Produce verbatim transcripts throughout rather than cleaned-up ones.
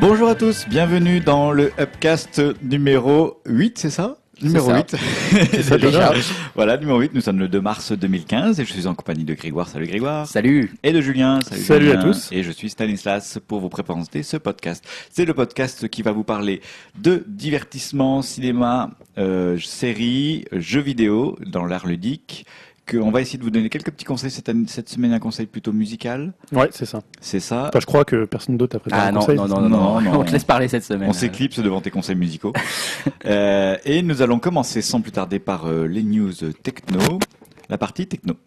Bonjour à tous, bienvenue dans le Upcast numéro huit, c'est ça ? Numéro c'est huit. C'est ça déjà. Voilà, numéro huit, nous sommes le deux mars deux mille quinze et je suis en compagnie de Grégoire. Salut Grégoire. Salut. Et de Julien. Salut, Salut Julien. à tous. Et je suis Stanislas pour vous présenter ce podcast. C'est le podcast qui va vous parler de divertissement, cinéma, euh, séries, jeux vidéo dans l'art ludique. Que on va essayer de vous donner quelques petits conseils cette, année, cette semaine, un conseil plutôt musical. Ouais, c'est ça. C'est ça. Enfin, je crois que personne d'autre a préparé Ah un non, conseil. non, non, non, non, non, on te laisse parler cette semaine. On s'éclipse devant tes conseils musicaux. euh, et nous allons commencer sans plus tarder par euh, les news techno, la partie techno.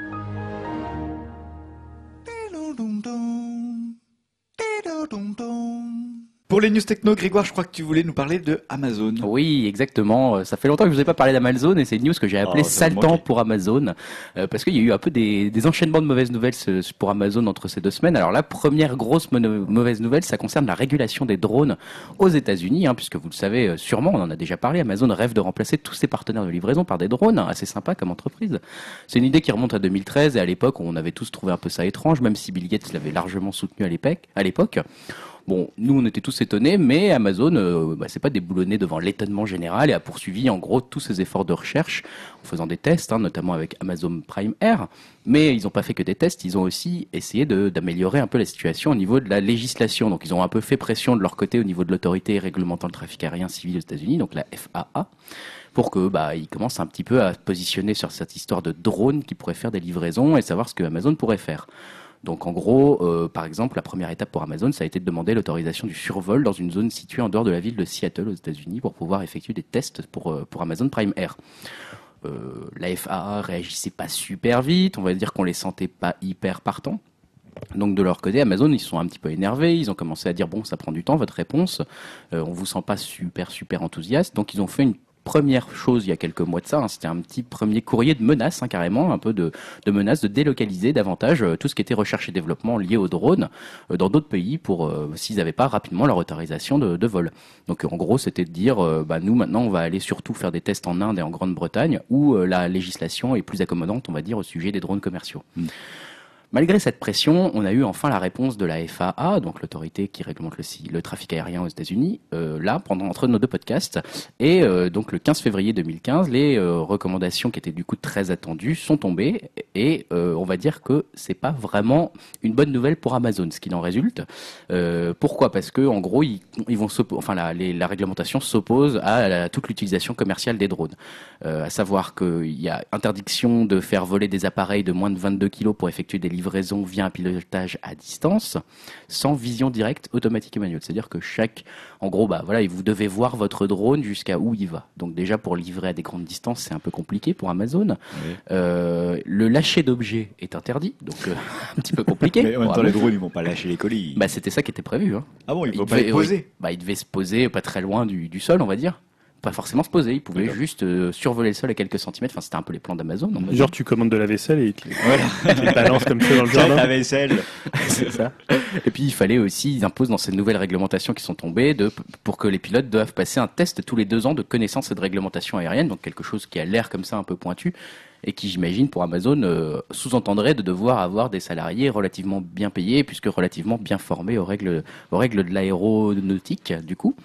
Pour les news techno, Grégoire, je crois que tu voulais nous parler de Amazon. Oui, exactement. Ça fait longtemps que je vous ai pas parlé d'Amazon et c'est une news que j'ai appelée Oh, ça sale me temps manquait. pour Amazon euh, parce qu'il y a eu un peu des, des enchaînements de mauvaises nouvelles ce- pour Amazon entre ces deux semaines. Alors la première grosse mono- mauvaise nouvelle, ça concerne la régulation des drones aux États-Unis, hein, puisque vous le savez euh, sûrement, on en a déjà parlé. Amazon rêve de remplacer tous ses partenaires de livraison par des drones, hein, assez sympa comme entreprise. C'est une idée qui remonte à deux mille treize et à l'époque on avait tous trouvé un peu ça étrange, même si Bill Gates l'avait largement soutenu à l'époque. À l'époque. Bon, nous on était tous étonnés, mais Amazon, euh, bah, c'est pas déboulonné devant l'étonnement général et a poursuivi en gros tous ses efforts de recherche en faisant des tests, hein, notamment avec Amazon Prime Air. Mais ils n'ont pas fait que des tests, ils ont aussi essayé de, d'améliorer un peu la situation au niveau de la législation. Donc ils ont un peu fait pression de leur côté au niveau de l'autorité réglementant le trafic aérien civil aux États-Unis, donc la F A A, pour que bah ils commencent un petit peu à se positionner sur cette histoire de drone qui pourrait faire des livraisons et savoir ce que Amazon pourrait faire. Donc en gros, euh, par exemple, la première étape pour Amazon, ça a été de demander l'autorisation du survol dans une zone située en dehors de la ville de Seattle aux États-Unis pour pouvoir effectuer des tests pour, euh, pour Amazon Prime Air. Euh, la F A A réagissait pas super vite, on va dire qu'on les sentait pas hyper partants. Donc de leur côté, Amazon, ils se sont un petit peu énervés, ils ont commencé à dire bon, ça prend du temps votre réponse, euh, on vous sent pas super super enthousiaste, donc ils ont fait une première chose il y a quelques mois de ça, hein, c'était un petit premier courrier de menaces, hein, carrément, un peu de, de menaces de délocaliser davantage euh, tout ce qui était recherche et développement lié aux drones euh, dans d'autres pays pour euh, s'ils n'avaient pas rapidement leur autorisation de, de vol. Donc en gros, c'était de dire, euh, bah, nous maintenant, on va aller surtout faire des tests en Inde et en Grande-Bretagne où euh, la législation est plus accommodante, on va dire, au sujet des drones commerciaux. Mm. Malgré cette pression, on a eu enfin la réponse de la F A A, donc l'autorité qui réglemente le, le trafic aérien aux États-Unis, euh, là, pendant entre nos deux podcasts. Et euh, donc le quinze février deux mille quinze, les euh, recommandations qui étaient du coup très attendues sont tombées. Et euh, on va dire que c'est pas vraiment une bonne nouvelle pour Amazon, ce qu'il en résulte. Euh, pourquoi ? Parce que en gros, ils, ils vont enfin la, les, la réglementation s'oppose à, la, toute l'utilisation commerciale des drones. Euh, à savoir qu'il y a interdiction de faire voler des appareils de moins de vingt-deux kilos pour effectuer des livraison via un pilotage à distance, sans vision directe, automatique et manuelle. C'est-à-dire que chaque, en gros, bah voilà, vous devez voir votre drone jusqu'à où il va. Donc déjà pour livrer à des grandes distances, c'est un peu compliqué pour Amazon. Oui. Euh, le lâcher d'objets est interdit, donc euh, un petit peu compliqué. Mais en même temps, les drones, ils vont pas lâcher les colis. Bah c'était ça qui était prévu. Hein. Ah bon, ils vont pas les poser. Oui, bah ils devaient se poser pas très loin du, du sol, on va dire. Pas forcément se poser, ils pouvaient D'accord. juste euh, survoler le sol à quelques centimètres. Enfin, c'était un peu les plans d'Amazon. Genre, tu commandes de la vaisselle et ils te les balancent comme ça dans le jardin. La vaisselle. C'est ça. Et puis, il fallait aussi, ils imposent dans ces nouvelles réglementations qui sont tombées, de, pour que les pilotes doivent passer un test tous les deux ans de connaissance et de réglementation aérienne. Donc, quelque chose qui a l'air comme ça un peu pointu. Et qui, j'imagine, pour Amazon, euh, sous-entendrait de devoir avoir des salariés relativement bien payés, puisque relativement bien formés aux règles, aux règles de l'aéronautique, du coup.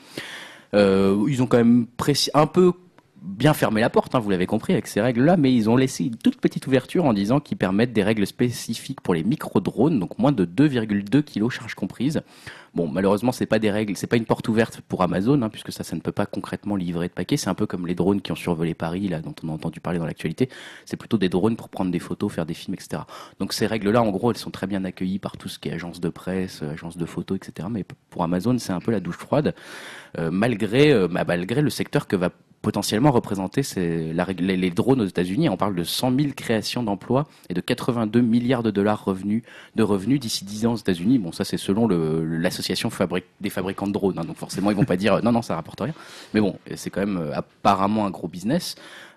Euh, ils ont quand même précis, un peu bien fermé la porte, hein, vous l'avez compris, avec ces règles-là, mais ils ont laissé une toute petite ouverture en disant qu'ils permettent des règles spécifiques pour les micro-drones, donc moins de deux virgule deux kilos charge comprise. Bon, malheureusement, c'est pas des règles, c'est pas une porte ouverte pour Amazon, hein, puisque ça, ça ne peut pas concrètement livrer de paquets. C'est un peu comme les drones qui ont survolé Paris, là, dont on a entendu parler dans l'actualité. C'est plutôt des drones pour prendre des photos, faire des films, et cetera. Donc ces règles-là, en gros, elles sont très bien accueillies par tout ce qui est agence de presse, agence de photos, et cetera. Mais pour Amazon, c'est un peu la douche froide, euh, malgré, euh, bah, malgré le secteur que va potentiellement représenter c'est la, les, les drones aux États-Unis. On parle de cent mille créations d'emplois et de quatre-vingt-deux milliards de dollars revenus, de revenus d'ici dix ans aux États-Unis. Bon, ça c'est selon le, l'association fabrique, des fabricants de drones, hein, donc forcément ils vont pas dire non non ça rapporte rien. Mais bon, c'est quand même euh, apparemment un gros business.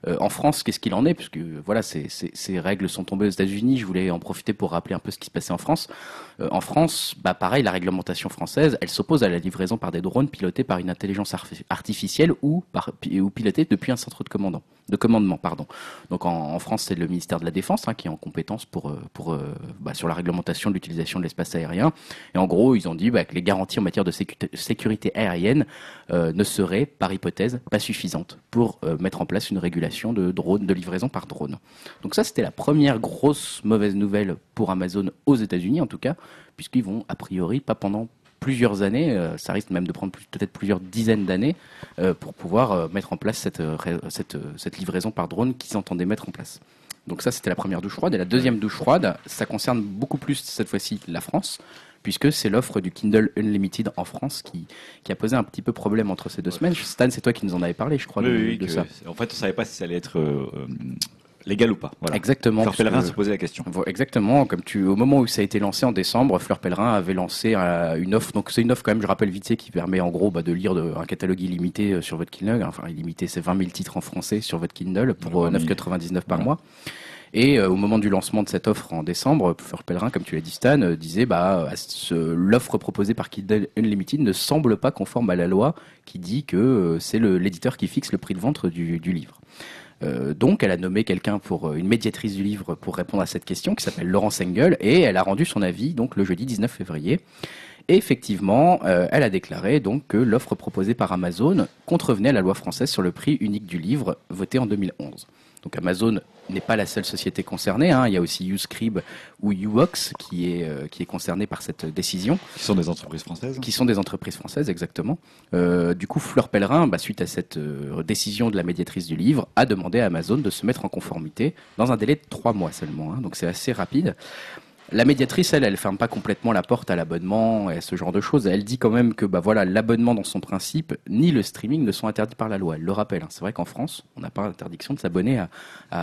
Euh, en France, qu'est-ce qu'il en est? Puisque voilà, ces, ces, ces règles sont tombées aux États-Unis. Je voulais en profiter pour rappeler un peu ce qui se passait en France. Euh, en France, bah pareil, la réglementation française, elle s'oppose à la livraison par des drones pilotés par une intelligence artificielle ou par ou pilotés depuis un centre de commandant, de commandement, pardon. Donc en, en France, c'est le ministère de la Défense hein, qui est en compétence pour pour bah, sur la réglementation de l'utilisation de l'espace aérien. Et en gros, ils ont dit bah, que les garanties en matière de sécu- sécurité aérienne euh, ne seraient, par hypothèse, pas suffisantes pour euh, mettre en place une régulation de drone, de livraison par drone. Donc ça, c'était la première grosse mauvaise nouvelle pour Amazon aux États-Unis, en tout cas, puisqu'ils vont, a priori, pas pendant plusieurs années, euh, ça risque même de prendre plus, peut-être plusieurs dizaines d'années euh, pour pouvoir euh, mettre en place cette, euh, cette, euh, cette livraison par drone qu'ils entendaient mettre en place. Donc ça, c'était la première douche froide. Et la deuxième douche froide, ça concerne beaucoup plus, cette fois-ci, la France, puisque c'est l'offre du Kindle Unlimited en France qui, qui a posé un petit peu problème entre ces deux ouais. semaines. Stan, c'est toi qui nous en avais parlé, je crois, oui, de, oui, de que, ça. En fait, on ne savait pas si ça allait être euh, légal ou pas. Voilà. Exactement. Fleur Pellerin se posait la question. Exactement. Comme tu, au moment où ça a été lancé en décembre, Fleur Pellerin avait lancé euh, une offre. Donc c'est une offre quand même, je rappelle vite, qui permet en gros bah, de lire de, un catalogue illimité sur votre Kindle. Enfin, illimité, c'est vingt mille titres en français sur votre Kindle pour euh, neuf euros quatre-vingt-dix-neuf par voilà. mois. Et euh, au moment du lancement de cette offre en décembre, Fleur Pellerin, comme tu l'as dit Stan, euh, disait bah ce, l'offre proposée par Kindle Unlimited ne semble pas conforme à la loi qui dit que euh, c'est le, l'éditeur qui fixe le prix de vente du, du livre. Euh, donc elle a nommé quelqu'un pour une médiatrice du livre pour répondre à cette question qui s'appelle Laurence Engel et elle a rendu son avis donc le jeudi dix-neuf février. Et effectivement, euh, elle a déclaré donc que l'offre proposée par Amazon contrevenait à la loi française sur le prix unique du livre votée en deux mille onze. Donc Amazon n'est pas la seule société concernée, hein. Il y a aussi Uscribe ou Uvox qui est euh, qui est concerné par cette décision. Qui sont des entreprises françaises. Qui sont des entreprises françaises, exactement. Euh, du coup, Fleur Pellerin, bah, suite à cette euh, décision de la médiatrice du livre, a demandé à Amazon de se mettre en conformité dans un délai de trois mois seulement, hein. Donc c'est assez rapide. La médiatrice, elle, elle ferme pas complètement la porte à l'abonnement et à ce genre de choses. Elle dit quand même que, bah voilà, l'abonnement dans son principe, ni le streaming ne sont interdits par la loi. Elle le rappelle. Hein. C'est vrai qu'en France, on n'a pas l'interdiction de s'abonner à,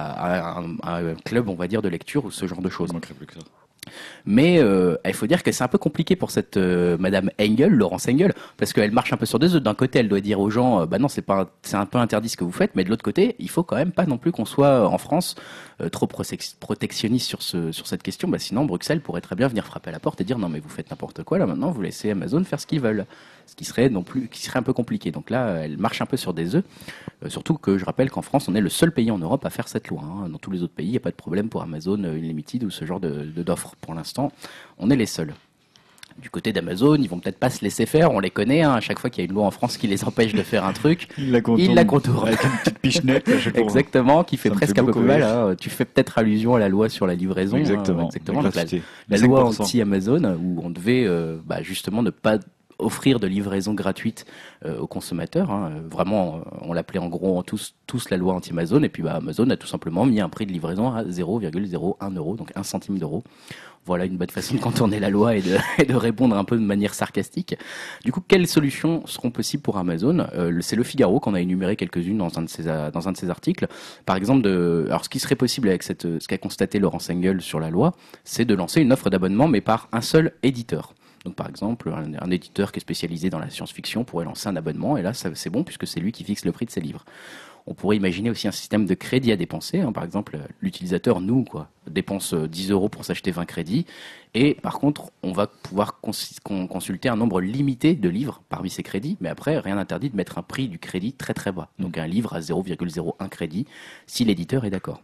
à, à, un, à un club, on va dire, de lecture ou ce genre de choses. Il manquerait plus que ça. Mais euh, il faut dire que c'est un peu compliqué pour cette euh, Madame Engel, Laurence Engel, parce qu'elle marche un peu sur deux œufs. D'un côté, elle doit dire aux gens, euh, bah non, c'est pas, un, c'est un peu interdit ce que vous faites, mais de l'autre côté, il faut quand même pas non plus qu'on soit en France euh, trop protectionniste sur ce sur cette question. Bah sinon, Bruxelles pourrait très bien venir frapper à la porte et dire non mais vous faites n'importe quoi là maintenant, vous laissez Amazon faire ce qu'ils veulent, ce qui serait non plus, qui serait un peu compliqué. Donc là, elle marche un peu sur des œufs. Euh, surtout que je rappelle qu'en France, on est le seul pays en Europe à faire cette loi. Hein. Dans tous les autres pays, il n'y a pas de problème pour Amazon Unlimited ou ce genre de, de d'offres. Pour l'instant, on est les seuls. Du côté d'Amazon, ils vont peut-être pas se laisser faire, on les connaît, hein. À chaque fois qu'il y a une loi en France qui les empêche de faire un truc, ils la contournent, ils la contournent. Avec une petite pichenette. Exactement, qui fait presque fait un peu plus mal. Hein. Tu fais peut-être allusion à la loi sur la livraison. Exactement. Hein, exactement. La, la, la loi anti-Amazon, où on devait euh, bah, justement ne pas offrir de livraison gratuite euh, aux consommateurs. Hein. Vraiment, on l'appelait en gros en tous, tous la loi anti-Amazon. Et puis bah, Amazon a tout simplement mis un prix de livraison à zéro virgule zéro un euro, donc un centime d'euro. Voilà une bonne façon de contourner la loi et de, et de répondre un peu de manière sarcastique. Du coup, quelles solutions seront possibles pour Amazon ? euh, C'est le Figaro qu'on a énuméré quelques-unes dans un de ses, dans un de ses articles. Par exemple, de, alors ce qui serait possible avec cette, ce qu'a constaté Laurence Engel sur la loi, c'est de lancer une offre d'abonnement, mais par un seul éditeur. Donc par exemple, un, un éditeur qui est spécialisé dans la science-fiction pourrait lancer un abonnement, et là ça, c'est bon puisque c'est lui qui fixe le prix de ses livres. On pourrait imaginer aussi un système de crédit à dépenser. Hein. Par exemple, l'utilisateur, nous, quoi, dépense dix euros pour s'acheter vingt crédits. Et par contre, on va pouvoir cons- consulter un nombre limité de livres parmi ces crédits. Mais après, rien n'interdit de mettre un prix du crédit très très bas. Donc un livre à zéro virgule zéro un crédit, si l'éditeur est d'accord.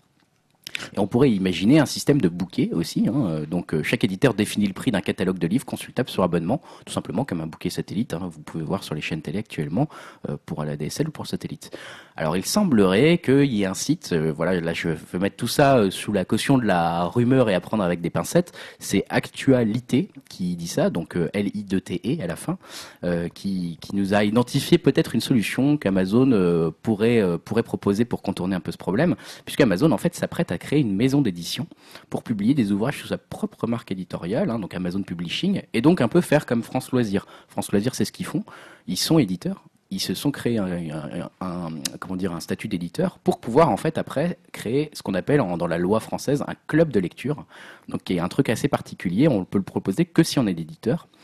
Et on pourrait imaginer un système de bouquet aussi. Hein. Donc euh, chaque éditeur définit le prix d'un catalogue de livres consultable sur abonnement, tout simplement comme un bouquet satellite. Hein. Vous pouvez voir sur les chaînes télé actuellement euh, pour la D S L ou pour satellite. Alors il semblerait qu'il y ait un site, euh, voilà, là je vais mettre tout ça euh, sous la caution de la rumeur et à prendre avec des pincettes. C'est Actualité qui dit ça, donc euh, L I deux T E à la fin, euh, qui, qui nous a identifié peut-être une solution qu'Amazon euh, pourrait euh, pourrait proposer pour contourner un peu ce problème, puisqu'Amazon en fait s'apprête à créer une maison d'édition pour publier des ouvrages sous sa propre marque éditoriale, hein, donc Amazon Publishing, et donc un peu faire comme France Loisirs. France Loisirs, c'est ce qu'ils font. Ils sont éditeurs. Ils se sont créés un, un, un, comment dire, un statut d'éditeur pour pouvoir en fait après créer ce qu'on appelle en, dans la loi française un club de lecture, donc qui est un truc assez particulier. On peut le proposer que si on est éditeur.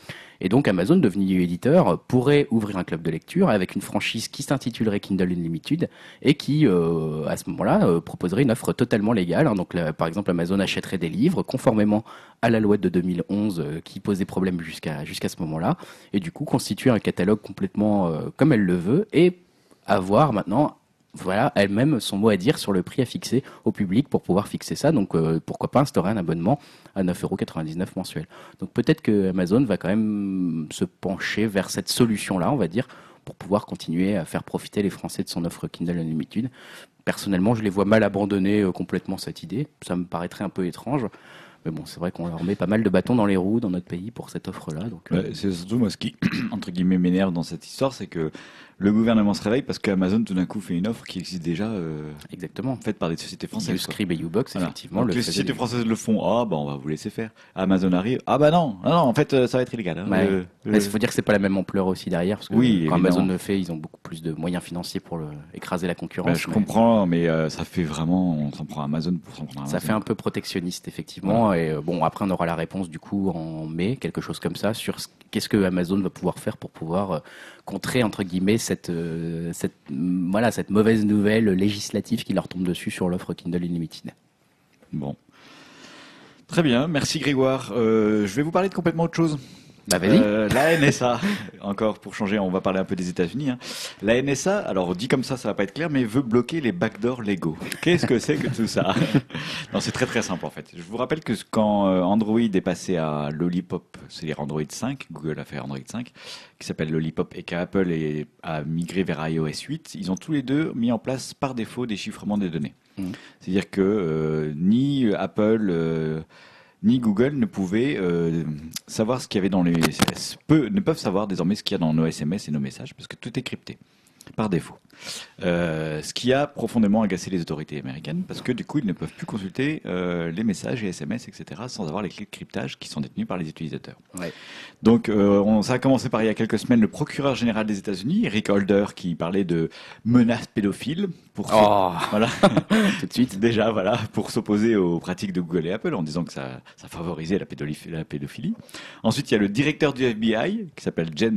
Et donc Amazon, devenu éditeur, pourrait ouvrir un club de lecture avec une franchise qui s'intitulerait Kindle Unlimited et qui, euh, à ce moment-là, euh, proposerait une offre totalement légale. Hein. Donc, là, par exemple, Amazon achèterait des livres conformément à la loi de deux mille onze euh, qui posait problème jusqu'à jusqu'à ce moment-là, et du coup constituer un catalogue complètement euh, comme elle le veut et avoir maintenant voilà, elle-même son mot à dire sur le prix à fixer au public pour pouvoir fixer ça. Donc euh, pourquoi pas instaurer un abonnement à neuf euros quatre-vingt-dix-neuf mensuel. Donc peut-être que Amazon va quand même se pencher vers cette solution-là, on va dire, pour pouvoir continuer à faire profiter les Français de son offre Kindle Unlimited. Personnellement, je les vois mal abandonner euh, complètement cette idée. Ça me paraîtrait un peu étrange. Mais bon, c'est vrai qu'on leur met pas mal de bâtons dans les roues dans notre pays pour cette offre-là. Donc, euh... ouais, c'est surtout moi ce qui, entre guillemets, m'énerve dans cette histoire, c'est que le gouvernement se réveille parce qu'Amazon tout d'un coup fait une offre qui existe déjà, euh, exactement, faite par des sociétés françaises. Uscribe et Ubox, voilà. effectivement. Donc le les sociétés françaises le font. Ah bah on va vous laisser faire. Amazon arrive. Ah bah non, non, non en fait ça va être illégal. Hein. Ouais. Le, Il le... faut dire que c'est pas la même ampleur aussi derrière, parce que oui, quand évidemment. Amazon le fait, ils ont beaucoup plus de moyens financiers pour le, écraser la concurrence. Bah, je mais... comprends, mais euh, ça fait vraiment, on s'en prend à Amazon pour s'en prendre à Amazon. Ça fait un peu protectionniste, effectivement. Voilà. Et euh, bon, après on aura la réponse du coup en mai, quelque chose comme ça, sur ce, qu'est-ce que Amazon va pouvoir faire pour pouvoir euh, contrer entre guillemets cette, euh, cette, euh, voilà, cette mauvaise nouvelle législative qui leur tombe dessus sur l'offre Kindle Unlimited. Bon. Très bien, merci Grégoire. Euh, je vais vous parler de complètement autre chose. Bah vas-y. Euh, la N S A, encore pour changer, on va parler un peu des États-Unis. Hein. La N S A, alors dit comme ça, ça va pas être clair, mais veut bloquer les backdoors légaux. Qu'est-ce que c'est que tout ça? Non, c'est très très simple en fait. Je vous rappelle que quand Android est passé à Lollipop, c'est-à-dire Android cinq, Google a fait Android cinq, qui s'appelle Lollipop, et qu'Apple est, a migré vers iOS huit, ils ont tous les deux mis en place par défaut des chiffrements des données. Mmh. C'est-à-dire que euh, ni Apple euh, ni Google ne pouvaient euh, savoir ce qu'il y avait dans les peu, ne peuvent savoir désormais ce qu'il y a dans nos S M S et nos messages parce que tout est crypté par défaut. Euh, ce qui a profondément agacé les autorités américaines parce que du coup ils ne peuvent plus consulter euh, les messages et S M S, et cetera sans avoir les clés de cryptage qui sont détenues par les utilisateurs. Ouais. Donc euh, on, ça a commencé par il y a quelques semaines le procureur général des États-Unis, Eric Holder, qui parlait de menaces pédophiles pour oh. voilà tout de suite déjà voilà pour s'opposer aux pratiques de Google et Apple en disant que ça, ça favorisait la pédophilie, la pédophilie. Ensuite il y a le directeur du F B I qui s'appelle James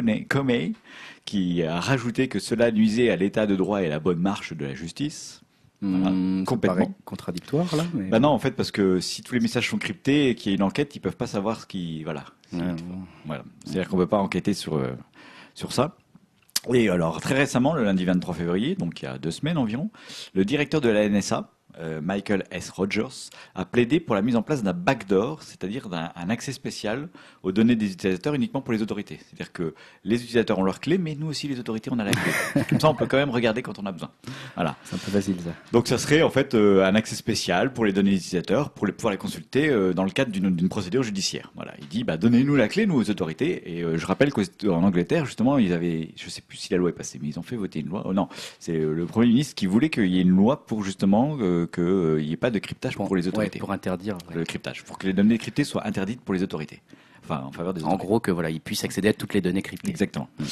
Comey qui a rajouté que cela nuisait à l'état de droit et à la bonne marche de la justice. Voilà, mmh, complètement contradictoire là. Mais... Bah non, en fait, parce que si tous les messages sont cryptés et qu'il y a une enquête, ils peuvent pas savoir ce qui, voilà. Ouais, ouais. Voilà. C'est-à-dire qu'on peut pas enquêter sur euh, sur ça. Et alors très récemment, le lundi vingt-trois février, donc il y a deux semaines environ, le directeur de la N S A, euh, Michael S. Rogers, a plaidé pour la mise en place d'un backdoor, c'est-à-dire d'un un accès spécial aux données des utilisateurs uniquement pour les autorités. C'est-à-dire que les utilisateurs ont leur clé, mais nous aussi les autorités on a la clé. Comme ça, on peut quand même regarder quand on a besoin. Voilà. C'est un peu facile ça. Donc ça serait en fait euh, un accès spécial pour les données des utilisateurs, pour les, pouvoir les consulter euh, dans le cadre d'une, d'une procédure judiciaire. Voilà. Il dit bah donnez-nous la clé nous aux autorités. Et euh, je rappelle qu'en Angleterre justement ils avaient, je sais plus si la loi est passée, mais ils ont fait voter une loi. Oh non, c'est euh, le Premier ministre qui voulait qu'il y ait une loi pour justement euh, qu'il euh, n'y ait pas de cryptage pour, pour les autorités. Ouais, pour interdire ouais. le cryptage, pour que les données cryptées soient interdites pour les autorités. Enfin en faveur des autorités. En gros que voilà ils puissent accéder à toutes les données cryptées. Exactement. Mmh.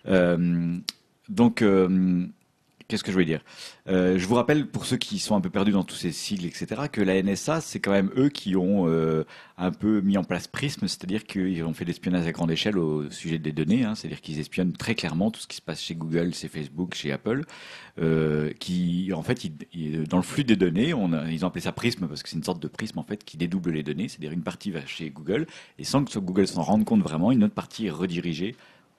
Euh, donc euh, Qu'est-ce que je voulais dire euh, Je vous rappelle, pour ceux qui sont un peu perdus dans tous ces sigles, et cetera, que la N S A, c'est quand même eux qui ont euh, un peu mis en place Prism, c'est-à-dire qu'ils ont fait de l'espionnage à grande échelle au sujet des données, hein, c'est-à-dire qu'ils espionnent très clairement tout ce qui se passe chez Google, chez Facebook, chez Apple, euh, qui, en fait, ils, ils, dans le flux des données, on a, ils ont appelé ça Prism parce que c'est une sorte de prisme en fait qui dédouble les données, c'est-à-dire une partie va chez Google et sans que Google s'en rende compte vraiment, une autre partie est redirigée.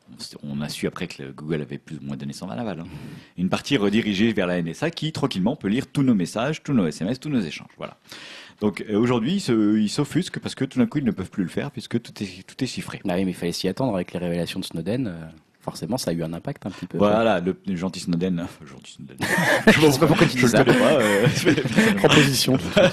On a su après que Google avait plus ou moins donné son aval. Hein. Une partie redirigée vers la N S A qui, tranquillement, peut lire tous nos messages, tous nos S M S, tous nos échanges. Voilà. Donc euh, aujourd'hui, ils, se, ils s'offusquent parce que tout d'un coup, ils ne peuvent plus le faire puisque tout est, tout est chiffré. Ah oui, mais il fallait s'y attendre avec les révélations de Snowden. Euh... Forcément, ça a eu un impact un petit peu. Voilà, le, le gentil Snowden. Le gentil Snowden. Je ne sais pas pourquoi tu dis ça. Je ne connais pas. Euh... Proposition.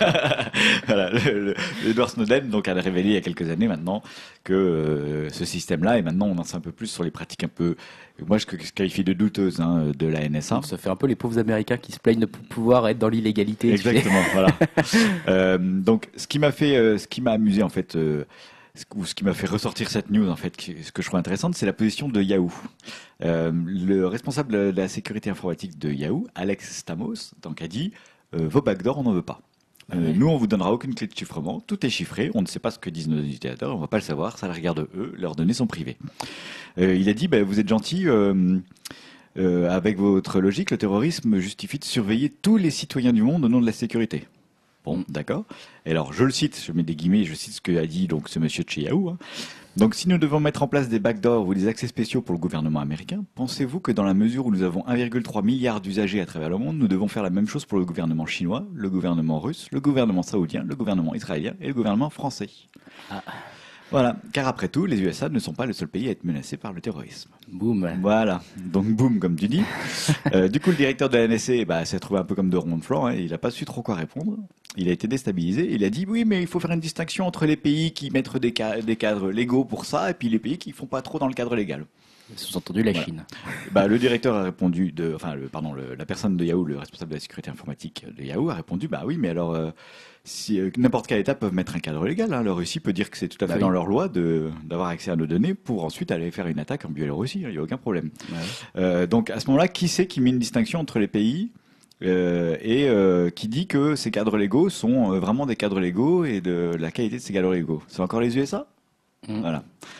Voilà, le, le, Edward Snowden donc, a révélé il y a quelques années maintenant que euh, ce système-là, et maintenant on en sait un peu plus sur les pratiques un peu, moi je qualifie de douteuses hein, de la N S A. Ça fait un peu les pauvres Américains qui se plaignent de pouvoir être dans l'illégalité. Exactement, voilà. euh, donc ce qui m'a fait, euh, ce qui m'a amusé en fait. Euh, ou ce qui m'a fait ressortir cette news, en fait, ce que je trouve intéressant, c'est la position de Yahoo. Euh, le responsable de la sécurité informatique de Yahoo, Alex Stamos, donc a dit euh, vos backdoors, on n'en veut pas. Euh, nous, on vous donnera aucune clé de chiffrement. Tout est chiffré. On ne sait pas ce que disent nos utilisateurs. On ne va pas le savoir. Ça les regarde eux. Leurs données sont privées. Euh, il a dit, bah, vous êtes gentils. Euh, euh, avec votre logique, le terrorisme justifie de surveiller tous les citoyens du monde au nom de la sécurité. Bon, d'accord. Et alors, je le cite. Je mets des guillemets. Je cite ce que a dit donc ce monsieur de chez Yahoo. Hein. Donc, si nous devons mettre en place des backdoors ou des accès spéciaux pour le gouvernement américain, pensez-vous que dans la mesure où nous avons un virgule trois milliard d'usagers à travers le monde, nous devons faire la même chose pour le gouvernement chinois, le gouvernement russe, le gouvernement saoudien, le gouvernement israélien et le gouvernement français? Ah. Voilà, car après tout, les U S A ne sont pas le seul pays à être menacé par le terrorisme. Boum. Voilà, donc boum, comme tu dis. euh, du coup, le directeur de la N S A bah, s'est trouvé un peu comme de rond de flanc, hein, il n'a pas su trop quoi répondre. Il a été déstabilisé. Il a dit oui, mais il faut faire une distinction entre les pays qui mettent des, ca- des cadres légaux pour ça et puis les pays qui font pas trop dans le cadre légal. Sous-entendu la Voilà. Chine. Bah, le directeur a répondu, de, enfin, le, pardon, le, la personne de Yahoo, le responsable de la sécurité informatique de Yahoo, a répondu bah oui, mais alors euh, si euh, n'importe quel État peut mettre un cadre légal, hein, la Russie peut dire que c'est tout à fait Bah oui. dans leur loi de d'avoir accès à nos données pour ensuite aller faire une attaque en Biélorussie. Il n'y a aucun problème. Ouais. Euh, donc à ce moment-là, qui c'est qui met une distinction entre les pays? Euh, et euh, qui dit que ces cadres légaux sont euh, vraiment des cadres légaux et de la qualité de ces cadres légaux? C'est encore les U S A? Mm. Voilà.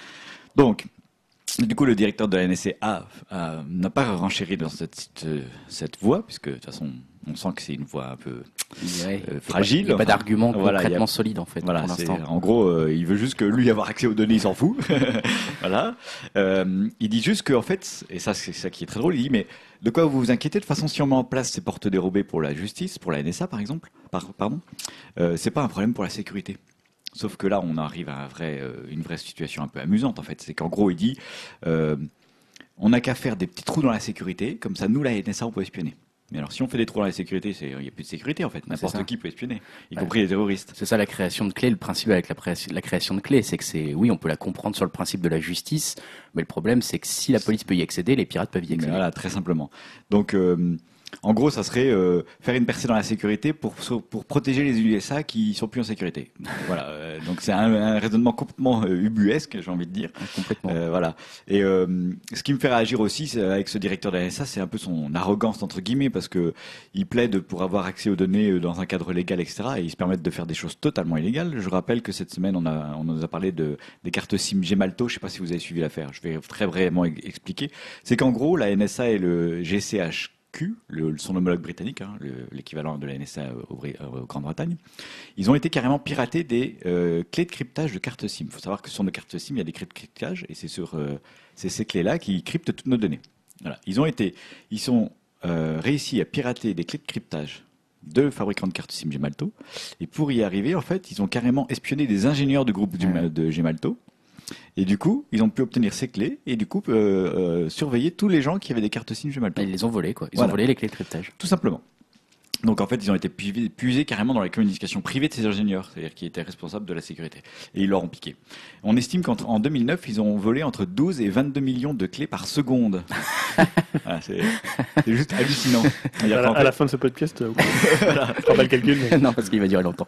Donc, du coup, le directeur de la N S A a, a- n'a pas renchéri dans cette, euh, cette voie, puisque de toute façon, on sent que c'est une voie un peu Ouais. euh, fragile. Il n'y a pas Enfin, d'argument voilà, concrètement il y a- solide en fait Voilà, pour c'est, l'instant. en gros, euh, il veut juste que lui avoir accès aux données, il s'en fout. Voilà. Euh, il dit juste qu'en fait, et ça c'est ça qui est très drôle, il dit mais de quoi vous vous inquiétez? De toute façon, si on met en place ces portes dérobées pour la justice, pour la N S A par exemple, par, pardon, euh, c'est pas un problème pour la sécurité. Sauf que là, on arrive à un vrai, euh, une vraie situation un peu amusante en fait. C'est qu'en gros, il dit euh, on n'a qu'à faire des petits trous dans la sécurité, comme ça, nous, la N S A, on peut espionner. Mais alors, si on fait des trous dans la sécurité, c'est il n'y a plus de sécurité en fait. N'importe ça. qui peut espionner, y Ouais. compris les terroristes. C'est ça la création de clés. Le principe avec la, création- la création de clés, c'est que c'est, oui, on peut la comprendre sur le principe de la justice, mais le problème, c'est que si la police peut y accéder, les pirates peuvent y Mais accéder. voilà, très simplement. Donc, euh, en gros, ça serait euh, faire une percée dans la sécurité pour, pour protéger les U S A qui sont plus en sécurité. Voilà. euh, donc, c'est un, un raisonnement complètement euh, ubuesque, j'ai envie de dire. Complètement. Euh, voilà. Et euh, ce qui me fait réagir aussi c'est, avec ce directeur de la N S A, c'est un peu son arrogance entre guillemets parce que il plaide pour avoir accès aux données euh, dans un cadre légal, et cetera. Et ils se permettent de faire des choses totalement illégales. Je rappelle que cette semaine, on a, on nous a parlé de des cartes SIM Gemalto. Je sais pas si vous avez suivi l'affaire. Je vais très brièvement e- expliquer. C'est qu'en gros, la N S A et le G C H Q, le, son homologue britannique, hein, le, l'équivalent de la N S A au, Bri- au Grande-Bretagne, ils ont été carrément piratés des euh, clés de cryptage de cartes SIM. Il faut savoir que sur nos cartes SIM, il y a des clés de cryptage et c'est sur euh, c'est ces clés-là qui cryptent toutes nos données. Voilà. Ils ont été, ils sont euh, réussi à pirater des clés de cryptage de fabricants de cartes SIM Gemalto. Et pour y arriver, en fait, ils ont carrément espionné des ingénieurs du groupe du- Ouais. de Gemalto. Et du coup, ils ont pu obtenir ces clés et du coup euh, euh, surveiller tous les gens qui avaient des cartes SIM Gemalto. Ils les ont volés, quoi. Ils Voilà. ont volé les clés de cryptage. Tout simplement. Donc en fait, ils ont été puisés, puisés carrément dans la communication privée de ces ingénieurs, c'est-à-dire qui étaient responsables de la sécurité. Et ils leur ont piqué. On estime qu'en deux mille neuf, ils ont volé entre douze et vingt-deux millions de clés par seconde. Voilà, c'est, c'est juste hallucinant. À C'est-à-dire la, qu'en à fait- la fin de ce podcast, euh, je ne ferai pas le calcul. Mais... non, parce qu'il va durer longtemps.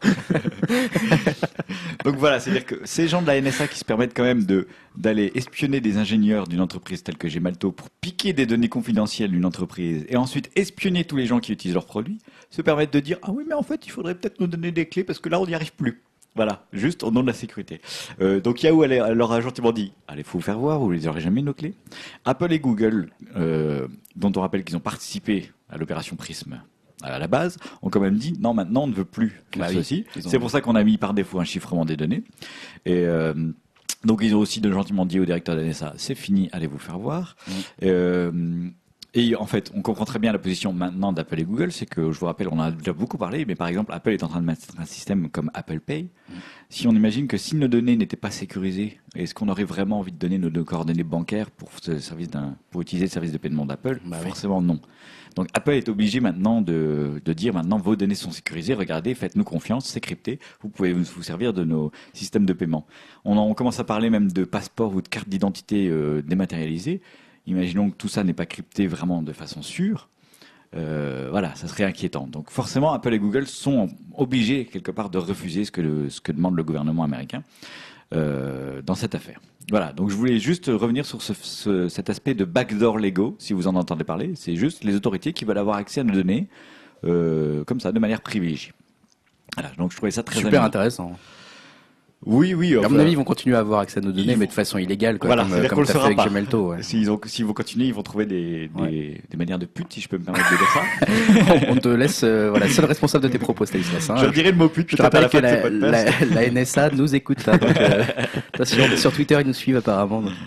Donc voilà, c'est-à-dire que ces gens de la N S A qui se permettent quand même de d'aller espionner des ingénieurs d'une entreprise telle que Gemalto pour piquer des données confidentielles d'une entreprise et ensuite espionner tous les gens qui utilisent leurs produits, se permettent de dire ah oui mais en fait il faudrait peut-être nous donner des clés parce que là on n'y arrive plus. Voilà, juste au nom de la sécurité. Euh, donc Yahoo elle, elle leur a gentiment dit allez faut vous faire voir, vous les aurez jamais nos clés. Apple et Google, euh, dont on rappelle qu'ils ont participé à l'opération Prism à la base, ont quand même dit non maintenant on ne veut plus faire Bah oui, ceci. ils ont- C'est pour ça qu'on a mis par défaut un chiffrement des données. Et euh, donc ils ont aussi de gentiment dit au directeur de la N S A c'est fini, allez vous faire voir. Mm. Euh, et en fait, on comprend très bien la position maintenant d'Apple et Google, c'est que je vous rappelle, on en a déjà beaucoup parlé, mais par exemple, Apple est en train de mettre un système comme Apple Pay. Mm. Si on imagine que si nos données n'étaient pas sécurisées, est-ce qu'on aurait vraiment envie de donner nos, nos coordonnées bancaires pour, ce service d'un, pour utiliser le service de paiement d'Apple? Bah oui. Forcément non. Donc Apple est obligé maintenant de, de dire maintenant vos données sont sécurisées, regardez, faites-nous confiance, c'est crypté, vous pouvez vous, vous servir de nos systèmes de paiement. On, en, on commence à parler même de passeport ou de carte d'identité euh, dématérialisée. Imaginons que tout ça n'est pas crypté vraiment de façon sûre. Euh, voilà, ça serait inquiétant. Donc forcément, Apple et Google sont obligés quelque part de refuser ce que, le, ce que demande le gouvernement américain euh, dans cette affaire. Voilà, donc je voulais juste revenir sur ce, ce, cet aspect de backdoor légaux, si vous en entendez parler. C'est juste les autorités qui veulent avoir accès à nos données euh, comme ça, de manière privilégiée. Voilà, donc je trouvais ça très Super amusant. intéressant. Oui, oui. À enfin, mon avis, ils vont continuer à avoir accès à nos données, Ils mais vont- de façon illégale, quoi, Voilà, comme, c'est-à-dire comme qu'on le t'as fait saura avec pas. Gemelto. Ouais. S'ils, ont, s'ils vont continuer, ils vont trouver des, des, Ouais. des manières de pute, si je peux me permettre de dire ça. On te laisse, euh, voilà, seul responsable de tes propos, Stanislas. Hein. Je dirais le mot pute Je te peut-être à rappelle la que fin de ce la, podcast. la, la N S A nous écoute là, donc euh, sur, sur Twitter ils nous suivent apparemment. Donc.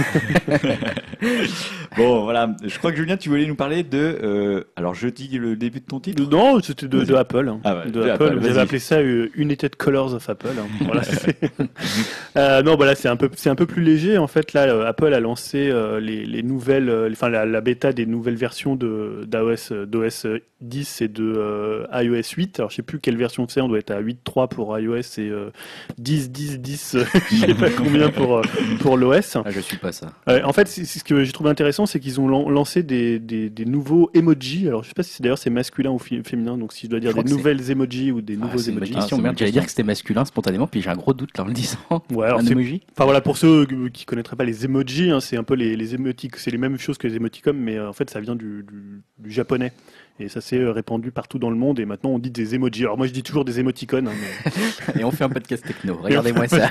Bon, voilà. Je crois que Julien, tu voulais nous parler de. Euh, alors, je dis le début de ton titre. Non, c'était de, Vas-y. de Apple. hein. Ah ouais, de de Apple. Apple, Vous avez vas-y. appelé ça euh, United Colors of Apple. hein. Voilà, c'est- Euh, non, voilà, c'est un peu, c'est un peu plus léger. En fait, là, euh, Apple a lancé euh, les, les nouvelles, euh, enfin la, la bêta des nouvelles versions de d'iOS, euh, d'OS dix et de euh, iOS huit. Alors, je sais plus quelle version c'est. On doit être à huit point trois pour iOS et euh, dix, dix, dix. euh, je sais pas combien pour euh, pour l'O S. Ah, je suis pas ça. Euh, en fait, c'est, c'est ce que j'ai trouvé intéressant, c'est qu'ils ont lan- lancé des, des, des nouveaux emojis. Alors, je sais pas si c'est, d'ailleurs c'est masculin ou fi- féminin, donc si je dois dire Je crois des que nouvelles emojis ou des Ah, nouveaux c'est une bonne emojis. Ah, question. c'est une Merde, bonne j'allais question. dire que c'était masculin spontanément, puis j'ai un gros doute là en le disant. Ouais, alors un c'est- emoji. Enfin voilà, pour ceux euh, qui connaîtraient pas les emojis, hein, c'est un peu les, les émoticônes, c'est les mêmes choses que les émoticônes, mais euh, en fait ça vient du, du, du japonais. Et ça s'est euh, répandu partout dans le monde, et maintenant on dit des emojis. Alors moi je dis toujours des émoticônes, hein, mais... Et on fait un podcast techno. Regardez-moi ça.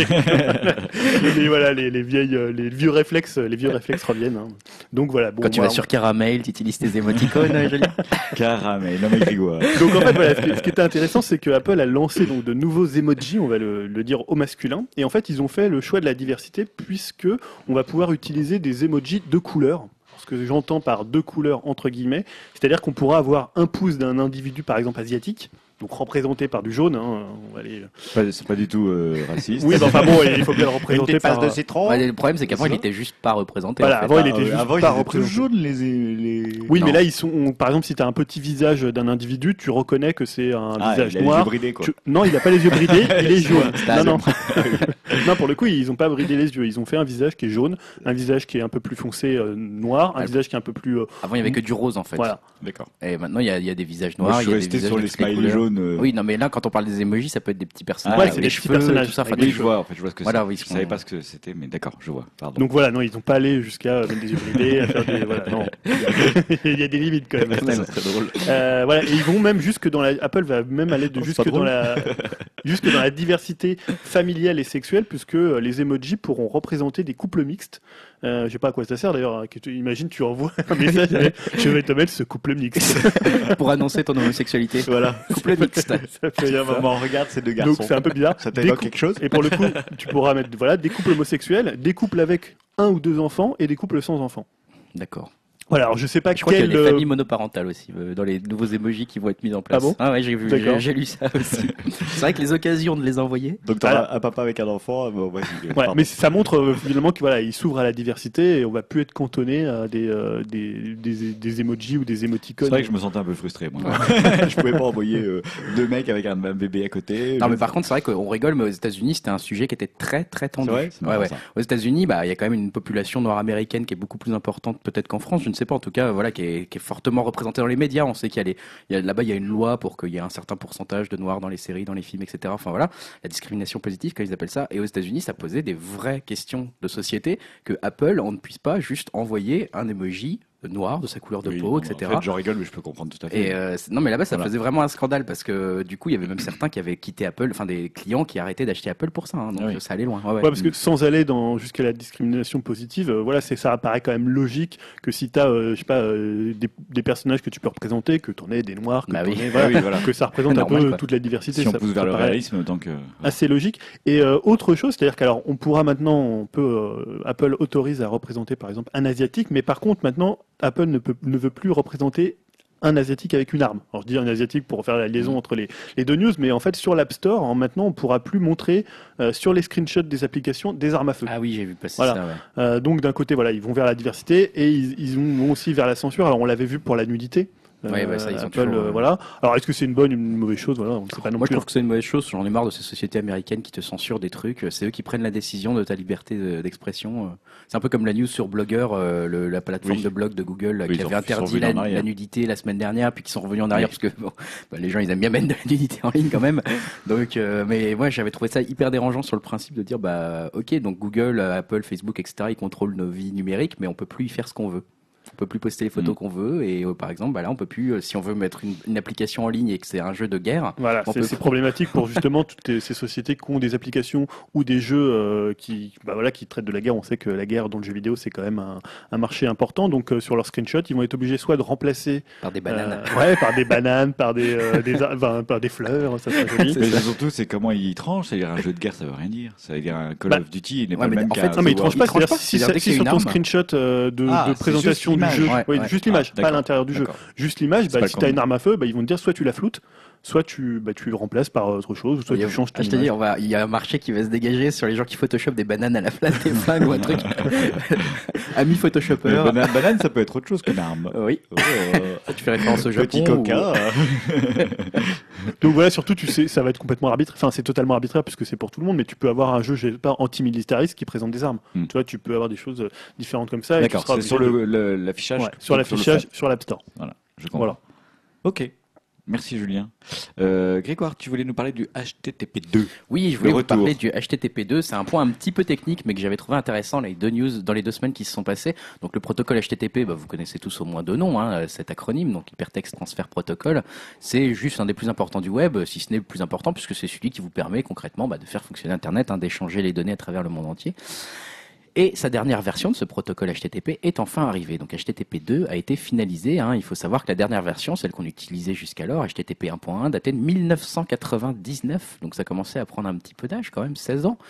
les, voilà, les, les vieilles, euh, les vieux réflexes, les vieux réflexes reviennent. hein. Donc voilà. Bon, Quand tu voilà. vas sur Caramel, tu utilises tes émoticônes, euh, Julien. Caramel, non mais Grégoire. Donc en fait, voilà, ce, qui, ce qui était intéressant, c'est que Apple a lancé donc de nouveaux emojis, on va le, le dire au masculin, et en fait, ils ont fait le choix de la diversité puisque on va pouvoir utiliser des emojis de couleurs. Ce que j'entends par deux couleurs entre guillemets, c'est-à-dire qu'on pourra avoir un pouce d'un individu, par exemple asiatique, donc représenté par du jaune. Hein, on va aller... C'est pas, c'est pas du tout euh, raciste. Oui, bah, enfin bon, il faut bien le représenter par. citron. Ouais, le problème, c'est qu'avant, C'est il ça était juste pas représenté. Voilà, en fait. avant, il Ah, était euh, juste avant, ils pas étaient tous représenté. jaunes les, les... Oui, Non. mais là, ils sont. Par exemple, si tu as un petit visage d'un individu, tu reconnais que c'est un Ah, visage il a les noir. yeux bridés, quoi. Tu- Non, il n'a pas les yeux bridés, il est jaune. Stade. Non, non. non, pour le coup, ils n'ont pas bridé les yeux. Ils ont fait un visage qui est jaune, un visage qui est un peu plus foncé euh, noir, un Ah, visage qui est un peu plus. euh, Avant, il y avait que du rose, en fait. Voilà. D'accord. Et maintenant, il y a, il y a des visages Moi, noirs, je il y suis a des resté visages sur de les toutes les smileys couleurs. jaunes. euh. Oui, non, mais là, quand on parle des emojis, ça peut être des petits personnages, Ah, Ouais, avec c'est des des petits cheveux, personnages. tout ça. Enfin, Avec Oui, des- je vois, en fait, je vois ce que Voilà, c'est. oui, Je ils savais sont- pas ce que c'était, mais d'accord, je vois. Pardon. Donc voilà, non, ils n'ont pas allé jusqu'à mettre des yeux bridés, à faire des. Voilà, non. Il y a des limites quand même. c'est très drôle. Euh, voilà, et ils vont même jusque dans la. Apple va même aller de Oh, c'est jusque pas dans drôle. la jusque dans la diversité familiale et sexuelle, puisque euh, les emojis pourront représenter des couples mixtes. Euh, je sais pas à quoi ça sert d'ailleurs. hein, que tu- Imagine, tu envoies un message. avec, je vais te mettre ce couple mixte. pour annoncer ton homosexualité. voilà, Couple mixte. ça fait Tiens, ça. maman, regarde ces deux Donc garçons. c'est un peu bizarre. Ça Des t'évoque couples- quelque chose Et pour le coup, tu pourras mettre voilà des couples homosexuels, des couples avec un ou deux enfants et des couples sans enfants. D'accord. Voilà, alors je sais pas Je crois qu'il y a quel. des euh, familles monoparentales aussi euh, dans les nouveaux emojis qui vont être mis en place. Ah bon ouais, j'ai vu, D'accord. j'ai, j'ai lu ça aussi. C'est vrai que les occasions de les envoyer. Donc t'auras Voilà. un papa avec un enfant. Bon, vas-y. Ouais, pardon. mais ça montre euh, finalement qu'il voilà, il s'ouvre à la diversité et on va plus être cantonné à des, euh, des, des, des emojis ou des émoticônes. C'est vrai que je me sentais un peu frustré, moi. je pouvais pas envoyer euh, deux mecs avec un, un bébé à côté. Non, Je- mais par contre, c'est vrai qu'on rigole, mais aux États-Unis, c'était un sujet qui était très, très tendu. C'est vrai, c'est ouais, marrant, ouais. ça. Aux États-Unis, bah, il y a quand même une population noire américaine qui est beaucoup plus importante peut-être qu'en France. Je ne sais pas, en tout cas, voilà, qui est, qui est fortement représentée dans les médias. On sait qu'il y a les, il y a, là-bas, il y a une loi pour qu'il y ait un certain pourcentage de noirs dans les séries, dans les films, et cetera. Enfin voilà, la discrimination positive, comme ils appellent ça. Et aux États-Unis, ça posait des vraies questions de société que Apple, on ne puisse pas juste envoyer un emoji noir de sa couleur de Oui, peau, non, et cetera. En fait, j'en rigole, mais je peux comprendre tout à fait. Et euh, c'est- non, mais là-bas, ça Voilà. faisait vraiment un scandale parce que du coup, il y avait même certains qui avaient quitté Apple, enfin des clients qui arrêtaient d'acheter Apple pour ça. hein. donc Oui. ça allait loin. Ouais, ouais. Ouais, parce que sans aller dans jusqu'à la discrimination positive, euh, voilà, c'est ça apparaît quand même logique que si tu as, je sais pas, euh, des, des personnages que tu peux représenter, que tu en aies des noirs, que, Bah t'en oui. aies, voilà, Ah oui, voilà. que ça représente un Normal, peu quoi. toute la diversité. Si on ça- pousse ça vers le paraît réalisme, tant que. assez logique. Et euh, autre chose, c'est-à-dire qu'alors on pourra maintenant, on peut, euh, Apple autorise à représenter par exemple un asiatique, mais par contre maintenant Apple ne, peut, ne veut plus représenter un asiatique avec une arme. Alors je dis un asiatique pour faire la liaison entre les, les deux news, mais en fait sur l'App Store, en, maintenant on pourra plus montrer euh, sur les screenshots des applications des armes à feu. Ah oui, j'ai vu passer Voilà. ça. Ouais. Euh, donc d'un côté, voilà, ils vont vers la diversité et ils, ils vont aussi vers la censure. Alors on l'avait vu pour la nudité. Ouais, bah, ça, ils ont Apple, toujours, euh, euh, voilà. Alors est-ce que c'est une bonne ou une mauvaise chose? Voilà, on ne sait pas non Moi, je plus. trouve que c'est une mauvaise chose. J'en ai marre de ces sociétés américaines qui te censurent des trucs. C'est eux qui prennent la décision de ta liberté de- d'expression. C'est un peu comme la news sur Blogger, euh, le- la plateforme Oui. de blog de Google là, Oui, qui ils ont- avait ils sont interdit revenus la, en arrière. la nudité la semaine dernière, puis qui sont revenus en arrière Oui. parce que bon, bah, les gens ils aiment bien mettre de la nudité en ligne quand même. Donc, euh, mais moi j'avais trouvé ça hyper dérangeant sur le principe de dire bah ok donc Google, Apple, Facebook, et cetera. Ils contrôlent nos vies numériques, mais on peut plus y faire ce qu'on veut. on peut plus poster les photos mmh. qu'on veut et euh, par exemple, bah là, on peut plus, euh, si on veut mettre une, une application en ligne et que c'est un jeu de guerre. Voilà, c'est, peut... c'est problématique pour justement toutes ces sociétés qui ont des applications ou des jeux euh, qui, bah voilà, qui traitent de la guerre. On sait que la guerre dans le jeu vidéo, c'est quand même un, un marché important. Donc euh, sur leurs screenshots, ils vont être obligés soit de remplacer par des bananes, euh, ouais, par des bananes, par des, euh, des enfin, par des fleurs. Ça serait joli. Mais surtout, c'est comment ils tranchent. C'est-à-dire un jeu de guerre, ça veut rien dire. Ça veut dire un Call bah, of Duty, il n'est ouais, pas le même en qu'un. fait, non, mais ils tranchent pas. C'est-à-dire pas. si, C'est-à-dire si, si sur ton arme. screenshot euh, de, ah, de présentation du jeu, ouais, ouais, ouais. juste l'image, ah, pas à l'intérieur du jeu, juste l'image. Bah, si tu as une arme à feu, bah, ils vont te dire soit tu la floutes, soit tu, bah, tu le remplaces par autre chose, soit il y a, tu changes ton ah, je te dis, on va, il y a un marché qui va se dégager sur les gens qui photoshopent des bananes à la place des flingues ou un truc. Ami photoshopper. Banane, banane, ça peut être autre chose qu'une arme. Oui. Oh, ça, tu fais référence au Japon. Petit coca. Ou... Donc voilà, surtout, tu sais, ça va être complètement arbitraire. Enfin, c'est totalement arbitraire puisque c'est pour tout le monde, mais tu peux avoir un jeu, je sais pas, antimilitariste qui présente des armes. Hmm. Tu vois, tu peux avoir des choses différentes comme ça. D'accord, et tu seras c'est sur le, le, l'affichage. Ouais, sur l'affichage, sur, sur l'App Store. Voilà, je comprends. Voilà. Ok. Merci Julien. Euh, Grégoire, tu voulais nous parler du H T T P deux. Oui, je voulais vous parler du H T T P deux. C'est un point un petit peu technique, mais que j'avais trouvé intéressant les deux news dans les deux semaines qui se sont passées. Donc le protocole H T T P, bah, vous connaissez tous au moins deux noms, hein, cet acronyme, donc Hypertext Transfer Protocol. C'est juste un des plus importants du web, si ce n'est le plus important, puisque c'est celui qui vous permet concrètement bah, de faire fonctionner Internet, hein, d'échanger les données à travers le monde entier. Et sa dernière version de ce protocole H T T P est enfin arrivée. Donc H T T P deux a été finalisé. Hein. Il faut savoir que la dernière version, celle qu'on utilisait jusqu'alors, H T T P un point un, datait de mille neuf cent quatre-vingt-dix-neuf. Donc ça commençait à prendre un petit peu d'âge quand même, seize ans.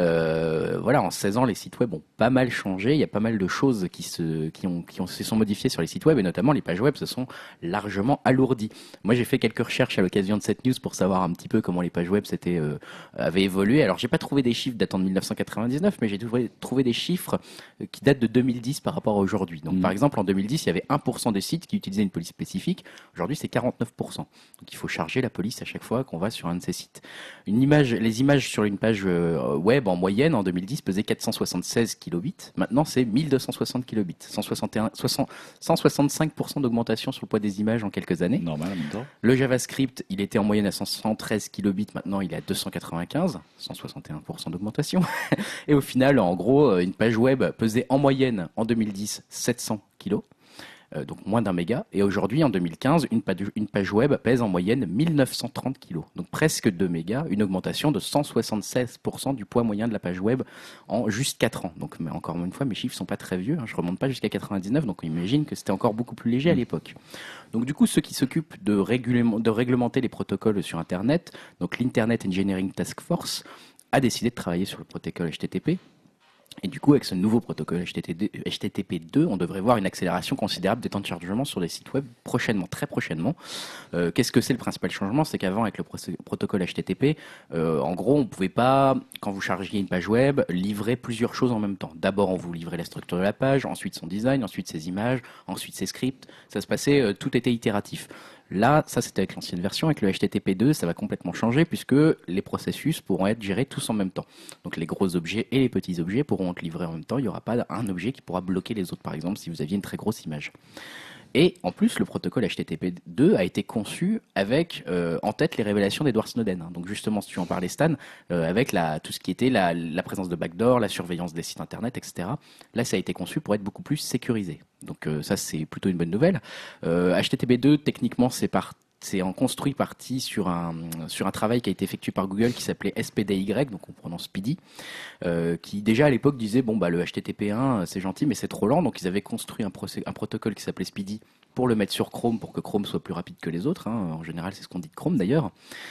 Euh, voilà, en seize ans, les sites web ont pas mal changé. Il y a pas mal de choses qui se, qui ont, qui ont, se sont modifiées sur les sites web et notamment les pages web se sont largement alourdies. Moi, j'ai fait quelques recherches à l'occasion de cette news pour savoir un petit peu comment les pages web s'étaient, euh, avaient évolué. Alors, j'ai pas trouvé des chiffres datant de mille neuf cent quatre-vingt-dix-neuf, mais j'ai trouvé, trouvé des chiffres qui datent de deux mille dix par rapport à aujourd'hui. Donc, mmh. par exemple, en deux mille dix, il y avait un pour cent des sites qui utilisaient une police spécifique. Aujourd'hui, c'est quarante-neuf pour cent. Donc, il faut charger la police à chaque fois qu'on va sur un de ces sites. Une image, les images sur une page web, en moyenne, en deux mille dix, pesaient quatre cent soixante-seize kilobits. Maintenant, c'est mille deux cent soixante kilobits. cent soixante et un, soixante, cent soixante-cinq pour cent d'augmentation sur le poids des images en quelques années. Normal, en même temps. Le JavaScript, il était en moyenne à cent treize kilobits. Maintenant, il est à deux cent quatre-vingt-quinze. cent soixante et un pour cent d'augmentation. Et au final, en gros, une page web pesait en moyenne, en deux mille dix, sept cents kilos. Euh, donc moins d'un méga. Et aujourd'hui, en deux mille quinze, une page, une page web pèse en moyenne mille neuf cent trente kilos. Donc presque deux mégas, une augmentation de cent soixante-seize pour cent du poids moyen de la page web en juste quatre ans. Donc mais encore une fois, mes chiffres sont pas très vieux, hein, je remonte pas jusqu'à quatre-vingt-dix-neuf, donc on imagine que c'était encore beaucoup plus léger à l'époque. Donc du coup, ceux qui s'occupent de, régulem- de réglementer les protocoles sur Internet, donc l'Internet Engineering Task Force, a décidé de travailler sur le protocole H T T P. Et du coup, avec ce nouveau protocole H T T P deux, on devrait voir une accélération considérable des temps de chargement sur les sites web prochainement, très prochainement. Euh, qu'est-ce que c'est le principal changement ? C'est qu'avant, avec le pro- protocole H T T P, euh, en gros, on ne pouvait pas, quand vous chargiez une page web, livrer plusieurs choses en même temps. D'abord, on vous livrait la structure de la page, ensuite son design, ensuite ses images, ensuite ses scripts. Ça se passait, euh, tout était itératif. Là, ça c'était avec l'ancienne version, avec le H T T P deux, ça va complètement changer puisque les processus pourront être gérés tous en même temps. Donc les gros objets et les petits objets pourront être livrés en même temps, il n'y aura pas un objet qui pourra bloquer les autres, par exemple, si vous aviez une très grosse image. Et en plus, le protocole H T T P deux a été conçu avec euh, en tête les révélations d'Edward Snowden. Hein. Donc justement, si tu en parlais, Stan, euh, avec la, tout ce qui était la, la présence de backdoor, la surveillance des sites internet, et cetera. Là, ça a été conçu pour être beaucoup plus sécurisé. Donc euh, ça, c'est plutôt une bonne nouvelle. Euh, H T T P deux, techniquement, c'est par c'est en construit partie sur un, sur un travail qui a été effectué par Google qui s'appelait S P D Y, donc on prononce Speedy, euh, qui déjà à l'époque disait bon bah le H T T P un c'est gentil mais c'est trop lent, donc ils avaient construit un, procé- un protocole qui s'appelait Speedy pour le mettre sur Chrome pour que Chrome soit plus rapide que les autres, hein. En général c'est ce qu'on dit de Chrome d'ailleurs.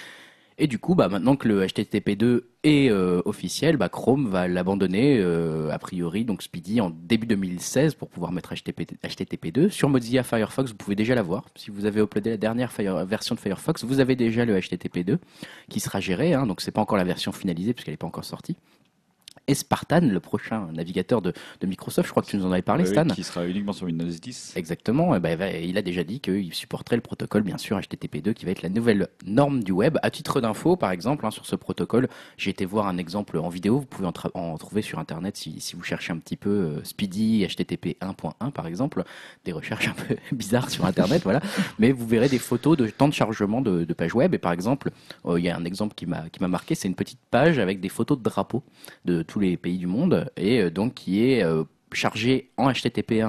Et du coup, bah, maintenant que le H T T P deux est euh, officiel, bah, Chrome va l'abandonner, euh, a priori, donc Speedy, en début deux mille seize pour pouvoir mettre H T T P deux. Sur Mozilla Firefox, vous pouvez déjà l'avoir. Si vous avez uploadé la dernière Fire- version de Firefox, vous avez déjà le H T T P deux qui sera géré, hein, donc c'est pas encore la version finalisée puisqu'elle n'est pas encore sortie. Et Spartan, le prochain navigateur de, de Microsoft, je crois que tu nous en avais parlé, oui, Stan. Qui sera uniquement sur Windows dix. Exactement. Et ben, il a déjà dit qu'il supporterait le protocole, bien sûr, H T T P deux, qui va être la nouvelle norme du web. À titre d'info, par exemple, hein, sur ce protocole, j'ai été voir un exemple en vidéo. Vous pouvez en, tra- en trouver sur Internet si, si vous cherchez un petit peu euh, Speedy, H T T P un point un, par exemple. Des recherches un peu bizarres sur Internet, voilà. Mais vous verrez des photos de temps de chargement de, de pages web. Et par exemple, euh, il y a un exemple qui m'a, qui m'a marqué, c'est une petite page avec des photos de drapeaux de tous les pays du monde. Et euh, donc qui est euh, chargé en H T T P un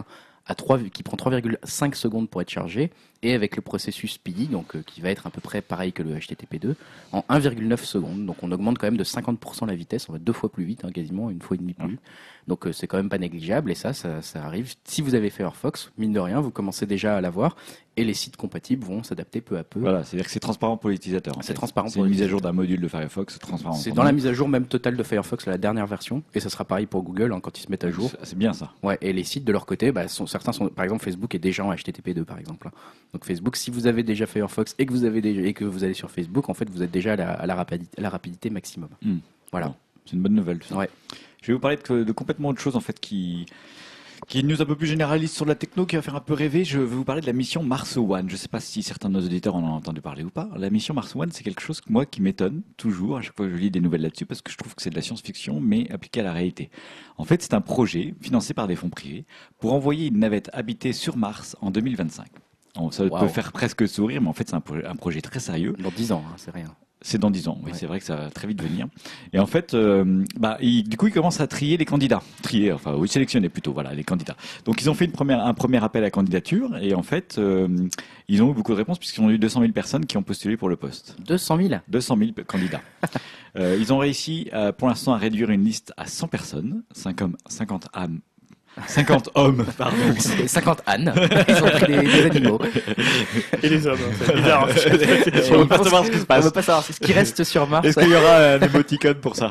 à trois, qui prend trois virgule cinq secondes pour être chargé, et avec le processus Speedy, donc euh, qui va être à peu près pareil que le H T T P deux, en un virgule neuf secondes. Donc on augmente quand même de cinquante pour cent la vitesse, on va deux fois plus vite, hein, quasiment une fois et demie plus. Ouais. Donc euh, c'est quand même pas négligeable, et ça, ça, ça arrive. Si vous avez Firefox, mine de rien, vous commencez déjà à l'avoir, et les sites compatibles vont s'adapter peu à peu. Voilà, c'est-à-dire que c'est transparent pour l'utilisateur. C'est transparent. C'est une mise à jour d'un module de Firefox transparent. C'est dans la mise à jour même totale de Firefox, la dernière version, et ça sera pareil pour Google hein, quand ils se mettent à jour. C'est bien ça. Ouais, et les sites de leur côté, bah, sont, certains sont, par exemple Facebook est déjà en H T T P deux par exemple. Donc Facebook, si vous avez déjà Firefox et que vous avez déjà, et que vous allez sur Facebook, en fait, vous êtes déjà à la, à la, rapidité, à la rapidité maximum. Mmh. Voilà. Bon, c'est une bonne nouvelle. Tout ça. Ouais. Je vais vous parler de, de complètement autre chose en fait qui qui est une news un peu plus généraliste sur la techno qui va faire un peu rêver. Je vais vous parler de la mission Mars One. Je ne sais pas si certains de nos auditeurs en ont entendu parler ou pas. La mission Mars One, c'est quelque chose moi qui m'étonne toujours à chaque fois que je lis des nouvelles là-dessus parce que je trouve que c'est de la science-fiction mais appliquée à la réalité. En fait, c'est un projet financé par des fonds privés pour envoyer une navette habitée sur Mars en deux mille vingt-cinq. Bon, ça wow. peut faire presque sourire, mais en fait, c'est un, pro- un projet très sérieux. Dans dix ans, hein, c'est rien. C'est dans dix ans, oui, ouais. C'est vrai que ça va très vite venir. Et en fait, euh, bah, il, du coup, ils commencent à trier les candidats. Trier, enfin, oui, sélectionner plutôt, voilà, les candidats. Donc, ils ont fait une première, un premier appel à candidature et en fait, euh, ils ont eu beaucoup de réponses puisqu'ils ont eu deux cent mille personnes qui ont postulé pour le poste. deux cent mille deux cent mille candidats. euh, ils ont réussi, euh, pour l'instant, à réduire une liste à cent personnes, cinquante âmes. cinquante hommes, pardon. cinquante ânes. Ils ont pris des, des animaux. Et les hommes, c'est bizarre. On ne veut pas savoir ce qui se passe. On veut pas savoir ce qui reste sur Mars. Est-ce qu'il y aura un émoticône pour ça?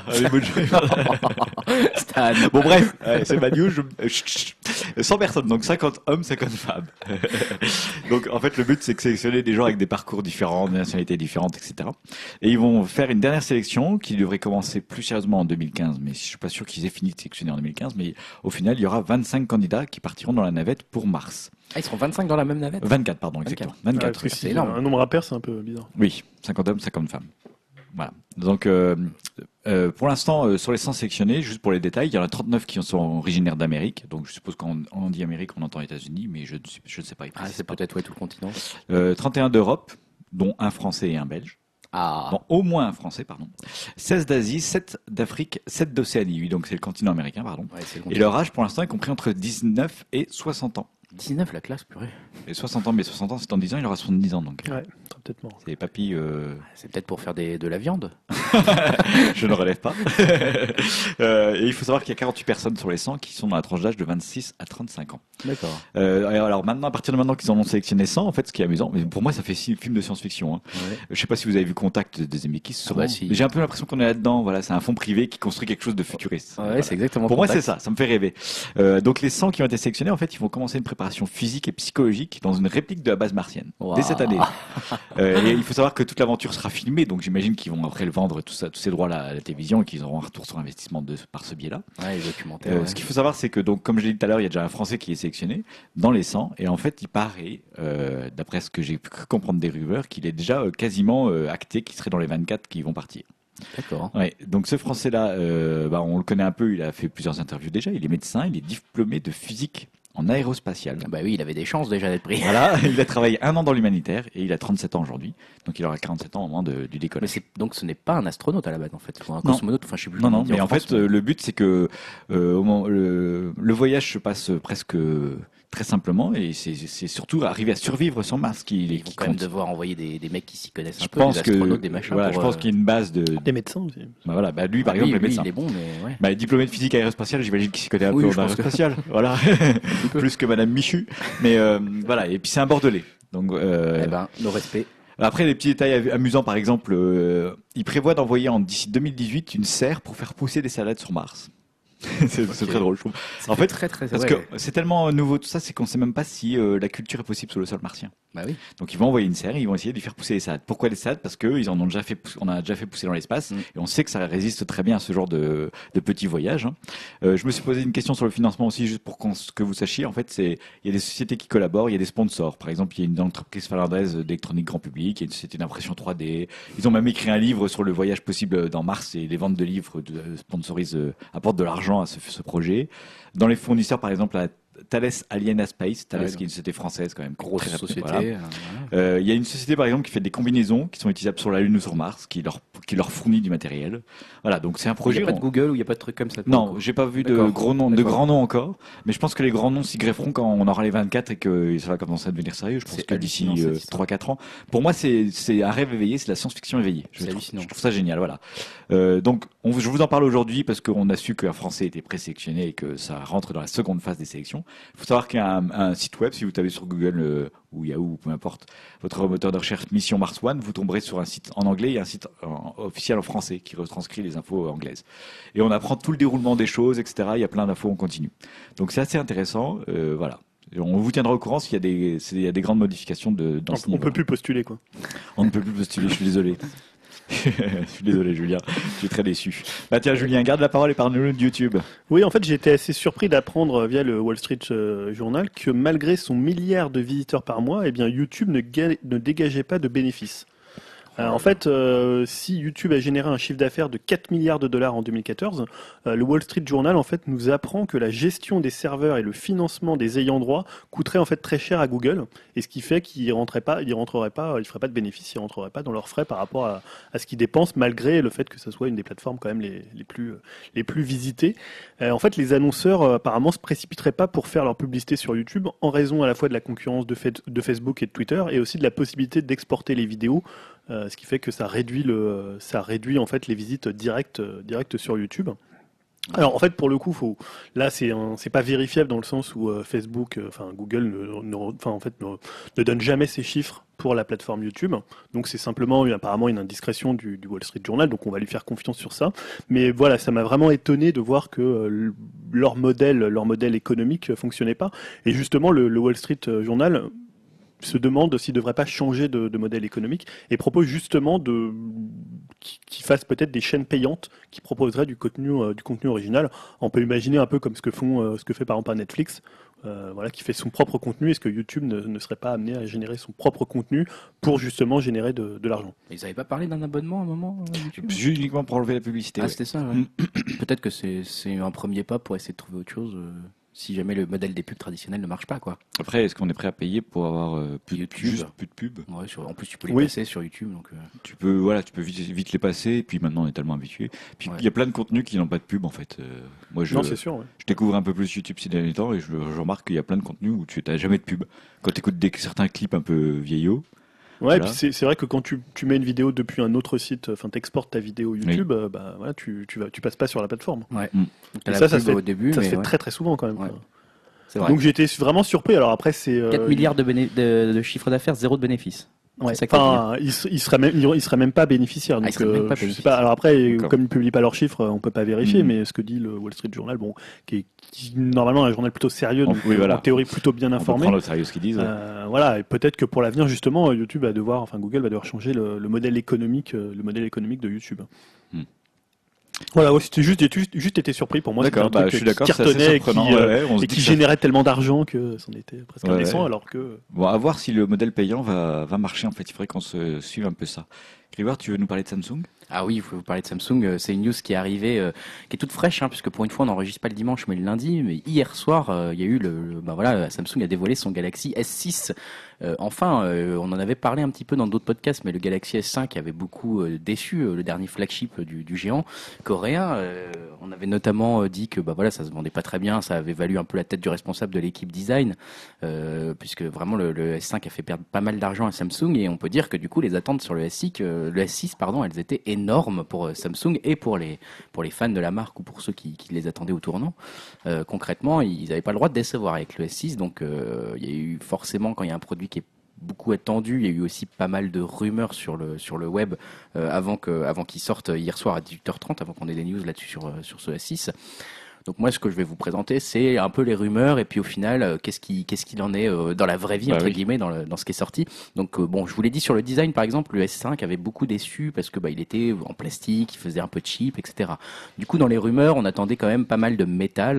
Stan. Bon, bref, ouais, c'est ma news. Je... cent personnes, donc cinquante hommes, cinquante femmes. Donc, en fait, le but, c'est de sélectionner des gens avec des parcours différents, des nationalités différentes, et cetera. Et ils vont faire une dernière sélection qui devrait commencer plus sérieusement en deux mille quinze, mais je suis pas sûr qu'ils aient fini de sélectionner en deux mille quinze, mais au final, il y aura vingt-cinq candidats qui partiront dans la navette pour Mars. Ah, ils seront vingt-cinq dans la même navette? vingt-quatre, pardon, exactement. vingt-quatre, ah, c'est énorme. Un nombre impair, c'est un peu bizarre. Oui, cinquante hommes, cinquante femmes. Voilà. Donc, euh, euh, pour l'instant, euh, sur les cent sélectionnés, juste pour les détails, il y en a trente-neuf qui sont originaires d'Amérique. Donc, je suppose quand on dit Amérique, on entend États-Unis, mais je, je ne sais pas. Ah, c'est peut-être ouais, tout le continent. Euh, trente et un d'Europe, dont un Français et un Belge. Ah. Bon, au moins un Français, pardon. seize d'Asie, sept d'Afrique, sept d'Océanie. Oui, donc c'est le continent américain, pardon. Ouais, c'est le continent. Et leur âge, pour l'instant, est compris entre dix-neuf et soixante ans. dix-neuf, la classe, purée. Et soixante ans, mais soixante ans, c'est en dix ans, il aura soixante-dix ans, donc. Ouais, peut-être mort. C'est les papilles. Euh... C'est peut-être pour faire des, de la viande. Je ne relève pas. euh, et il faut savoir qu'il y a quarante-huit personnes sur les cent qui sont dans la tranche d'âge de vingt-six à trente-cinq ans. D'accord. Euh, alors maintenant, à partir de maintenant qu'ils en ont sélectionné cent, en fait, ce qui est amusant, mais pour moi, ça fait film de science-fiction. Hein. Ouais. Je ne sais pas si vous avez vu Contact de Zemeckis. Ah bah si. J'ai un peu l'impression qu'on est là-dedans. Voilà, c'est un fonds privé qui construit quelque chose de futuriste. Ouais, voilà. C'est exactement. Pour Contact. moi, c'est ça. Ça me fait rêver. Euh, donc les cent qui ont été sélectionnés, en fait, ils vont commencer une préparation physique et psychologique dans une réplique de la base martienne wow. dès cette année. euh, et il faut savoir que toute l'aventure sera filmée, donc j'imagine qu'ils vont après le vendre tout ça, tous ces droits à la télévision et qu'ils auront un retour sur investissement de, par ce biais-là. Ouais, les documentaires. Euh, ouais. Ce qu'il faut savoir, c'est que donc, comme je l'ai dit tout à l'heure, il y a déjà un Français qui est sélectionné dans les cent, et en fait, il paraît, euh, d'après ce que j'ai pu comprendre des rumeurs, qu'il est déjà euh, quasiment euh, acté qu'il serait dans les vingt-quatre qui vont partir. D'accord. Ouais, donc ce Français-là, euh, bah, on le connaît un peu, il a fait plusieurs interviews déjà, il est médecin, il est diplômé de physique en aérospatial. Bah oui, il avait des chances déjà d'être pris. Voilà, il a travaillé un an dans l'humanitaire et il a trente-sept ans aujourd'hui. Donc il aura quarante-sept ans au moment de, du décollage. Mais c'est, donc ce n'est pas un astronaute à la base en fait, ou un cosmonaute, enfin je sais plus. Non, non, mais en, en France, fait, euh, le but c'est que euh, au moment, le, le voyage se passe presque très simplement et c'est, c'est surtout arriver à survivre sur Mars qui, Ils qui vont quand compte. même devoir envoyer des, des mecs qui s'y connaissent un je peu, pense des astronautes, que, des machins. voilà, pour, je pense euh... qu'il y a une base de... Des médecins aussi. Bah voilà, bah lui par ah, exemple, lui, le médecin. Lui, il est bon, mais ouais. Bah, diplômé de physique aérospatiale, j'imagine qu'il s'y connaît un oui, peu en aérospatiale. Que... Voilà, plus que Madame Michu. Mais euh, voilà, et puis c'est un Bordelais. Donc, euh... eh ben, nos respects. Après, les petits détails amusants, par exemple, euh, il prévoit d'envoyer en d'ici deux mille dix-huit une serre pour faire pousser des salades sur Mars. c'est, okay. c'est très drôle, je trouve. C'est en fait, très, très, parce ouais. que c'est tellement nouveau tout ça, c'est qu'on ne sait même pas si euh, la culture est possible sur le sol martien. Bah oui. Donc ils vont envoyer une serre, et ils vont essayer de faire pousser les salades. Pourquoi les salades? Parce que ils en ont déjà fait, on a déjà fait pousser dans l'espace, mm. et on sait que ça résiste très bien à ce genre de, de petits voyages. Hein. Euh, je me suis posé une question sur le financement aussi, juste pour que vous sachiez. En fait, c'est il y a des sociétés qui collaborent, il y a des sponsors. Par exemple, il y a une entreprise finlandaise d'électronique grand public, il y a une société d'impression trois D. Ils ont même écrit un livre sur le voyage possible dans Mars, et les ventes de livres de, sponsorisent, euh, apportent de l'argent à ce, ce projet. Dans les fournisseurs, par exemple, la Thales Aliena Space, Thales ouais, qui est une société française quand même, grosse très société. Voilà. Euh, il y a une société par exemple qui fait des combinaisons qui sont utilisables sur la Lune ou sur Mars, qui leur qui leur fournit du matériel. Voilà, donc c'est un Il projet. n'y a pas on- de Google ou il n'y a pas de trucs comme ça. Non, j'ai pas vu de D'accord. gros noms, de D'accord. grands noms encore, mais je pense que les grands noms s'y grefferont quand on aura les vingt-quatre et que ça va commencer à devenir sérieux. Je pense C'est que d'ici hallucinant, cette histoire. trois quatre ans. Pour moi, c'est c'est un rêve éveillé, c'est la science-fiction éveillée. Je C'est trouve, hallucinant. je trouve ça génial, voilà. Euh, donc, on, je vous en parle aujourd'hui parce qu'on a su qu'un Français était présélectionné et que ça rentre dans la seconde phase des sélections. Il faut savoir qu'il y a un, un site web, si vous tapez sur Google euh, ou Yahoo ou peu importe, votre moteur de recherche Mission Mars One, vous tomberez sur un site en anglais et un site en- officiel en français qui retranscrit les infos anglaises. Et on apprend tout le déroulement des choses, et cetera. Il y a plein d'infos en continu. Donc c'est assez intéressant. Euh, voilà. Et on vous tiendra au courant s'il y a des, s'il y a des grandes modifications de, dans On, ce on niveau. peut plus postuler, quoi. On ne peut plus postuler, je suis désolé. Je suis désolé, Julien. Je suis très déçu. Bah tiens, Julien, garde la parole et parle-nous de YouTube. Oui, en fait, j'ai été assez surpris d'apprendre euh, via le Wall Street euh, Journal que malgré son milliard de visiteurs par mois, eh bien, YouTube ne, ga- ne dégageait pas de bénéfices. Euh, en fait, euh, si YouTube a généré un chiffre d'affaires de quatre milliards de dollars en deux mille quatorze, euh, le Wall Street Journal en fait nous apprend que la gestion des serveurs et le financement des ayants droit coûterait en fait très cher à Google, et ce qui fait qu'ils rentrerait pas, ils rentreraient pas, ils feraient pas de bénéfices, ils rentreraient pas dans leurs frais par rapport à, à ce qu'ils dépensent, malgré le fait que ce soit une des plateformes quand même les, les plus les plus visitées. Euh, en fait, les annonceurs euh, apparemment se précipiteraient pas pour faire leur publicité sur YouTube en raison à la fois de la concurrence de, fait- de Facebook et de Twitter, et aussi de la possibilité d'exporter les vidéos. Euh, ce qui fait que ça réduit le, ça réduit en fait les visites directes, euh, directes sur YouTube. Alors en fait pour le coup, faut, là c'est un- c'est pas vérifiable dans le sens où euh, Facebook, euh, enfin Google, ne, ne- enfin en fait ne, ne donne jamais ces chiffres pour la plateforme YouTube. Donc c'est simplement apparemment une indiscrétion du, du Wall Street Journal. Donc on va lui faire confiance sur ça. Mais voilà, ça m'a vraiment étonné de voir que euh, leur modèle, leur modèle économique euh, fonctionnait pas. Et justement le, le Wall Street Journal se demande s'il ne devrait pas changer de, de modèle économique et propose justement de qu'ils fassent peut-être des chaînes payantes qui proposeraient du contenu euh, du contenu original. On peut imaginer un peu comme ce que font euh, ce que fait par exemple Netflix, euh, voilà, qui fait son propre contenu. Est-ce que YouTube ne, ne serait pas amené à générer son propre contenu pour justement générer de, de l'argent? Ils n'avaient pas parlé d'un abonnement à un moment euh, YouTube Juste uniquement pour enlever la publicité. Ah, ouais. c'était ça, ouais. Mm. Peut-être que c'est c'est un premier pas pour essayer de trouver autre chose euh, si jamais le modèle des pubs traditionnels ne marche pas, quoi. Après, est-ce qu'on est prêt à payer pour avoir euh, plus, YouTube. juste plus de pub? Ouais, sur- en plus, tu peux les Oui. passer sur YouTube. Donc, euh, Tu peux, voilà, tu peux vite, vite les passer. Et puis maintenant, on est tellement habitué. Puis il Ouais. y a plein de contenus qui n'ont pas de pub en fait. Euh, moi, je, Non, c'est sûr. Ouais. je découvre un peu plus YouTube ces derniers temps et je, je remarque qu'il y a plein de contenus où tu n'as jamais de pub. Quand tu écoutes des, certains clips un peu vieillots, Ouais, Voilà. et puis c'est c'est vrai que quand tu, tu mets une vidéo depuis un autre site, enfin t'exportes ta vidéo YouTube, euh, bah voilà, tu tu vas tu passes pas sur la plateforme. ouais. Mm. Donc, t'as Et la ça, ça pub se fait- au début, Ça mais se fait ouais, très très souvent quand même. Ouais. quoi. c'est vrai. Donc j'ai été vraiment surpris. Alors après c'est euh, quatre milliards de, béné- de, de chiffre d'affaires, zéro de bénéfice. Ouais, C'est ça que enfin, ils, s- ils seraient même, ils seraient même pas bénéficiaires. Ah, Donc, ils seraient même euh, pas je sais bénéficiaires. pas. Alors après, D'accord. comme ils publient pas leurs chiffres, on peut pas vérifier. Mhm. Mais ce que dit le Wall Street Journal, bon, qui est qui, normalement un journal plutôt sérieux, On- donc oui, voilà. en théorie plutôt bien on peut informé. prendre au sérieux ce qu'ils disent. Euh, voilà, et peut-être que pour l'avenir, justement, YouTube va devoir, enfin Google va devoir changer le, le modèle économique, euh, le modèle économique de YouTube. Hmm. Voilà, ouais, c'était juste, j'ai juste, juste été surpris pour moi. C'était D'accord, un bah, truc je suis qui d'accord, c'est assez cartonnait et qui, surprenant. euh, ouais, ouais, on se et dit qui que ça- générait tellement d'argent que c'en était presque Ouais, indécent, ouais. alors que. Bon, à voir si le modèle payant va, va marcher en fait. Il faudrait qu'on se suive un peu ça. Grégoire, tu veux nous parler de Samsung? Ah oui, il faut vous parler de Samsung. Euh, C'est une news qui est arrivée, euh, qui est toute fraîche, hein, puisque pour une fois, on n'enregistre pas le dimanche, mais le lundi. Mais hier soir, euh, il y a eu le, le- bah voilà, Samsung a dévoilé son Galaxy S six. Euh, enfin, euh, on en avait parlé un petit peu dans d'autres podcasts, mais le Galaxy S cinq avait beaucoup euh, déçu, euh, le dernier flagship du, du géant coréen. Euh, on avait notamment euh, dit que bah voilà, ça se vendait pas très bien, ça avait valu un peu la tête du responsable de l'équipe design, euh, puisque vraiment le, le S cinq a fait perdre pas mal d'argent à Samsung, et on peut dire que du coup les attentes sur le S six, euh, le S six pardon, elles étaient énormes pour euh, Samsung et pour les pour les fans de la marque ou pour ceux qui, qui les attendaient au tournant. Euh, concrètement, ils n'avaient pas le droit de décevoir avec le S six, donc euh, il y a eu forcément, quand il y a un produit qui est beaucoup attendu, il y a eu aussi pas mal de rumeurs sur le sur le web euh, avant que avant qu'il sorte hier soir à dix-huit heures trente, avant qu'on ait des news là-dessus sur euh, sur ce S six. Donc moi, ce que je vais vous présenter, c'est un peu les rumeurs et puis au final, euh, qu'est-ce qui qu'est-ce qu'il en est euh, dans la vraie vie, Bah entre oui. guillemets, dans, le, dans ce qui est sorti. Donc euh, bon, je vous l'ai dit sur le design, par exemple, le S cinq avait beaucoup déçu parce que bah il était en plastique, il faisait un peu cheap, et cetera. Du coup, dans les rumeurs, on attendait quand même pas mal de métal.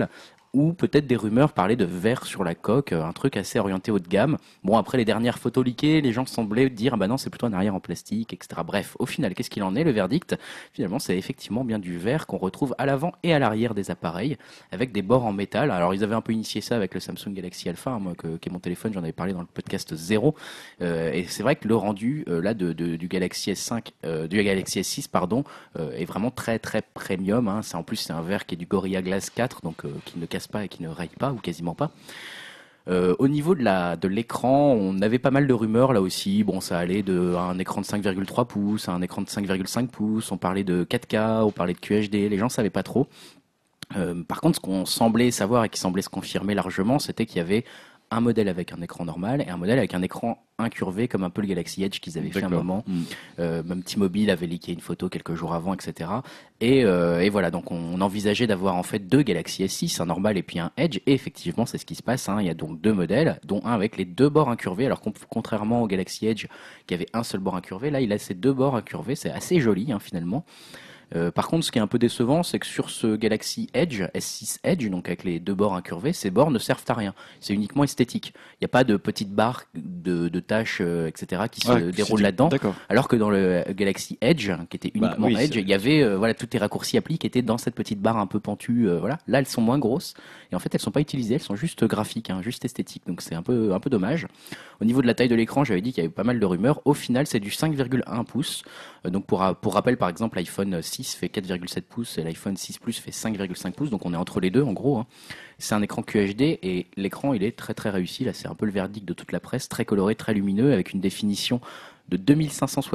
ou peut-être des rumeurs parlaient de verre sur la coque, un truc assez orienté haut de gamme. Bon, après les dernières photos leakées, les gens semblaient dire ah bah non, c'est plutôt un arrière en plastique, et cetera. Bref, au final, qu'est-ce qu'il en est? Le verdict, finalement, c'est effectivement bien du verre qu'on retrouve à l'avant et à l'arrière des appareils, avec des bords en métal. Alors, ils avaient un peu initié ça avec le Samsung Galaxy Alpha, hein, moi, que, qui est mon téléphone, j'en avais parlé dans le podcast zéro. Euh, et c'est vrai que le rendu euh, là de, de, du Galaxy S cinq, euh, du Galaxy S six, pardon, euh, est vraiment très très premium. Hein. C'est en plus c'est un verre qui est du Gorilla Glass quatre, donc euh, qui ne casse pas et qui ne raye pas ou quasiment pas. Euh, au niveau de la de l'écran, on avait pas mal de rumeurs là aussi. Bon, ça allait de un écran de cinq virgule trois pouces à un écran de cinq virgule cinq pouces. On parlait de quatre K, on parlait de Q H D. Les gens savaient pas trop. Euh, par contre, ce qu'on semblait savoir et qui semblait se confirmer largement, c'était qu'il y avait un modèle avec un écran normal et un modèle avec un écran incurvé comme un peu le Galaxy Edge qu'ils avaient fait un moment. Mmh. Euh, même T-Mobile avait leaké une photo quelques jours avant, et cetera. Et, euh, et voilà, donc on envisageait d'avoir en fait deux Galaxy S six, un normal et puis un Edge. Et effectivement, c'est ce qui se passe. Hein. Il y a donc deux modèles, dont un avec les deux bords incurvés. Alors contrairement au Galaxy Edge qui avait un seul bord incurvé, là il a ces deux bords incurvés. C'est assez joli hein, finalement. Euh, par contre, ce qui est un peu décevant, c'est que sur ce Galaxy Edge, S six Edge, donc avec les deux bords incurvés, ces bords ne servent à rien. C'est uniquement esthétique. Il n'y a pas de petites barres de, de tâches, euh, et cetera, qui ouais, se déroulent là-dedans. D'accord. Alors que dans le Galaxy Edge, qui était uniquement bah, oui, Edge, il y avait euh, voilà toutes les raccourcis applis qui étaient dans cette petite barre un peu pentue. Euh, voilà. Là, elles sont moins grosses et en fait, elles sont pas utilisées. Elles sont juste graphiques, hein, juste esthétiques. Donc c'est un peu un peu dommage. Au niveau de la taille de l'écran, j'avais dit qu'il y avait pas mal de rumeurs. Au final, c'est du cinq virgule un pouces. Euh, donc pour pour rappel, par exemple, l'iPhone six fait quatre virgule sept pouces et l'iPhone six Plus fait cinq virgule cinq pouces, donc on est entre les deux en gros. Hein. C'est un écran Q H D et l'écran il est très très réussi. Là, c'est un peu le verdict de toute la presse, très coloré, très lumineux, avec une définition de deux mille cinq cent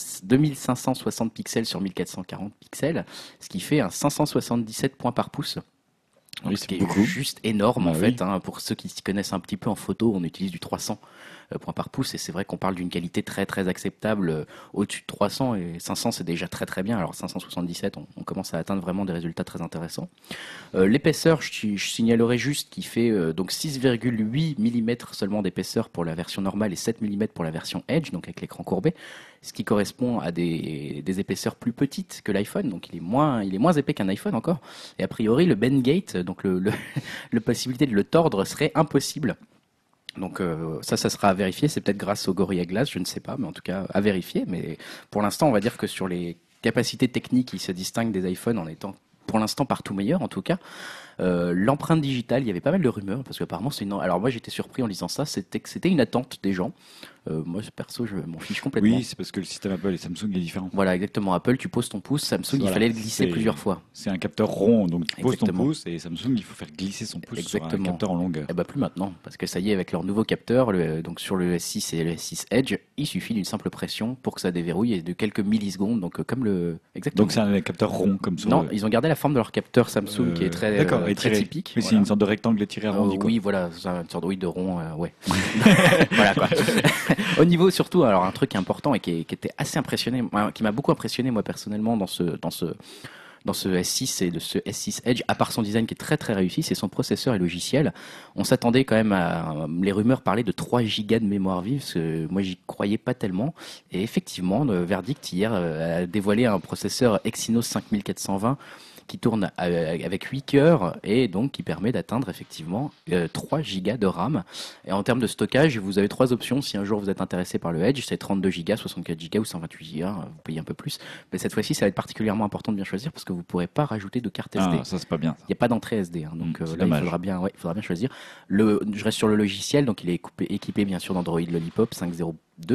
soixante pixels sur mille quatre cent quarante pixels, ce qui fait un cinq cent soixante-dix-sept points par pouce. Donc, oui, c'est ce qui beaucoup. Est juste énorme bah, en oui. fait. Hein. Pour ceux qui s'y connaissent un petit peu en photo, on utilise du trois cents points par pouce et c'est vrai qu'on parle d'une qualité très très acceptable euh, au-dessus de trois cents et cinq cents c'est déjà très très bien. Alors cinq cent soixante-dix-sept, on, on commence à atteindre vraiment des résultats très intéressants. Euh, l'épaisseur, je, je signalerai juste qu'il fait euh, donc six virgule huit millimètres seulement d'épaisseur pour la version normale et sept millimètres pour la version Edge, donc avec l'écran courbé, ce qui correspond à des, des épaisseurs plus petites que l'iPhone, donc il est moins il est moins épais qu'un iPhone encore. Et a priori le bendgate, donc le, le la possibilité de le tordre serait impossible. Donc euh, ça, ça sera à vérifier. C'est peut-être grâce au Gorilla Glass, je ne sais pas, mais en tout cas à vérifier. Mais pour l'instant, on va dire que sur les capacités techniques, il se distingue des iPhones en étant pour l'instant partout meilleur en tout cas. Euh, l'empreinte digitale, il y avait pas mal de rumeurs parce qu'apparemment c'est une. Alors moi j'étais surpris en lisant ça, c'était que c'était une attente des gens. Euh, moi perso je m'en fiche complètement. Oui, c'est parce que le système Apple et Samsung est différent. Voilà, exactement. Apple, tu poses ton pouce, Samsung voilà, il fallait le glisser plusieurs fois. C'est un capteur rond, donc tu poses exactement. Ton pouce et Samsung il faut faire glisser son pouce exactement. Sur un capteur en longueur. Et bah plus maintenant, parce que ça y est avec leur nouveau capteur, le, donc sur le S six et le S six Edge, il suffit d'une simple pression pour que ça déverrouille et de quelques millisecondes, donc euh, comme le. Exactement. Donc c'est un capteur rond comme ça. Non, le... ils ont gardé la forme de leur capteur Samsung euh, qui est très, euh, très typique. Mais voilà. C'est une sorte de rectangle étiré arrondi. Euh, oui, voilà, c'est une sorte oui, de rond, euh, ouais. Voilà quoi. Au niveau surtout, alors un truc important et qui, est, qui était assez impressionné, qui m'a beaucoup impressionné moi personnellement dans ce dans ce dans ce S six et de ce S six Edge, à part son design qui est très très réussi, c'est son processeur et logiciel. On s'attendait quand même à, les rumeurs parlaient de trois gigas de mémoire vive, parce que moi j'y croyais pas tellement. Et effectivement, le verdict hier a dévoilé un processeur Exynos cinq mille quatre cent vingt qui tourne avec huit cœurs et donc qui permet d'atteindre effectivement euh, trois gigas de RAM. Et en termes de stockage, vous avez trois options. Si un jour vous êtes intéressé par le Edge, c'est trente-deux gigas, soixante-quatre gigas ou cent vingt-huit gigas. Vous payez un peu plus. Mais cette fois-ci, ça va être particulièrement important de bien choisir parce que vous ne pourrez pas rajouter de carte S D. Ah, ça c'est pas bien. Il n'y a pas d'entrée S D. Hein, donc mmh, euh, là, dommage. il faudra bien, ouais, il faudra bien choisir. Le, je reste sur le logiciel. Donc il est équipé, équipé bien sûr d'Android Lollipop cinq point zéro deux.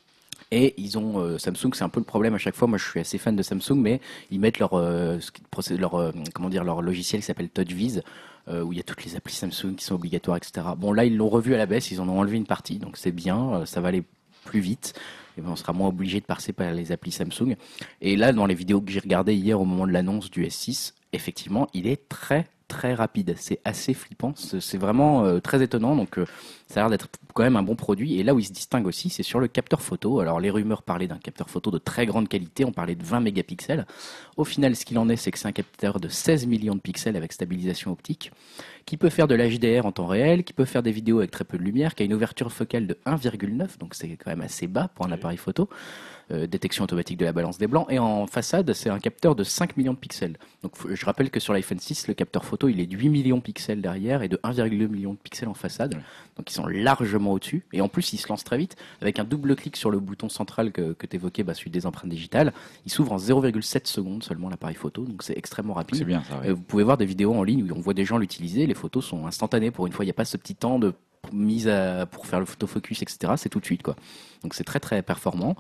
Et ils ont euh, Samsung, c'est un peu le problème à chaque fois. Moi, je suis assez fan de Samsung, mais ils mettent leur euh, leur euh, comment dire leur logiciel qui s'appelle TouchWiz, euh, où il y a toutes les applis Samsung qui sont obligatoires, et cetera. Bon, là, ils l'ont revu à la baisse, ils en ont enlevé une partie, donc c'est bien, euh, ça va aller plus vite. Et ben, on sera moins obligé de passer par les applis Samsung. Et là, dans les vidéos que j'ai regardées hier au moment de l'annonce du S six, effectivement, il est très très rapide. C'est assez flippant. C'est vraiment euh, très étonnant. Donc, euh, ça a l'air d'être quand même un bon produit. Et là où il se distingue aussi, c'est sur le capteur photo. Alors, les rumeurs parlaient d'un capteur photo de très grande qualité. On parlait de vingt mégapixels. Au final, ce qu'il en est, c'est que c'est un capteur de seize millions de pixels avec stabilisation optique, qui peut faire de l'H D R en temps réel, qui peut faire des vidéos avec très peu de lumière, qui a une ouverture focale de un virgule neuf. Donc, c'est quand même assez bas pour un appareil photo. euh, détection automatique de la balance des blancs. Et en façade, c'est un capteur de cinq millions de pixels. Donc je rappelle que sur l'iPhone six, le capteur photo, il est de huit millions de pixels derrière et de un virgule deux million de pixels en façade. Donc ils sont largement au-dessus. Et en plus, il se lance très vite. Avec un double clic sur le bouton central que, que tu évoquais, bah, celui des empreintes digitales, il s'ouvre en zéro virgule sept secondes seulement l'appareil photo. Donc c'est extrêmement rapide. C'est bien ça, ouais. Euh, vous pouvez voir des vidéos en ligne où on voit des gens l'utiliser. Les photos sont instantanées. Pour une fois, il n'y a pas ce petit temps de mise à, pour faire le photofocus, et cetera. C'est tout de suite, quoi. Donc c'est très très performant.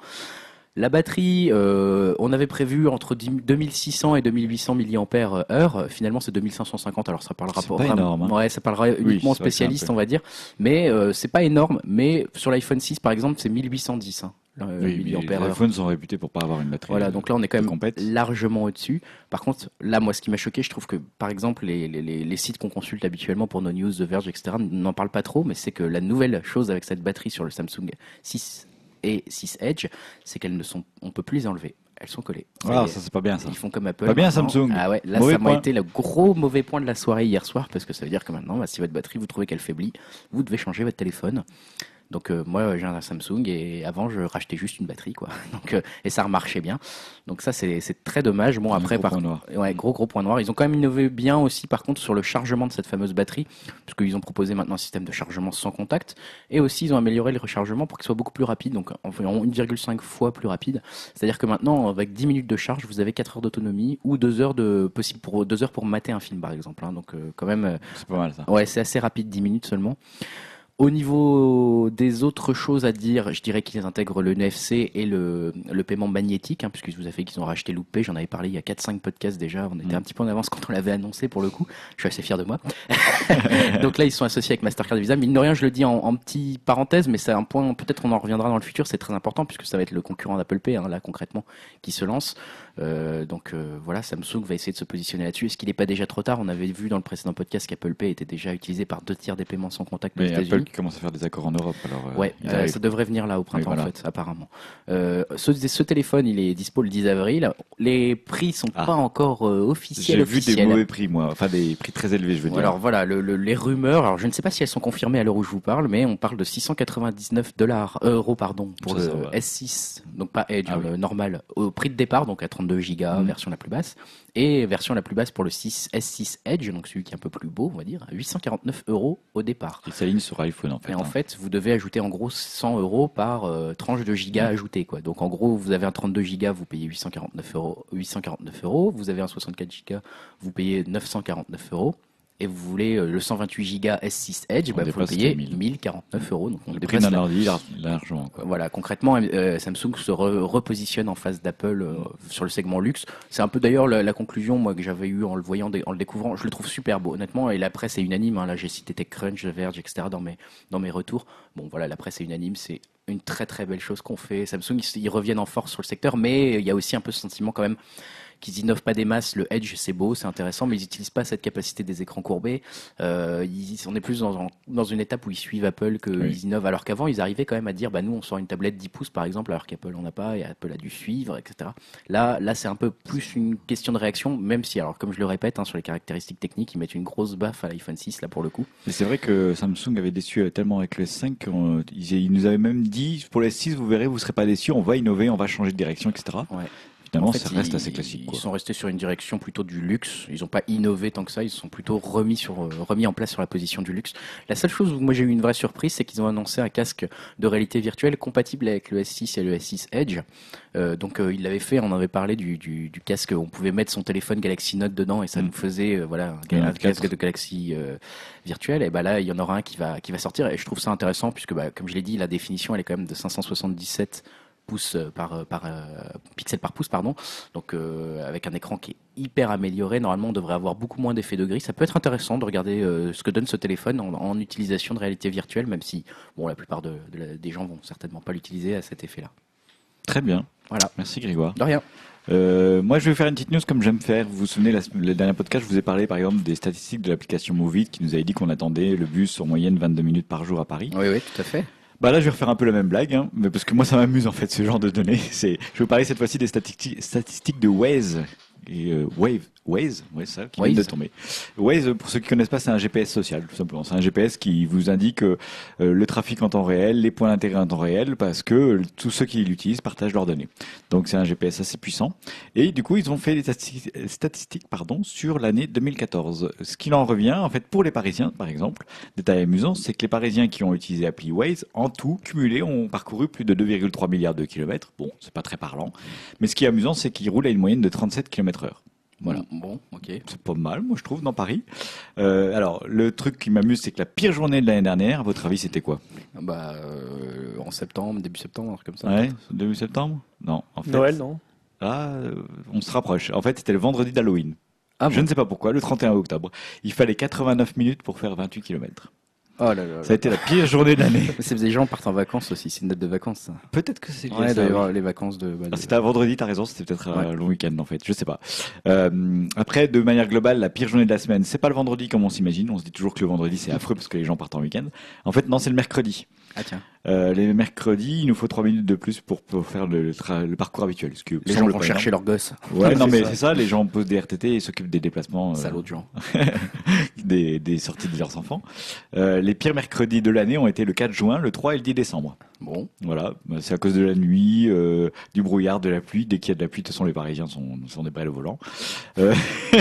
La batterie, euh, on avait prévu entre deux mille six cents et deux mille huit cents milliampères heure. Finalement, c'est deux mille cinq cent cinquante. Alors ça parlera c'est pas énorme. Hein. Ouais, ça parlera uniquement aux oui, spécialistes, on va dire. Mais euh, c'est pas énorme. Mais sur l'iPhone six, par exemple, c'est mille huit cent dix. Hein. Euh, oui, les iPhones sont réputés pour pas avoir une batterie. Voilà, donc là on est quand même complète. largement au-dessus. Par contre, là, moi, ce qui m'a choqué, je trouve que, par exemple, les, les, les sites qu'on consulte habituellement pour nos news, The Verge, et cetera, n'en parlent pas trop, mais c'est que la nouvelle chose avec cette batterie sur le Samsung six et six Edge, c'est qu'elles ne sont, on peut plus les enlever. Elles sont collées. Ah, ça c'est pas bien ça. Ils font comme Apple. Pas bien Samsung. Ah ouais, là mauvais ça m'a point. été le gros mauvais point de la soirée hier soir parce que ça veut dire que maintenant, bah, si votre batterie vous trouvez qu'elle faiblit, vous devez changer votre téléphone. Donc euh, moi j'ai un Samsung et avant je rachetais juste une batterie quoi. Donc euh, et ça remarchait bien. Donc ça c'est c'est très dommage. Bon après gros par point noir. ouais gros gros point noir. Ils ont quand même innové bien aussi par contre sur le chargement de cette fameuse batterie parce qu'ils ont proposé maintenant un système de chargement sans contact et aussi ils ont amélioré le rechargement pour qu'il soit beaucoup plus rapide donc environ une virgule cinq fois plus rapide. C'est-à-dire que maintenant avec dix minutes de charge vous avez quatre heures d'autonomie ou deux heures de possible pour deux heures pour mater un film par exemple. Hein. Donc euh, quand même. Euh, c'est pas mal ça. Ouais c'est assez rapide dix minutes seulement. Au niveau des autres choses à dire, je dirais qu'ils intègrent le N F C et le, le paiement magnétique, hein, puisque je vous ai fait qu'ils ont racheté Loopay, j'en avais parlé il y a quatre cinq podcasts déjà, on était mmh. un petit peu en avance quand on l'avait annoncé pour le coup, je suis assez fier de moi. Donc là ils sont associés avec Mastercard et Visa, mine de rien je le dis en, en petite parenthèse, mais c'est un point, peut-être on en reviendra dans le futur, c'est très important puisque ça va être le concurrent d'Apple Pay, hein, là concrètement, qui se lance. Euh, donc euh, voilà, Samsung va essayer de se positionner là-dessus. Est-ce qu'il n'est pas déjà trop tard? On avait vu dans le précédent podcast qu'Apple Pay était déjà utilisé par deux tiers des paiements sans contact aux États-Unis. Apple qui commence à faire des accords en Europe, alors. Euh, ouais, euh, ça devrait venir là au printemps oui, voilà. en fait, apparemment. Euh, ce, ce téléphone, il est dispo le dix avril. Les prix sont ah. pas encore euh, officiels. J'ai officiels. vu des mauvais prix, moi, enfin des prix très élevés, je veux dire. Alors voilà, le, le, les rumeurs. Alors je ne sais pas si elles sont confirmées à l'heure où je vous parle, mais on parle de six cent quatre-vingt-dix-neuf dollars euros pardon pour ça, le ça S six, donc pas Edge, ah, hein, oui. le normal, au prix de départ, donc à trente-deux gigas, mmh. version la plus basse, et version la plus basse pour le six, S six Edge, donc celui qui est un peu plus beau, on va dire, à huit cent quarante-neuf euros au départ. Il s'aligne sur iPhone en fait. Et hein. en fait, vous devez ajouter en gros cent euros par euh, tranche de gigas mmh. ajoutée, quoi. Donc en gros, vous avez un trente-deux gigas, vous payez huit cent quarante-neuf euros, huit cent quarante-neuf euros. Vous avez un soixante-quatre gigas, vous payez neuf cent quarante-neuf euros. Et vous voulez euh, le cent vingt-huit gigas S six Edge, bah, vous le payez mille quarante-neuf euros. Donc on le prix d'un ordi largement. Voilà, concrètement, euh, Samsung se re- repositionne en face d'Apple euh, sur le segment luxe. C'est un peu d'ailleurs la, la conclusion moi que j'avais eue en le voyant, en le découvrant. Je le trouve super beau, honnêtement. Et la presse est unanime. Hein. Là, j'ai cité TechCrunch, The Verge, et cetera dans mes dans mes retours. Bon, voilà, la presse est unanime. C'est une très très belle chose qu'on fait. Samsung, ils, ils reviennent en force sur le secteur, mais il y a aussi un peu ce sentiment quand même qu'ils innovent pas des masses. Le Edge, c'est beau, c'est intéressant, mais ils n'utilisent pas cette capacité des écrans courbés. Euh, ils, on est plus dans, dans une étape où ils suivent Apple qu'ils oui. innovent, alors qu'avant, ils arrivaient quand même à dire, bah nous, on sort une tablette dix pouces, par exemple, alors qu'Apple en a pas, et Apple a dû suivre, et cetera. Là, là, c'est un peu plus une question de réaction, même si, alors comme je le répète, hein, sur les caractéristiques techniques, ils mettent une grosse baffe à l'iPhone six, là, pour le coup. Et c'est vrai que Samsung avait déçu tellement avec le S cinq, qu'ils ils nous avaient même dit, pour le S six, vous verrez, vous serez pas déçus, on va innover, on va changer de direction, et cetera. Ouais. Finalement, en fait, ça reste ils, assez classique. Ils quoi. sont restés sur une direction plutôt du luxe. Ils n'ont pas innové tant que ça. Ils se sont plutôt remis, sur, euh, remis en place sur la position du luxe. La seule chose où moi j'ai eu une vraie surprise, c'est qu'ils ont annoncé un casque de réalité virtuelle compatible avec le S six et le S six Edge. Euh, donc euh, ils l'avaient fait. On avait parlé du, du, du casque. On pouvait mettre son téléphone Galaxy Note dedans et ça mmh. nous faisait euh, voilà un, un casque de Galaxy euh, virtuel. Et bah là, il y en aura un qui va qui va sortir. Et je trouve ça intéressant puisque bah, comme je l'ai dit, la définition elle est quand même de cinq cent soixante-dix-sept pouces par, par euh, pixels par pouce, pardon. Donc euh, avec un écran qui est hyper amélioré, normalement on devrait avoir beaucoup moins d'effets de gris. Ça peut être intéressant de regarder euh, ce que donne ce téléphone en, en utilisation de réalité virtuelle, même si bon la plupart de, de la, des gens vont certainement pas l'utiliser à cet effet-là. Très bien. Voilà. Merci Grégoire. De rien. Euh, moi, je vais faire une petite news comme j'aime faire. Vous vous souvenez, la, le dernier podcast, je vous ai parlé par exemple des statistiques de l'application Move It qui nous avait dit qu'on attendait le bus en moyenne vingt-deux minutes par jour à Paris. Oui, oui, tout à fait. Bah là, je vais refaire un peu la même blague, hein, mais parce que moi, ça m'amuse en fait ce genre de données. C'est, je vais vous parler cette fois-ci des statistiques, statistiques de Waze. et euh, Wave, Waze, ouais, ça, qui Waze. vient de tomber. Waze, pour ceux qui connaissent pas, c'est un G P S social, tout simplement. C'est un G P S qui vous indique euh, le trafic en temps réel, les points d'intérêt en temps réel, parce que tous ceux qui l'utilisent partagent leurs données. Donc c'est un G P S assez puissant. Et du coup, ils ont fait des statistiques, statistiques pardon, sur l'année deux mille quatorze. Ce qu'il en revient, en fait, pour les Parisiens, par exemple, détail amusant, c'est que les Parisiens qui ont utilisé l'appli Waze, en tout, cumulé, ont parcouru plus de deux virgule trois milliards de kilomètres. Bon, c'est pas très parlant. Mais ce qui est amusant, c'est qu'ils roulent à une moyenne de trente-sept kilomètres heure. Voilà. Bon, ok. C'est pas mal, moi, je trouve, dans Paris. Euh, alors, le truc qui m'amuse, c'est que la pire journée de l'année dernière, à votre avis, c'était quoi? Bah, euh, en septembre, début septembre, un truc comme ça. Ouais, début septembre? Non, en fait. Noël, non? Ah, euh, on se rapproche. En fait, c'était le vendredi d'Halloween. Ah Je bon. ne sais pas pourquoi, le trente et un octobre. Il fallait quatre-vingt-neuf minutes pour faire vingt-huit kilomètres. Oh là là. là. Ça a été la pire journée de l'année. C'est des gens partent en vacances aussi, c'est une date de vacances. Ça. Peut-être que c'est lié à Ouais, ça, il doit y oui. avoir les vacances de. Bah, Ah, de- c'était un vendredi, t'as raison, c'était peut-être un Ouais. long week-end en fait, je sais pas. Euh, après, de manière globale, la pire journée de la semaine, c'est pas le vendredi comme on s'imagine. On se dit toujours que le vendredi c'est affreux parce que les gens partent en week-end. En fait, non, c'est le mercredi. Ah tiens. Euh, les mercredis, il nous faut trois minutes de plus pour, pour faire le, tra- le parcours habituel. Ce qui Les gens semble vont pas chercher leurs gosses. énorme. Ouais, non, C'est mais ça. c'est ça, les gens posent des R T T et s'occupent des déplacements, euh, Salauds de gens. des, des sorties de leurs enfants. Euh, les pires mercredis de l'année ont été le quatre juin, le trois et le dix décembre. Bon. Voilà, bah, c'est à cause de la nuit, euh, du brouillard, de la pluie. Dès qu'il y a de la pluie, de toute façon, les Parisiens sont, sont des brels au volant. Euh,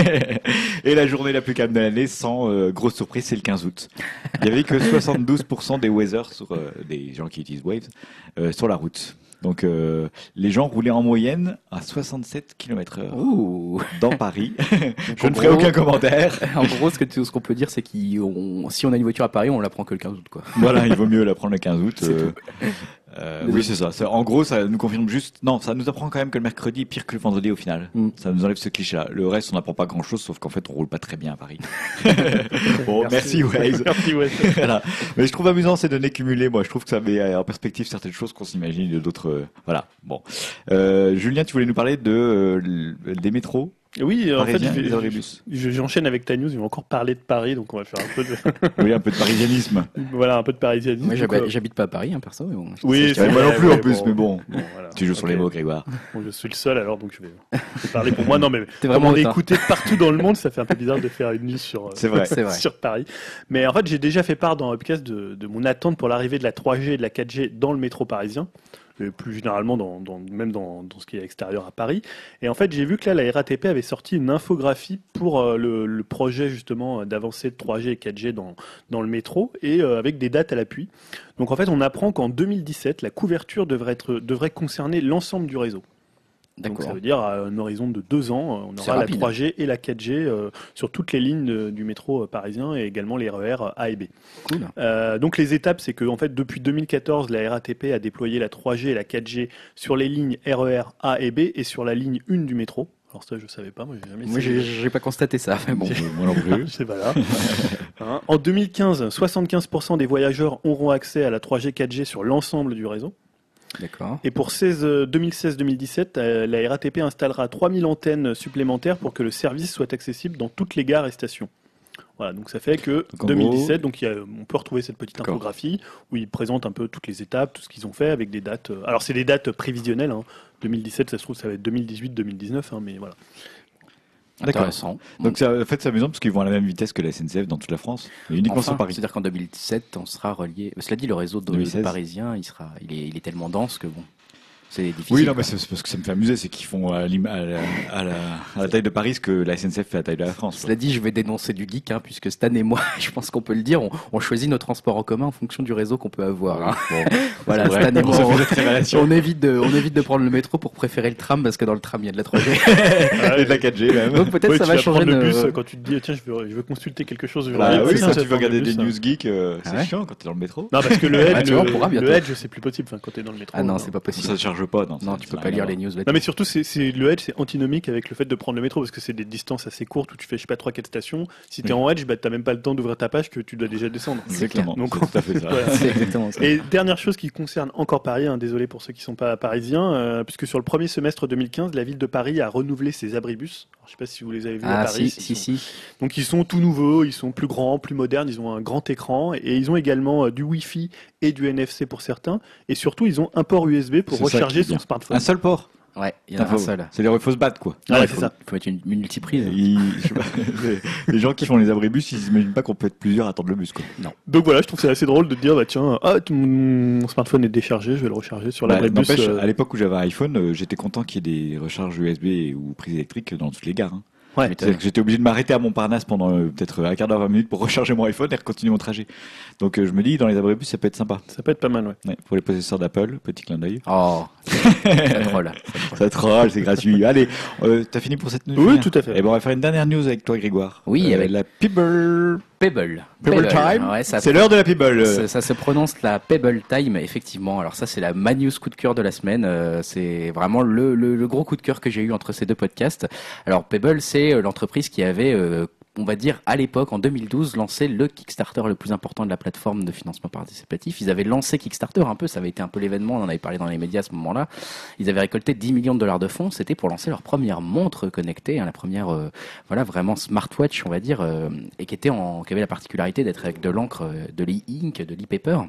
et la journée la plus calme de l'année, sans euh, grosse surprise, c'est le quinze août. Il y avait que soixante-douze pour cent des Wazer, sur, euh, des gens qui utilisent Waves, euh, sur la route. Donc, euh, les gens roulaient en moyenne à soixante-sept kilomètres heure Ouh. dans Paris. Je en ne ferai gros- aucun commentaire. En gros, ce que tu- ce qu'on peut dire, c'est que si on a une voiture à Paris, on la prend que le quinze août, quoi. Voilà, il vaut mieux la prendre le quinze août. C'est euh, euh, oui, c'est ça. Ça- En gros, ça nous confirme juste. Non, ça nous apprend quand même que le mercredi est pire que le vendredi au final. Mm. Ça nous enlève ce cliché-là. Le reste, on n'apprend pas grand-chose, sauf qu'en fait, on roule pas très bien à Paris. Bon, merci, Waze. Merci Waze. Voilà. Mais je trouve amusant ces données cumulées. Moi, je trouve que ça met en perspective certaines choses qu'on s'imagine de d'autres. euh, Voilà. Bon. Euh, Julien, tu voulais nous parler de euh, l- des métros Oui, en fait, parisiens, je et des vais- abribus. je- j'enchaîne avec ta news. Ils vont encore parler de Paris, donc on va faire un peu de, Oui, un peu de parisianisme. voilà, un peu de parisianisme. Moi, Donc, j'habite euh, j'habite pas à Paris, hein, perso, mais bon. Oui, c'est Ouais, moi non vrai, plus ouais, en plus, bon. mais bon. Bon, voilà. Tu joues sur Ok. les mots, Grégoire. Bon, je suis le seul alors, donc je vais, je vais parler pour moi. Non, mais T'es comme vraiment on est hautain. écouté partout dans le monde, ça fait un peu bizarre de faire une news sur, euh, C'est vrai. C'est vrai. sur Paris. Mais en fait, j'ai déjà fait part dans Upcast de, de mon attente pour l'arrivée de la trois G et de la quatre G dans le métro parisien. Et plus généralement, dans, dans- même dans, dans ce qui est extérieur à Paris. Et en fait, j'ai vu que là, la R A T P avait sorti une infographie pour euh, le, le projet justement euh, d'avancée de trois G et quatre G dans, dans le métro, et euh, avec des dates à l'appui. Donc en fait, on apprend qu'en deux mille dix-sept, la couverture devrait, être, devrait concerner l'ensemble du réseau. Donc ça D'accord. veut dire à un horizon de deux ans, euh, on C'est aura la rapide. trois G et la quatre G euh, sur toutes les lignes de- du métro euh, parisien et également les R E R A et B. Cool. Euh, donc les étapes, c'est que en fait depuis deux mille quatorze, la R A T P a déployé la trois G et la quatre G sur les lignes R E R A et B et sur la ligne un du métro. Alors ça, je savais pas, moi j'ai jamais Moi, essayé. j'ai j'ai pas constaté ça, mais bon. Euh, Moi non plus. C'est pas là. Hein. En deux mille quinze, soixante-quinze pour cent des voyageurs auront accès à la trois G quatre G sur l'ensemble du réseau. D'accord. Et pour seize, euh, deux mille seize deux mille dix-sept, euh, la R A T P installera trois mille antennes supplémentaires pour que le service soit accessible dans toutes les gares et stations. Voilà, donc ça fait que Donc, en deux mille dix-sept, gros- donc il y a- on peut retrouver cette petite D'accord. infographie où ils présentent un peu toutes les étapes, tout ce qu'ils ont fait avec des dates. euh, Alors c'est des dates prévisionnelles. Hein. deux mille dix-sept, ça se trouve, ça va être deux mille dix-huit deux mille dix-neuf, hein, mais voilà. D'accord. Intéressant. Donc ça, en fait, c'est amusant parce qu'ils vont à la même vitesse que la S N C F dans toute la France, mais uniquement Enfin, sur Paris. c'est-à-dire qu'en deux mille dix-sept, on sera relié. Cela dit, le réseau de, deux mille seize. parisien, il sera, il est, il est tellement dense que bon, c'est difficile. Oui, non, quoi. mais c'est c'est parce que ça me fait amuser, c'est qu'ils font à, l'im- à la, à la- à la taille de Paris ce que la S N C F fait à la taille de la France. Cela dit, je vais dénoncer du geek, hein, puisque Stan et moi, je pense qu'on peut le dire, on, on choisit nos transports en commun en fonction du réseau qu'on peut avoir. Hein. Bon, Voilà, c'est vrai, Stan et on moi, se on, fait cette révélation. on évite de, on évite de prendre le métro pour préférer le tram, parce que dans le tram, il y a de la trois G. Et de la quatre G même. Donc peut-être Ouais, ça tu va vas changer prendre le de... bus euh, quand tu te dis tiens je veux, je veux consulter quelque chose. Bah aujourd'hui. oui, Tiens, quand tu tu vas veux prendre le regarder des bus, hein. news geeks, euh, c'est Ah ouais chiant quand t'es dans le métro. Non, parce que le Ah, Edge, tu vois, on pourra le, le bientôt. Edge, c'est plus possible enfin, quand t'es dans le métro. Ah non, hein. c'est pas Ça possible. ne charge pas, non. Non, ça- tu ça peux n'a pas rien lire à les voir. news Non, là-dessus. mais surtout, c'est, c'est, le Edge, c'est antinomique avec le fait de prendre le métro parce que c'est des distances assez courtes où tu fais, je sais pas, trois quatre stations. Si t'es Oui. en Edge, bah, t'as même pas le temps d'ouvrir ta page que tu dois déjà descendre. Exactement. Donc, C'est tout à fait ça. voilà. C'est exactement ça. Et dernière chose qui concerne encore Paris, hein, désolé pour ceux qui sont pas parisiens, euh, puisque sur le premier semestre deux mille quinze, la ville de Paris a renouvelé ses abribus. Alors, je sais pas si vous les avez vus à Ah Paris. si, ils si, sont- si. Donc ils sont tout nouveaux, ils sont plus grands, plus modernes, ils ont un grand écran et ils ont également euh, du Wi-Fi et du N F C pour certains. Et surtout, ils ont un port U S B pour C'est ça qui recharger est son bien. smartphone. Un seul port. Ouais, il y en a Putain, un faut- seul. C'est-à-dire qu'il faut se battre, quoi. Ah ouais, il c'est faut, ça. faut mettre une, une multiprise. Il- je sais pas, les, les gens qui font les abribus, ils s'imaginent pas qu'on peut être plusieurs à attendre le bus, quoi. Donc voilà, je trouve que c'est assez drôle de te dire, bah tiens, ah, t- mon smartphone est déchargé, je vais le recharger sur Bah, l'abribus. n'empêche, euh, à l'époque où j'avais un iPhone, euh, j'étais content qu'il y ait des recharges U S B ou prises électriques dans toutes les gares. Hein. Ouais. C'est-à-dire que j'étais obligé de m'arrêter à Montparnasse pendant euh, peut-être un quart d'heure, vingt minutes pour recharger mon iPhone et continuer mon trajet. Donc euh, je me dis, dans les abribus, ça peut être sympa. Ça peut être pas mal, ouais. Ouais, pour les possesseurs d'Apple, petit clin d'œil. Oh, ça troll. Ça troll, c'est gratuit. Allez, euh, t'as fini pour cette news? Oui, Julien tout à fait. Et ben on va faire une dernière news avec toi, Grégoire. Oui, Euh, avec- la Pebble. Pebble. Pebble Time. Ouais, ça C'est l'heure de la Pebble. Ça, ça se prononce la Pebble Time, effectivement. Alors ça, c'est la ma news coup de cœur de la semaine. Euh, c'est vraiment le, le, le gros coup de cœur que j'ai eu entre ces deux podcasts. Alors Pebble, c'est euh, l'entreprise qui avait, euh, on va dire, à l'époque, en deux mille douze, lancé le Kickstarter le plus important de la plateforme de financement participatif. Ils avaient lancé Kickstarter un peu, ça avait été un peu l'événement, on en avait parlé dans les médias à ce moment-là. Ils avaient récolté dix millions de dollars de fonds, c'était pour lancer leur première montre connectée, hein, la première, euh, voilà, vraiment smartwatch, on va dire, euh, et qui était en, qui avait la particularité d'être avec de l'encre, euh, de l'e-ink, de l'e-paper.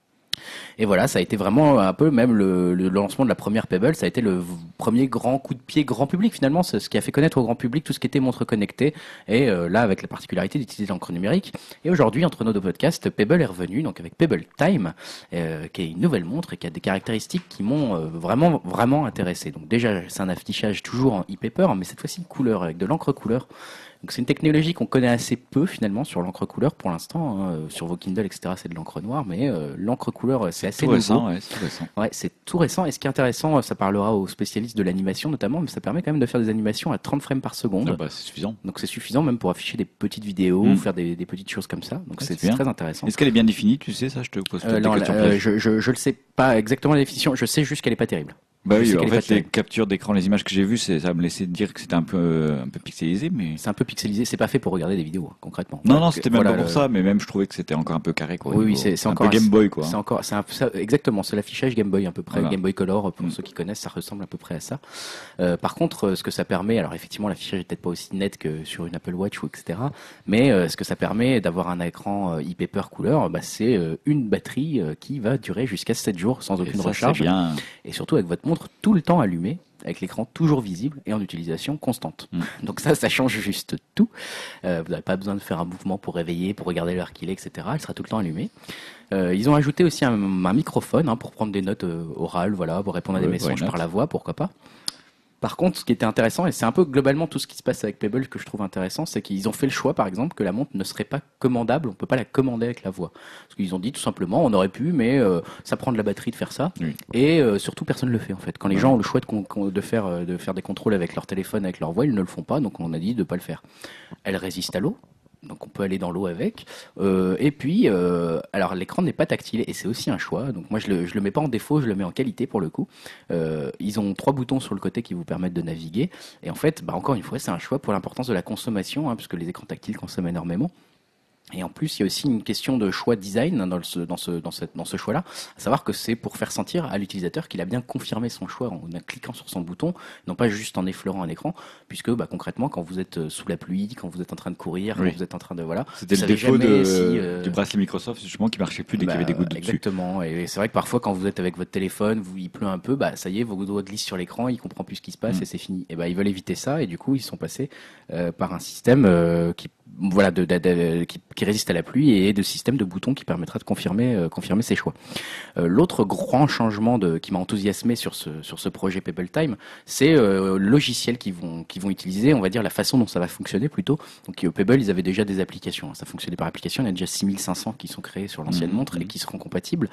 Et voilà, ça a été vraiment un peu même le, le lancement de la première Pebble, ça a été le v- premier grand coup de pied grand public finalement, c'est ce qui a fait connaître au grand public tout ce qui était montre connectée, et euh, là avec la particularité d'utiliser l'encre numérique. Et aujourd'hui, entre nos deux podcasts, Pebble est revenu, donc avec Pebble Time, euh, qui est une nouvelle montre et qui a des caractéristiques qui m'ont euh, vraiment vraiment intéressé. Donc déjà, c'est un affichage toujours en e-paper, mais cette fois-ci couleur, avec de l'encre couleur. Donc c'est une technologie qu'on connaît assez peu finalement sur l'encre couleur pour l'instant, hein. Sur vos Kindle, et cetera, c'est de l'encre noire, mais euh, l'encre couleur, c'est assez Tout nouveau. récent, ouais, c'est tout récent. Ouais, c'est tout récent. Et ce qui est intéressant, ça parlera aux spécialistes de l'animation notamment, mais ça permet quand même de faire des animations à trente frames par seconde. Ah bah, c'est suffisant. Donc c'est suffisant même pour afficher des petites vidéos, Mm. faire des, des petites choses comme ça. Donc Ah, c'est c'est bien. c'est très intéressant. Est-ce qu'elle est bien définie? Tu sais ça? Je te pose Euh, peut-être non, des questions là, euh, pièges. je, je, je le sais pas exactement la définition. Je sais juste qu'elle est pas terrible. Bah je oui, sais en qu'elle est fait, pas les terrible. captures d'écran, les images que j'ai vues, c'est- ça me laissait dire que c'était un peu, euh, un peu pixelisé, mais. C'est un peu pixelisé. C'est pas fait pour regarder des vidéos hein, concrètement. Non, Voilà, non, c'était même voilà, pas pour le- ça, mais même je trouvais que c'était encore un peu carré, quoi. au Oui, oui, niveau- c'est c'est un encore peu Game Boy, quoi. C'est encore, c'est un peu ça, exactement, c'est l'affichage Game Boy à peu près, Voilà. Game Boy Color pour Mm. ceux qui connaissent, ça ressemble à peu près à ça. Euh, par contre, euh, ce que ça permet, alors effectivement, l'affichage est peut-être pas aussi net que sur une Apple Watch ou et cetera. Mais euh, ce que ça permet d'avoir un écran euh, e-paper couleur, bah, c'est euh, une batterie euh, qui va durer jusqu'à sept jours sans Et aucune ça, c'est recharge, bien. et surtout avec votre montre tout le temps allumée, avec l'écran toujours visible et en utilisation constante. Mm. Donc ça, ça change juste tout. Euh, vous n'avez pas besoin de faire un mouvement pour réveiller, pour regarder l'heure qu'il est, et cetera. Elle sera tout le temps allumée. Euh, ils ont ajouté aussi un, un microphone hein, pour prendre des notes euh, orales, voilà, pour répondre à des Ouais, messages why not. par la voix, pourquoi pas. Par contre, ce qui était intéressant, et c'est un peu globalement tout ce qui se passe avec Pebble que je trouve intéressant, c'est qu'ils ont fait le choix, par exemple, que la montre ne serait pas commandable, on peut pas la commander avec la voix. Parce qu'ils ont dit tout simplement, on aurait pu, mais euh, ça prend de la batterie de faire ça. Oui. Et euh, surtout, personne ne le fait en fait. Quand les Ouais. gens ont le choix de, con- con- de, faire, euh, de faire des contrôles avec leur téléphone, avec leur voix, ils ne le font pas, donc on a dit de pas le faire. Elle résiste à l'eau. Donc on peut aller dans l'eau avec. Euh, et puis, euh, alors l'écran n'est pas tactile et c'est aussi un choix. Donc moi je le je le mets pas en défaut, je le mets en qualité pour le coup. Euh, ils ont trois boutons sur le côté qui vous permettent de naviguer. Et en fait, bah encore une fois, c'est un choix pour l'importance de la consommation, hein, puisque les écrans tactiles consomment énormément. Et en plus, il y a aussi une question de choix design hein, dans, le, dans ce, dans cette, dans ce choix-là, à savoir que c'est pour faire sentir à l'utilisateur qu'il a bien confirmé son choix en cliquant sur son bouton, non pas juste en effleurant un écran, puisque bah, concrètement, quand vous êtes sous la pluie, quand vous êtes en train de courir, Oui. quand vous êtes en train de voilà, C'était vous le savez défaut jamais de, si, euh, du bracelet Microsoft, justement, qui marchait plus dès qu'il y avait des bah, gouttes dessus. exactement. Et c'est vrai que parfois, quand vous êtes avec votre téléphone, vous, il pleut un peu, bah ça y est, vos doigts glissent sur l'écran, il comprend plus ce qui se passe Mm. et c'est fini. Et bah ils veulent éviter ça et du coup ils sont passés euh, par un système euh, qui voilà de, de- de- qui, qui résiste à la pluie et de système de boutons qui permettra de confirmer euh, confirmer ses choix. Euh, L'autre grand changement de, qui m'a enthousiasmé sur ce sur ce projet Pebble Time, c'est euh, le logiciel qu'ils vont qu'ils vont utiliser, on va dire la façon dont ça va fonctionner plutôt. Donc euh, Pebble, ils avaient déjà des applications, hein. Ça fonctionnait par application, il y en a déjà six mille cinq cents qui sont créées sur l'ancienne Mhm. montre et qui seront compatibles.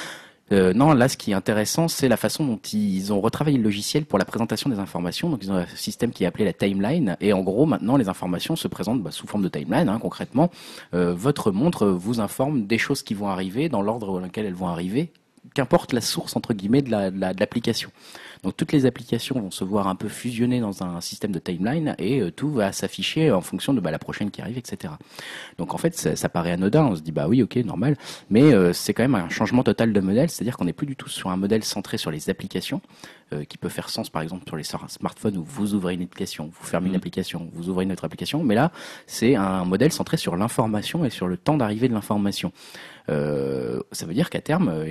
Euh, non, là, ce qui est intéressant, c'est la façon dont ils ont retravaillé le logiciel pour la présentation des informations. Donc, ils ont un système qui est appelé la timeline. Et en gros, maintenant, les informations se présentent bah, sous forme de timeline. Hein, concrètement, euh, votre montre vous informe des choses qui vont arriver dans l'ordre dans lequel elles vont arriver, qu'importe la source entre guillemets de la- de la- de l'application. Donc toutes les applications vont se voir un peu fusionnées dans un système de timeline et euh, tout va s'afficher en fonction de bah, la prochaine qui arrive, et cetera. Donc en fait, ça, ça paraît anodin, on se dit bah oui, ok, normal, mais euh, c'est quand même un changement total de modèle, c'est-à-dire qu'on n'est plus du tout sur un modèle centré sur les applications, euh, qui peut faire sens par exemple sur les sur un smartphone où vous ouvrez une application, vous fermez une Mhm. application, vous ouvrez une autre application, mais là, c'est un modèle centré sur l'information et sur le temps d'arrivée de l'information. Euh, ça veut dire qu'à terme, euh, et même ils le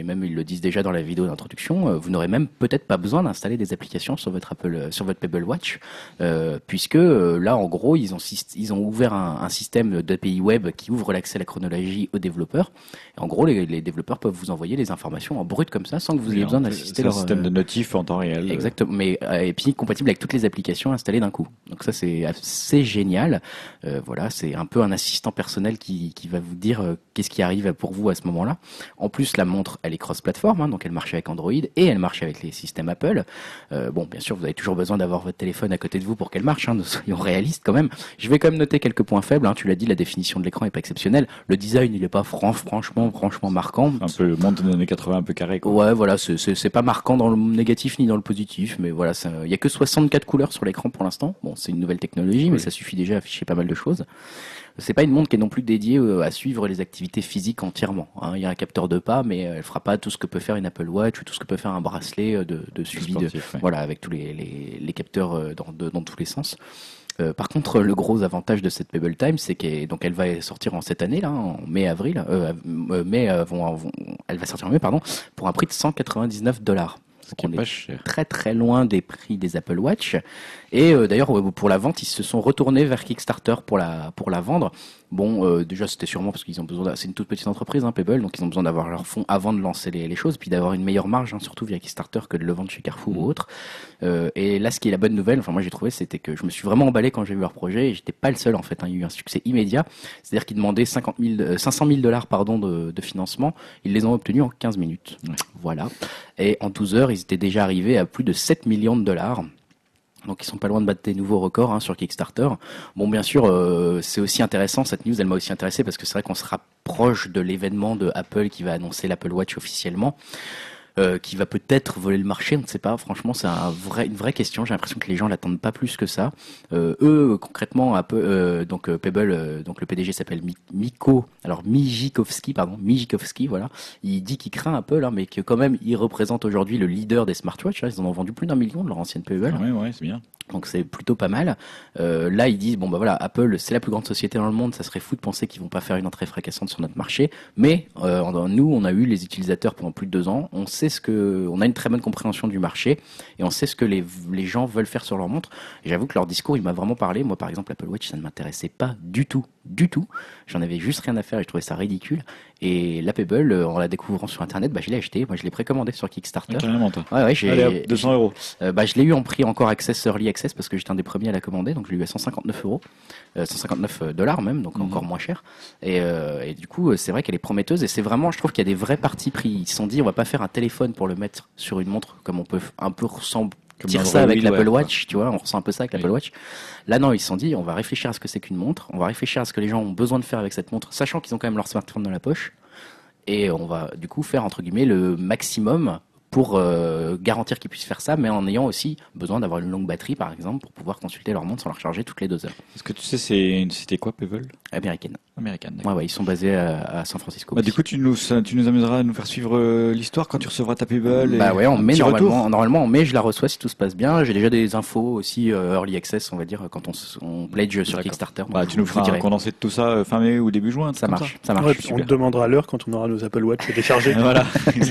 le disent déjà dans la vidéo d'introduction, euh, vous n'aurez même peut-être pas besoin d'installer des applications sur votre Apple, euh, sur votre Pebble Watch, euh, puisque euh, là, en gros, ils ont, ils ont ouvert un, un système d'A P I web qui ouvre l'accès à la chronologie aux développeurs. Et en gros, les, les développeurs peuvent vous envoyer les informations en brut comme ça, sans que vous ayez besoin d'assister C'est leur un système euh, de notif en temps réel. Exactement, mais euh, et puis compatible avec toutes les applications installées d'un coup. Donc ça, c'est assez génial. Euh, voilà, c'est un peu un assistant personnel qui, qui va vous dire euh, qu'est-ce qui arrive pour vous à ce moment-là. En plus, la montre, elle est cross-platform, hein, donc elle marche avec Android et elle marche avec les systèmes Apple. Euh, bon, bien sûr, vous avez toujours besoin d'avoir votre téléphone à côté de vous pour qu'elle marche, hein, nous soyons réalistes quand même. Je vais quand même noter quelques points faibles, hein. Tu l'as dit, la définition de l'écran est pas exceptionnelle. Le design, il est pas franc, franchement, franchement marquant. Un peu le monde des années quatre-vingts, un peu carré, quoi. Ouais, voilà, c'est, c'est, c'est pas marquant dans le négatif ni dans le positif, mais voilà, il y a que soixante-quatre couleurs sur l'écran pour l'instant. Bon, c'est une nouvelle technologie, mais oui. ça suffit déjà à afficher pas mal de choses. C'est pas une montre qui est non plus dédiée à suivre les activités physiques entièrement, hein. Il y a un capteur de pas, mais elle fera pas tout ce que peut faire une Apple Watch ou tout ce que peut faire un bracelet de, de suivi, sportif, de, ouais. Voilà, avec tous les, les, les capteurs dans, de, dans tous les sens. Euh, par contre, le gros avantage de cette Pebble Time, c'est qu'elle donc elle va sortir en cette année là, en mai-avril, euh, euh, mai, euh, vont, vont, elle va sortir en mai, pardon, pour un prix de cent quatre-vingt-dix-neuf dollars. Ce qui est pas cher. Très très loin des prix des Apple Watch. Et euh, d'ailleurs, pour la vente, ils se sont retournés vers Kickstarter pour la pour la vendre. Bon, euh, déjà, c'était sûrement parce qu'ils ont besoin. C'est une toute petite entreprise, hein, Pebble, donc ils ont besoin d'avoir leurs fonds avant de lancer les, les choses, puis d'avoir une meilleure marge, hein, surtout via Kickstarter, que de le vendre chez Carrefour mmh. ou autre. Euh, et là, ce qui est la bonne nouvelle, enfin moi j'ai trouvé, c'était que je me suis vraiment emballé quand j'ai vu leur projet. Et j'étais pas le seul en fait. Hein, il y a eu un succès immédiat. C'est-à-dire qu'ils demandaient cinquante mille, cinq cent mille dollars pardon de, de financement. Ils les ont obtenus en quinze minutes. Ouais. Voilà. Et en douze heures, ils étaient déjà arrivés à plus de sept millions de dollars. Donc ils sont pas loin de battre des nouveaux records, hein, sur Kickstarter. Bon, bien sûr, euh, c'est aussi intéressant, cette news, elle m'a aussi intéressé parce que c'est vrai qu'on se rapproche de l'événement de Apple qui va annoncer l'Apple Watch officiellement. Euh, qui va peut-être voler le marché, on ne sait pas. Franchement, c'est un vrai, une vraie question. J'ai l'impression que les gens l'attendent pas plus que ça. Euh, eux, concrètement, un peu, euh, donc euh, Pebble, euh, donc le P D G s'appelle Miko, alors Mijikowski, pardon, Mijikowski, voilà. Il dit qu'il craint Apple, hein, mais que quand même, il représente aujourd'hui le leader des smartwatches. Hein. Ils en ont vendu plus d'un million de leur ancienne Pebble. Ouais, ouais, c'est bien. Donc c'est plutôt pas mal. Euh, là, ils disent bon bah voilà, Apple, c'est la plus grande société dans le monde. Ça serait fou de penser qu'ils vont pas faire une entrée fracassante sur notre marché. Mais euh, nous, on a eu les utilisateurs pendant plus de deux ans. On sait ce que, on a une très bonne compréhension du marché et on sait ce que les les gens veulent faire sur leur montre. Et j'avoue que leur discours, il m'a vraiment parlé. Moi, par exemple, l'Apple Watch, ça ne m'intéressait pas du tout, du tout. J'en avais juste rien à faire et je trouvais ça ridicule. Et la Pebble, en la découvrant sur Internet, bah je l'ai acheté. Moi, je l'ai précommandé sur Kickstarter. Carrément, toi. Ouais, ouais, j'ai Allez, hop, deux cents euros. Euh, bah je l'ai eu en prix encore access early access parce que j'étais un des premiers à la commander, donc je l'ai eu à cent cinquante-neuf euros, euh, cent cinquante-neuf dollars même, donc mmh. encore moins cher. Et, euh, et du coup, c'est vrai qu'elle est prometteuse et c'est vraiment, je trouve qu'il y a des vrais partis pris. Ils se sont dit, on va pas faire un téléphone pour le mettre sur une montre comme on peut un peu ressembler. Dire ça avec l'Apple Watch, tu vois, on ressent un peu ça avec l'Apple Watch. Là, non, ils se sont dit, on va réfléchir à ce que c'est qu'une montre, on va réfléchir à ce que les gens ont besoin de faire avec cette montre, sachant qu'ils ont quand même leur smartphone dans la poche, et on va du coup faire entre guillemets le maximum pour euh, garantir qu'ils puissent faire ça, mais en ayant aussi besoin d'avoir une longue batterie, par exemple, pour pouvoir consulter leur montre sans la recharger toutes les deux heures. Est-ce que tu sais, c'est une cité quoi, Pebble ? Américaine. Américaine. Ouais, ouais, ils sont basés à, à San Francisco. Bah, du coup, tu nous, tu nous amuseras à nous faire suivre euh, l'histoire quand tu recevras ta Pebble. Bah ouais, en mai, normalement, retour. normalement, en mai, je la reçois si tout se passe bien. J'ai déjà des infos aussi, euh, early access, on va dire, quand on, on pledge sur D'accord. Kickstarter. Bah, tu nous feras un condensé de tout ça fin mai ou début juin. Ça marche, ça, ça marche. Ouais, on te demandera l'heure quand on aura nos Apple Watch déchargés. Voilà.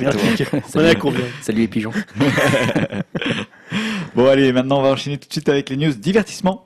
Salut, Salut les pigeons. Bon, allez, maintenant on va enchaîner tout de suite avec les news divertissement.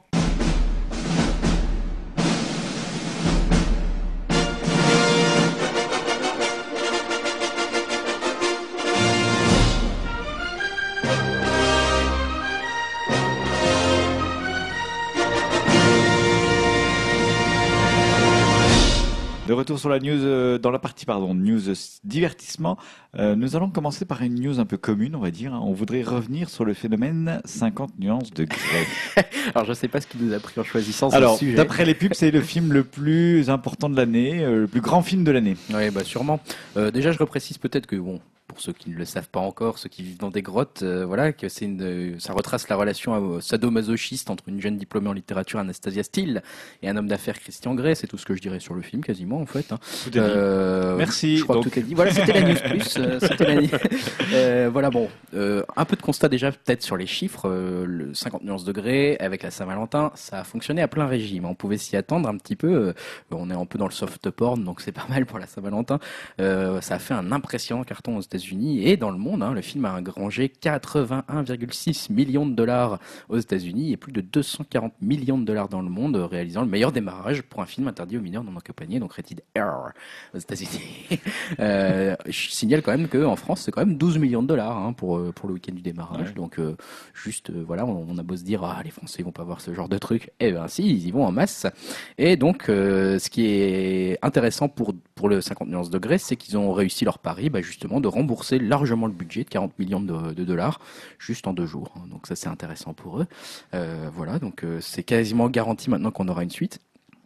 De retour sur la news, euh, dans la partie pardon, news euh, divertissement, euh, nous allons commencer par une news un peu commune, on va dire. On voudrait revenir sur le phénomène cinquante nuances de Grey. Alors je sais pas ce qui nous a pris en choisissant ce Alors, sujet. Alors, d'après les pubs, c'est le film le plus important de l'année, euh, le plus grand film de l'année. Oui, bah sûrement. Euh, déjà, je reprécise peut-être que bon. Pour ceux qui ne le savent pas encore, ceux qui vivent dans des grottes, euh, voilà, que c'est une, euh, ça retrace la relation euh, sadomasochiste entre une jeune diplômée en littérature, Anastasia Steele, et un homme d'affaires, Christian Grey. C'est tout ce que je dirais sur le film, quasiment, en fait. Hein. Tout est euh, dit. Merci. Je crois donc... que tout est dit. Voilà, c'était la news plus. Euh, c'était la... euh, voilà, bon, euh, un peu de constat déjà peut-être sur les chiffres. Euh, le cinquante nuances de Grey avec la Saint-Valentin, ça a fonctionné à plein régime. On pouvait s'y attendre un petit peu. Euh, on est un peu dans le soft porn, donc c'est pas mal pour la Saint-Valentin. Euh, ça a fait un impressionnant carton aux États-Unis. États-Unis et dans le monde. Hein. Le film a engrangé quatre-vingt-un virgule six millions de dollars aux États-Unis et plus de deux cent quarante millions de dollars dans le monde, réalisant le meilleur démarrage pour un film interdit aux mineurs non accompagnés, donc rated R aux États-Unis. euh, je signale quand même qu'en France, c'est quand même douze millions de dollars hein, pour, pour le week-end du démarrage. Ouais. Donc, euh, juste, euh, voilà, on, on a beau se dire, ah, les Français ils vont pas voir ce genre de truc. Eh ben, si, ils y vont en masse. Et donc, euh, ce qui est intéressant pour, pour le cinquante nuances degrés, c'est qu'ils ont réussi leur pari, bah, justement, de rembourser largement le budget de quarante millions de, de dollars, juste en deux jours. Donc, ça, c'est intéressant pour eux. Euh, voilà, donc, euh, c'est quasiment garanti maintenant qu'on aura une suite.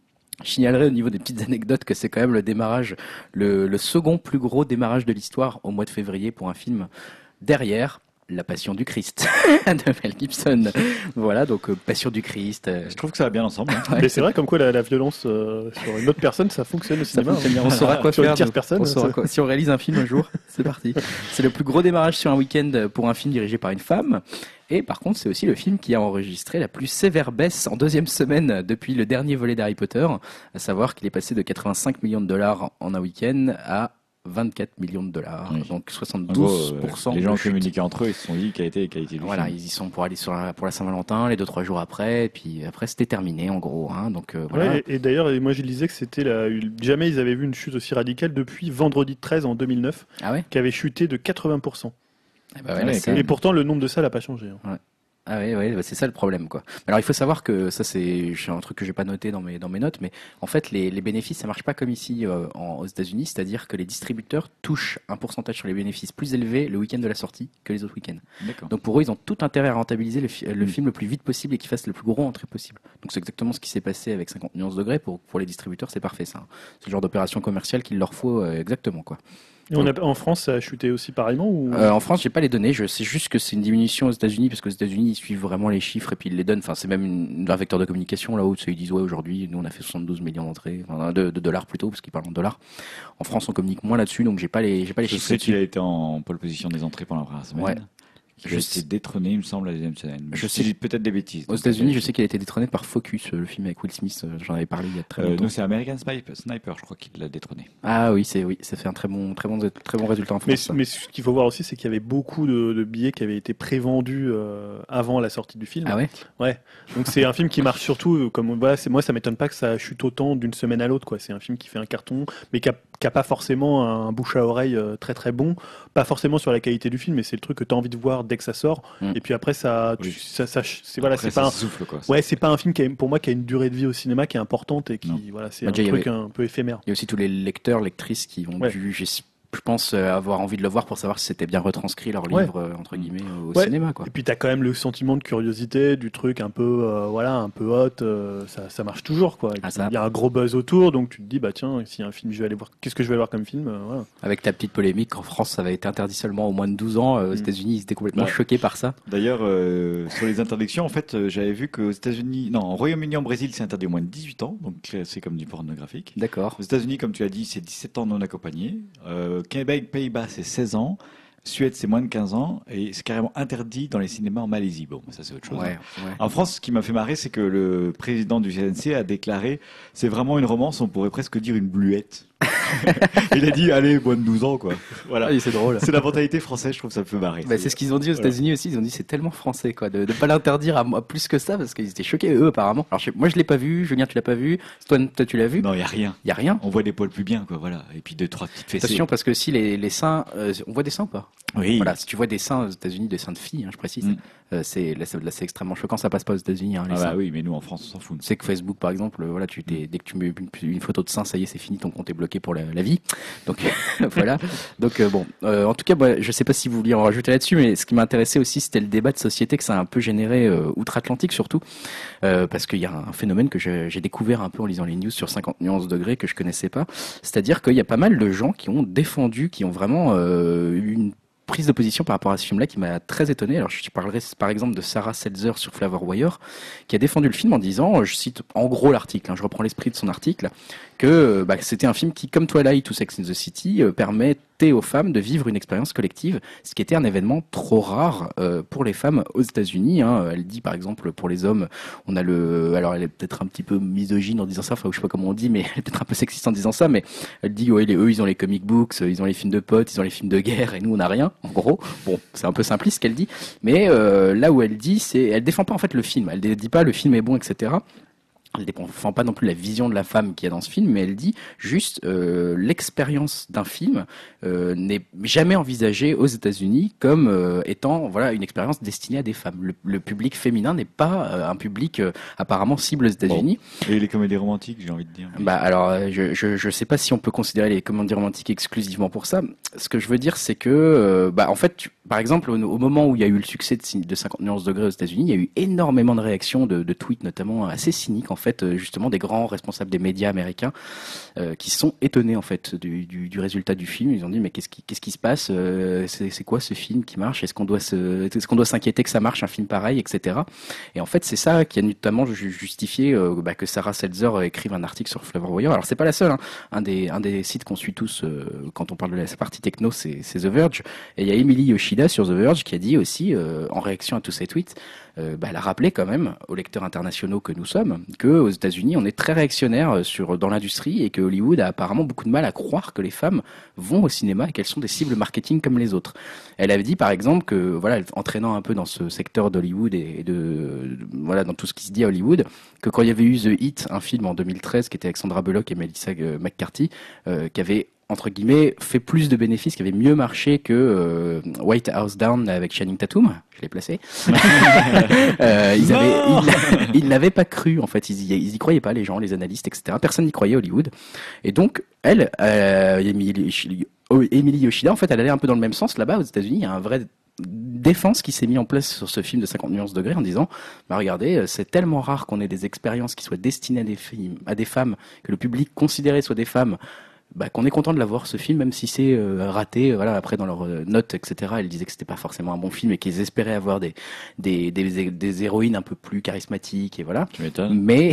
Je signalerai au niveau des petites anecdotes que c'est quand même le démarrage, le, le second plus gros démarrage de l'histoire au mois de février pour un film derrière La Passion du Christ de Mel Gibson. Voilà, donc euh, Passion du Christ. Euh... Je trouve que ça va bien ensemble. Hein. Ouais. Mais c'est vrai, comme quoi la, la violence euh, sur une autre personne, ça fonctionne au cinéma. Fonctionne bien. On saura quoi sur faire. Une tierce personne, on saura quoi. Si on réalise un film un jour, c'est parti. C'est le plus gros démarrage sur un week-end pour un film dirigé par une femme. Et par contre, c'est aussi le film qui a enregistré la plus sévère baisse en deuxième semaine depuis le dernier volet d'Harry Potter, à savoir qu'il est passé de quatre-vingt-cinq millions de dollars en un week-end à vingt-quatre millions de dollars, oui. Donc soixante-douze pour cent. En gros, euh, les gens communiquaient entre eux, ils se sont dit quelle était quelle était le Voilà, film. ils y sont pour aller sur la, pour la Saint-Valentin, les deux trois jours après, et puis après c'était terminé en gros. Hein, donc euh, voilà. Ouais, et, et d'ailleurs, moi je lisais que c'était la, jamais ils avaient vu une chute aussi radicale depuis Vendredi treize en deux mille neuf, ah ouais qui avait chuté de quatre-vingts pour cent. Eh ben ouais, et, et pourtant le nombre de salles n'a pas changé. Hein. Ouais. Ah oui, ouais, bah c'est ça le problème, quoi. Alors il faut savoir que ça c'est un truc que j'ai pas noté dans mes dans mes notes, mais en fait les, les bénéfices ça marche pas comme ici euh, en, aux États-Unis, c'est-à-dire que les distributeurs touchent un pourcentage sur les bénéfices plus élevé le week-end de la sortie que les autres week-ends. D'accord. Donc pour eux ils ont tout intérêt à rentabiliser le, fi- le mmh. film le plus vite possible et qu'il fasse le plus gros entrée possible. Donc c'est exactement ce qui s'est passé avec cinquante nuances degrés pour pour les distributeurs, c'est parfait ça. C'est le genre d'opération commerciale qu'il leur faut euh, exactement quoi. Et on a, en France, ça a chuté aussi pareillement ou... euh, En France, j'ai pas les données. Je sais juste que c'est une diminution aux États-Unis parce qu'aux États-Unis, ils suivent vraiment les chiffres et puis ils les donnent. Enfin, c'est même une, un vecteur de communication là-haut. Ils disent ouais, aujourd'hui, nous on a fait soixante-douze millions d'entrées, enfin, de, de dollars plutôt parce qu'ils parlent en dollars. En France, on communique moins là-dessus, donc j'ai pas les, j'ai pas les je chiffres. Je sais qu'il a été en pole position des entrées pendant la première semaine. Ouais. Il a été détrôné, il me semble, la deuxième semaine. Je sais sais peut-être des bêtises. Aux États-Unis, je sais qu'il a été détrôné par Focus, le film avec Will Smith. J'en avais parlé il y a très longtemps. Euh, nous, c'est American Sniper, je crois qu'il l'a détrôné. Ah oui, c'est oui, ça fait un très bon, très bon, très bon résultat en France. Mais, mais ce qu'il faut voir aussi, c'est qu'il y avait beaucoup de, de billets qui avaient été prévendus euh, avant la sortie du film. Ah ouais. Ouais. Donc c'est un film qui marche surtout comme voilà, c'est moi, ça m'étonne pas que ça chute autant d'une semaine à l'autre, quoi. C'est un film qui fait un carton, mais qui a qui a pas forcément un bouche à oreille très très bon, pas forcément sur la qualité du film, mais c'est le truc que tu as envie de voir dès que ça sort. Mmh. Et puis après ça, tu, oui. ça, ça c'est voilà, après, c'est pas un, souffle, quoi, ouais, c'est pas un film qui a, pour moi qui a une durée de vie au cinéma qui est importante et qui non. voilà, c'est bah, un truc avait, un peu éphémère. Il y a aussi tous les lecteurs, lectrices qui ont ouais. dû, je pense, avoir envie de le voir pour savoir si c'était bien retranscrit leur ouais. livre entre guillemets au ouais. cinéma, quoi. Et puis t'as quand même le sentiment de curiosité du truc un peu euh, voilà, un peu hot, euh, ça, ça marche toujours, quoi. Ah, il y a un gros buzz autour, donc tu te dis bah tiens, s'il y a un film, je vais aller voir, qu'est-ce que je vais voir comme film, euh, voilà. Avec ta petite polémique, en France ça avait été interdit seulement aux moins de douze ans, euh, aux mmh. États-Unis ils étaient complètement ouais. choqués par ça. D'ailleurs euh, sur les interdictions, en fait, euh, j'avais vu qu'aux États-Unis, non, au Royaume-Uni, en Brésil, c'est interdit aux moins de dix-huit ans, donc c'est comme du pornographique. D'accord. Aux États-Unis, comme tu as dit, c'est dix-sept ans non accompagnés. Euh, Québec, Pays-Bas, c'est seize ans. Suède, c'est moins de quinze ans et c'est carrément interdit dans les cinémas en Malaisie. Bon, ça c'est autre chose. Ouais, hein. ouais. En France, ce qui m'a fait marrer, c'est que le président du C N C a déclaré c'est vraiment une romance, on pourrait presque dire une bluette. Il a dit allez, moins de douze ans, quoi. Voilà. Ah, c'est drôle. C'est la mentalité française, je trouve ça me fait marrer. Bah, c'est, c'est ce qu'ils ont dit aux voilà. États-Unis aussi. Ils ont dit c'est tellement français, quoi, de ne pas l'interdire à moi plus que ça parce qu'ils étaient choqués eux apparemment. Alors je, moi je l'ai pas vu. Julien, tu l'as pas vu. Toi, toi tu l'as vu? Non, il y a rien. Il y a rien. On voit des poils plus bien, quoi. Voilà. Et puis deux trois petites fessées. Attention parce que si les, les seins, euh, on voit des seins ou pas? Oui. Voilà. Si tu vois des seins aux États-Unis, des seins de filles, hein, je précise. Mm. Euh, c'est là, c'est là, c'est extrêmement choquant. Ça passe pas aux États-Unis. Hein, les ah seins. bah oui, mais nous en France, on s'en fout. C'est que Facebook, par exemple, voilà, tu t'es, dès que tu mets une, une photo de sein, ça y est, c'est fini, ton compte est bloqué pour la, la vie. Donc voilà. Donc euh, bon, euh, en tout cas, moi, je sais pas si vous vouliez en rajouter là-dessus, mais ce qui m'intéressait aussi, c'était le débat de société que ça a un peu généré euh, outre-Atlantique surtout, euh, parce qu'il y a un phénomène que j'ai, j'ai découvert un peu en lisant les news sur cinquante nuances degrés que je connaissais pas. C'est-à-dire qu'il y a pas mal de gens qui ont défendu, qui ont vraiment euh, une prise de position par rapport à ce film-là qui m'a très étonné. Alors je parlerai par exemple de Sarah Seltzer sur Flower Wire qui a défendu le film en disant, je cite en gros l'article, hein, je reprends l'esprit de son article, que bah, c'était un film qui, comme Twilight ou Sex and the City, euh, permet liberté aux femmes de vivre une expérience collective, ce qui était un événement trop rare euh, pour les femmes aux États-Unis. Hein. Elle dit par exemple pour les hommes, on a le, alors elle est peut-être un petit peu misogyne en disant ça, enfin je sais pas comment on dit, mais elle est peut-être un peu sexiste en disant ça, mais elle dit ouais, les, eux ils ont les comic books, ils ont les films de potes, ils ont les films de guerre et nous on n'a rien. En gros, bon c'est un peu simpliste ce qu'elle dit, mais euh, là où elle dit, c'est, elle défend pas en fait le film, elle dit pas le film est bon, et cetera. Elle ne défend pas non plus la vision de la femme qu'il y a dans ce film, mais elle dit juste euh, l'expérience d'un film euh, n'est jamais envisagée aux États-Unis comme euh, étant voilà une expérience destinée à des femmes. Le, le public féminin n'est pas euh, un public euh, apparemment cible aux États-Unis. Bon. Et les comédies romantiques, j'ai envie de dire. Bah alors, je je je sais pas si on peut considérer les comédies romantiques exclusivement pour ça. Ce que je veux dire, c'est que euh, bah en fait, tu, par exemple, au, au moment où il y a eu le succès de, de cinquante nuances degrés aux États-Unis, il y a eu énormément de réactions, de, de tweets notamment assez cyniques en fait, justement des grands responsables des médias américains euh, qui sont étonnés en fait du, du, du résultat du film. Ils ont dit mais qu'est-ce qui qu'est-ce qui se passe euh, c'est, c'est quoi ce film qui marche? Est-ce qu'on doit se est-ce qu'on doit s'inquiéter que ça marche un film pareil, et cetera. Et en fait c'est ça qui a notamment justifié euh, bah, que Sarah Seltzer écrive un article sur Flower Warrior. Alors c'est pas la seule. Hein. Un des un des sites qu'on suit tous euh, quand on parle de la partie techno, c'est, c'est The Verge. Et il y a Emily Yoshida sur The Verge qui a dit aussi euh, en réaction à tous ces tweets. Euh, bah, elle a rappelé quand même aux lecteurs internationaux que nous sommes que aux États-Unis on est très réactionnaire sur dans l'industrie et que Hollywood a apparemment beaucoup de mal à croire que les femmes vont au cinéma et qu'elles sont des cibles marketing comme les autres. Elle avait dit par exemple que voilà, entraînant un peu dans ce secteur d'Hollywood et de, de voilà dans tout ce qui se dit à Hollywood, que quand il y avait eu The Hit, un film en deux mille treize qui était avec Sandra Bullock et Melissa McCarthy, euh, qui avait entre guillemets, fait plus de bénéfices, qui avait mieux marché que euh, White House Down avec Channing Tatum, je l'ai placé. euh, ils, avaient, ils, ils n'avaient pas cru, en fait, ils y, ils y croyaient pas, les gens, les analystes, et cetera. Personne n'y croyait, Hollywood. Et donc, elle, euh, Emily, Emily Yoshida, en fait, elle allait un peu dans le même sens. Là-bas, aux États-Unis, il y a un vrai défense qui s'est mis en place sur ce film de cinquante nuances degrés en disant bah regardez, c'est tellement rare qu'on ait des expériences qui soient destinées à des, films, à des femmes, que le public considéré soit des femmes, bah, qu'on est content de l'avoir ce film, même si c'est euh, raté. Voilà, après dans leurs euh, notes, et cetera, ils disaient que c'était pas forcément un bon film et qu'ils espéraient avoir des des, des des héroïnes un peu plus charismatiques et voilà. Tu m'étonnes. Mais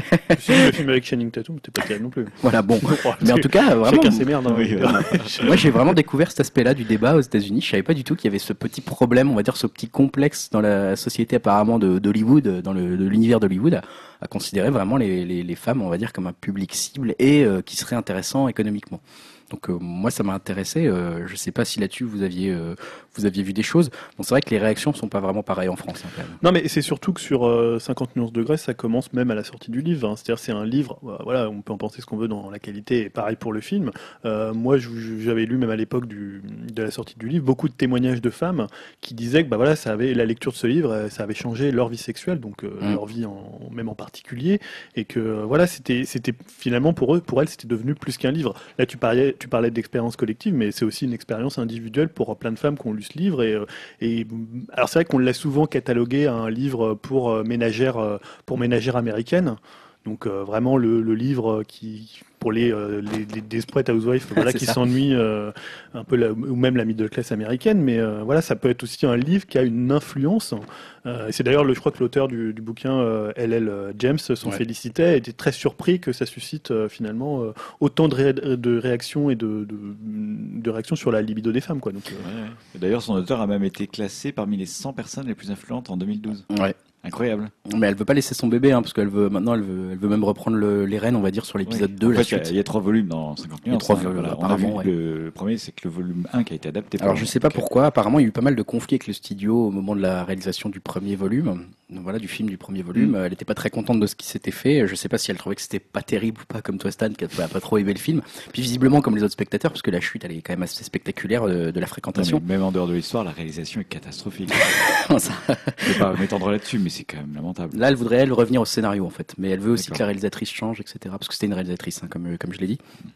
le film avec Channing Tatum, c'était pas terrible non plus. Voilà, bon. Mais en tout cas, vraiment. Chacun ses merdes. Hein, oui, moi, j'ai vraiment découvert cet aspect-là du débat aux États-Unis. Je savais pas du tout qu'il y avait ce petit problème, on va dire, ce petit complexe dans la société apparemment de d'Hollywood, dans le de l'univers d'Hollywood, à, à considérer vraiment les, les les femmes, on va dire, comme un public cible et euh, qui serait intéressant économiquement. Donc euh, moi ça m'a intéressé. Euh, je sais pas si là-dessus vous aviez euh, vous aviez vu des choses. Bon, c'est vrai que les réactions sont pas vraiment pareilles en France. Hein, quand même. Non mais c'est surtout que sur euh, cinquante nuances degrés, ça commence même à la sortie du livre. Hein. C'est-à-dire c'est un livre. Euh, voilà, on peut en penser ce qu'on veut dans la qualité. Et pareil pour le film. Euh, moi je, j'avais lu même à l'époque du, de la sortie du livre beaucoup de témoignages de femmes qui disaient que bah voilà ça avait la lecture de ce livre, ça avait changé leur vie sexuelle, donc euh, mmh. leur vie en, même en particulier, et que euh, voilà c'était c'était finalement pour eux pour elles c'était devenu plus qu'un livre. Là tu parlais tu parlais d'expérience collective, mais c'est aussi une expérience individuelle pour plein de femmes qui ont lu ce livre. Et, et alors c'est vrai qu'on l'a souvent catalogué à un livre pour ménagères, pour ménagères américaines. Donc euh, vraiment le, le livre qui pour les euh, les, les Desperate Housewives voilà qui s'ennuient euh, un peu la, ou même la middle class américaine, mais euh, voilà ça peut être aussi un livre qui a une influence. Euh, et c'est d'ailleurs le je crois que l'auteur du, du bouquin euh, L L James s'en ouais. félicitait, était très surpris que ça suscite euh, finalement euh, autant de, ré, de réactions et de, de de réactions sur la libido des femmes quoi. Donc euh... ouais, ouais. D'ailleurs son auteur a même été classé parmi les cent personnes les plus influentes en deux mille douze. Ouais. Incroyable. Mais elle veut pas laisser son bébé, hein, parce qu'elle veut maintenant, elle veut, elle veut même reprendre le, les rênes, on va dire, sur l'épisode oui. deux. En la fait, suite. Il y, y a trois volumes dans cinquante nuances. Trois hein, volumes, voilà. apparemment. On a vu ouais. le, le premier, c'est que le volume un qui a été adapté. Alors je sais pas pourquoi. Apparemment, il y a eu pas mal de conflits avec le studio au moment de la réalisation du premier volume. Donc voilà, du film du premier volume. Mm. Elle était pas très contente de ce qui s'était fait. Je sais pas si elle trouvait que c'était pas terrible ou pas, comme toi Stan, qui a pas trop aimé le film. Puis visiblement comme les autres spectateurs, parce que la chute, elle est quand même assez spectaculaire de, de la fréquentation. Non, même en dehors de l'histoire, la réalisation est catastrophique. Ça... Je vais pas m'étendre là-dessus, mais c'est quand même lamentable. Là, elle voudrait elle revenir au scénario en fait, mais elle veut aussi D'accord. que la réalisatrice change, et cetera. Parce que c'était une réalisatrice, hein, comme comme je l'ai dit.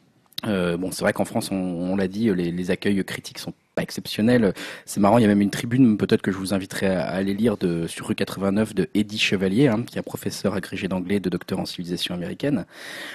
Euh, bon, c'est vrai qu'en France, on, on l'a dit, les, les accueils critiques sont pas exceptionnels. C'est marrant, il y a même une tribune, peut-être que je vous inviterai à, à aller lire de, sur rue quatre-vingt-neuf de Eddie Chevalier, hein, qui est un professeur agrégé d'anglais, de docteur en civilisation américaine,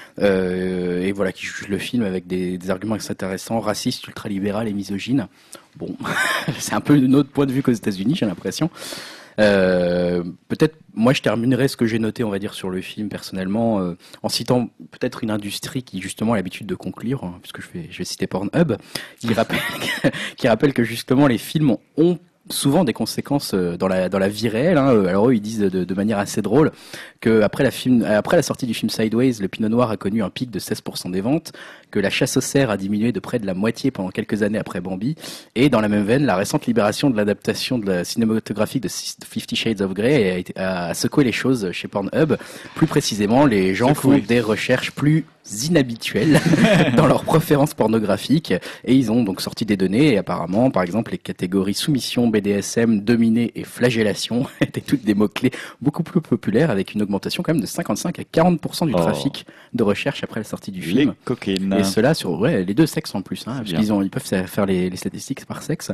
euh, et voilà, qui juge le film avec des, des arguments intéressants, racistes, ultralibéral et misogynes. Bon, c'est un peu notre point de vue qu'aux États-Unis, j'ai l'impression. Euh, peut-être, moi, je terminerai ce que j'ai noté, on va dire, sur le film personnellement, euh, en citant peut-être une industrie qui justement a l'habitude de conclure, hein, puisque je vais, je vais citer Pornhub, qui rappelle, qui rappelle que justement les films ont souvent des conséquences dans la dans la vie réelle. Hein. Alors eux, ils disent de, de manière assez drôle que après la film, après la sortie du film Sideways, le Pinot Noir a connu un pic de seize pour cent des ventes, que la chasse aux cerfs a diminué de près de la moitié pendant quelques années après Bambi, et dans la même veine, la récente libération de l'adaptation de la cinématographique de Fifty Shades of Grey a, été, a secoué les choses chez Pornhub. Plus précisément, les gens Secoué. font des recherches plus inhabituelles dans leurs préférences pornographiques, et ils ont donc sorti des données, et apparemment, par exemple, les catégories soumission, B D S M, dominé et flagellation étaient toutes des mots-clés beaucoup plus populaires, avec une augmentation quand même de cinquante-cinq à quarante pour cent du oh. trafic de recherche après la sortie du film. Les coquines. Et cela sur ouais, les deux sexes en plus, hein, parce qu'ils ont, ils peuvent faire les, les statistiques par sexe.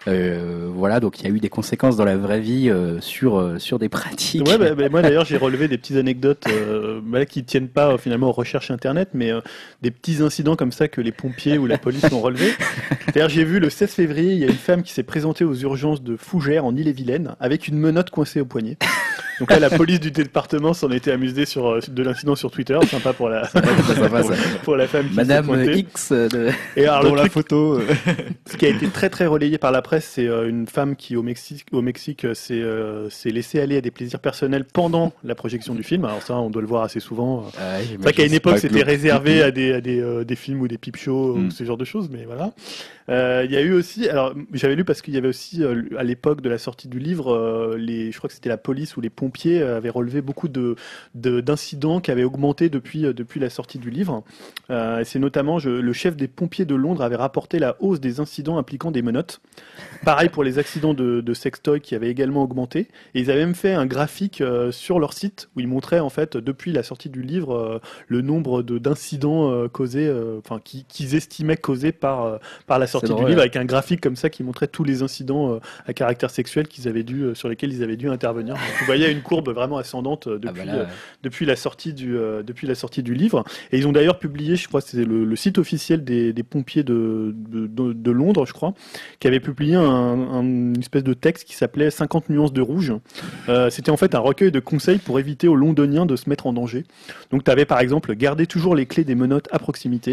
Euh, voilà, donc il y a eu des conséquences dans la vraie vie euh, sur euh, sur des pratiques. Ouais, bah, bah, moi d'ailleurs j'ai relevé des petites anecdotes euh, bah, qui tiennent pas euh, finalement aux recherches internet, mais euh, des petits incidents comme ça que les pompiers ou la police ont relevés. D'ailleurs j'ai vu le seize février, il y a une femme qui s'est présentée aux urgences de Fougères en Ille-et-Vilaine avec une menotte coincée au poignet. Donc là, la police du département s'en était amusée sur de l'incident sur Twitter, sympa pour la sympa, sympa, pour, pour la femme qui Madame s'est pointée. X de... Et alors dans le la truc, photo, ce qui a été très très relayé par la presse, c'est une femme qui au Mexique, au Mexique, s'est euh, s'est laissée aller à des plaisirs personnels pendant la projection du film. Alors ça, on doit le voir assez souvent. Ah, c'est vrai qu'à une époque, c'était réservé à des à des, euh, des films ou des peep shows mm. ou ce genre de choses, mais voilà. Euh, il y a eu aussi, alors j'avais lu parce qu'il y avait aussi euh, à l'époque de la sortie du livre, euh, les, je crois que c'était la police ou les pompiers euh, avaient relevé beaucoup de, de d'incidents qui avaient augmenté depuis euh, depuis la sortie du livre. Euh, c'est notamment je, le chef des pompiers de Londres avait rapporté la hausse des incidents impliquant des menottes. Pareil pour les accidents de, de sextoy qui avaient également augmenté. Et ils avaient même fait un graphique euh, sur leur site où ils montraient en fait depuis la sortie du livre euh, le nombre de d'incidents euh, causés, enfin euh, qui, qu'ils estimaient causés par euh, par la sortie du livre, avec un graphique comme ça qui montrait tous les incidents euh, à caractère sexuel qu'ils avaient dû, euh, sur lesquels ils avaient dû intervenir. Donc, vous voyez une courbe vraiment ascendante euh, depuis, ah bah là, ouais. euh, depuis, la sortie du, euh, depuis la sortie du livre. Et ils ont d'ailleurs publié, je crois, c'est le, le site officiel des, des pompiers de, de, de, de Londres, je crois, qui avait publié un, un, une espèce de texte qui s'appelait cinquante nuances de rouge. Euh, c'était en fait un recueil de conseils pour éviter aux Londoniens de se mettre en danger. Donc tu avais par exemple gardé toujours les clés des menottes à proximité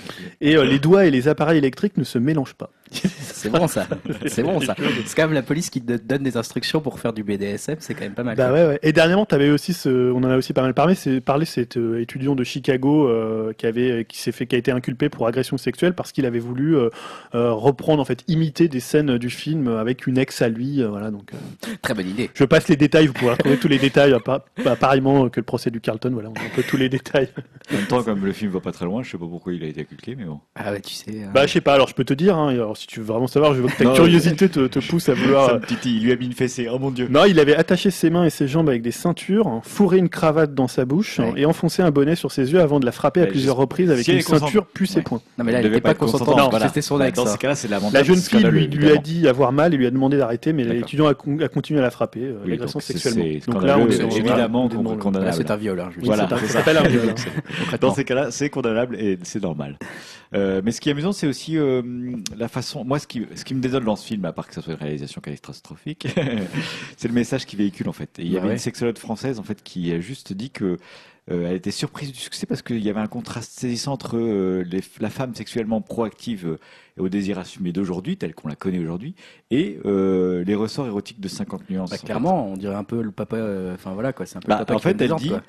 et euh, les doigts et les appareils électriques ne se mélange pas. C'est bon ça, c'est bon ça. C'est quand même la police qui te donne des instructions pour faire du B D S M, c'est quand même pas mal. Bah ouais, ouais. Et dernièrement, t'avais aussi ce, on en a aussi pas mal parlé, c'est parlé cet euh, étudiant de Chicago euh, qui avait, qui s'est fait, qui a été inculpé pour agression sexuelle parce qu'il avait voulu euh, euh, reprendre en fait, imiter des scènes du film avec une ex à lui, euh, voilà donc. Euh, Très bonne idée. Je passe les détails, vous pourrez retrouver tous les détails, pas, pas pareillement que le procès du Carlton, voilà, on a un peu tous les détails. En même temps, comme le film va pas très loin, je sais pas pourquoi il a été inculqué, mais bon. Ah ouais, tu sais. Euh... Bah je sais pas, alors je peux te dire, hein, alors si tu veux vraiment savoir, je veux que ta non, curiosité te, te pousse à vouloir. Ça me titille, il lui a mis une fessée, oh mon dieu. Non, il avait attaché ses mains et ses jambes avec des ceintures, fourré une cravate dans sa bouche ouais. et enfoncé un bonnet sur ses yeux avant de la frapper à ouais, plusieurs reprises avec si une ceinture puis ses ouais. poings. Non mais là, il n'était pas consentant, non, voilà. C'était son ex. Dans ce cas-là, c'est lamentable. La jeune fille lui, lui a dit avoir mal et lui a demandé d'arrêter, mais l'étudiant a, a continué à la frapper, euh, oui, l'agression sexuellement. Donc là, on est évidemment condamnable. C'est un viol. Voilà, ça s'appelle un viol. Dans ces cas-là, c'est condamnable et c'est normal. Euh, mais ce qui est amusant, c'est aussi euh, la façon. Moi, ce qui, ce qui me désole dans ce film, à part que ça soit une réalisation catastrophique, c'est le message qu'il véhicule en fait. Et il y avait ouais. une sexologue française en fait qui a juste dit que euh, elle était surprise du succès parce qu'il y avait un contraste saisissant entre euh, les, la femme sexuellement proactive euh, et au désir assumé d'aujourd'hui, telle qu'on la connaît aujourd'hui, et euh, les ressorts érotiques de cinquante nuances. Bah, clairement, on dirait un peu le papa. Enfin euh, voilà quoi, c'est un peu. Bah, le papa en fait, elle ordres, dit. Quoi.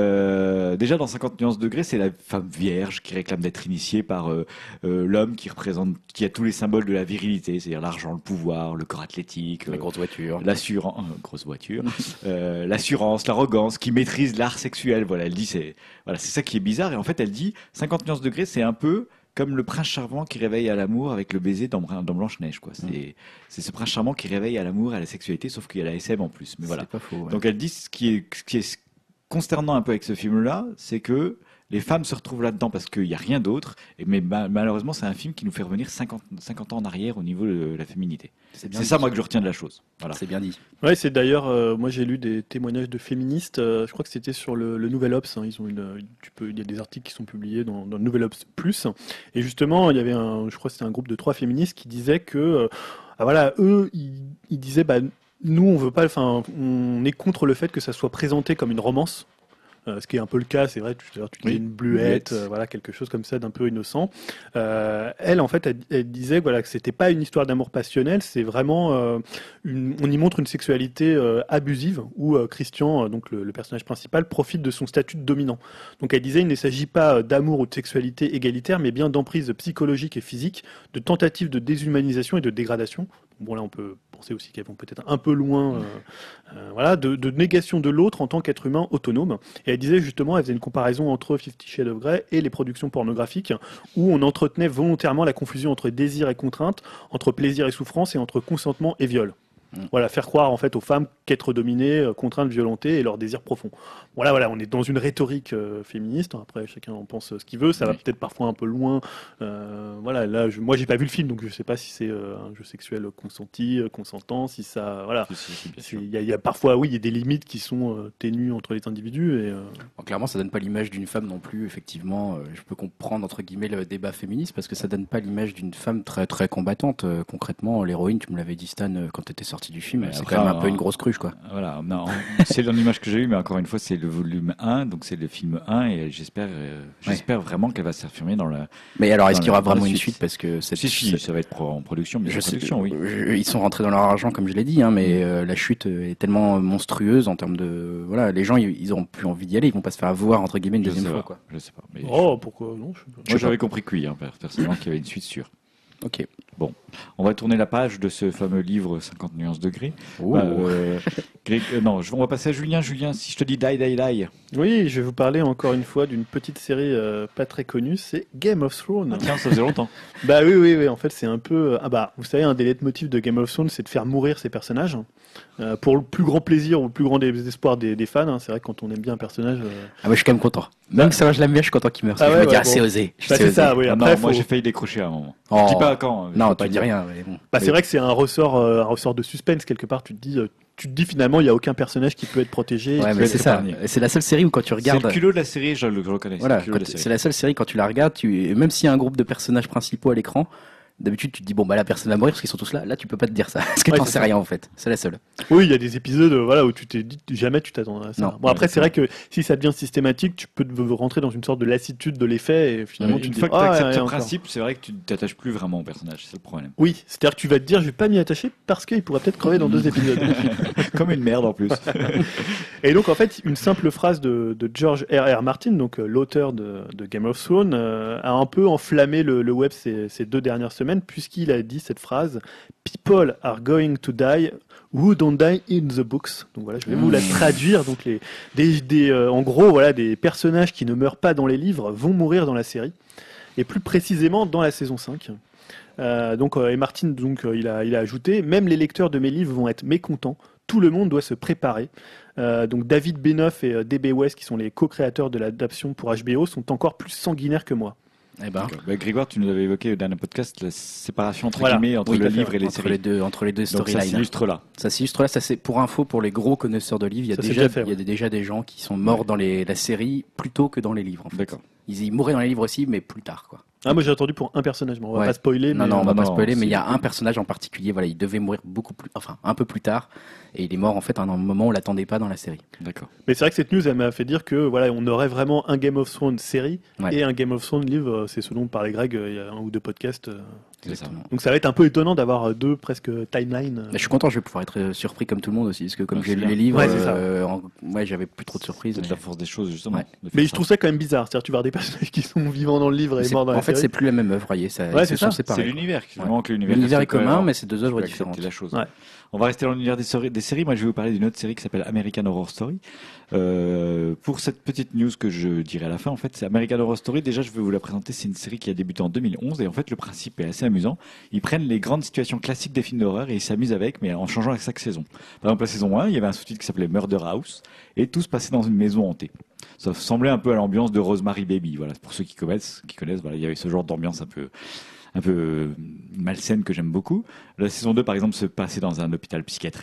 Euh, déjà dans cinquante nuances degrés, c'est la femme vierge qui réclame d'être initiée par euh, euh, l'homme qui représente, qui a tous les symboles de la virilité, c'est-à-dire l'argent, le pouvoir, le corps athlétique, la euh, grosse voiture, l'assurance, euh, grosse voiture, euh, l'assurance, l'arrogance, qui maîtrise l'art sexuel. Voilà, elle dit c'est, voilà, c'est ça qui est bizarre. Et en fait, elle dit cinquante nuances degrés, c'est un peu comme le prince charmant qui réveille à l'amour avec le baiser dans, dans Blanche-Neige, quoi. C'est, mmh. c'est ce prince charmant qui réveille à l'amour et à la sexualité, sauf qu'il y a la S M en plus. Mais voilà. C'est pas faux, ouais. Donc elle dit ce qui est, ce qui est consternant un peu avec ce film-là, c'est que les femmes se retrouvent là-dedans parce qu'il n'y a rien d'autre. Mais malheureusement, c'est un film qui nous fait revenir cinquante, cinquante ans en arrière au niveau de la féminité. C'est, c'est ça, moi, que je retiens de la chose. Voilà. C'est bien dit. Ouais, c'est d'ailleurs, euh, moi, j'ai lu des témoignages de féministes. Euh, je crois que c'était sur le, le Nouvel Obs. Hein, ils ont une, une, tu peux, il y a des articles qui sont publiés dans, dans le Nouvel Obs Plus. Et justement, il y avait un, je crois que c'était un groupe de trois féministes qui disaient que, euh, ah, voilà, eux, ils, ils disaient, bah, nous, on veut pas, enfin, on est contre le fait que ça soit présenté comme une romance. Euh, ce qui est un peu le cas, c'est vrai, tu, tu Oui, dis une bluette, bluette. euh, voilà, quelque chose comme ça d'un peu innocent. Euh, elle, en fait, elle, elle disait voilà, que c'était pas une histoire d'amour passionnel, c'est vraiment, euh, une, on y montre une sexualité euh, abusive où euh, Christian, euh, donc le, le personnage principal, profite de son statut de dominant. Donc elle disait, il ne s'agit pas euh, d'amour ou de sexualité égalitaire, mais bien d'emprise psychologique et physique, de tentative de déshumanisation et de dégradation. Bon, là, on peut penser aussi qu'elles vont peut-être un peu loin, euh, euh, voilà, de, de négation de l'autre en tant qu'être humain autonome. Et elle disait justement, elle faisait une comparaison entre Fifty Shades of Grey et les productions pornographiques, où on entretenait volontairement la confusion entre désir et contrainte, entre plaisir et souffrance, et entre consentement et viol. Mm. Voilà, faire croire en fait aux femmes qu'être dominées, euh, contraintes, violentées et leur désir profond. Voilà, voilà, on est dans une rhétorique euh, féministe. Après, chacun en pense ce qu'il veut. Ça va Oui. peut-être parfois un peu loin. Euh, voilà, là, je, moi, j'ai pas vu le film, donc je sais pas si c'est euh, un jeu sexuel consenti, euh, consentant, si ça, voilà. Si, si, si, bien C'est- sûr. Il y, a- il y a parfois, oui, il y a des limites qui sont euh, ténues entre les individus. Et, euh, Bon, clairement, ça donne pas l'image d'une femme non plus. Effectivement, euh, je peux comprendre entre guillemets le débat féministe parce que ça donne pas l'image d'une femme très très combattante. Euh, concrètement, l'héroïne, tu me l'avais dit Stan euh, quand t'étais sorti du film, Mais c'est après, quand même un peu euh, une grosse cruche quoi. Voilà, non, c'est l'image que j'ai eue, mais encore une fois, c'est le volume un, donc c'est le film un, et j'espère, euh, j'espère vraiment qu'elle va s'affirmer dans la. Mais alors, est-ce Dans qu'il y aura la- dans la vraiment une suite. suite parce que cette, Si, si, cette- ça va être pro- en production, mais je en sais, production, oui. je- ils sont rentrés dans leur argent comme je l'ai dit, hein, mais euh, la chute est tellement monstrueuse en termes de voilà, les gens ils, ils auront plus envie d'y aller, ils vont pas se faire avoir entre guillemets une Je deuxième sais fois pas, quoi. je sais pas. Mais oh, pourquoi non je sais pas. je- moi, j'avais compris que oui, hein, personnellement, qu'il y avait une suite sûre. Ok. On va tourner la page de ce fameux livre cinquante nuances de gris. Oh. Bah, euh, Greg- euh, non, je- on va passer à Julien. Julien, si je te dis die, die, die. Oui, je vais vous parler encore une fois d'une petite série euh, pas très connue, c'est Game of Thrones. Ah, tiens, ça faisait longtemps. Bah oui, oui, oui, en fait, c'est un peu. Ah bah, vous savez, un des leitmotifs de Game of Thrones, c'est de faire mourir ses personnages. Euh, pour le plus grand plaisir ou le plus grand désespoir des, des fans. Hein. C'est vrai que quand on aime bien un personnage. euh, Ah moi je suis quand même content. Même que ça va, je l'aime bien, je suis content qu'il meure. Ah Parce que ouais, je me dis, ouais, ah, c'est bon. osé. Bah, c'est c'est ça, oui. Ah Après, non, moi faut- j'ai failli décrocher à un moment. Oh. Je dis pas quand. hein, je Non, peux tu pas dis dire. rien. Mais bon. Bah, c'est Mais- vrai que c'est un ressort, euh, un ressort de suspense quelque part. Tu te dis, euh, tu te dis finalement, il n'y a aucun personnage qui peut être protégé. Ouais, qui mais peut c'est être ça. épargné. C'est la seule série où quand tu C'est regardes. le culot de la série, je le je le reconnais. c'est Voilà, le culot de quand- la série. c'est la seule série quand tu la regardes, tu, même s'il y a un groupe de personnages principaux à l'écran, d'habitude tu te dis bon bah la personne va mourir parce qu'ils sont tous là. Là tu peux pas te dire ça parce que Ouais, t'en c'est sais ça. rien en fait. C'est la seule. Oui, il y a des épisodes euh, voilà, où tu t'es dit jamais tu t'attends à ça. Non. Bon, après, Ouais, c'est vrai que si ça devient systématique, tu peux te- rentrer dans une sorte de lassitude de l'effet et finalement Ouais, tu une te dis, fois que tu ah, acceptes ouais, ce encore. principe, c'est vrai que tu t'attaches plus vraiment au personnage, c'est le problème. Oui, c'est-à-dire que tu vas te dire, je vais pas m'y attacher parce qu'il pourrait peut-être crever dans deux épisodes. Comme une merde en plus. Et donc, en fait, une simple phrase de, de George R. R. Martin, donc euh, l'auteur de, de Game of Thrones, euh, a un peu enflammé le, le web ces, ces deux dernières semaines, puisqu'il a dit cette phrase People are going to die who don't die in the books. Donc voilà, je vais vous la traduire. Donc, les, des, des, euh, en gros, voilà, des personnages qui ne meurent pas dans les livres vont mourir dans la série, et plus précisément dans la saison cinq. Euh, donc, euh, et Martin, donc, euh, il, a, il a ajouté Même les lecteurs de mes livres vont être mécontents. Tout le monde doit se préparer. Euh, donc David Benioff et euh, D B West, qui sont les co-créateurs de l'adaptation pour H B O, sont encore plus sanguinaires que moi. Eh ben, Bah, Grégoire, tu nous avais évoqué dans un podcast la séparation entre Voilà. guillemets entre Oui, le tout à fait, livre et les entre séries. les deux, entre les deux Donc ça storylines. s'illustre là. Ça s'illustre là, ça c'est pour info pour les gros connaisseurs de livres. Il y a Ça, c'est déjà, déjà fait, il y a déjà des gens qui sont morts dans les, la série plutôt que dans les livres. En fait. D'accord. Ils y mouraient dans les livres aussi, mais plus tard quoi. Ah, moi j'ai attendu pour un personnage, mais on va Ouais. pas spoiler. Non, mais, non, on euh, va pas non, spoiler, mais il y a c'est- un personnage en particulier. Voilà, il devait mourir beaucoup plus, enfin un peu plus tard, et il est mort en fait à un moment où on l'attendait pas dans la série. D'accord. mais c'est vrai que cette news, elle m'a fait dire que voilà, on aurait vraiment un Game of Thrones série Ouais. et un Game of Thrones livre. euh, C'est ce dont parlait Greg euh, il y a un ou deux podcasts. euh. C'est ça. Exactement. Donc ça va être un peu étonnant d'avoir euh, deux presque timelines. euh. Mais je suis content, je vais pouvoir être euh, surpris comme tout le monde aussi, parce que comme Ouais, j'ai c'est lu bien. les livres, Ouais, c'est ça. euh, en- ouais, j'avais plus trop de surprises. C'est de mais- la force des choses justement. Ouais. de faire Mais je ça. trouve ça quand même bizarre. C'est-à-dire, tu vas avoir des personnages qui sont vivants dans le livre et C'est- morts dans la en fait, série. c'est plus la même œuvre, voyez, ça, Ouais, ils c'est se sont ça. C'est séparés. l'univers finalement que l'univers. L'univers est reste commun, cohérent. mais c'est deux Tu œuvres peux accepter différentes. la chose. Ouais. On va rester dans l'univers des, séries- des séries. Moi, je vais vous parler d'une autre série qui s'appelle American Horror Story. Euh, pour cette petite news que je dirai à la fin, en fait, c'est American Horror Story. Déjà, je vais vous la présenter. C'est une série qui a débuté en deux mille onze et en fait, le principe est assez amusant. Ils prennent les grandes situations classiques des films d'horreur et ils s'amusent avec, mais en changeant à chaque saison. Par exemple, la saison un, il y avait un sous-titre qui s'appelait Murder House et tout se passait dans une maison hantée. Ça ressemblait un peu à l'ambiance de Rosemary Baby. Voilà, pour ceux qui connaissent, qui connaissent, voilà, il y avait ce genre d'ambiance un peu un peu euh, malsaine que j'aime beaucoup. La saison deux, par exemple, se passait dans un hôpital psychiatrique.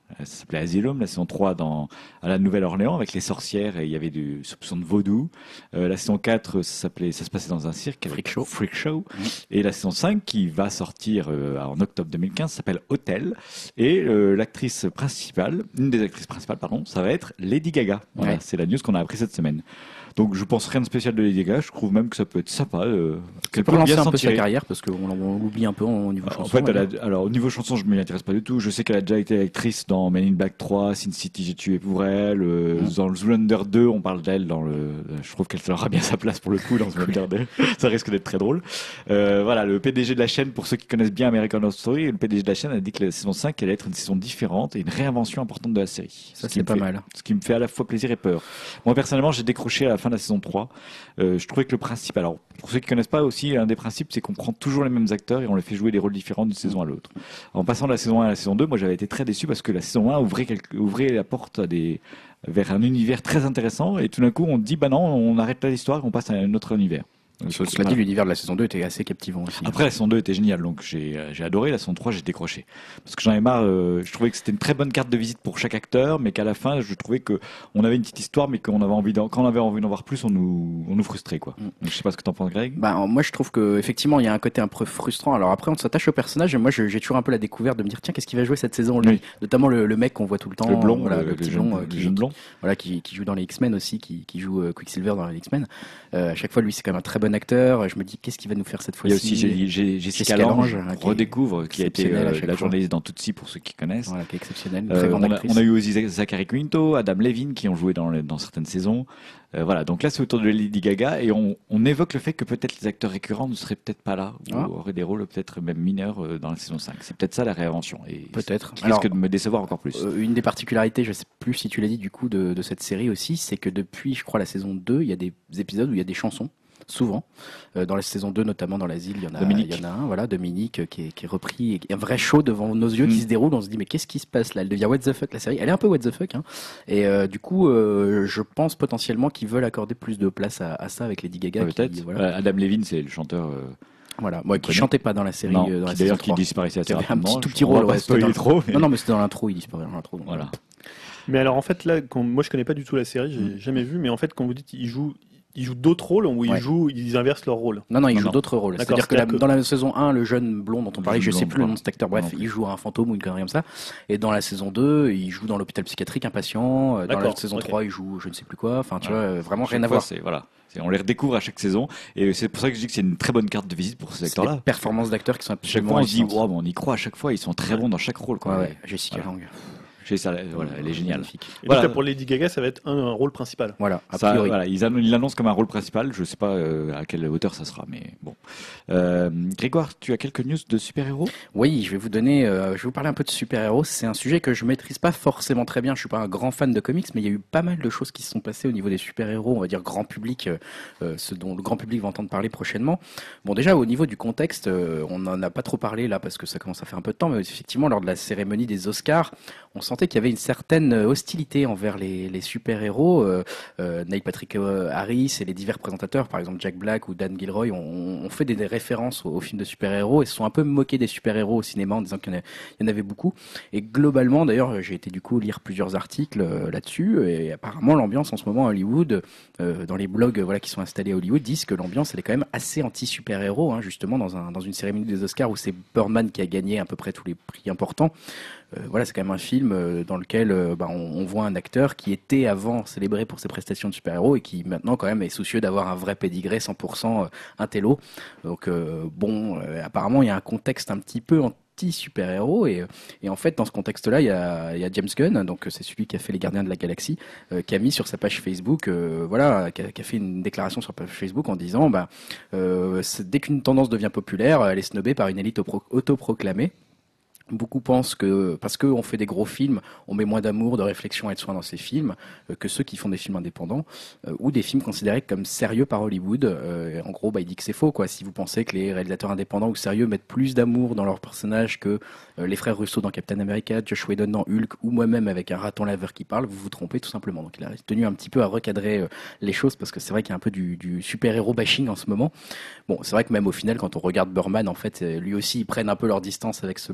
Ça s'appelait Asylum. La saison trois dans, à la Nouvelle-Orléans avec les sorcières et il y avait du soupçon de vaudou. Euh, la saison quatre, ça s'appelait, ça se passait dans un cirque. Freak Show. Freak Show. Mmh. Et la saison cinq, qui va sortir euh, en octobre deux mille quinze, s'appelle Hotel. Et euh, l'actrice principale, une des actrices principales, pardon, ça va être Lady Gaga. Voilà, ouais. C'est la news qu'on a appris cette semaine. Donc je pense rien de spécial de Lady Gaga, je trouve même que ça peut être sympa. Euh, qu'elle peut lancer un peu sa carrière parce qu'on on l'oublie un peu au niveau chanson. En fait, elle a, alors au niveau chanson, je ne m'y intéresse pas du tout. Je sais qu'elle a déjà été actrice dans Men in Black trois, Sin City, J'ai tué pour elle. Euh, mmh. Dans le Zoolander deux, on parle d'elle dans le. Je trouve qu'elle aura bien sa place pour le coup dans Zoolander deux. Ça risque d'être très drôle. Euh, voilà, le P D G de la chaîne, pour ceux qui connaissent bien American Horror Story, le P D G de la chaîne a dit que la saison cinq allait être une saison différente et une réinvention importante de la série. Ça, c'est pas fait, mal. Ce qui me fait à la fois plaisir et peur. Moi personnellement, j'ai décroché à la fin de la saison trois. Euh, je trouvais que le principe, alors pour ceux qui connaissent pas aussi, un des principes, c'est qu'on prend toujours les mêmes acteurs et on les fait jouer des rôles différents d'une saison à l'autre. En passant de la saison un à la saison deux, moi j'avais été très déçu parce que la saison un ouvrait, quelque, ouvrait la porte à des, vers un univers très intéressant et tout d'un coup on dit bah non, on arrête là l'histoire et on passe à un autre univers. Cela dit, l'univers de la saison deux était assez captivant aussi. Après, la saison deux était géniale, donc j'ai, j'ai adoré. La saison trois, j'ai décroché. Parce que j'en ai marre, euh, je trouvais que c'était une très bonne carte de visite pour chaque acteur, mais qu'à la fin, je trouvais que on avait une petite histoire, mais qu'on avait envie d'en, quand on avait envie d'en voir plus, on nous, on nous frustrait, quoi. Mm. Donc, je sais pas ce que t'en penses, Greg. Bah, moi, je trouve que, effectivement, il y a un côté un peu frustrant. Alors après, on s'attache au personnage, et moi, je, j'ai toujours un peu la découverte de me dire, tiens, qu'est-ce qu'il va jouer cette saison, lui? Oui. Notamment le, le mec qu'on voit tout le temps. Le blond, voilà, euh, le, le petit jeune, blond, le qui, jeune blond. Qui, voilà, qui, qui joue dans les X-Men aussi, qui, qui joue euh, Quicksilver dans les X-Men. Euh, à chaque fois, lui, c'est quand même un très bon acteur. Je me dis, qu'est-ce qu'il va nous faire cette fois-ci? Il y a aussi j'ai, j'ai, Jessica Lange, on qui redécouvre, qui a été euh, la journaliste dans Tootsie pour ceux qui connaissent. Voilà, qui est exceptionnelle, euh, très grande on, a, actrice. on a eu aussi Zachary Quinto, Adam Levine qui ont joué dans, dans certaines saisons. Euh, voilà, donc là c'est autour de Lady Gaga et on, on évoque le fait que peut-être les acteurs récurrents ne seraient peut-être pas là ou ah. auraient des rôles peut-être même mineurs euh, dans la saison cinq. C'est peut-être ça la réinvention. Et peut-être. Qui risque de me décevoir encore plus. Euh, une des particularités, je sais plus si tu l'as dit du coup, de, de cette série aussi, c'est que depuis, je crois, la saison deux, il y a des épisodes où il y a des chansons. Souvent, euh, dans la saison deux, notamment dans l'asile, il y en a, il y en a un, voilà, Dominique, qui est, qui est repris, et un vrai show devant nos yeux mmh. qui se déroule. On se dit mais qu'est-ce qui se passe là? Elle devient what the fuck la série. Elle est un peu what the fuck, hein. Et euh, du coup, euh, je pense potentiellement qu'ils veulent accorder plus de place à, à ça avec Lady Gaga. Ouais, peut-être. Qui, voilà. Adam Levine, c'est le chanteur. Euh... Voilà, moi qui chantait pas dans la série. Non, euh, dans qui, la d'ailleurs qui disparaissait assez rapidement. Un petit, tout petit rôle. Ouais, c'était dans... trop, mais... Non, non, mais c'était dans l'intro, il disparaît dans l'intro. Voilà. voilà. Mais alors en fait là, quand, moi je connais pas du tout la série, j'ai mmh. jamais vu. Mais en fait, quand vous dites il joue Ils jouent d'autres rôles ou ils, ouais. jouent, ils inversent leur rôle? Non, non, ils non, jouent non. d'autres rôles. D'accord, c'est-à-dire que, la, que dans la saison un, le jeune blond dont on parlait, je ne sais plus le nom de cet acteur, bref, il joue un fantôme ou une connerie comme ça. Et dans la saison deux, il joue dans l'hôpital psychiatrique, un patient. Dans D'accord, la saison okay. trois, il joue je ne sais plus quoi. Enfin, tu ouais. vois, vraiment rien à voir. C'est, voilà. C'est, on les redécouvre à chaque saison. Et c'est pour ça que je dis que c'est une très bonne carte de visite pour ces acteurs-là. Les performances d'acteurs qui sont absolument. Chaque fois, on se dit, wow, on y croit à chaque fois, ils sont très bons dans chaque rôle, quoi. Ouais, ouais. Jessica voilà. Lange. Ça, voilà, elle est géniale. Et voilà. Donc là, pour Lady Gaga, ça va être un, un rôle principal. Voilà, a ça, voilà ils, annon- ils l'annoncent comme un rôle principal. Je ne sais pas euh, à quelle hauteur ça sera, mais bon. Euh, Grégoire, tu as quelques news de super-héros? Oui, je vais vous donner, euh, je vais vous parler un peu de super-héros. C'est un sujet que je maîtrise pas forcément très bien. Je suis pas un grand fan de comics, mais il y a eu pas mal de choses qui se sont passées au niveau des super-héros, on va dire grand public, euh, ce dont le grand public va entendre parler prochainement. Bon, déjà au niveau du contexte, euh, on n'en a pas trop parlé là parce que ça commence à faire un peu de temps, mais effectivement lors de la cérémonie des Oscars, on sentait qu'il y avait une certaine hostilité envers les, les super-héros. Euh, euh, Neil Patrick Harris et les divers présentateurs, par exemple Jack Black ou Dan Gilroy, ont, ont fait des, des références aux, aux films de super-héros et se sont un peu moqués des super-héros au cinéma en disant qu'il y en, a, il y en avait beaucoup. Et globalement, d'ailleurs, j'ai été du coup lire plusieurs articles euh, là-dessus et apparemment l'ambiance en ce moment à Hollywood, euh, dans les blogs voilà, qui sont installés à Hollywood, disent que l'ambiance elle est quand même assez anti-super-héros, hein, justement dans, un, dans une cérémonie des Oscars où c'est Birdman qui a gagné à peu près tous les prix importants. Euh, voilà, c'est quand même un film euh, dans lequel euh, bah, on, on voit un acteur qui était avant célébré pour ses prestations de super-héros et qui maintenant quand même est soucieux d'avoir un vrai pédigré cent pour cent euh, intello. Donc euh, bon, euh, apparemment il y a un contexte un petit peu anti-super-héros et, et en fait dans ce contexte-là il y a, il y a James Gunn, donc c'est celui qui a fait Les Gardiens de la Galaxie, euh, qui a mis sur sa page Facebook, euh, voilà, qui a, qui a fait une déclaration sur sa page Facebook en disant bah, euh, dès qu'une tendance devient populaire, elle est snobée par une élite autoproclamée. Beaucoup pensent que parce qu'on fait des gros films, on met moins d'amour, de réflexion et de soin dans ces films euh, que ceux qui font des films indépendants euh, ou des films considérés comme sérieux par Hollywood. Euh, en gros, bah, il dit que c'est faux, quoi. Si vous pensez que les réalisateurs indépendants ou sérieux mettent plus d'amour dans leurs personnages que euh, les frères Russo dans Captain America, Josh Whedon dans Hulk ou moi-même avec un raton laveur qui parle, vous vous trompez tout simplement. Donc il a tenu un petit peu à recadrer euh, les choses parce que c'est vrai qu'il y a un peu du, du super-héros bashing en ce moment. Bon, c'est vrai que même au final, quand on regarde Birdman, en fait, lui aussi, ils prennent un peu leur distance avec ce bashing, hein,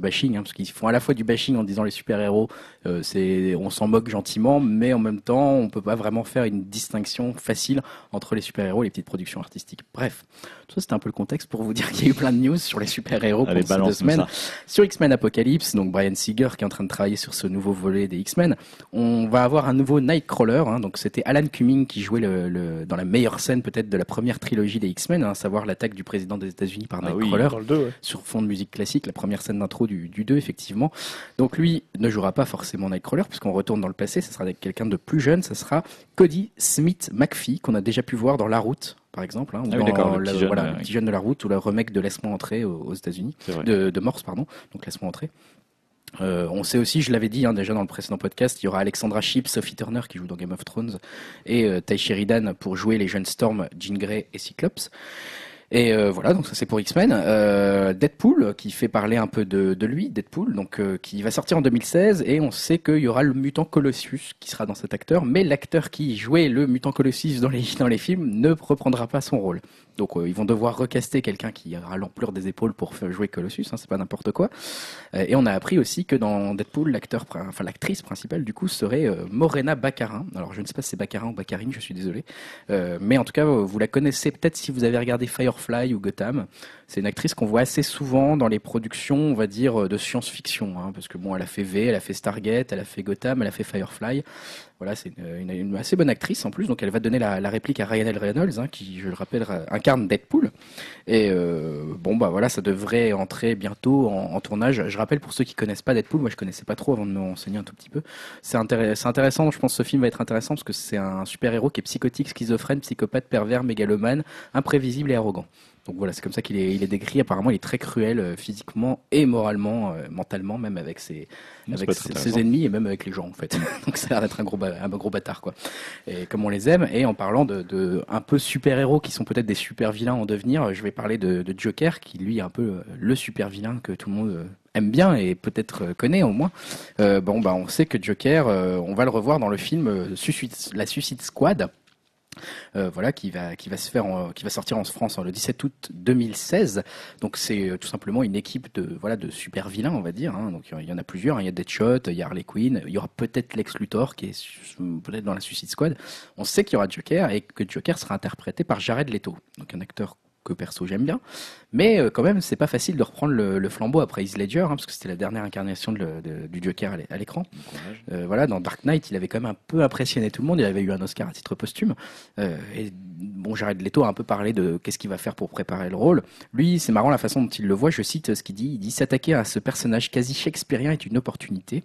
parce qu'ils font à la fois du bashing en disant les super-héros, euh, c'est, on s'en moque gentiment, mais en même temps, on peut pas vraiment faire une distinction facile entre les super-héros et les petites productions artistiques. Bref, tout ça c'était un peu le contexte pour vous dire qu'il y a eu plein de news sur les super-héros Allez, pendant ces deux semaines. Sur X-Men Apocalypse, donc Bryan Singer qui est en train de travailler sur ce nouveau volet des X-Men. On va avoir un nouveau Nightcrawler, hein, donc c'était Alan Cumming qui jouait le, le, dans la meilleure scène peut-être de la première trilogie des X-Men, hein, à savoir l'attaque du président des États-Unis par Ah Nightcrawler, Dans le deux, ouais. sur fond de musique classique, la première scène d'intro du, du deux effectivement. Donc lui ne jouera pas forcément Nightcrawler puisqu'on retourne dans le passé, ce sera avec quelqu'un de plus jeune, ce sera Cody Smith McPhee qu'on a déjà pu voir dans La Route par exemple, hein, ou Ah oui, dans d'accord, le la- petit jeune, voilà, euh, le petit jeune de La Route ou le remake de Laisse-moi entrer aux, aux États-Unis, C'est vrai. de, de Morse pardon, donc Laisse-moi entrer. Euh, on sait aussi, je l'avais dit hein, déjà dans le précédent podcast, il y aura Alexandra Shipp, Sophie Turner qui joue dans Game of Thrones et euh, Ty Sheridan pour jouer les jeunes Storm, Jean Grey et Cyclops. Et euh, voilà, donc ça c'est pour X-Men. Euh, Deadpool, qui fait parler un peu de, de lui, Deadpool, donc euh, qui va sortir en deux mille seize, et on sait qu'il y aura le mutant Colossus qui sera dans cet acteur, mais l'acteur qui jouait le mutant Colossus dans les, dans les films ne reprendra pas son rôle. Donc euh, ils vont devoir recaster quelqu'un qui aura l'ampleur des épaules pour faire jouer Colossus, hein, c'est pas n'importe quoi. Euh, et on a appris aussi que dans Deadpool, l'acteur, prin- enfin l'actrice principale du coup serait euh, Morena Baccarin. Alors je ne sais pas si c'est Baccarin ou Baccarin, je suis désolé, euh, mais en tout cas vous la connaissez peut-être si vous avez regardé Firefly ou Gotham. C'est une actrice qu'on voit assez souvent dans les productions, on va dire, de science-fiction, hein, parce que bon, elle a fait V, elle a fait Stargate, elle a fait Gotham, elle a fait Firefly. Voilà, c'est une, une, une assez bonne actrice en plus, donc elle va donner la, la réplique à Ryan Reynolds, hein, qui, je le rappelle, incarne Deadpool. Et euh, bon, bah voilà, ça devrait entrer bientôt en, en tournage. Je rappelle pour ceux qui connaissent pas Deadpool, moi je connaissais pas trop avant de me renseigner un tout petit peu. C'est intéress- c'est intéressant, je pense que ce film va être intéressant parce que c'est un super-héros qui est psychotique, schizophrène, psychopathe, pervers, mégalomane, imprévisible et arrogant. Donc voilà, c'est comme ça qu'il est, il est décrit. Apparemment, il est très cruel euh, physiquement et moralement, euh, mentalement, même avec ses, Ça avec peut être ses, intéressant. ses ennemis et même avec les gens en fait. Donc ça a l'air d'être un gros, ba- un gros bâtard quoi. Et comme on les aime. Et en parlant de, de un peu super héros qui sont peut-être des super vilains en devenir, je vais parler de, de Joker qui lui est un peu euh, le super vilain que tout le monde euh, aime bien et peut-être euh, connaît au moins. Euh, bon bah on sait que Joker, euh, on va le revoir dans le film euh, Suicide, la Suicide Squad. Euh, voilà, qui va qui va se faire en- qui va sortir en France hein, le dix-sept août deux mille seize. Donc c'est euh, tout simplement une équipe de voilà de super vilains on va dire. Hein. Donc il y en a plusieurs. hein. Il y a Deadshot, il y a Harley Quinn, il y aura peut-être Lex Luthor qui est su- peut-être dans la Suicide Squad. On sait qu'il y aura Joker et que Joker sera interprété par Jared Leto, donc un acteur que perso j'aime bien, mais euh, quand même c'est pas facile de reprendre le, le flambeau après Heath Ledger hein, parce que c'était la dernière incarnation de le- de- du Joker à l'é- à l'écran. Euh, voilà, dans Dark Knight, il avait quand même un peu impressionné tout le monde. Il avait eu un Oscar à titre posthume. Euh, et bon, Jared Leto a un peu parlé de qu'est-ce qu'il va faire pour préparer le rôle. Lui, c'est marrant la façon dont il le voit. Je cite ce qu'il dit. Il dit s'attaquer à ce personnage quasi shakespearien est une opportunité.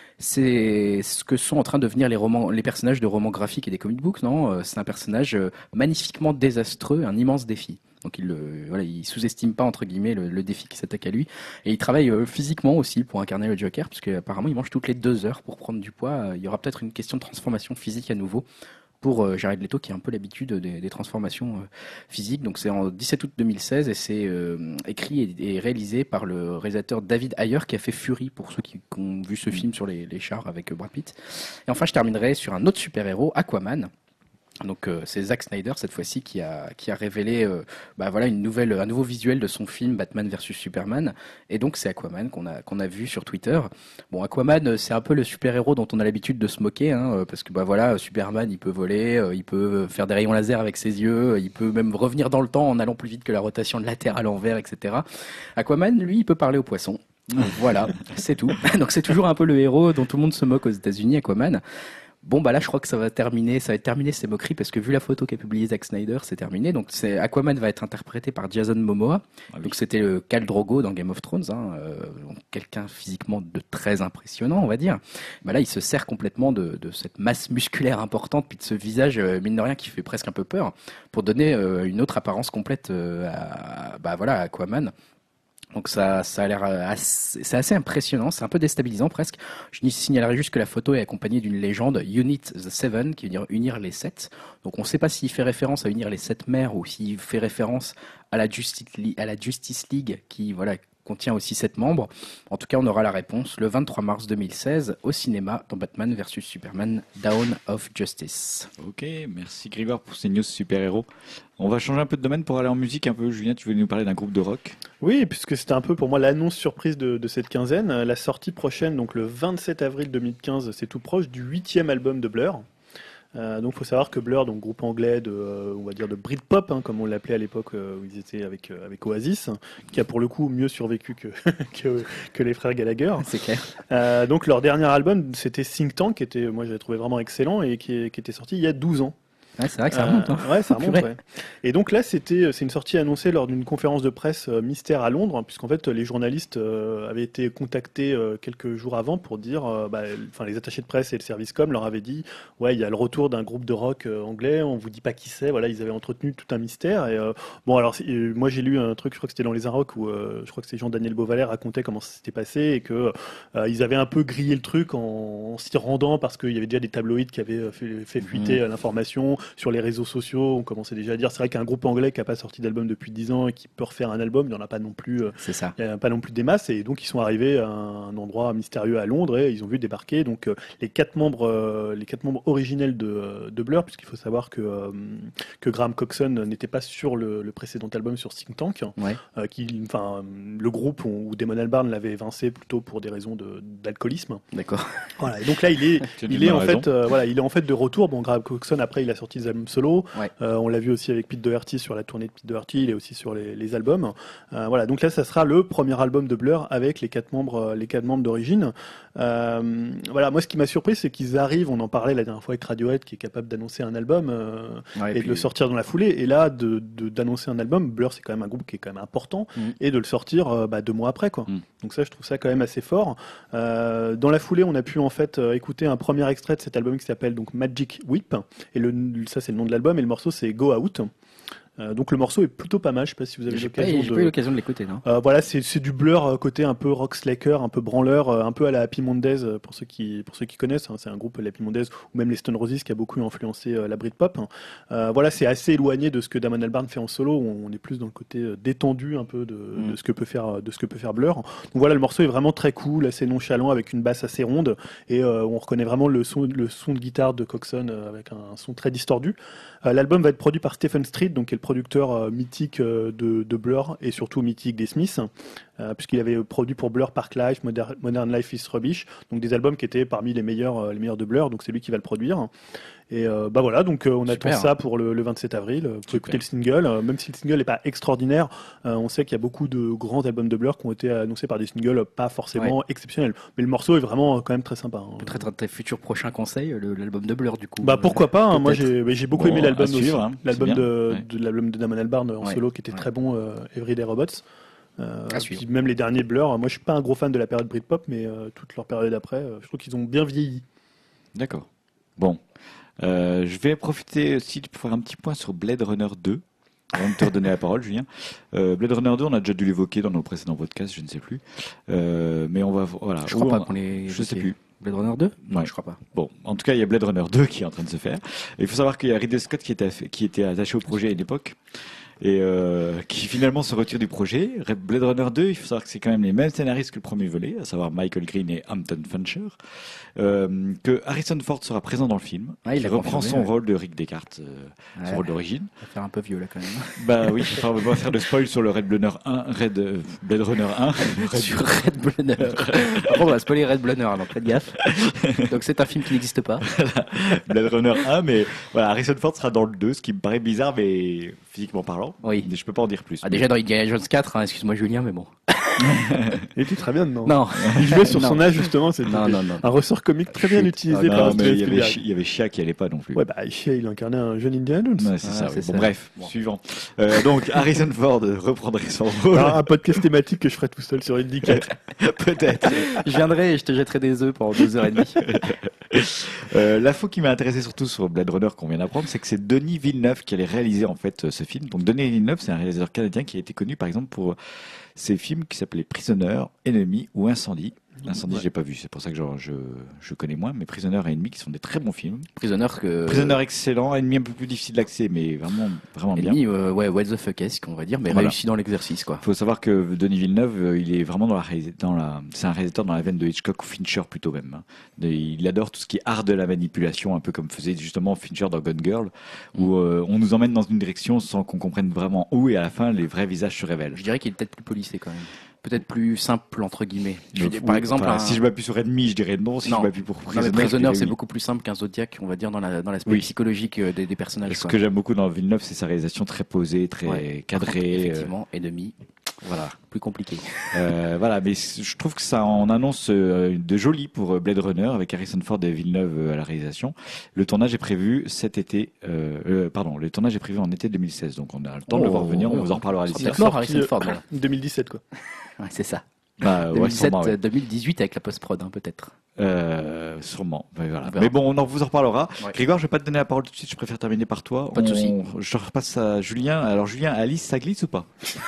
C'est ce que sont en train de devenir les romans, les personnages de romans graphiques et des comic books, non Euh, C'est un personnage euh, magnifiquement désastreux, un immense défi. Donc il, euh, voilà, il sous-estime pas entre guillemets le, le défi qui s'attaque à lui. Et il travaille euh, physiquement aussi pour incarner le Joker, parce qu'apparemment il mange toutes les deux heures pour prendre du poids. Euh, il y aura peut-être une question de transformation physique à nouveau pour euh, Jared Leto qui a un peu l'habitude des, des transformations euh, physiques. Donc c'est en dix-sept août deux mille seize et c'est euh, écrit et, et réalisé par le réalisateur David Ayer qui a fait Fury pour ceux qui, qui ont vu ce film sur les, les chars avec euh, Brad Pitt. Et enfin je terminerai sur un autre super-héros, Aquaman. Donc euh, c'est Zack Snyder cette fois-ci qui a qui a révélé euh, bah voilà une nouvelle un nouveau visuel de son film Batman versus Superman et donc c'est Aquaman qu'on a qu'on a vu sur Twitter. Bon Aquaman euh, c'est un peu le super-héros dont on a l'habitude de se moquer hein, euh, parce que bah voilà Superman il peut voler, euh, il peut faire des rayons laser avec ses yeux, euh, il peut même revenir dans le temps en allant plus vite que la rotation de la Terre à l'envers et cetera. Aquaman lui il peut parler aux poissons. Voilà, c'est tout. Donc c'est toujours un peu le héros dont tout le monde se moque aux États-Unis, Aquaman. Bon bah là je crois que ça va terminer, ça va terminer ces moqueries parce que vu la photo qu'a publiée Zack Snyder, c'est terminé. Donc c'est Aquaman va être interprété par Jason Momoa. Ah oui. Donc c'était le Khal Drogo dans Game of Thrones, hein, euh, donc quelqu'un physiquement de très impressionnant, on va dire. Bah là il se sert complètement de, de cette masse musculaire importante puis de ce visage euh, mine de rien qui fait presque un peu peur pour donner euh, une autre apparence complète euh, à, bah voilà à Aquaman. Donc ça, ça a l'air assez, c'est assez impressionnant, c'est un peu déstabilisant presque. Je signalerai juste que la photo est accompagnée d'une légende, Unit the Seven, qui veut dire unir les sept. Donc on ne sait pas s'il fait référence à unir les sept mers ou s'il fait référence à la Justice League, à la Justice League qui voilà contient aussi sept membres. En tout cas, on aura la réponse le vingt-trois mars deux mille seize au cinéma dans Batman versus Superman Dawn of Justice. Ok, merci Grégoire pour ces news super-héros. On va changer un peu de domaine pour aller en musique un peu. Julien, tu veux nous parler d'un groupe de rock? Oui, puisque c'était un peu pour moi l'annonce surprise de, de cette quinzaine. La sortie prochaine, donc le vingt-sept avril deux mille quinze, c'est tout proche du huitième album de Blur. Euh, donc, il faut savoir que Blur, donc groupe anglais de, euh, on va dire de Britpop, hein, comme on l'appelait à l'époque euh, où ils étaient avec euh, avec Oasis, qui a pour le coup mieux survécu que que, que les frères Gallagher. C'est clair. Euh, donc, leur dernier album, c'était Think Tank, qui était, moi, j'avais trouvé vraiment excellent et qui, est- qui était sorti il y a douze ans. Ouais, c'est vrai que ça remonte. Hein. Euh, ouais, ça remonte. Purée. Ouais. Et donc là, c'était, c'est une sortie annoncée lors d'une conférence de presse euh, mystère à Londres, puisqu'en fait, les journalistes euh, avaient été contactés euh, quelques jours avant pour dire, euh, bah, enfin, les attachés de presse et le service com leur avaient dit, ouais, il y a le retour d'un groupe de rock euh, anglais, on vous dit pas qui c'est. Voilà, ils avaient entretenu tout un mystère. Et euh, bon, alors, c'est- euh, moi, j'ai lu un truc, je crois que c'était dans les Inrocks où euh, je crois que c'est Jean-Daniel Beauvalet racontait comment ça s'était passé et que euh, ils avaient un peu grillé le truc en, en s'y rendant parce qu'il y avait déjà des tabloïds qui avaient euh, fait, fait fuiter euh, l'information sur les réseaux sociaux. On commençait déjà à dire, c'est vrai qu'un groupe anglais qui a pas sorti d'album depuis dix ans et qui peut refaire un album, il n'y en a pas non plus, euh, C'est ça. il y en a pas non plus des masses. Et donc ils sont arrivés à un endroit mystérieux à Londres et ils ont vu débarquer donc euh, les quatre membres, euh, les quatre membres originels de, euh, de Blur, puisqu'il faut savoir que euh, que Graham Coxon n'était pas sur le, le précédent album sur Think Tank, Ouais. euh, qui, enfin, le groupe où Damon Albarn l'avait évincé plutôt pour des raisons de- d'alcoolisme. D'accord. Voilà. Et donc là, il est, Tu as il du est mal en raison. fait, euh, voilà, il est en fait de retour. Bon, Graham Coxon après, il a sorti des albums solo. Ouais. Euh, on l'a vu aussi avec Pete Doherty sur la tournée de Pete Doherty. Il est aussi sur les, les albums. Euh, voilà. Donc là, ça sera le premier album de Blur avec les quatre membres, euh, les quatre membres d'origine. Euh, voilà. Moi, ce qui m'a surpris, c'est qu'ils arrivent. On en parlait la dernière fois avec Radiohead, qui est capable d'annoncer un album euh, Ouais, et, de puis- le sortir dans la foulée. Et là, de de- d'annoncer un album, Blur, c'est quand même un groupe qui est quand même important, Mhm. et de le sortir euh, bah, deux mois après, quoi. Mhm. Donc ça, je trouve ça quand même assez fort. Euh, dans la foulée, on a pu en fait euh, écouter un premier extrait de cet album qui s'appelle donc Magic Whip, et le, ça c'est le nom de l'album, et le morceau c'est Go Out. Euh, donc le morceau est plutôt pas mal. Je sais pas si vous avez J'ai pas, l'occasion j'ai de. pas eu l'occasion de l'écouter, non. Euh, voilà, c'est c'est du Blur euh, côté un peu rock slacker, un peu branleur, euh, un peu à la Happy Mondays euh, pour ceux qui pour ceux qui connaissent. Hein, c'est un groupe la Happy Mondays ou même les Stone Roses qui a beaucoup influencé euh, la Britpop. Euh, voilà, c'est assez éloigné de ce que Damon Albarn fait en solo. Où on est plus dans le côté euh, détendu un peu de, Mm. de ce que peut faire de ce que peut faire Blur. Donc voilà, le morceau est vraiment très cool, assez nonchalant avec une basse assez ronde et euh, on reconnaît vraiment le son le son de guitare de Coxon euh, avec un, un son très distordu. Euh, L'album va être produit par Stephen Street, donc qui est le producteur euh, mythique euh, de, de Blur et surtout mythique des Smiths, euh, puisqu'il avait produit pour Blur Park Life, Modern, Modern Life is Rubbish, donc des albums qui étaient parmi les meilleurs, euh, les meilleurs de Blur, donc c'est lui qui va le produire. Et euh, bah voilà, donc euh, on Super. attend ça pour le, le vingt-sept avril. Vous pouvez Super. écouter le single, euh, même si le single n'est pas extraordinaire, euh, on sait qu'il y a beaucoup de grands albums de Blur qui ont été annoncés par des singles pas forcément exceptionnels. Mais le morceau est vraiment euh, quand même très sympa. Hein. Peut-être un de tes futurs prochains conseils, le- l'album de Blur, du coup. Bah pourquoi pas, hein, moi Peut-être. j'ai mais j'ai beaucoup Bon, aimé l'album à aussi, suivre, hein, l'album c'est bien. de, Ouais. de l'album de Damon Albarn en Ouais, solo qui était ouais. très bon, euh, Everyday Robots. Euh, À suivre. puis même les derniers Blur, moi je suis pas un gros fan de la période Britpop, mais euh, toute leur période après, euh, je trouve qu'ils ont bien vieilli. D'accord. Bon. Euh, je vais profiter aussi pour faire un petit point sur Blade Runner deux. Avant de te redonner la parole, Julien. Euh, Blade Runner deux, on a déjà dû l'évoquer dans nos précédents podcasts, je ne sais plus. Euh, mais on va, voilà. Je crois Où pas on- qu'on l'ait. Je sais évoqué. plus. Blade Runner deux Non, Ouais. je crois pas. Bon, en tout cas, il y a Blade Runner deux qui est en train de se faire. Et il faut savoir qu'il y a Ridley Scott qui était, aff- qui était attaché au projet à une époque et euh, qui finalement se retire du projet. Blade Runner deux, il faut savoir que c'est quand même les mêmes scénaristes que le premier volet, à savoir Michael Green et Hampton Fancher. Euh, que Harrison Ford sera présent dans le film. Ah, il il a reprend confirmé, son ouais. rôle de Rick Descartes, euh, Ouais. son rôle d'origine. Ça va faire un peu vieux là quand même. Bah oui, enfin, on va pas faire de spoil sur le Red Blunner un, Red euh, Blade Runner un. Red- Sur Red Blunner. Par contre, on va spoiler Red Blunner, donc faites gaffe. Donc c'est un film qui n'existe pas. Blade Runner un, mais voilà, Harrison Ford sera dans le deux, ce qui me paraît bizarre, mais physiquement parlant. Oui. Mais je peux pas en dire plus. Ah, déjà dans Indiana Jones quatre, hein, excuse-moi Julien, mais bon. Il était très bien dedans. Non, Il jouait sur Non. son âge justement, c'était non, non, non. un ressort comique très bien Chut. utilisé Ah, par non, mais Steven il y avait, Spielberg. Chi- il y avait Chia qui allait pas non plus. Ouais, bah Ishia, il incarnait un jeune Indiana Jones. Ouais, c'est Ah, ça. c'est oui. Bon, ça. bref, Bon. suivant. Euh, donc Harrison Ford reprendrait son rôle. Un, un podcast thématique que je ferai tout seul sur Indy quatre. Peut-être. Je viendrai et je te jetterai des œufs pendant deux heures et demie. Euh, L'info qui m'a intéressé surtout sur Blade Runner qu'on vient d'apprendre, c'est que c'est Denis Villeneuve qui allait réaliser en fait euh, ce film. Donc Denis Villeneuve, c'est un réalisateur canadien qui a été connu par exemple pour ses films qui s'appelaient Prisonneur, Ennemi ou Incendie. L'incendie, Ouais. je l'ai pas vu, c'est pour ça que genre, je, je connais moins. Mais Prisoner et Ennemi, qui sont des très bons films. Prisoner que. Prisoner excellent, Ennemi un peu plus difficile d'accès, mais vraiment, vraiment bien. Ennemi, euh, ouais, what the fuck-esque, on va dire, mais Voilà. réussi dans l'exercice, quoi. Il faut savoir que Denis Villeneuve, euh, il est vraiment dans la, réalis- dans la, c'est un réalisateur dans la veine de Hitchcock ou Fincher plutôt même. hein. De- il adore tout ce qui est art de la manipulation, un peu comme faisait justement Fincher dans Gone Girl, où euh, on nous emmène dans une direction sans qu'on comprenne vraiment où, et à la fin, les vrais visages se révèlent. Je dirais qu'il est peut-être plus policé quand même. Peut-être plus simple, entre guillemets. Je Donc, dis- ou- par exemple, enfin, un- si je m'appuie sur Ennemi, je dirais non. Si Non. je m'appuie pour non, Prisoner, mais je Prisoner, dirais c'est oui. beaucoup plus simple qu'un Zodiac, on va dire, dans la dans l'aspect Oui. psychologique euh, des, des personnages. Ce quoi. que j'aime beaucoup dans Villeneuve, c'est sa réalisation très posée, très Ouais. cadrée. euh, Effectivement, ennemi, voilà. plus compliqué. Euh, voilà, mais c- je trouve que ça en annonce euh, de joli pour euh, Blade Runner avec Harrison Ford et Villeneuve euh, à la réalisation. Le tournage est prévu cet été, euh, euh, pardon, le tournage est prévu en été deux mille seize, donc on a le temps de le Oh, voir venir, on ouais. vous en reparlera C'est d'ici peut-être là. mort, Sorti, Harrison euh, Ford. Voilà. deux mille dix-sept, quoi. Ouais, c'est ça. Bah, ouais, deux mille sept, sûrement, ouais. deux mille dix-huit avec la post-prod, hein, peut-être. Euh, sûrement. Mais, voilà. On verra. Mais bon, on en vous en reparlera. Ouais. Grégoire, je vais pas te donner la parole tout de suite, je préfère terminer par toi. Pas de On- souci. Je repasse à Julien. Alors Julien, Alice, ça glisse ou pas?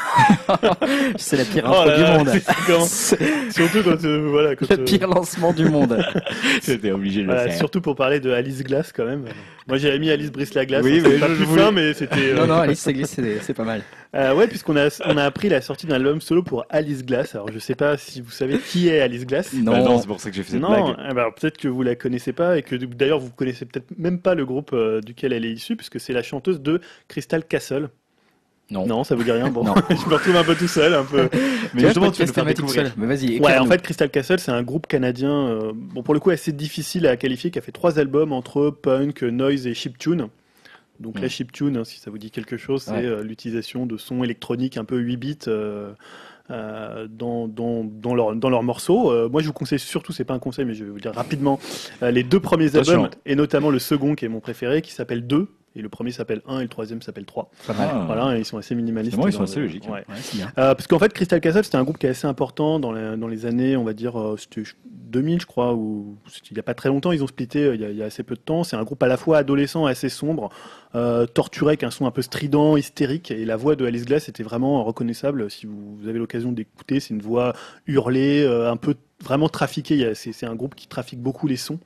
C'est la pire Oh intro là du là, monde. c'est comment- Surtout quand, euh, voilà, quand, Le euh, pire lancement du monde. C'était obligé de le voilà, faire. surtout pour parler de Alice Glass quand même. Moi j'avais mis Alice Brice la glace. Oui, hein, c'était mais pas je- plus je voulais- fin, mais c'était. euh, Non, non, Alice Seglis, c'est c'est pas mal. Euh, ouais, puisqu'on a on a appris la sortie d'un album solo pour Alice Glass. Alors je sais pas si vous savez qui est Alice Glass. Non. Bah non, c'est pour ça que j'ai fait cette Non, blague. eh ben, alors, peut-être que vous la connaissez pas et que d'ailleurs vous connaissez peut-être même pas le groupe euh, duquel elle est issue, puisque c'est la chanteuse de Crystal Castle. Non. Non, ça vous dit rien. Bon, Non. je me retrouve un peu tout seul, un peu. Mais Tu vois, justement, ce tu veux nous podcast faire thématique découvrir. seul. Mais vas-y, Ouais, éclaire-nous. en fait, Crystal Castle, c'est un groupe canadien, euh, bon pour le coup assez difficile à qualifier, qui a fait trois albums entre punk, noise et chiptune. Donc Mm. la chiptune, hein, si ça vous dit quelque chose, c'est Ouais. euh, l'utilisation de sons électroniques un peu huit bits euh, euh, dans, dans, dans, leur, dans leurs morceaux. Euh, moi, je vous conseille surtout, c'est pas un conseil, mais je vais vous dire rapidement, euh, les deux premiers Attention. albums, et notamment le second qui est mon préféré, qui s'appelle deux, et le premier s'appelle un, et le troisième s'appelle trois. Pas mal. Ah. Voilà, et ils sont assez minimalistes. Finalement, ils sont dans assez le- logiques. ouais. Ouais, c'est bien. Euh, parce qu'en fait, Crystal Castle, c'était un groupe qui est assez important dans les, dans les années, on va dire, euh, c'était deux mille, je crois, ou c'était il n'y a pas très longtemps, ils ont splitté euh, il y, a, il y a assez peu de temps. C'est un groupe à la fois adolescent, assez sombre, euh, torturé, avec un son un peu strident, hystérique, et la voix de Alice Glass était vraiment reconnaissable. Si vous, vous avez l'occasion d'écouter, c'est une voix hurlée, euh, un peu vraiment trafiquée. Il y a- C'est c'est un groupe qui trafique beaucoup les sons.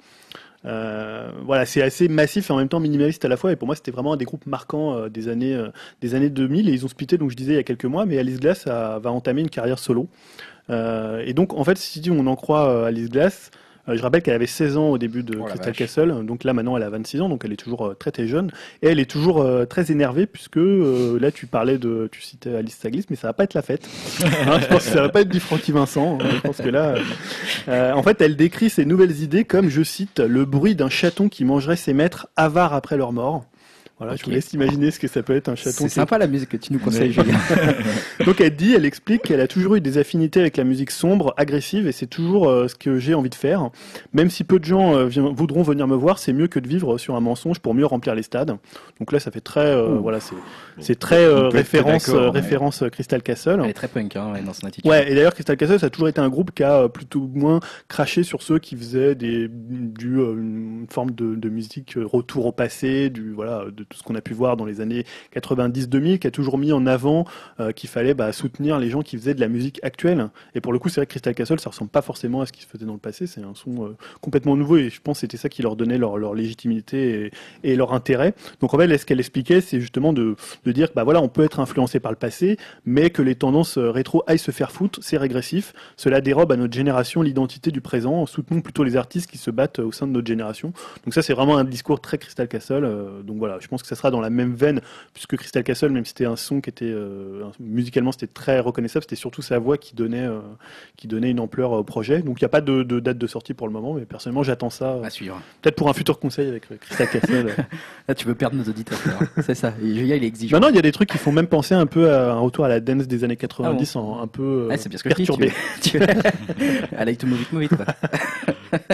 Euh, voilà, c'est assez massif et en même temps minimaliste à la fois. Et pour moi, c'était vraiment un des groupes marquants euh, des années euh, des années deux mille. Et ils ont splitté, donc je disais il y a quelques mois, mais Alice Glass a- va entamer une carrière solo. Euh, et donc, en fait, si on en croit euh, Alice Glass, euh, je rappelle qu'elle avait seize ans au début de Oh la Crystal vache. Castle. Donc là, maintenant, elle a vingt-six ans, donc elle est toujours euh, très très jeune. Et elle est toujours euh, très énervée, puisque euh, là, tu parlais de, tu citais Alice Saglis, mais ça va pas être la fête. Hein, je pense que ça va pas être du Francky Vincent. hein. Je pense que là, euh, en fait, elle décrit ses nouvelles idées comme, je cite, le bruit d'un chaton qui mangerait ses maîtres avares après leur mort. Voilà, je Ok. vous laisse imaginer ce que ça peut être un chaton. C'est qui- sympa la musique que tu nous conseilles, Mais- Julien. Donc elle dit, elle explique qu'elle a toujours eu des affinités avec la musique sombre, agressive, et c'est toujours euh, ce que j'ai envie de faire. Même si peu de gens euh, vient- voudront venir me voir, c'est mieux que de vivre sur un mensonge pour mieux remplir les stades. Donc là, ça fait très, euh, Ouh. voilà, c'est Bon. c'est très euh, On peut être que référence, d'accord, euh, mais- référence euh, Crystal Castle. Elle est très punk hein, ouais, dans son attitude. Ouais, et d'ailleurs Crystal Castle, ça a toujours été un groupe qui a euh, plutôt ou moins craché sur ceux qui faisaient des, du, euh, une forme de, de musique euh, retour au passé, du voilà, de tout ce qu'on a pu voir dans les années quatre-vingt-dix deux mille, qui a toujours mis en avant euh, qu'il fallait bah, soutenir les gens qui faisaient de la musique actuelle. Et pour le coup, c'est vrai que Crystal Castle, ça ressemble pas forcément à ce qui se faisait dans le passé. C'est un son euh, complètement nouveau, et je pense que c'était ça qui leur donnait leur, leur légitimité et, et leur intérêt. Donc en fait, ce qu'elle expliquait, c'est justement de, de dire que bah voilà, on peut être influencé par le passé, mais que les tendances euh, rétro aillent se faire foutre, c'est régressif. Cela dérobe à notre génération l'identité du présent. Soutenons plutôt les artistes qui se battent euh, au sein de notre génération. Donc ça, c'est vraiment un discours très Crystal Castle. euh, donc voilà, je pense que ça sera dans la même veine, puisque Crystal Castle, même si c'était un son qui était euh, un- musicalement c'était très reconnaissable, c'était surtout sa voix qui donnait euh, qui donnait une ampleur au projet. Donc il n'y a pas de, de date de sortie pour le moment, mais personnellement j'attends ça. euh, À suivre. Peut-être pour un futur conseil avec euh, Crystal Castle. Là, tu veux perdre nos auditeurs. alors. C'est ça. Et Julien, il est exigeant. Non, non, il y a des trucs qui font même penser un peu à un retour à la dance des années quatre-vingt-dix, en, un peu euh, Ah, c'est bien ce que je dis. perturbé. Tu... tu... I like to move it, move it, quoi.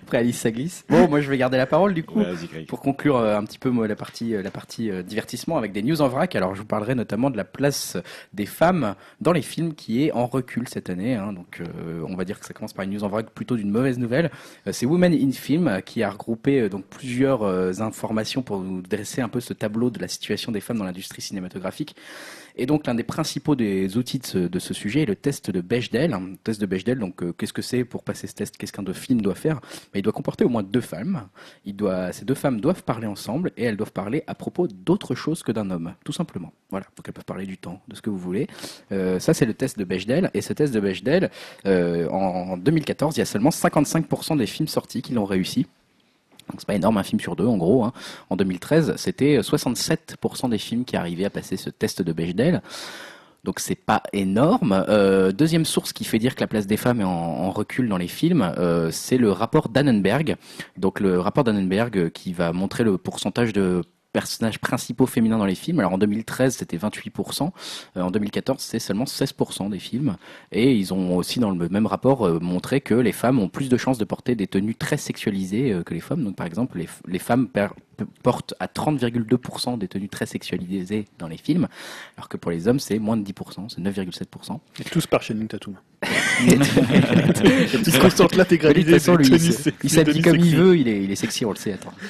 Après Alice, ça glisse. Bon, moi je vais garder la parole du coup. Vas-y, Greg. Pour conclure euh, un petit peu moi, la partie, euh, la partie euh, divertissement avec des news en vrac. Alors je vous parlerai notamment de la place des femmes dans les films qui est en recul cette année. Hein. Donc euh, on va dire que ça commence par une news en vrac plutôt d'une mauvaise nouvelle. Euh, c'est Women in Film euh, qui a regroupé euh, donc plusieurs euh, informations pour nous dresser un peu ce tableau de la situation des femmes dans l'industrie cinématographique. Et donc l'un des principaux des outils de ce, de ce sujet est le test de Bechdel. Un test de Bechdel, donc euh, qu'est-ce que c'est pour passer ce test? Qu'est-ce qu'un de film doit faire? Ben, il doit comporter au moins deux femmes. Il doit, ces deux femmes doivent parler ensemble et elles doivent parler à propos d'autre chose que d'un homme, tout simplement. Voilà, donc elles peuvent parler du temps, de ce que vous voulez. Euh, ça c'est le test de Bechdel. Et ce test de Bechdel, euh, en, en deux mille quatorze, il y a seulement cinquante-cinq pour cent des films sortis qui l'ont réussi. Donc c'est pas énorme, un film sur deux en gros. Hein. En deux mille treize, c'était soixante-sept pour cent des films qui arrivaient à passer ce test de Bechdel. Donc c'est pas énorme. Euh, deuxième source qui fait dire que la place des femmes est en, en recul dans les films, euh, c'est le rapport Dannenberg. Donc le rapport Dannenberg qui va montrer le pourcentage de personnages principaux féminins dans les films. Alors en deux mille treize, c'était vingt-huit pour cent. Euh, en deux mille quatorze, c'est seulement seize pour cent des films. Et ils ont aussi, dans le même rapport, euh, montré que les femmes ont plus de chances de porter des tenues très sexualisées euh, que les femmes. Donc par exemple, les, les femmes per, portent à trente virgule deux pour cent des tenues très sexualisées dans les films, alors que pour les hommes, c'est moins de dix pour cent, c'est neuf virgule sept pour cent. Et tous par Channing Tatum. Et tout se concentre l'intégralité de toute façon, des lui, tenues il, sexy- il s'habille tenues comme sexy. il veut, il est, il est sexy, on le sait. Attends.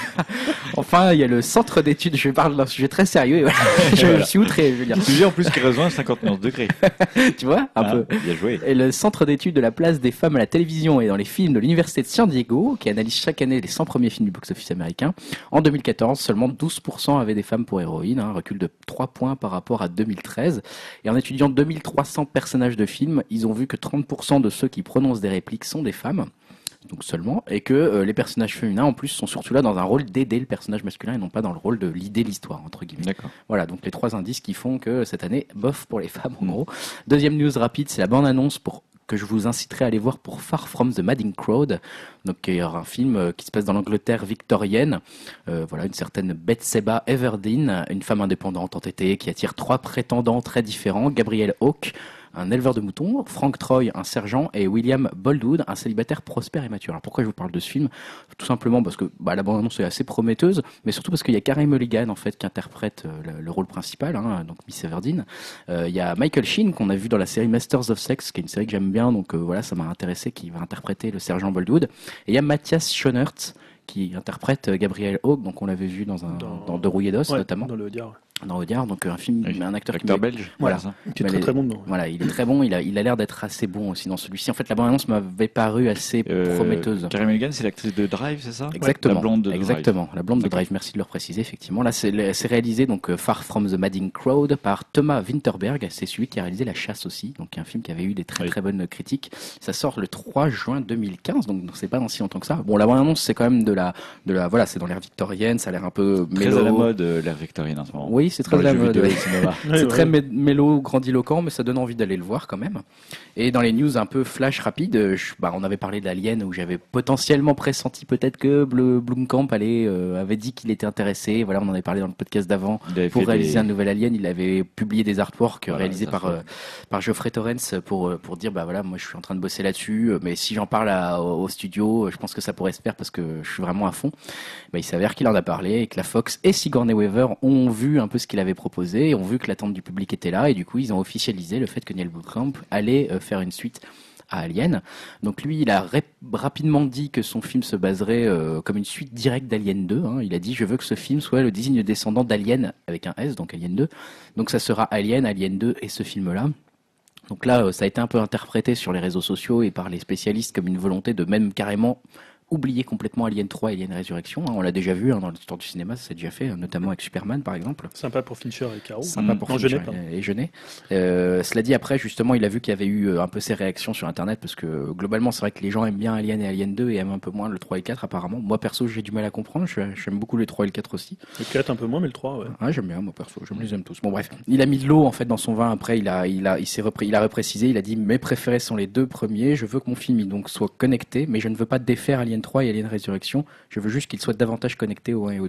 Enfin, il y a le centre d'études. Je parle d'un sujet très sérieux. Et voilà. je, Voilà. je suis outré, je veux dire. Sujet en plus qui rejoint cinquante-neuf degrés. Tu vois, un Ah, peu. Bien joué. Et le centre d'études de la place des femmes à la télévision et dans les films de l'université de San Diego, qui analyse chaque année les cent premiers films du box-office américain, en deux mille quatorze, seulement douze pour cent avaient des femmes pour héroïnes, un recul de trois points par rapport à deux mille treize. Et en étudiant deux mille trois cents personnages de films, ils ont vu que trente pour cent de ceux qui prononcent des répliques sont des femmes. Donc seulement, et que euh, les personnages féminins en plus sont surtout là dans un rôle d'aider le personnage masculin et non pas dans le rôle de l'idée l'histoire entre guillemets. D'accord. Voilà, donc les trois indices qui font que cette année, bof pour les femmes en gros. Deuxième news rapide, c'est la bande-annonce pour que je vous inciterai à aller voir pour Far From the Madding Crowd, donc qui est un film euh, qui se passe dans l'Angleterre victorienne. Euh, voilà, une certaine Bethseba Everdeen, une femme indépendante entêtée qui attire trois prétendants très différents, Gabriel Hawke, un éleveur de moutons, Frank Troy, un sergent, et William Boldwood, un célibataire prospère et mature. Alors pourquoi je vous parle de ce film? Tout simplement parce que bah, la bande-annonce est assez prometteuse, mais surtout parce qu'il y a Carey Mulligan en fait qui interprète euh, le, le rôle principal, hein, donc Miss Everdeen. Euh, il y a Michael Sheen qu'on a vu dans la série Masters of Sex, qui est une série que j'aime bien, donc euh, voilà, ça m'a intéressé, qui va interpréter le sergent Boldwood. Et il y a Matthias Schoenaerts qui interprète euh, Gabriel Hawke, donc on l'avait vu dans un Dans- dans De rouillé d'os Ouais, notamment, dans le diar. dans Audiard, donc un film, Oui. un acteur qui Acteur me- belge. Voilà. c'est ça. Qui est Bah, très les- très bon dedans. Voilà, il est très bon, il a, il a l'air d'être assez bon aussi dans celui-ci. En fait, la bande-annonce m'avait paru assez Euh, prometteuse. Carey Mulligan, c'est l'actrice de Drive, c'est ça? Exactement. La blonde de Drive. Exactement. La blonde de Ok. Drive. Merci de le préciser, effectivement. Là, c'est c'est réalisé, donc, euh, Far From the Madding Crowd par Thomas Winterberg. C'est celui qui a réalisé La Chasse aussi. Donc, un film qui avait eu des très Oui. très bonnes critiques. Ça sort le trois juin deux mille quinze. Donc, c'est pas dans si longtemps que ça. Bon, la bande-annonce, c'est quand même de la, de la, voilà, c'est dans l'ère victorienne. Ça a l'air un peu Très mélo. à la mode, euh, l'ère victorienne en ce moment. Oui, c'est très Dans à les la jeux mode. vidéo et ouais. le cinéma. Ouais, C'est ouais. très mé- mélo, grandiloquent, mais ça donne envie d'aller le voir quand même. Et dans les news un peu flash rapide, euh, je- bah, on avait parlé d'Alien où j'avais potentiellement pressenti peut-être que Bl- Blomkamp allait, euh, avait dit qu'il était intéressé. Voilà, on en avait parlé dans le podcast d'avant. Il avait Pour fait réaliser des- un nouvel Alien, il avait publié des artworks Voilà, réalisés des par artworks. euh, par Geoffrey Torrens pour euh, pour dire bah voilà, moi je suis en train de bosser là-dessus, euh, mais si j'en parle à- au, au studio, euh, je pense que ça pourrait se faire parce que je suis vraiment à fond. Bah, il s'avère qu'il en a parlé et que la Fox et Sigourney Weaver ont vu un peu ce qu'il avait proposé, et ont vu que l'attente du public était là, et du coup ils ont officialisé le fait que Neil Blomkamp allait euh, faire une suite à Alien. Donc lui, il a ré- rapidement dit que son film se baserait euh, comme une suite directe d'Alien deux. Hein. Il a dit « Je veux que ce film soit le digne descendant d'Alien » avec un S, donc Alien deux. Donc ça sera Alien, Alien deux et ce film-là. Donc là, euh, ça a été un peu interprété sur les réseaux sociaux et par les spécialistes comme une volonté de même carrément oublier complètement Alien trois et Alien Résurrection. Hein. On l'a déjà vu hein, dans l'histoire du cinéma, ça s'est déjà fait, hein, notamment avec Superman par exemple. Sympa pour Fincher et Caro. Sympa Mm. pour Non, Fincher Jeunet, pardon. et Jeunet. Euh, cela dit, après, justement, il a vu qu'il y avait eu euh, un peu ses réactions sur Internet, parce que euh, globalement, c'est vrai que les gens aiment bien Alien et Alien deux et aiment un peu moins le trois et le quatre, apparemment. Moi, perso, j'ai du mal à comprendre. Je- J'aime beaucoup les trois et le quatre aussi. Le quatre un peu moins, mais le trois, ouais. Ouais, j'aime bien, moi, perso. Je me les aime tous. Bon, bref. Il a mis de l'eau, en fait, dans son vin. Après, il a, il a, il s'est repré- il a reprécisé. Il a dit, mes préférés sont les deux premiers. Je veux que mon film, il, donc, soit connecté, mais je ne veux pas défaire Alien trois et Alien Résurrection. Je veux juste qu'il soit davantage connecté au un et au deux.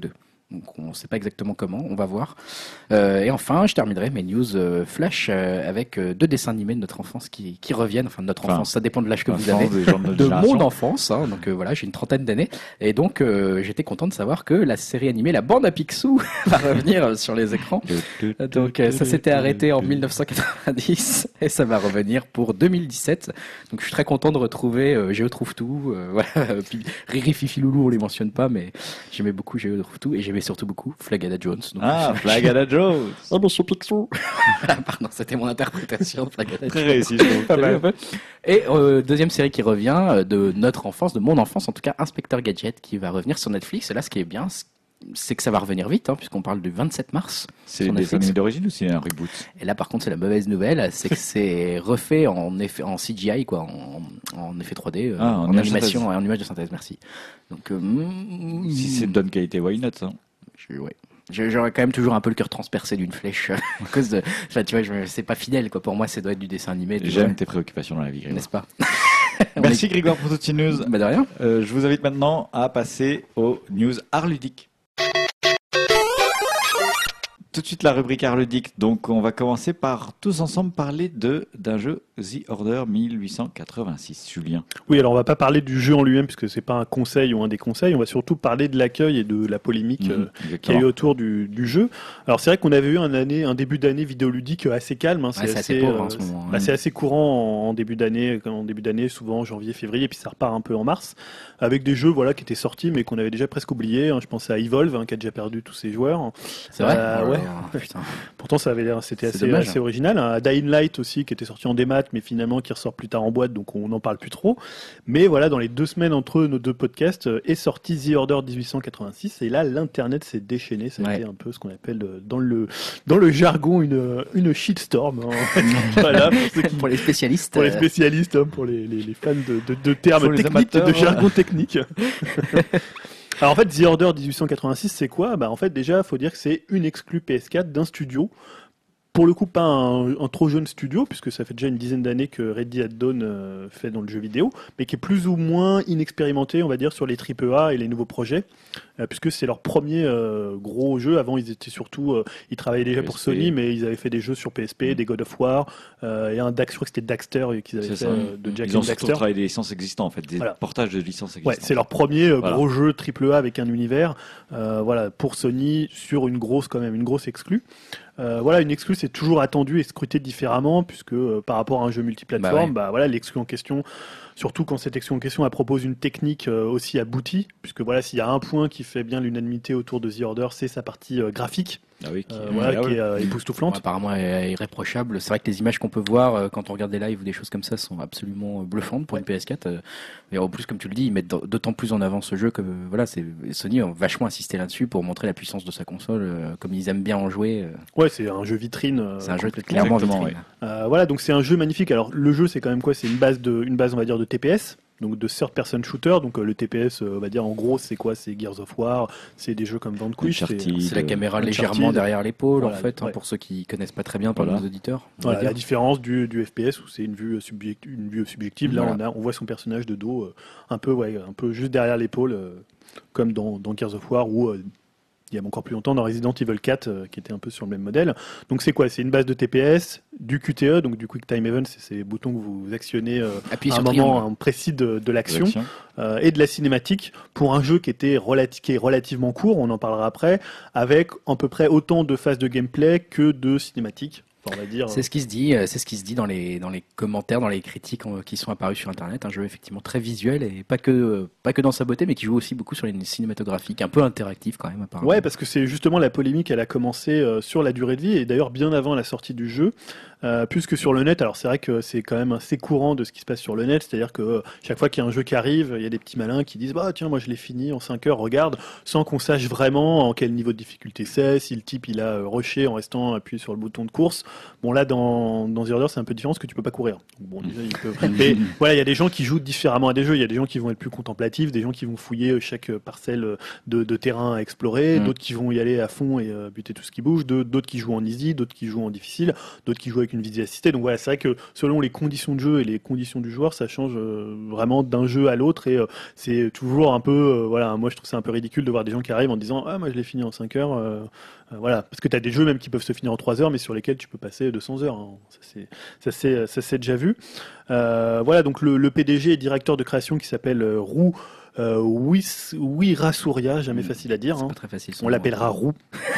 Donc on ne sait pas exactement comment, on va voir. Euh, et enfin, je terminerai mes news euh, flash euh, avec euh, deux dessins animés de notre enfance qui, qui reviennent, enfin de notre enfance, enfin, ça dépend de l'âge que vous avez, des gens de, de mon enfance. Hein, donc euh, voilà, j'ai une trentaine d'années et donc euh, j'étais content de savoir que la série animée La Bande à Picsou va revenir sur les écrans. Donc euh, ça s'était arrêté en mille neuf cent quatre-vingt-dix et ça va revenir pour deux mille dix-sept. Donc je suis très content de retrouver euh, Géo trouve tout. Euh, voilà, puis Riri Fifi Loulou, on les mentionne pas, mais j'aimais beaucoup Géo trouve tout et j'aimais surtout beaucoup Flagada Jones. Donc, ah, Flagada Jones. Oh, Monsieur Picsou. Pardon, c'était mon interprétation de Flagada Jones. Très réussi, je trouve. Et euh, deuxième série qui revient de notre enfance, de mon enfance en tout cas, Inspecteur Gadget, qui va revenir sur Netflix. Et là, ce qui est bien, c'est que ça va revenir vite, hein, puisqu'on parle du vingt-sept mars. C'est des animés d'origine ou c'est un reboot? Et là, par contre, c'est la mauvaise nouvelle, c'est que c'est refait en effet, en C G I, quoi, en, en effet trois D, ah, en, en animation et en image de synthèse. Merci. Donc, euh, si c'est de bonne qualité, why not, hein? Je, ouais. J'aurais quand même toujours un peu le cœur transpercé d'une flèche à cause de. Enfin, tu vois, je, c'est pas fidèle, quoi. Pour moi, ça doit être du dessin animé. J'aime tes préoccupations dans la vie, Grégoire. N'est-ce pas? Merci Grégoire pour toutes ces news. Bah de rien. Euh, je vous invite maintenant à passer aux news art ludique. Tout de suite la rubrique art ludique. Donc on va commencer par tous ensemble parler de d'un jeu The Order mille huit cent quatre-vingt-six. Julien. Oui, alors on va pas parler du jeu en lui-même puisque c'est pas un conseil ou un des conseils. On va surtout parler de l'accueil et de la polémique mmh, euh, qu'il y a eu autour du, du jeu. Alors c'est vrai qu'on avait eu un année, un début d'année vidéoludique assez calme. Hein. C'est, ouais, c'est assez, assez pauvre euh, en ce moment. Bah, ouais. C'est assez courant en, en début d'année, en début d'année, souvent janvier, février, puis ça repart un peu en mars, avec des jeux voilà qui étaient sortis mais qu'on avait déjà presque oubliés. Hein. Je pensais à Evolve hein, qui a déjà perdu tous ses joueurs. C'est vrai. Euh, oh ouais. Oh, putain. Pourtant, ça avait l'air, c'était assez, dommage, assez hein. original. Un Dying Light aussi, qui était sorti en démat, mais finalement qui ressort plus tard en boîte, donc on n'en parle plus trop. Mais voilà, dans les deux semaines entre nos deux podcasts, est sorti The Order dix-huit cent quatre-vingt-six, et là, l'internet s'est déchaîné. Ça a ouais. été un peu ce qu'on appelle dans le dans le jargon une une shitstorm. Hein. Voilà, pour, ceux qui, pour les spécialistes. Pour les spécialistes, hein, pour les, les, les fans de, de, de termes techniques, amateurs, de jargon technique. Alors en fait, The Order dix-huit cent quatre-vingt-six, c'est quoi? Bah en fait, déjà, il faut dire que c'est une exclue P S quatre d'un studio. Pour le coup, pas un, un trop jeune studio, puisque ça fait déjà une dizaine d'années que Ready at Dawn euh, fait dans le jeu vidéo, mais qui est plus ou moins inexpérimenté, on va dire, sur les triple A et les nouveaux projets, euh, puisque c'est leur premier euh, gros jeu. Avant, ils étaient surtout, euh, ils travaillaient déjà P S P. Pour Sony, mais ils avaient fait des jeux sur P S P, mmh. des God of War, euh, et un Dax, je crois que c'était Daxter qu'ils avaient c'est fait euh, de Jack Ils ont Daxter. surtout travaillé des licences existantes, en fait, des voilà. portages de licences existantes. Ouais, c'est leur premier euh, voilà. gros jeu triple A avec un univers, euh, voilà, pour Sony sur une grosse, quand même, une grosse exclue. Euh, voilà, une exclue c'est toujours attendu et scruté différemment puisque euh, par rapport à un jeu multiplateforme, bah, ouais. bah voilà, l'exclue en question, surtout quand cette exclue en question elle propose une technique euh, aussi aboutie, puisque voilà, s'il y a un point qui fait bien l'unanimité autour de The Order, c'est sa partie euh, graphique. Ah oui, qui, euh, voilà, qui est euh, époustouflante. Ouais, apparemment elle est irréprochable. C'est vrai que les images qu'on peut voir euh, quand on regarde des lives ou des choses comme ça sont absolument euh, bluffantes pour ouais. une P S quatre. Euh, et en plus, comme tu le dis, ils mettent d'autant plus en avant ce jeu que euh, voilà, c'est Sony a vachement insisté là-dessus pour montrer la puissance de sa console, euh, comme ils aiment bien en jouer. Euh. Ouais, c'est un jeu vitrine. Euh, c'est un jeu clairement vitrine. Ouais. Euh, voilà, donc c'est un jeu magnifique. Alors le jeu, c'est quand même quoi? C'est une base de, une base, on va dire, de T P S. Donc de third person shooter, donc euh, le T P S, euh, on va dire en gros c'est quoi? C'est Gears of War, c'est des jeux comme Vanquish, c'est, c'est la caméra légèrement derrière l'épaule voilà, en fait, ouais. hein, pour ceux qui connaissent pas très bien par voilà. nos auditeurs. Voilà, la différence du, du F P S où c'est une vue subjective, une vue subjective. Là voilà. on, a, on voit son personnage de dos, euh, un peu ouais, un peu juste derrière l'épaule, euh, comme dans, dans Gears of War où euh, il y a encore plus longtemps dans Resident Evil quatre euh, qui était un peu sur le même modèle. Donc c'est quoi? C'est une base de T P S, du Q T E, donc du Quick Time Event, c'est ces boutons que vous actionnez euh, à un moment un précis de, de l'action, de l'action. Euh, et de la cinématique pour un jeu qui était relati- qui est relativement court, on en parlera après, avec à peu près autant de phases de gameplay que de cinématiques. On va dire. C'est ce qui se dit, c'est ce qui se dit dans les dans les commentaires, dans les critiques qui sont apparus sur Internet. Un jeu effectivement très visuel et pas que pas que dans sa beauté, mais qui joue aussi beaucoup sur les cinématographiques, un peu interactif quand même apparemment. Ouais, parce que c'est justement la polémique, elle a commencé euh, sur la durée de vie et d'ailleurs bien avant la sortie du jeu. Euh, plus que sur le net, alors c'est vrai que c'est quand même assez courant de ce qui se passe sur le net, c'est-à-dire que euh, chaque fois qu'il y a un jeu qui arrive, il y a des petits malins qui disent bah tiens moi je l'ai fini en cinq heures, regarde, sans qu'on sache vraiment en quel niveau de difficulté c'est, si le type il a euh, rushé en restant appuyé sur le bouton de course, Bon là dans dans The Order c'est un peu différent parce que tu peux pas courir. Bon déjà il peut... mais voilà il y a des gens qui jouent différemment à des jeux. Il y a des gens qui vont être plus contemplatifs, des gens qui vont fouiller chaque parcelle de, de terrain à explorer, mmh. d'autres qui vont y aller à fond et euh, buter tout ce qui bouge, d'autres qui jouent en easy, d'autres qui jouent en difficile, d'autres qui jouent avec une visée assistée. Donc voilà c'est vrai que selon les conditions de jeu et les conditions du joueur ça change euh, vraiment d'un jeu à l'autre et euh, c'est toujours un peu euh, voilà moi je trouve c'est un peu ridicule de voir des gens qui arrivent en disant ah moi je l'ai fini en cinq heures euh, euh, voilà parce que tu as des jeux même qui peuvent se finir en trois heures mais sur lesquels tu peux passer deux cents heures hein. ça c'est ça c'est ça c'est déjà vu euh, voilà donc le, le P D G et directeur de création qui s'appelle euh, Roux Euh, Wirasuria, jamais facile à dire. C'est hein. pas très facile. On l'appellera Roux.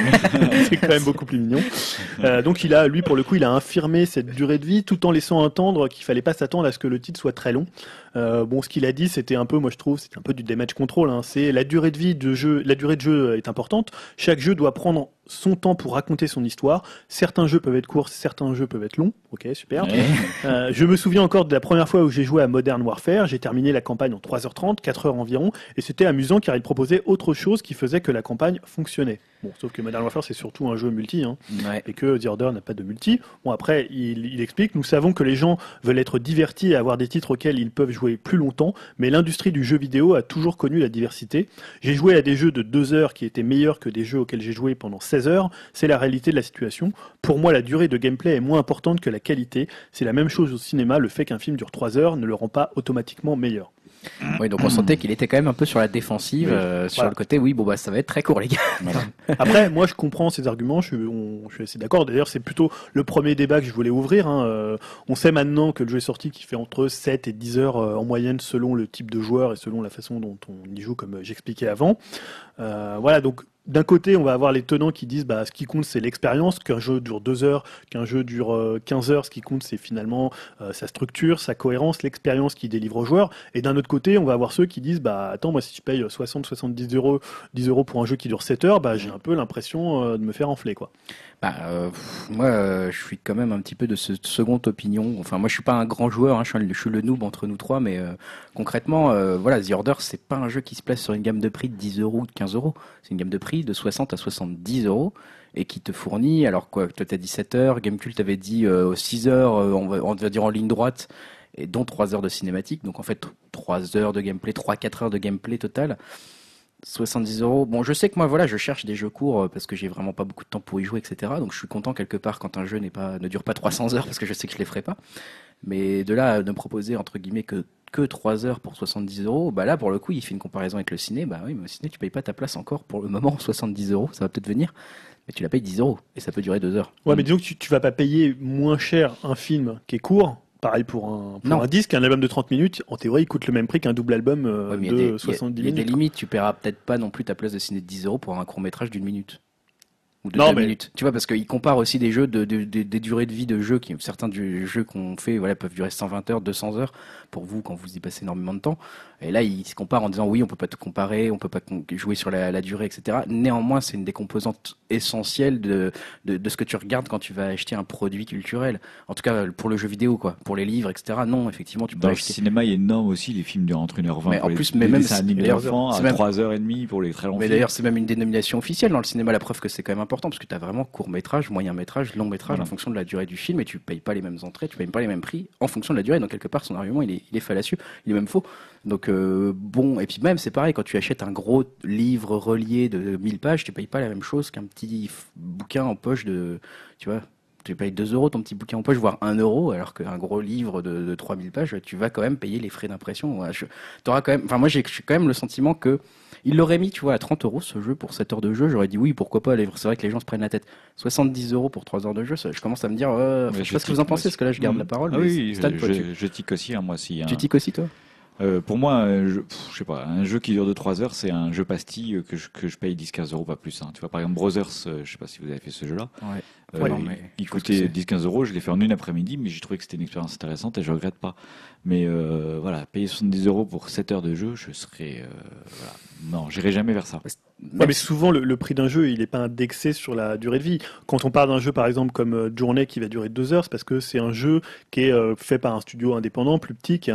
C'est quand même beaucoup plus mignon. Euh, donc il a, lui pour le coup, il a infirmé cette durée de vie tout en laissant entendre qu'il fallait pas s'attendre à ce que le titre soit très long. Euh, bon, ce qu'il a dit, c'était un peu, moi je trouve, c'était un peu du damage control. Hein. C'est la durée de vie de jeu, la durée de jeu est importante. Chaque jeu doit prendre son temps pour raconter son histoire. Certains jeux peuvent être courts, certains jeux peuvent être longs. Ok, super. Ouais. Euh, je me souviens encore de la première fois où j'ai joué à Modern Warfare. J'ai terminé la campagne en trois heures trente, quatre heures environ, et c'était amusant car il proposait autre chose qui faisait que la campagne fonctionnait. Bon, sauf que Modern Warfare c'est surtout un jeu multi, hein, Ouais. et que The Order n'a pas de multi. Bon après, il, il explique, nous savons que les gens veulent être divertis et avoir des titres auxquels ils peuvent jouer plus longtemps, mais l'industrie du jeu vidéo a toujours connu la diversité. J'ai joué à des jeux de deux heures qui étaient meilleurs que des jeux auxquels j'ai joué pendant seize heures. C'est la réalité de la situation. Pour moi, la durée de gameplay est moins importante que la qualité. C'est la même chose au cinéma. Le fait qu'un film dure trois heures ne le rend pas automatiquement meilleur. Oui, donc on sentait qu'il était quand même un peu sur la défensive, Oui. euh, sur Voilà. le côté, oui, bon bah ça va être très court les gars. Après, moi, je comprends ces arguments. Je, on- je suis assez d'accord. D'ailleurs, c'est plutôt le premier débat que je voulais ouvrir. Hein. Euh, on sait maintenant que le jeu est sorti qui fait entre sept et dix heures euh, en moyenne selon le type de joueur et selon la façon dont on y joue, comme euh, j'expliquais avant. Euh, voilà, donc d'un côté, on va avoir les tenants qui disent bah, ce qui compte, c'est l'expérience, qu'un jeu dure deux heures, qu'un jeu dure euh, quinze heures, ce qui compte, c'est finalement euh, sa structure, sa cohérence, l'expérience qu'il délivre aux joueurs. Et d'un autre côté, on va avoir ceux qui disent bah attends, moi si je paye soixante à soixante-dix euros, dix euros pour un jeu qui dure sept heures, bah, j'ai un peu l'impression euh, de me faire enfler, quoi. Bah, euh, pff, moi, euh, je suis quand même un petit peu de ce seconde opinion. Enfin, moi, je suis pas un grand joueur, hein, je, suis un- je suis le noob entre nous trois, mais euh, concrètement, euh, voilà, The Order, c'est pas un jeu qui se place sur une gamme de prix de dix euros ou de quinze euros. C'est une gamme de prix de soixante à soixante-dix euros et qui te fournit, alors quoi, toi t'as dit sept heures, Gamecult avait dit euh, six heures, euh, on, va, on va dire en ligne droite, et dont trois heures de cinématique, donc en fait trois heures de gameplay, trois quatre heures de gameplay total. soixante-dix euros. Bon, je sais que moi, voilà, je cherche des jeux courts euh, parce que j'ai vraiment pas beaucoup de temps pour y jouer, et cetera. Donc, je suis content quelque part quand un jeu n'est pas, ne dure pas trois cents heures parce que je sais que je les ferai pas. Mais de là à ne proposer, entre guillemets, que, que trois heures pour soixante-dix euros, bah là, pour le coup, il fait une comparaison avec le ciné. Bah oui, mais au ciné, tu payes pas ta place encore pour le moment, soixante-dix euros. Ça va peut-être venir. Mais tu la payes dix euros et ça peut durer deux heures. Ouais, mais disons que tu, tu vas pas payer moins cher un film qui est court. Pareil pour un, pour Non. un disque, un album de trente minutes, en théorie, il coûte le même prix qu'un double album euh, Ouais, mais il y a des- il y de a- soixante-dix il y a des minutes. limites. Tu paieras peut-être pas non plus ta place de ciné de dix euros pour un court métrage d'une minute. Ou de Non, deux mais- minutes. Tu vois, parce qu'ils comparent aussi des jeux, de, de- de- des durées de vie de jeux, qui, certains du, jeux qu'on fait voilà, peuvent durer cent vingt heures, deux cents heures, pour vous, quand vous y passez énormément de temps. Et là, ils se comparent en disant, oui, on peut pas te comparer, on peut pas con- jouer sur la, la durée, et cetera. Néanmoins, c'est une des composantes essentielles de, de, de ce que tu regardes quand tu vas acheter un produit culturel. En tout cas, pour le jeu vidéo, quoi. Pour les livres, et cetera. Non, effectivement, tu peux Dans le acheter. cinéma, il est énorme aussi, les films durent entre une heure vingt. Mais pour en les- plus, mais les même dessins si- animés d'ailleurs, d'enfants, c'est à même- trois heures trente pour les très longs Mais films. d'ailleurs, c'est même une dénomination officielle dans le cinéma, la preuve que c'est quand même important, parce que tu as vraiment court métrage, moyen métrage, long métrage, Mmh. en fonction de la durée du film, et tu payes pas les mêmes entrées, tu payes pas les mêmes prix, en fonction de la durée. Donc quelque part, son argument, il est, il est fallacieux, il est même faux. Donc euh, bon, et puis même, c'est pareil, quand tu achètes un gros livre relié de mille pages, tu payes pas la même chose qu'un petit f- bouquin en poche de, tu vois, tu payes deux euros ton petit bouquin en poche, voire un euro, alors qu'un gros livre de, de trois mille pages, tu vas quand même payer les frais d'impression. Ouais, je- t'auras quand même, enfin moi j'ai j'ai quand même le sentiment que il l'aurait mis, tu vois, à trente euros ce jeu pour sept heures de jeu, j'aurais dit oui, pourquoi pas. les- C'est vrai que les gens se prennent la tête. soixante-dix euros pour trois heures de jeu, ça- je commence à me dire, euh, Ouais, je sais je pas ce que vous tique, en pensez, moi parce que là je garde aussi. la parole. Ah mais oui, Stan, je, toi, je, tu, je tique aussi, hein, moi aussi. hein. tu tiques aussi toi? Euh, pour moi, un jeu, pff, je sais pas, un jeu qui dure deux trois heures, c'est un jeu pastille euh, que je, que je paye dix quinze euros, pas plus. hein. Tu vois, par exemple, Brothers, euh, je sais pas si vous avez fait ce jeu-là. Ouais. Euh, Ouais, non, il- mais il je pense que coûtait c'est- dix quinze euros, je l'ai fait en une après-midi, mais j'ai trouvé que c'était une expérience intéressante et je regrette pas. Mais euh, voilà, payer soixante-dix euros pour sept heures de jeu, je serais. euh, voilà. Non, j'irai jamais vers ça. Ouais, mais souvent, le, le prix d'un jeu, il n'est pas indexé sur la durée de vie. Quand on parle d'un jeu, par exemple, comme euh, Journey, qui va durer deux heures, c'est parce que c'est un jeu qui est euh, fait par un studio indépendant, plus petit, qui a un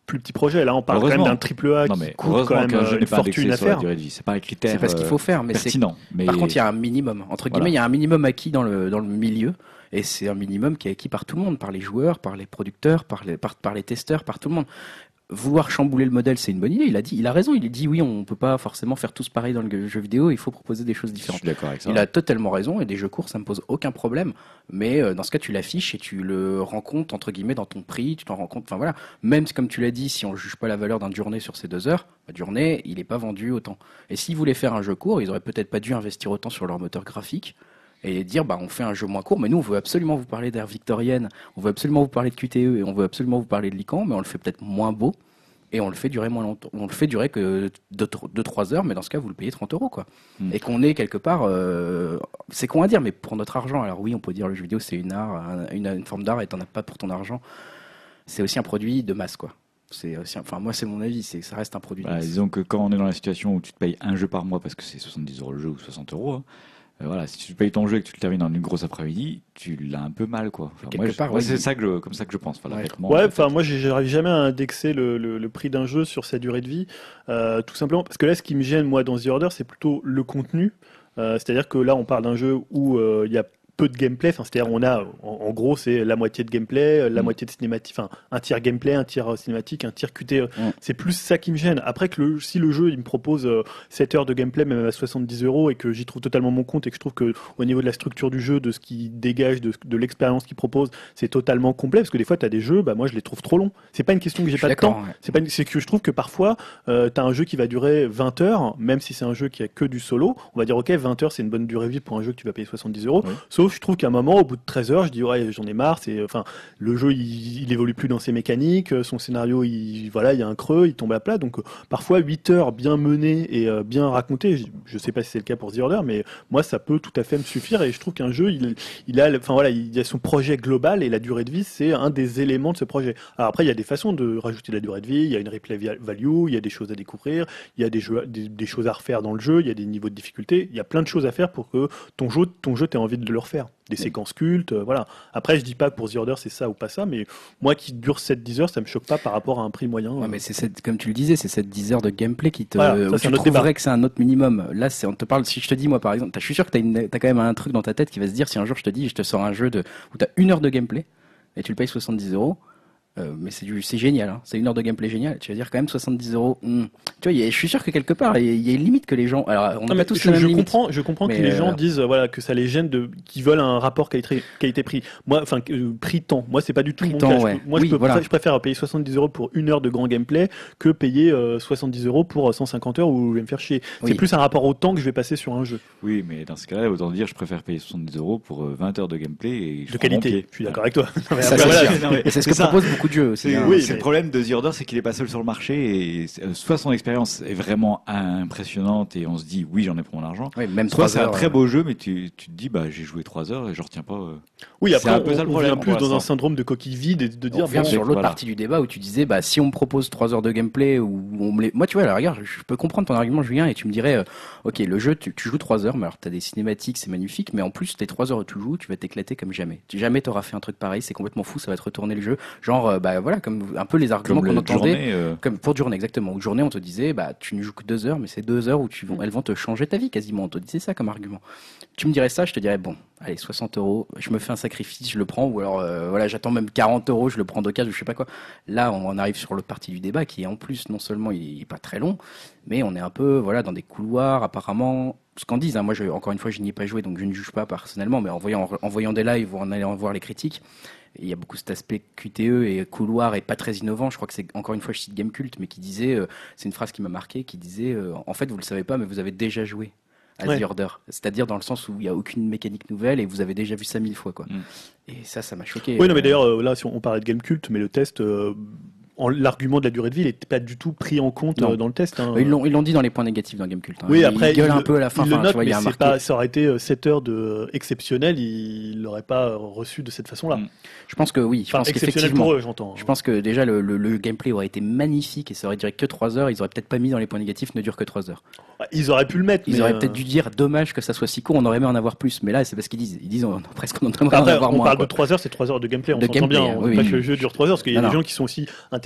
plus petit projet. Là, on parle quand même d'un triple A qui coûte quand même une fortune à faire. C'est pas un critère. C'est pas ce qu'il faut faire, mais pertinent. Mais... Par contre, il y a un minimum. Entre guillemets, il y a un minimum acquis dans le dans le milieu. Et c'est un minimum qui est acquis par tout le monde, par les joueurs, par les producteurs, par les, par, par les testeurs, par tout le monde. Vouloir chambouler le modèle, c'est une bonne idée. Il a dit, il a raison. Il a dit oui, on peut pas forcément faire tous pareil dans le jeu vidéo. Il faut proposer des choses différentes. Je suis d'accord avec ça. Il a totalement raison. Et des jeux courts, ça me pose aucun problème. Mais euh, dans ce cas, tu l'affiches et tu le rends compte entre guillemets dans ton prix. Tu t'en rends compte. Enfin voilà. Même comme tu l'as dit, si on juge pas la valeur d'un journée sur ces deux heures, bah, journée, il est pas vendu autant. Et s'ils voulaient faire un jeu court, ils auraient peut-être pas dû investir autant sur leur moteur graphique. Et dire bah on fait un jeu moins court, mais nous on veut absolument vous parler d'ère victorienne, on veut absolument vous parler de Q T E et on veut absolument vous parler de Lycan, mais on le fait peut-être moins beau et on le fait durer moins longtemps. On le fait durer que deux trois heures, mais dans ce cas vous le payez trente euros quoi. Mm. Et qu'on est quelque part, euh, c'est con à dire, mais pour notre argent. Alors oui, on peut dire le jeu vidéo c'est une art, une, une forme d'art et t'en as pas pour ton argent. C'est aussi un produit de masse quoi. C'est aussi, enfin moi c'est mon avis, c'est que ça reste un produit. Bah, de masse. Disons que quand on est dans la situation où tu te payes un jeu par mois parce que c'est soixante-dix euros le jeu ou soixante euros. Hein, Euh, voilà, si tu payes ton jeu et que tu le termines en une grosse après-midi, tu l'as un peu mal, quoi. Enfin, moi, part, je, ouais, c'est ça que je, comme ça que je pense. Enfin, ouais, ouais enfin moi, j'arrive jamais à indexer le, le, le prix d'un jeu sur sa durée de vie, euh, tout simplement parce que là, ce qui me gêne moi dans The Order, c'est plutôt le contenu. Euh, c'est-à-dire que là, on parle d'un jeu où il euh, y a peu de gameplay, enfin, c'est-à-dire on a, en, en gros, c'est la moitié de gameplay, la mmh. moitié de cinématique, enfin, un tiers gameplay, un tiers cinématique, un tiers Q T E. Mmh. C'est plus ça qui me gêne. Après que le, si le jeu, il me propose euh, sept heures de gameplay, même à soixante-dix euros, et que j'y trouve totalement mon compte, et que je trouve que au niveau de la structure du jeu, de ce qu'il dégage, de, de l'expérience qu'il propose, c'est totalement complet, parce que des fois, tu as des jeux, bah, moi, je les trouve trop longs. C'est pas une question que j'ai pas de temps. Ouais. C'est pas une, c'est que je trouve que parfois, euh, tu as un jeu qui va durer vingt heures, même si c'est un jeu qui a que du solo, on va dire, ok, vingt heures, c'est une bonne durée de vie pour un jeu que tu vas payer soixante-dix euros. Ouais. Sauf, je trouve qu'à un moment, au bout de treize heures, je dis ouais, j'en ai marre. C'est, enfin, le jeu, il, il évolue plus dans ses mécaniques, son scénario, il, voilà, il y a un creux, il tombe à plat. Donc, euh, parfois, huit heures bien menées et euh, bien racontées. Je, je sais pas si c'est le cas pour The Order, mais moi, ça peut tout à fait me suffire. Et je trouve qu'un jeu, il, il a, enfin voilà, il y a son projet global et la durée de vie, c'est un des éléments de ce projet. Alors après, il y a des façons de rajouter la durée de vie. Il y a une replay value, il y a des choses à découvrir, il y a des, jeux, des, des choses à refaire dans le jeu, il y a des niveaux de difficulté. Il y a plein de choses à faire pour que ton jeu, ton jeu, t'aies envie de le refaire. Des oui. séquences cultes, euh, voilà. Après, je dis pas que pour The Order c'est ça ou pas ça, mais moi qui dure sept dix heures, ça me choque pas par rapport à un prix moyen. Ouais, euh... mais c'est cette, comme tu le disais, c'est cette dix heures de gameplay qui te, voilà, ça, où tu trouverais que c'est un autre minimum. Là, c'est, on te parle, si je te dis, moi, par exemple, je suis sûr que t'as, une, t'as quand même un truc dans ta tête qui va se dire, si un jour je te dis, je te sors un jeu de, où t'as une heure de gameplay, et tu le payes soixante-dix euros, Euh, mais c'est, du, c'est génial, hein. C'est une heure de gameplay génial. Tu vas dire quand même soixante-dix euros. Hmm. Tu vois, y a, je suis sûr que quelque part, il y, y a une limite que les gens. Alors, on non, a mais tous je, la même je limite. comprends, je comprends mais que les euh, gens disent, voilà, que ça les gêne de, qu'ils veulent un rapport qualité, qualité-prix. Moi, enfin, euh, prix-temps. Moi, c'est pas du tout prix mon temps, cas. Ouais. Je, moi, oui, je, peux, voilà. je préfère payer soixante-dix euros pour une heure de grand gameplay que payer euh, soixante-dix euros pour cent cinquante heures où je vais me faire chier. Oui. C'est plus un rapport au temps que je vais passer sur un jeu. Oui, mais dans ce cas-là, autant dire, je préfère payer soixante-dix euros pour vingt heures de gameplay et je de qualité. Je suis d'accord avec toi. Non, mais ça, après, c'est, voilà, c'est, c'est ce que ça. propose beaucoup de jeux. C'est, hein, oui, c'est mais... le problème de The Order, c'est qu'il est pas seul sur le marché et soit son expérience est vraiment impressionnante et on se dit oui, j'en ai pour mon argent. Oui, même soit c'est heures, un très euh... beau jeu, mais tu, tu te dis bah j'ai joué trois heures et je retiens pas. Euh... Oui, après c'est un peu on, ça le on problème. vient plus dans un syndrome de coquille vide et de dire. On vient bon, sur l'autre voilà. partie du débat où tu disais bah si on me propose trois heures de gameplay ou on me les... moi tu vois, alors, regarde, je peux comprendre ton argument, Julien, et tu me dirais euh, ok, le jeu tu, tu joues trois heures, mais alors t'as des cinématiques, c'est magnifique, mais en plus tes trois heures où tu joues, tu vas t'éclater comme jamais. Tu jamais t'auras fait un truc pareil, c'est complètement fou, ça va te retourner le jeu. Genre euh, bah voilà, comme un peu les arguments comme qu'on entendait. Journée, euh... Comme pour journée, exactement. Ou journée, on te disait, bah, tu ne joues que deux heures, mais c'est deux heures où tu vont, elles vont te changer ta vie quasiment. On te disait ça comme argument. Tu me dirais ça, je te dirais, bon, allez, soixante euros, je me fais un sacrifice, je le prends, ou alors, euh, voilà, j'attends même quarante euros, je le prends d'occasion, je sais pas quoi. Là, on arrive sur l'autre partie du débat qui est en plus, non seulement, il est pas très long, mais on est un peu, voilà, dans des couloirs, apparemment, ce qu'en disent, hein. Moi, je, encore une fois, je n'y ai pas joué, donc je ne juge pas personnellement, mais en voyant, en voyant des lives ou en allant voir les critiques, il y a beaucoup cet aspect Q T E et couloir et pas très innovant. Je crois que c'est, encore une fois, je cite Gamecult, mais qui disait, euh, c'est une phrase qui m'a marqué, qui disait, euh, en fait, vous le savez pas, mais vous avez déjà joué à ouais. The Order. C'est-à-dire dans le sens où il n'y a aucune mécanique nouvelle et vous avez déjà vu ça mille fois, quoi. Mm. Et ça, ça m'a choqué. Oui, euh, non, mais d'ailleurs, euh, là, si on, on parlait de Gamecult, mais le test, euh, en, l'argument de la durée de vie, il n'est pas du tout pris en compte euh, dans le test. Hein. Ils l'ont, ils l'ont dit dans les points négatifs dans Gamecult. Hein. Oui, ils, après, ils gueulent il, un peu à la fin. Il le note, tu vois, mais il y a un c'est pas, ça aurait été sept heures de exceptionnel, il l'aurait pas reçu de cette façon-là. Mm. Je pense que oui. Je enfin, pense exceptionnel pour eux, j'entends. Je pense que déjà le, le, le gameplay aurait été magnifique et ça aurait duré que trois heures. Ils auraient peut-être pas mis dans les points négatifs ne dure que trois heures. Ils auraient pu le mettre. Ils mais auraient euh... peut-être dû dire dommage que ça soit si court, on aurait aimé en avoir plus. Mais là, c'est parce qu'ils disent. Ils disent on, presque on aimerait Après, en avoir on moins. On parle quoi. de trois heures, c'est trois heures de gameplay. On de s'entend gameplay, bien. Oui, pas oui. que le jeu dure trois heures, parce qu'il y a non, des non. gens qui sont aussi intéressés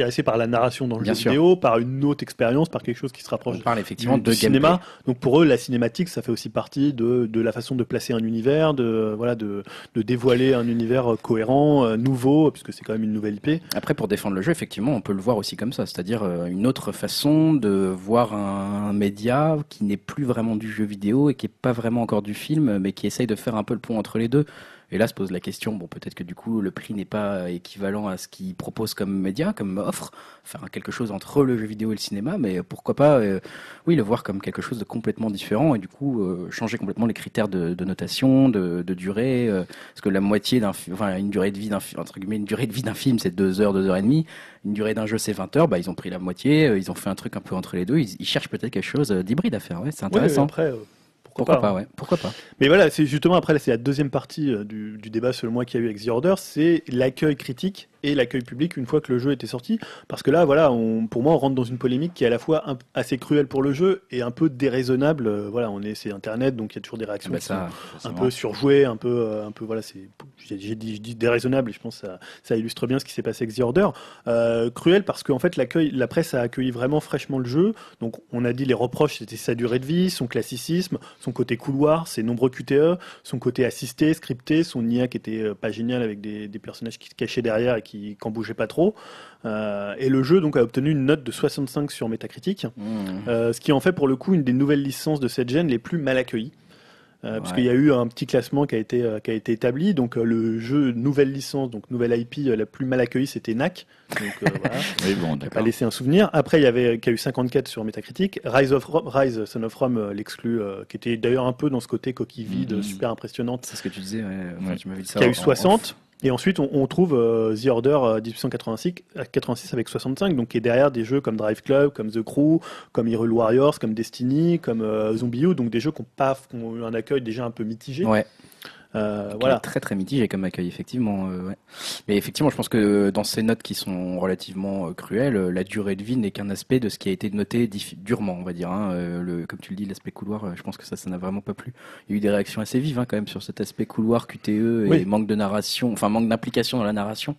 intéressé par la narration dans le Bien jeu sûr. vidéo, par une autre expérience, par quelque chose qui se rapproche On parle effectivement du, de du cinéma. gameplay. Donc pour eux, la cinématique, ça fait aussi partie de, de la façon de placer un univers, de voilà, de, de dévoiler un univers cohérent, euh, nouveau, puisque c'est quand même une nouvelle I P. Après, pour défendre le jeu, effectivement, on peut le voir aussi comme ça, c'est-à-dire euh, une autre façon de voir un, un média qui n'est plus vraiment du jeu vidéo et qui est pas vraiment encore du film, mais qui essaye de faire un peu le pont entre les deux. Et là se pose la question, bon, peut-être que du coup le prix n'est pas équivalent à ce qu'ils proposent comme média, comme offre, faire quelque chose entre le jeu vidéo et le cinéma, mais pourquoi pas, euh, oui, le voir comme quelque chose de complètement différent et du coup euh, changer complètement les critères de, de notation, de, de durée, euh, parce que la moitié d'un, fi- enfin une durée de vie d'un, fi- entre guillemets, une durée de vie d'un film c'est deux heures, deux heures et demie, une durée d'un jeu c'est vingt heures, bah ils ont pris la moitié, euh, ils ont fait un truc un peu entre les deux, ils, ils cherchent peut-être quelque chose d'hybride à faire, ouais, c'est Ouais, intéressant. après, euh, pourquoi, Pourquoi pas, pas, hein. ouais, pourquoi pas. Mais voilà, c'est justement après, là, c'est la deuxième partie euh, du, du débat, selon moi, qu'il y a eu avec The Order, c'est l'accueil critique et l'accueil public une fois que le jeu était sorti. Parce que là, voilà, on, pour moi, on rentre dans une polémique qui est à la fois un- assez cruelle pour le jeu et un peu déraisonnable. Euh, voilà, on est, c'est Internet, donc il y a toujours des réactions Bah, qui ça, sont un peu surjouées, un peu, euh, un peu, voilà, c'est, j'ai, j'ai dit, je dis déraisonnable et je pense que ça, ça illustre bien ce qui s'est passé avec The Order. Euh, cruel parce qu'en fait, l'accueil, la presse a accueilli vraiment fraîchement le jeu. Donc, on a dit les reproches, c'était sa durée de vie, son classicisme, son côté couloir, ses nombreux Q T E, son côté assisté, scripté, son I A qui était euh, pas génial avec des, des personnages qui se cachaient derrière et qui n'en bougeaient pas trop. Euh, et le jeu donc a obtenu une note de soixante-cinq sur Metacritic, Mmh. euh, ce qui en fait pour le coup une des nouvelles licences de cette gène les plus mal accueillies. Euh, Ouais. Parce qu'il y a eu un petit classement qui a été, euh, qui a été établi. Donc euh, le jeu nouvelle licence, donc nouvelle I P, euh, la plus mal accueillie, c'était N A C. Donc euh, voilà. Oui, bon, Qui n'a pas d'accord. laissé un souvenir. Après, il y avait qui a eu cinquante-quatre sur Metacritic. Rise of Rome, Rise, Son of Rome, euh, l'exclu, euh, qui était d'ailleurs un peu dans ce côté coquille vide, Mhm. super impressionnante, C'est ce que tu disais, ouais. Enfin, Ouais. tu m'avais dit ça. qui a eu en- soixante. Et ensuite, on, on trouve euh, The Order euh, dix-huit cent quatre-vingt-six, euh, quatre-vingt-six avec soixante-cinq, donc qui est derrière des jeux comme Drive Club, comme The Crew, comme Hyrule Warriors, comme Destiny, comme euh, Zombie U, donc des jeux qui ont, pas, qui ont eu un accueil déjà un peu mitigé. Ouais. Euh, Qui est voilà. très très mitigé comme accueil, effectivement. euh, ouais. Mais effectivement, je pense que dans ces notes qui sont relativement euh, cruelles, euh, la durée de vie n'est qu'un aspect de ce qui a été noté dif- durement, on va dire. Hein. Euh, le, comme tu le dis, l'aspect couloir, euh, je pense que ça, ça n'a vraiment pas plu. Il y a eu des réactions assez vives hein, quand même sur cet aspect couloir, Q T E et Oui. manque de narration, enfin manque d'implication dans la narration.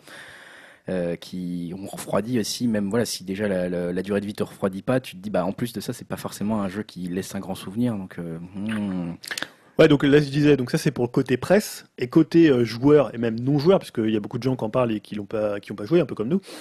Euh, qui ont refroidi aussi, même voilà, si déjà la, la, la durée de vie te refroidit pas, tu te dis bah en plus de ça, c'est pas forcément un jeu qui laisse un grand souvenir, donc euh, hmm. Ouais, donc là je disais, donc ça c'est pour le côté presse et côté euh, joueur et même non joueur, parce qu'il y a beaucoup de gens qui en parlent et qui l'ont pas, qui ont pas joué, un peu comme nous.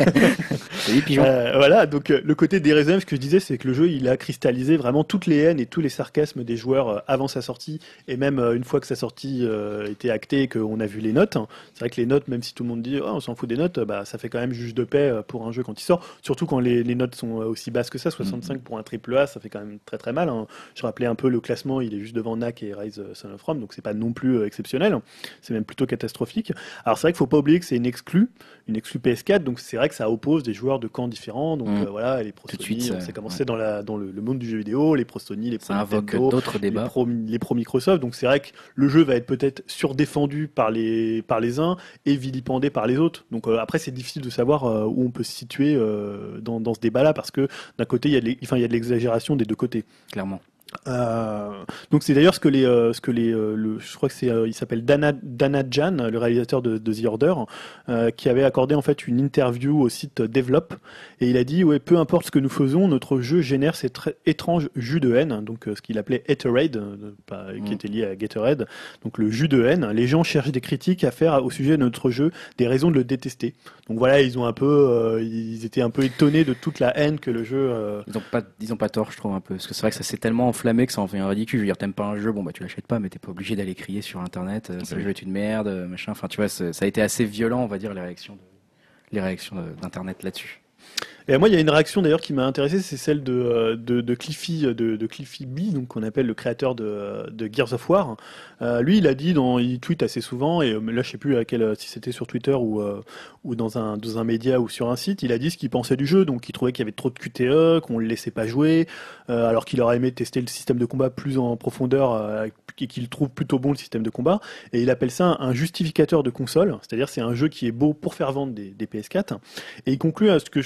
Salut pigeon. Euh, voilà, donc euh, le côté déraisonnable, ce que je disais, c'est que le jeu il a cristallisé vraiment toutes les haines et tous les sarcasmes des joueurs euh, avant sa sortie et même euh, une fois que sa sortie euh, était actée et qu'on a vu les notes. C'est vrai que les notes, même si tout le monde dit oh, on s'en fout des notes, bah ça fait quand même juge de paix euh, pour un jeu quand il sort, surtout quand les, les notes sont euh, aussi basses que ça, soixante-cinq pour un triple A, ça fait quand même très très mal. Hein. Je rappelais un peu le classement, il est juste devant N A C et Rise euh, Son of Rome, donc c'est pas non plus euh, exceptionnel, c'est même plutôt catastrophique. Alors c'est vrai qu'il faut pas oublier que c'est une exclue, une exclue P S quatre, donc c'est vrai que ça oppose des joueurs de camps différents, donc Mm. euh, voilà, les pro Tout de Sony, suite, on ça- sait comment ouais. c'est dans, la, dans le, le monde du jeu vidéo, les pro Sony, les pro Ça invoque Nintendo, d'autres les débats. pro, les pro Microsoft, donc c'est vrai que le jeu va être peut-être surdéfendu par les, par les uns et vilipendé par les autres. Donc euh, après c'est difficile de savoir euh, où on peut se situer euh, dans, dans ce débat-là, parce que d'un côté il y a de l'e- enfin, il y a de l'exagération des deux côtés. Clairement. Euh, donc c'est d'ailleurs ce que les, euh, ce que les, euh, le, je crois que c'est, euh, il s'appelle Dana, Dana Jan, le réalisateur de, de The Order, euh, qui avait accordé en fait une interview au site Develop, et il a dit ouais, peu importe ce que nous faisons, notre jeu génère ces très étranges jus de haine, donc euh, ce qu'il appelait Haterade, euh, pas- qui Mm. était lié à Gatorade, donc le jus de haine. Les gens cherchent des critiques à faire au sujet de notre jeu, des raisons de le détester. Donc voilà, ils ont un peu, euh, ils étaient un peu étonnés de toute la haine que le jeu. euh, Ils ont pas, ils ont pas tort, je trouve un peu, parce que c'est vrai que ça s'est tellement enflammé que ça en fait un ridicule. Je veux dire, t'aimes pas un jeu, bon bah tu l'achètes pas, mais t'es pas obligé d'aller crier sur internet, euh, ce Oui. jeu est une merde, euh, machin. Enfin, tu vois, c'est- ça a été assez violent, on va dire, les réactions, de, les réactions de- d'internet là-dessus. Et moi, il y a une réaction d'ailleurs qui m'a intéressé, c'est celle de, euh, de, de Cliffy, de, de Cliffy B, donc qu'on appelle le créateur de, de Gears of War. Euh, lui, il a dit, dans, il tweet assez souvent, et euh, là, je sais plus à quel, si c'était sur Twitter ou, euh, ou dans un, dans un média ou sur un site, il a dit ce qu'il pensait du jeu, donc il trouvait qu'il y avait trop de Q T E, qu'on le laissait pas jouer, euh, alors qu'il aurait aimé tester le système de combat plus en profondeur, euh, et qu'il trouve plutôt bon le système de combat. Et il appelle ça un justificateur de console, c'est-à-dire c'est un jeu qui est beau pour faire vendre des, des P S quatre. Et il conclut à ce que je trouvais un point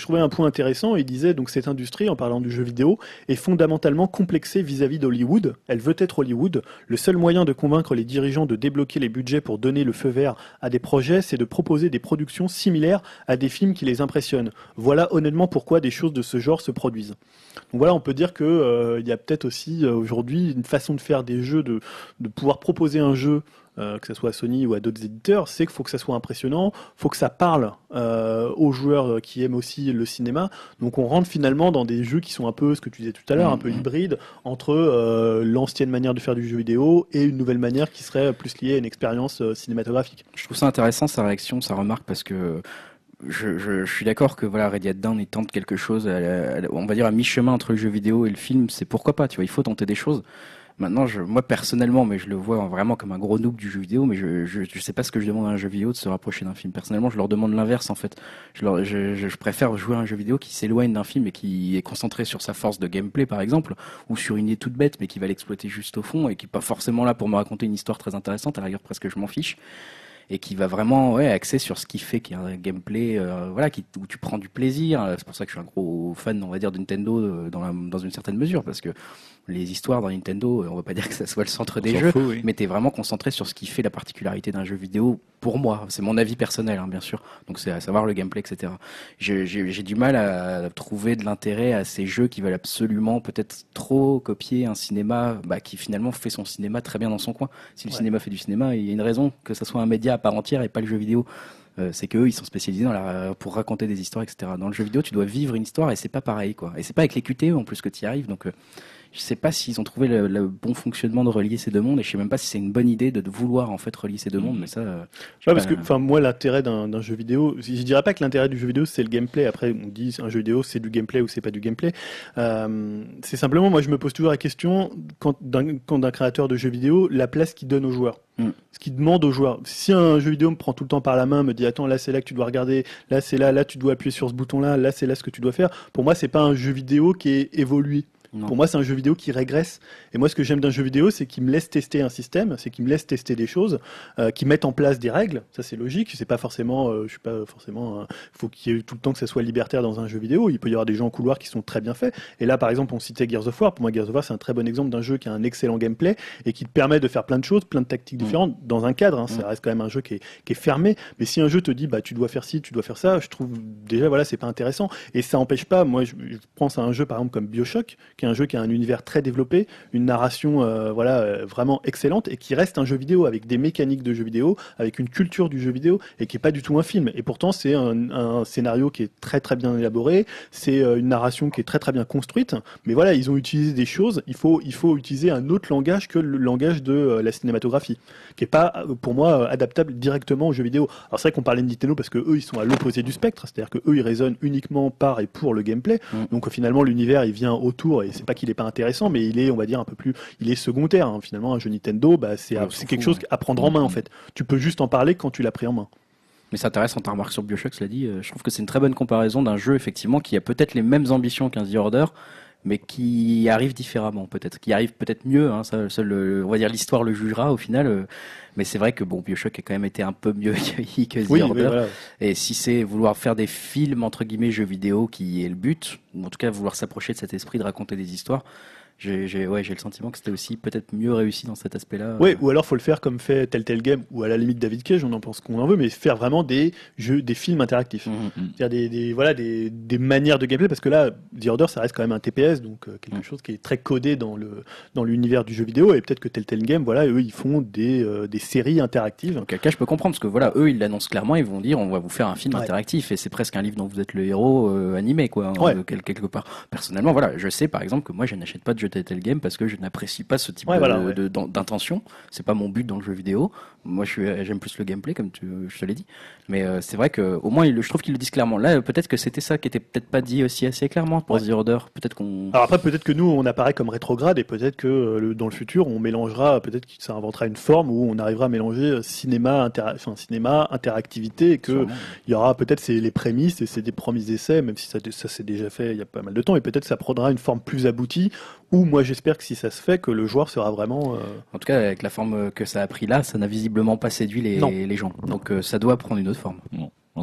point intéressant. Il disait donc cette industrie, en parlant du jeu vidéo, est fondamentalement complexée vis-à-vis d'Hollywood. Elle veut être Hollywood. Le seul moyen de convaincre les dirigeants de débloquer les budgets pour donner le feu vert à des projets, c'est de proposer des productions similaires à des films qui les impressionnent. Voilà honnêtement pourquoi des choses de ce genre se produisent. Donc voilà, on peut dire que euh, il y a peut-être aussi euh, aujourd'hui une façon de faire des jeux, de, de pouvoir proposer un jeu, euh, que ce soit à Sony ou à d'autres éditeurs, c'est qu'il faut que ça soit impressionnant, il faut que ça parle euh, aux joueurs qui aiment aussi le cinéma. Donc on rentre finalement dans des jeux qui sont un peu, ce que tu disais tout à l'heure, un peu hybrides entre euh, l'ancienne manière de faire du jeu vidéo et une nouvelle manière qui serait plus liée à une expérience euh, cinématographique. Je trouve ça intéressant sa réaction, sa remarque, parce que Je, je, je suis d'accord que voilà, Red Dead Down il tente quelque chose, à la, à la, on va dire à mi-chemin entre le jeu vidéo et le film. C'est pourquoi pas, tu vois, il faut tenter des choses. Maintenant, je, moi personnellement, mais je le vois vraiment comme un gros noob du jeu vidéo, mais je, je, je sais pas ce que je demande à un jeu vidéo de se rapprocher d'un film. Personnellement, je leur demande l'inverse en fait. Je, leur, je, je, je préfère jouer à un jeu vidéo qui s'éloigne d'un film et qui est concentré sur sa force de gameplay par exemple, ou sur une idée toute bête mais qui va l'exploiter juste au fond et qui est pas forcément là pour me raconter une histoire très intéressante. À la rigueur, presque je m'en fiche. Et qui va vraiment ouais, axer sur ce qui fait qu'il y a un gameplay euh, voilà, qui, où tu prends du plaisir. C'est pour ça que je suis un gros fan, on va dire, de Nintendo euh, dans, la, dans une certaine mesure, parce que les histoires dans Nintendo, on va pas dire que ça soit le centre des jeux, fout, oui. mais t'es vraiment concentré sur ce qui fait la particularité d'un jeu vidéo, pour moi. C'est mon avis personnel, hein, bien sûr. Donc c'est à savoir le gameplay, et cetera. J'ai, j'ai, j'ai du mal à trouver de l'intérêt à ces jeux qui veulent absolument peut-être trop copier un cinéma bah, qui finalement fait son cinéma très bien dans son coin. Si le Ouais. cinéma fait du cinéma, il y a une raison que ça soit un média à part entière et pas le jeu vidéo. Euh, c'est qu'eux, ils sont spécialisés dans la, pour raconter des histoires, et cetera. Dans le jeu vidéo, tu dois vivre une histoire et c'est pas pareil, quoi. Et c'est pas avec les Q T E en plus que tu y arrives. Donc, euh, je sais pas s'ils ont trouvé le, le bon fonctionnement de relier ces deux mondes et je sais même pas si c'est une bonne idée de, de vouloir en fait relier ces deux mondes. Mais ça, euh, Ouais, parce pas- que, enfin, moi, l'intérêt d'un, d'un jeu vidéo, je dirais pas que l'intérêt du jeu vidéo c'est le gameplay. Après, on dit un jeu vidéo c'est du gameplay ou c'est pas du gameplay. Euh, c'est simplement, moi, je me pose toujours la question quand d'un, quand d'un créateur de jeux vidéo, la place qu'il donne aux joueurs. Mm. Ce qu'il demande aux joueurs. Si un jeu vidéo me prend tout le temps par la main, me dit attends là c'est là que tu dois regarder, là c'est là, là tu dois appuyer sur ce bouton là, là c'est là ce que tu dois faire. Pour moi c'est pas un jeu vidéo qui est évolué. Non. Pour moi, c'est un jeu vidéo qui régresse. Et moi, ce que j'aime d'un jeu vidéo, c'est qu'il me laisse tester un système, c'est qu'il me laisse tester des choses, euh, qu'il mette en place des règles. Ça, c'est logique. C'est pas forcément, euh, je suis pas forcément. Il faut qu'il y ait tout le temps que ça soit libertaire dans un jeu vidéo. Il peut y avoir des jeux en couloir qui sont très bien faits. Et là, par exemple, on citait Gears of War. Pour moi, Gears of War, c'est un très bon exemple d'un jeu qui a un excellent gameplay et qui te permet de faire plein de choses, plein de tactiques différentes mmh. dans un cadre. Hein. Ça reste quand même un jeu qui est, qui est fermé. Mais si un jeu te dit, bah, tu dois faire ci, tu dois faire ça, je trouve déjà, voilà, c'est pas intéressant. Et ça empêche pas. Moi, je, je pense à un jeu, par exemple, comme BioShock, qui est un jeu qui a un univers très développé, une narration euh, voilà euh, vraiment excellente et qui reste un jeu vidéo avec des mécaniques de jeu vidéo, avec une culture du jeu vidéo et qui est pas du tout un film. Et pourtant c'est un, un scénario qui est très très bien élaboré, c'est euh, une narration qui est très très bien construite. Mais voilà, ils ont utilisé des choses. Il faut il faut utiliser un autre langage que le langage de euh, la cinématographie, qui est pas pour moi euh, adaptable directement aux jeux vidéo. Alors c'est vrai qu'on parlait de Nintendo parce que eux ils sont à l'opposé du spectre, c'est-à-dire que eux ils raisonnent uniquement par et pour le gameplay. Mm. Donc finalement l'univers il vient autour et c'est pas qu'il est pas intéressant, mais il est, on va dire, un peu plus, il est secondaire. Hein. Finalement, un jeu Nintendo, bah, c'est, ouais, c'est quelque fout, chose ouais. à prendre en main, en fait. Tu peux juste en parler quand tu l'as pris en main. Mais c'est intéressant, ta remarque sur BioShock, cela dit, euh, je trouve que c'est une très bonne comparaison d'un jeu, effectivement, qui a peut-être les mêmes ambitions qu'un The Order, mais qui arrive différemment, peut-être, qui arrive peut-être mieux, hein, ça, ça, le, on va dire l'histoire le jugera au final, euh, mais c'est vrai que bon, BioShock a quand même été un peu mieux accueilli que The oui, Order, oui, voilà. Et si c'est vouloir faire des films, entre guillemets, jeux vidéo qui est le but, ou en tout cas vouloir s'approcher de cet esprit de raconter des histoires, J'ai, j'ai, ouais, j'ai le sentiment que c'était aussi peut-être mieux réussi dans cet aspect-là. Oui, ou alors faut le faire comme fait Telltale Game, ou à la limite David Cage, on en pense qu'on en veut, mais faire vraiment des jeux, des films interactifs. Mmh. C'est-à-dire des, des, voilà, des, des manières de gameplay, parce que là, The Order, ça reste quand même un T P S, donc euh, quelque mmh. chose qui est très codé dans, le, dans l'univers du jeu vidéo, et peut-être que Telltale Game, voilà, eux, ils font des, euh, des séries interactives. Donc, cas, je peux comprendre, parce que voilà, eux, ils l'annoncent clairement, ils vont dire, on va vous faire un film ouais. interactif, et c'est presque un livre dont vous êtes le héros euh, animé, quoi, ouais. euh, quelque part. Personnellement, voilà, je sais par exemple que moi, je n'achète pas de jeu Telltale Game parce que je n'apprécie pas ce type ouais, de, voilà, ouais. de, d'intention. C'est pas mon but dans le jeu vidéo. Moi, je suis, j'aime plus le gameplay, comme tu, je te l'ai dit. Mais euh, c'est vrai que, au moins, je trouve qu'ils le disent clairement. Là, peut-être que c'était ça qui était peut-être pas dit aussi assez clairement pour ouais. The Order. Peut-être qu'on. Alors après, peut-être que nous, on apparaît comme rétrograde et peut-être que euh, dans le futur, on mélangera, peut-être que ça inventera une forme où on arrivera à mélanger cinéma, intera... enfin, cinéma, interactivité et que il y aura peut-être c'est les prémices et c'est des premiers essais, même si ça, ça s'est déjà fait il y a pas mal de temps, et peut-être ça prendra une forme plus aboutie. Ou moi, j'espère que si ça se fait, que le joueur sera vraiment. Euh... En tout cas, avec la forme que ça a pris là, ça n'a visiblement pas séduit les, les gens. Donc, euh, ça doit prendre une autre forme. Bon. En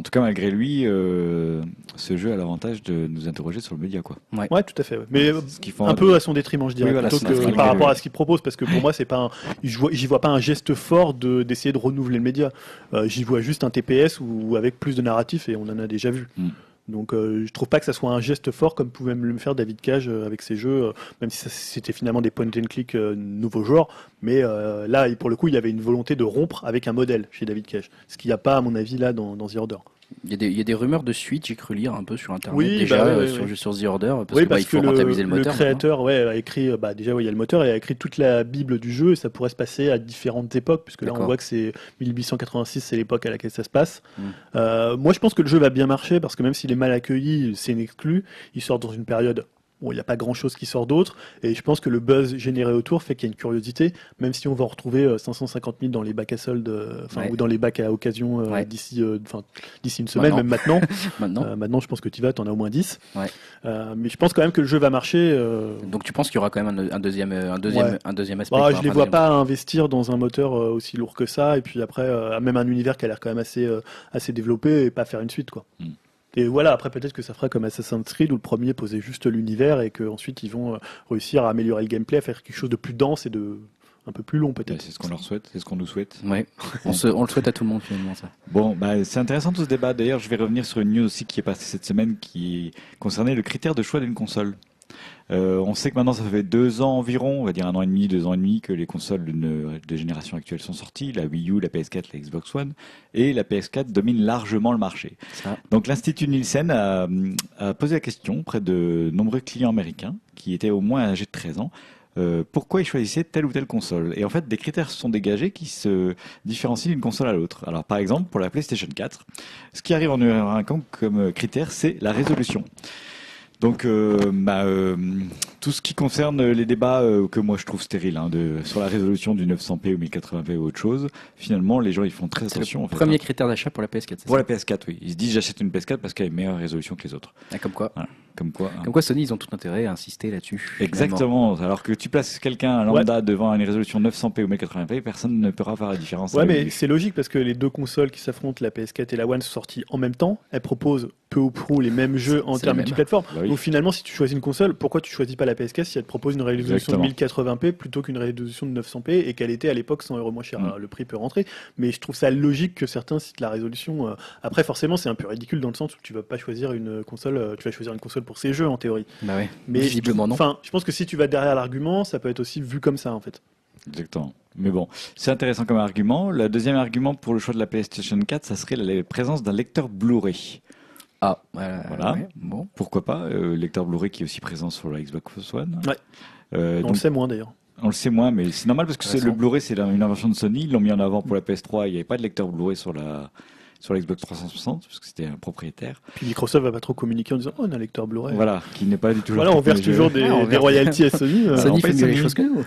en tout cas, malgré lui, euh, ce jeu a l'avantage de nous interroger sur le média, quoi. Ouais, ouais tout à fait. Ouais. Mais ce qui font un peu à son détriment, je dirais, oui, voilà, plutôt que par rapport à ce qu'il propose, parce que pour moi, c'est pas, un... j'y vois, j'y vois pas un geste fort de d'essayer de renouveler le média. Euh, j'y vois juste un T P S ou avec plus de narratif, et on en a déjà vu. Mm. Donc euh, je trouve pas que ça soit un geste fort comme pouvait le faire David Cage euh, avec ses jeux, euh, même si ça, c'était finalement des point and click euh, nouveau genre, mais euh, là pour le coup il y avait une volonté de rompre avec un modèle chez David Cage, ce qu'il n'y a pas à mon avis là dans, dans The Order. Il y, a des, il y a des rumeurs de suite, j'ai cru lire un peu sur internet oui, déjà bah, euh, ouais, sur, ouais. sur The Order parce oui, que, parce bah, il faut que rentabiliser le, le moteur. Le créateur ouais, a écrit, bah, déjà ouais, il y a le moteur et a écrit toute la bible du jeu et ça pourrait se passer à différentes époques puisque là D'accord. on voit que c'est mille huit cent quatre-vingt-six, c'est l'époque à laquelle ça se passe. Mm. Euh, moi je pense que le jeu va bien marcher parce que même s'il est mal accueilli, c'est exclu, il sort dans une période bon, il n'y a pas grand-chose qui sort d'autre, et je pense que le buzz généré autour fait qu'il y a une curiosité, même si on va en retrouver cinq cent cinquante mille dans les bacs à soldes, enfin, ouais. ou dans les bacs à occasion euh, ouais. d'ici, euh, d'ici une semaine, maintenant. même maintenant. maintenant. Euh, maintenant, je pense que tu vas, tu en as au moins dix. Ouais. Euh, mais je pense quand même que le jeu va marcher. Euh... Donc tu penses qu'il y aura quand même un, un deuxième, un deuxième, ouais. un deuxième aspect bah, Je ne les vois pas investir dans un moteur euh, aussi lourd que ça, et puis après, euh, même un univers qui a l'air quand même assez, euh, assez développé, et pas faire une suite, quoi. Mm. Et voilà, après peut-être que ça fera comme Assassin's Creed où le premier posait juste l'univers et qu'ensuite ils vont réussir à améliorer le gameplay, à faire quelque chose de plus dense et de un peu plus long peut-être. C'est ce qu'on leur souhaite, c'est ce qu'on nous souhaite. Ouais. on, se, on le souhaite à tout le monde finalement ça. Bon, bah, c'est intéressant tout ce débat. D'ailleurs, je vais revenir sur une news aussi qui est passée cette semaine qui concernait le critère de choix d'une console. Euh, on sait que maintenant ça fait deux ans environ, on va dire un an et demi, deux ans et demi que les consoles de, de génération actuelle sont sorties, la Wii U, la P S quatre, la Xbox One, et la P S quatre domine largement le marché. Ça. Donc l'Institut Nielsen a, a posé la question auprès de nombreux clients américains qui étaient au moins âgés de treize ans. Euh, pourquoi ils choisissaient telle ou telle console. Et en fait, des critères se sont dégagés qui se différencient d'une console à l'autre. Alors par exemple, pour la PlayStation quatre, ce qui arrive en numéro un comme critère, c'est la résolution. Donc, euh, bah, euh, tout ce qui concerne les débats euh, que moi je trouve stériles hein, de, sur la résolution du neuf cents p ou mille quatre-vingts p ou autre chose, finalement les gens ils font très attention. C'est le en fait, premier hein. critère d'achat pour la P S quatre. Pour ça la P S quatre, oui. Ils se disent j'achète une P S quatre parce qu'elle a une meilleure résolution que les autres. Ah, comme quoi. Voilà. Comme quoi, hein. Comme quoi Sony, ils ont tout intérêt à insister là-dessus. Exactement. Finalement. Alors que tu places quelqu'un à lambda ouais. devant une résolution neuf cents p ou mille quatre-vingts p, personne ne pourra faire la différence. Ouais, mais c'est logique parce que les deux consoles qui s'affrontent, la P S quatre et la One, sont sorties en même temps. Elles proposent peu ou prou les mêmes jeux en termes multiplateformes. Bah oui. Donc finalement, si tu choisis une console, pourquoi tu choisis pas la P S quatre si elle te propose une résolution Exactement. de mille quatre-vingts p plutôt qu'une résolution de neuf cents p et qu'elle était à l'époque cent euros moins cher. Mmh. Alors, le prix peut rentrer, mais je trouve ça logique que certains citent la résolution. Après, forcément, c'est un peu ridicule dans le sens où tu vas pas choisir une console, tu vas choisir une console pour ces jeux en théorie. Bah ouais. Mais visiblement non. Enfin, je pense que si tu vas derrière l'argument, ça peut être aussi vu comme ça en fait. Exactement. Mais bon, c'est intéressant comme argument. Le deuxième argument pour le choix de la PlayStation quatre, ça serait la présence d'un lecteur Blu-ray. Ah, euh, voilà. Ouais, bon. Pourquoi pas euh, lecteur Blu-ray qui est aussi présent sur la Xbox One. Ouais. Euh, On donc, le sait moins d'ailleurs. On le sait moins, mais c'est normal parce que c'est, le Blu-ray, c'est une invention de Sony. Ils l'ont mis en avant pour la P S trois. Il n'y avait pas de lecteur Blu-ray sur la sur la Xbox trois cent soixante parce que c'était un propriétaire. Puis Microsoft va pas trop communiquer en disant oh, on a un lecteur Blu-ray. Voilà, qui n'est pas du tout. Voilà, on verse toujours des, ah, on des royalties à Sony. Euh, Sony fait mieux les choses que nous.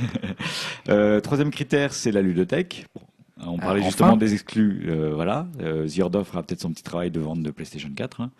euh, troisième critère, c'est la ludothèque. Bon, on parlait ah, justement enfin. des exclus. Euh, voilà, euh, The Order fera peut-être son petit travail de vente de PlayStation quatre. Hein.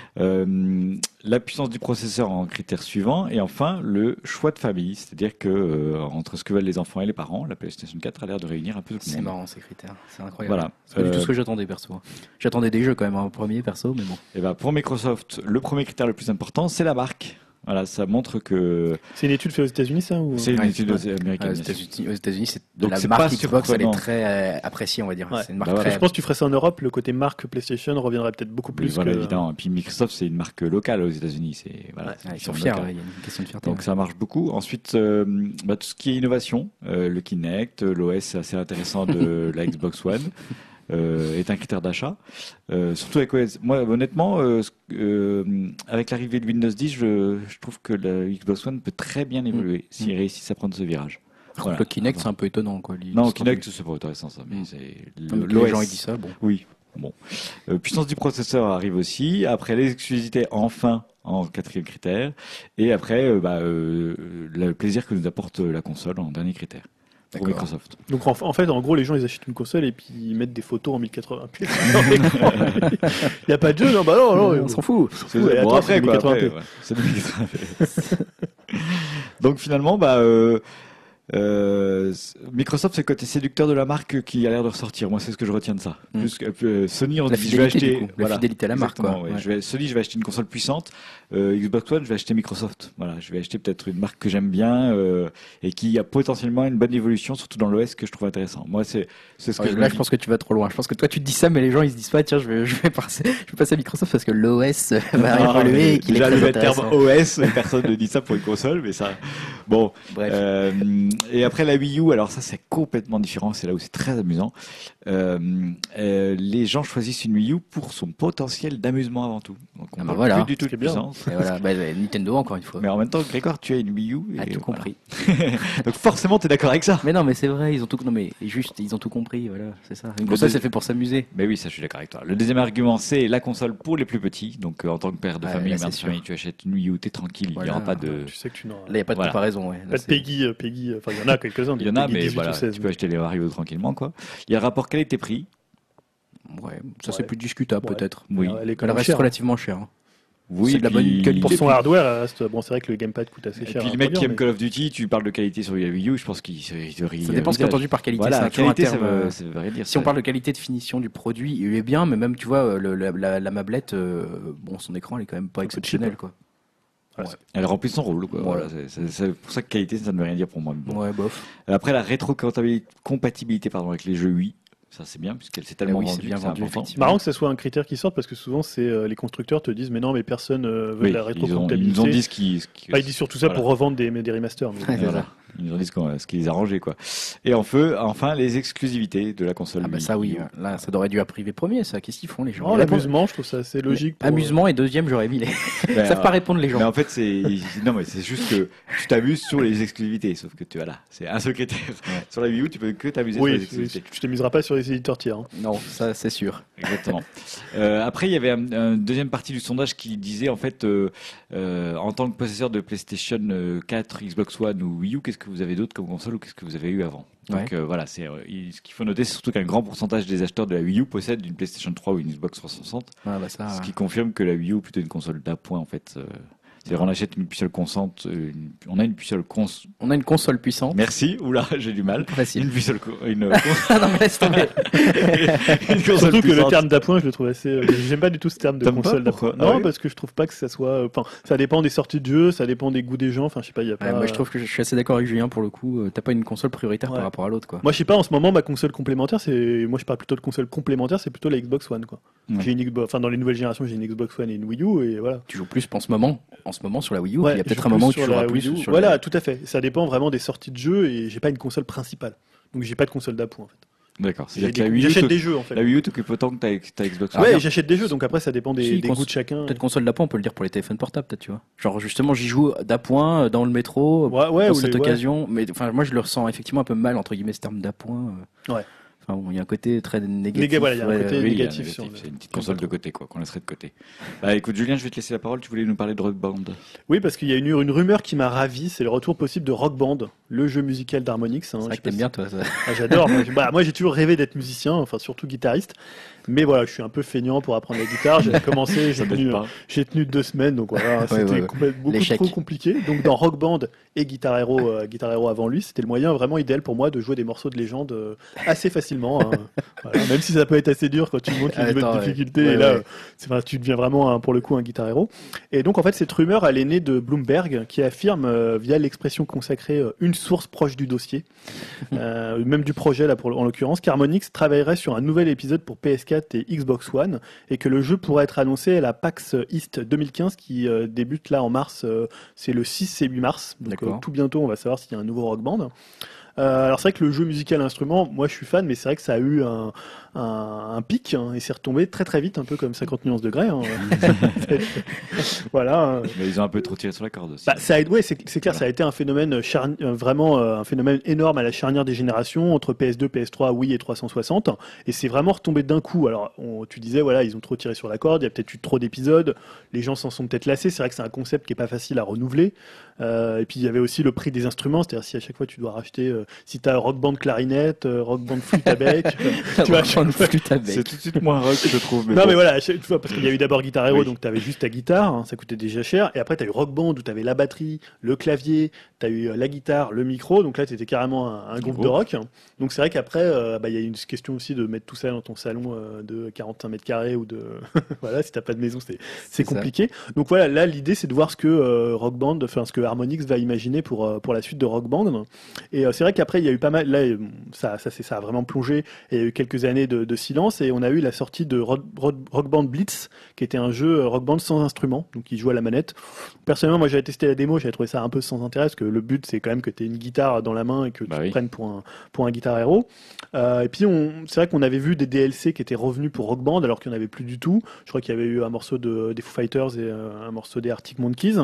Euh, la puissance du processeur en critère suivant, et enfin le choix de famille, c'est-à-dire que euh, entre ce que veulent les enfants et les parents, la PlayStation quatre a l'air de réunir un peu tout le monde. C'est marrant ces critères, c'est incroyable. Voilà. C'est pas euh, du tout ce que j'attendais perso. J'attendais des jeux quand même en premier perso, mais bon. Et ben pour Microsoft, le premier critère le plus important, c'est la marque. Voilà, ça montre que. C'est une étude faite aux États-Unis, ça ou... C'est une ouais, étude ouais. américaine. Aux États-Unis, aux États-Unis c'est donc la c'est marque pas Xbox, elle est très euh, appréciée, on va dire. Ouais. C'est une marque bah, très... Je pense que tu ferais ça en Europe, le côté marque PlayStation reviendrait peut-être beaucoup plus. Oui, voilà, que... évidemment. Et puis Microsoft, c'est une marque locale aux États-Unis. C'est voilà, ouais, ils sont fiers. Il y a une question de fierté. Donc ouais. ça marche beaucoup. Ensuite, euh, bah, tout ce qui est innovation, euh, le Kinect, l'O S assez intéressant de la Xbox One. Euh, est un critère d'achat. Euh, surtout avec O S. Moi, honnêtement, euh, euh, avec l'arrivée de Windows dix, je, je trouve que la Xbox One peut très bien évoluer mmh. s'ils mmh. réussissent à prendre ce virage. Voilà. Le Kinect, c'est un peu étonnant, quoi. Non, Kinect, c'est pas intéressant, ça. Mais mmh. c'est le, les gens ils disent ça, bon. Oui. Bon. Euh, puissance du processeur arrive aussi. Après, les exclusivités, enfin, en quatrième critère. Et après, euh, bah, euh, le plaisir que nous apporte la console en dernier critère. Pour Microsoft. Donc en, en fait, en gros, les gens ils achètent une console et puis ils mettent des photos en mille quatre-vingts p. Il n'y a pas de jeu, non, bah non, non, on s'en fout. On s'en fout. Bon, attends, après, quoi, après, ouais. C'est mille quatre-vingts p. Donc finalement, bah, euh, Euh, Microsoft, c'est le côté séducteur de la marque qui a l'air de ressortir. Moi, c'est ce que je retiens de ça. Mm. Plus que, euh, Sony, on La dit, je vais fidélité, acheter, du coup. La fidélité à la marque, exactement, quoi. ouais. Ouais. Je vais, Sony, je vais acheter une console puissante. Euh, Xbox One, je vais acheter Microsoft. Voilà, je vais acheter peut-être une marque que j'aime bien euh, et qui a potentiellement une bonne évolution, surtout dans l'O S que je trouve intéressant. Moi, c'est c'est ce que Ouais, je là, me je dis. pense que tu vas trop loin. Je pense que toi, tu te dis ça, mais les gens, ils se disent pas, tiens, je vais, je vais passer, je vais passer à Microsoft parce que l'O S va Non, mais évoluer et qu'il est déjà très le terme intéressant. O S, personne ne dit ça pour une console, mais ça. Bon. Bref. Euh, et après la Wii U, alors ça c'est complètement différent, c'est là où c'est très amusant. Euh, euh, les gens choisissent une Wii U pour son potentiel d'amusement avant tout. Donc on Ah bah parle voilà, plus du tout ce qui de est bien. puissance. Et voilà, bah, Nintendo, encore une fois. Mais en même temps, Grégoire, tu as une Wii U. Et A tout voilà. compris. Donc forcément, tu es d'accord avec ça. Mais non, mais c'est vrai, ils ont tout, non, mais juste, ils ont tout compris, voilà, c'est ça. Une Le console, deuxi- c'est fait pour s'amuser. Mais oui, ça je suis d'accord avec toi. Le deuxième argument, c'est la console pour les plus petits. Donc euh, en tant que père de Ouais, famille, là, mère de c'est famille, tu achètes une Wii U, t'es tranquille, il n'y Voilà. aura pas de... Tu sais que tu n'auras Là, il n'y a pas de Voilà. comparaison, ouais. Là, pas de c'est- Peggy, euh, Peggy. euh, Enfin, il y en a quelques-uns. Il y en a, Peggy mais dix-huit voilà, ou seize. tu peux acheter les Mario tranquillement, quoi. Il y a le rapport qualité-prix. Ouais, ça c'est Ouais. plus discutable Ouais. peut-être. Oui. Alors, elle est quand Elle même reste chère. relativement chère. hein. Oui, C'est de la puis- bonne qualité. Pour son hardware, elle reste. Bon, c'est vrai que le gamepad coûte assez Et cher. puis à les mecs qui produire, aiment mais- Call of Duty, tu parles de qualité sur la Wii U, je pense qu'ils ils devraient y Ça dépend ce qu'il y a envisagent. entendu par qualité. Voilà, c'est toujours un qualité, ça terme, veut, euh, ça veut rien dire. Si on ça. parle de qualité de finition du produit, il est bien, mais même tu vois, le- la, la, la mablette, euh, bon, son écran, elle est quand même pas Un peu exceptionnelle, cheap, quoi. Ouais. Elle remplit son rôle, quoi. Voilà. Voilà, c'est- c'est c'est pour ça que qualité, ça ne veut rien dire pour moi. mais bon. Ouais, bof. Après, la rétrocompatibilité compatibilité, pardon, avec les jeux Wii, ça c'est bien, puisqu'elle s'est tellement oui, c'est vendue bien que c'est vendu, important. effectivement. Marrant que ça soit un critère qui sorte parce que souvent c'est euh, les constructeurs te disent mais non mais personne euh, veut Oui, de la ils, ont, ils rétrocomptabilité. nous ont dit ce qui. ce qui- Bah, ils disent surtout ça voilà. pour revendre des, des remasters. mais- Ouais, Voilà. voilà. Ils nous ont dit ce, qu'on- ce qui les a arrangés, quoi. Et en feu, enfin, les exclusivités de la console Ah bah Wii. ça oui, là ça aurait dû arriver premier ça, qu'est-ce qu'ils font les gens Non, Ils répondent- l'amusement, je trouve ça assez logique. pour, euh, Amusement et deuxième j'aurais mis les... Ben, Ils savent pas répondre les Mais gens. en fait, c'est non, mais c'est juste que tu t'amuses sur les exclusivités, sauf que tu voilà, c'est un seul critère. Sur la Wii U, tu peux que t'amuser sur les Oui, exclusivités. tu t'amuseras pas sur les éditeurs tiers. hein. Non, ça c'est sûr. Exactement. Euh, après, il y avait un, un deuxième partie du sondage qui disait en fait, euh, euh, en tant que possesseur de PlayStation euh, quatre, Xbox One ou Wii U, qu'est-ce que vous avez d'autre comme console ou qu'est-ce que vous avez eu avant? Donc euh, voilà, c'est euh, il- ce qu'il faut noter, c'est surtout qu'un grand pourcentage des acheteurs de la Wii U possèdent une PlayStation trois ou une Xbox trois cent soixante, Ah bah ça, ce ouais. qui confirme que la Wii U est plutôt une console d'appoint en fait. Euh, c'est-à-dire on achète une pucelle consente, euh, une- on a une pucelle cons. On a une console puissante. Merci, oula, j'ai du mal. Pas facile. Une pucelle, co- une, Ah non mais laisse tomber. une console Surtout que le puissante. terme d'appoint, je le trouve assez. euh, J'aime pas du tout ce terme de T'aimes pas, console pourquoi d'appoint. Ah Non, ouais parce que je trouve pas que ça soit. euh, Enfin, ça dépend des sorties de jeu, ça dépend des goûts des gens. Enfin, je sais pas, il y a pas. Ouais, moi je trouve que je suis assez d'accord avec Julien pour le coup. euh, T'as pas une console prioritaire Ouais. par rapport à l'autre quoi. Moi, je sais pas. En ce moment, ma console complémentaire, c'est. Moi, je parle plutôt de console complémentaire, c'est plutôt la Xbox One, quoi. Ouais. J'ai une Xbox. Enfin, dans les nouvelles générations, j'ai une Xbox One et une Wii U, et voilà. Tu joues plus en ce moment, en ce moment sur la Wii U. Ouais, il y a je peut-être joue un moment où plus tu sur la joueras plus Wii U. sur Voilà, la... tout à fait. Ça dépend vraiment des sorties de jeux, et j'ai pas une console principale. Donc, j'ai pas de console d'appoint, en fait. D'accord. J'ai C'est-à-dire que la des- Wii U, J'achète t'oc- des jeux, en fait. la Wii U t'occupe autant que ta, ta Xbox Ah, One. Ouais, bien. j'achète des jeux, donc après, ça dépend des, Si, des cons- goûts de chacun. Peut-être console d'appoint, on peut le dire pour les téléphones portables, peut-être, tu vois. Genre, justement, j'y joue d'appoint euh, dans le métro, Ouais, ouais, pour ou cette les- ouais. occasion. Mais enfin, moi, je le ressens effectivement un peu mal, entre guillemets, ce terme d'appoint. euh. Ouais. Enfin, bon, il y a un côté très négatif. Néga- voilà, il y a un ouais, côté euh, Oui, il y a un négatif sur le- C'est une petite console de côté, quoi, qu'on laisserait de côté. Bah, écoute, Julien, je vais te laisser la parole. Tu voulais nous parler de Rock Band. Oui, parce qu'il y a une, une rumeur qui m'a ravi, c'est le retour possible de Rock Band, le jeu musical d'Harmonix. hein. C'est Je vrai sais que pas t'aimes si- bien, toi. Ça. Ah, j'adore. moi, j'ai- bah, moi, j'ai toujours rêvé d'être musicien, enfin surtout guitariste. Mais voilà, je suis un peu feignant pour apprendre la guitare. J'ai commencé, j'ai tenu, pas. j'ai tenu deux semaines, donc voilà, c'était ouais, ouais. complètement- beaucoup L'échec. trop compliqué. Donc dans Rock Band et Guitar Hero, euh, Guitar Hero avant lui, c'était le moyen vraiment idéal pour moi de jouer des morceaux de légende euh, assez facilement. hein. Voilà, même si ça peut être assez dur quand tu montes les Ah, niveaux attends, de ouais. difficulté, Ouais, et là, ouais. euh, c'est, enfin, tu deviens vraiment un- pour le coup un Guitar Hero. Et donc en fait, cette rumeur, elle est née de Bloomberg, qui affirme euh, via l'expression consacrée euh, une source proche du dossier, euh, même du projet là pour, en l'occurrence, qu'Harmonix travaillerait sur un nouvel épisode pour P S quatre et Xbox One, et que le jeu pourrait être annoncé à la PAX East deux mille quinze qui euh, débute là en mars, euh, c'est le six et huit mars, donc D'accord. euh, tout bientôt on va savoir s'il y a un nouveau Rock Band. Euh, alors c'est vrai que le jeu musical instrument, moi je suis fan, mais c'est vrai que ça a eu un, un, un pic hein, et c'est retombé très très vite, un peu comme cinquante nuances de grès. hein. Voilà. hein. Mais ils ont un peu trop tiré sur la corde aussi. Bah, ça a, ouais, c'est, c'est clair, Voilà. ça a été un phénomène charni- euh, vraiment euh, un phénomène énorme à la charnière des générations entre P S deux, P S trois, Wii et trois cent soixante, et c'est vraiment retombé d'un coup. Alors, on- tu disais, voilà, ils ont trop tiré sur la corde, il y a peut-être eu trop d'épisodes, les gens s'en sont peut-être lassés. C'est vrai que c'est un concept qui est pas facile à renouveler. Euh, et puis il y avait aussi le prix des instruments, c'est-à-dire si à chaque fois tu dois racheter euh, si t'as Rock Band clarinette, euh, Rock Band flûte à bec, tu vois, Rock Band flûte à bec. C'est tout de suite moins rock, je trouve. Mais non bon. mais voilà, tu vois, parce qu'il y a eu d'abord Guitar Hero, Oui. donc t'avais juste ta guitare, hein, ça coûtait déjà cher, et après t'as eu Rock Band où t'avais la batterie, le clavier, t'as eu euh, la guitare, le micro, donc là t'étais carrément un, un groupe de rock. Donc c'est vrai qu'après, euh, bah, il y a une question aussi de mettre tout ça dans ton salon euh, de quarante-cinq mètres carrés ou de voilà, si t'as pas de maison, c'est c'est compliqué. Donc voilà, là l'idée c'est de voir ce que euh, Rock Band, enfin ce que Harmonix va imaginer pour euh, pour la suite de Rock Band. Et euh, c'est vrai qu'après il y a eu pas mal, là ça ça c'est ça a vraiment plongé. Et il y a eu quelques années de, de silence et on a eu la sortie de Rock, Rock, Rock Band Blitz, qui était un jeu euh, Rock Band sans instrument, donc qui joue à la manette. Personnellement, moi j'avais testé la démo, j'avais trouvé ça un peu sans intérêt parce que le but c'est quand même que tu aies une guitare dans la main et que Bah tu oui. te prennes pour un pour un Guitar Hero. Euh, et puis on, c'est vrai qu'on avait vu des D L C qui étaient revenus pour Rock Band alors qu'il n'y en avait plus du tout. Je crois qu'il y avait eu un morceau de, des Foo Fighters et euh, un morceau des Arctic Monkeys.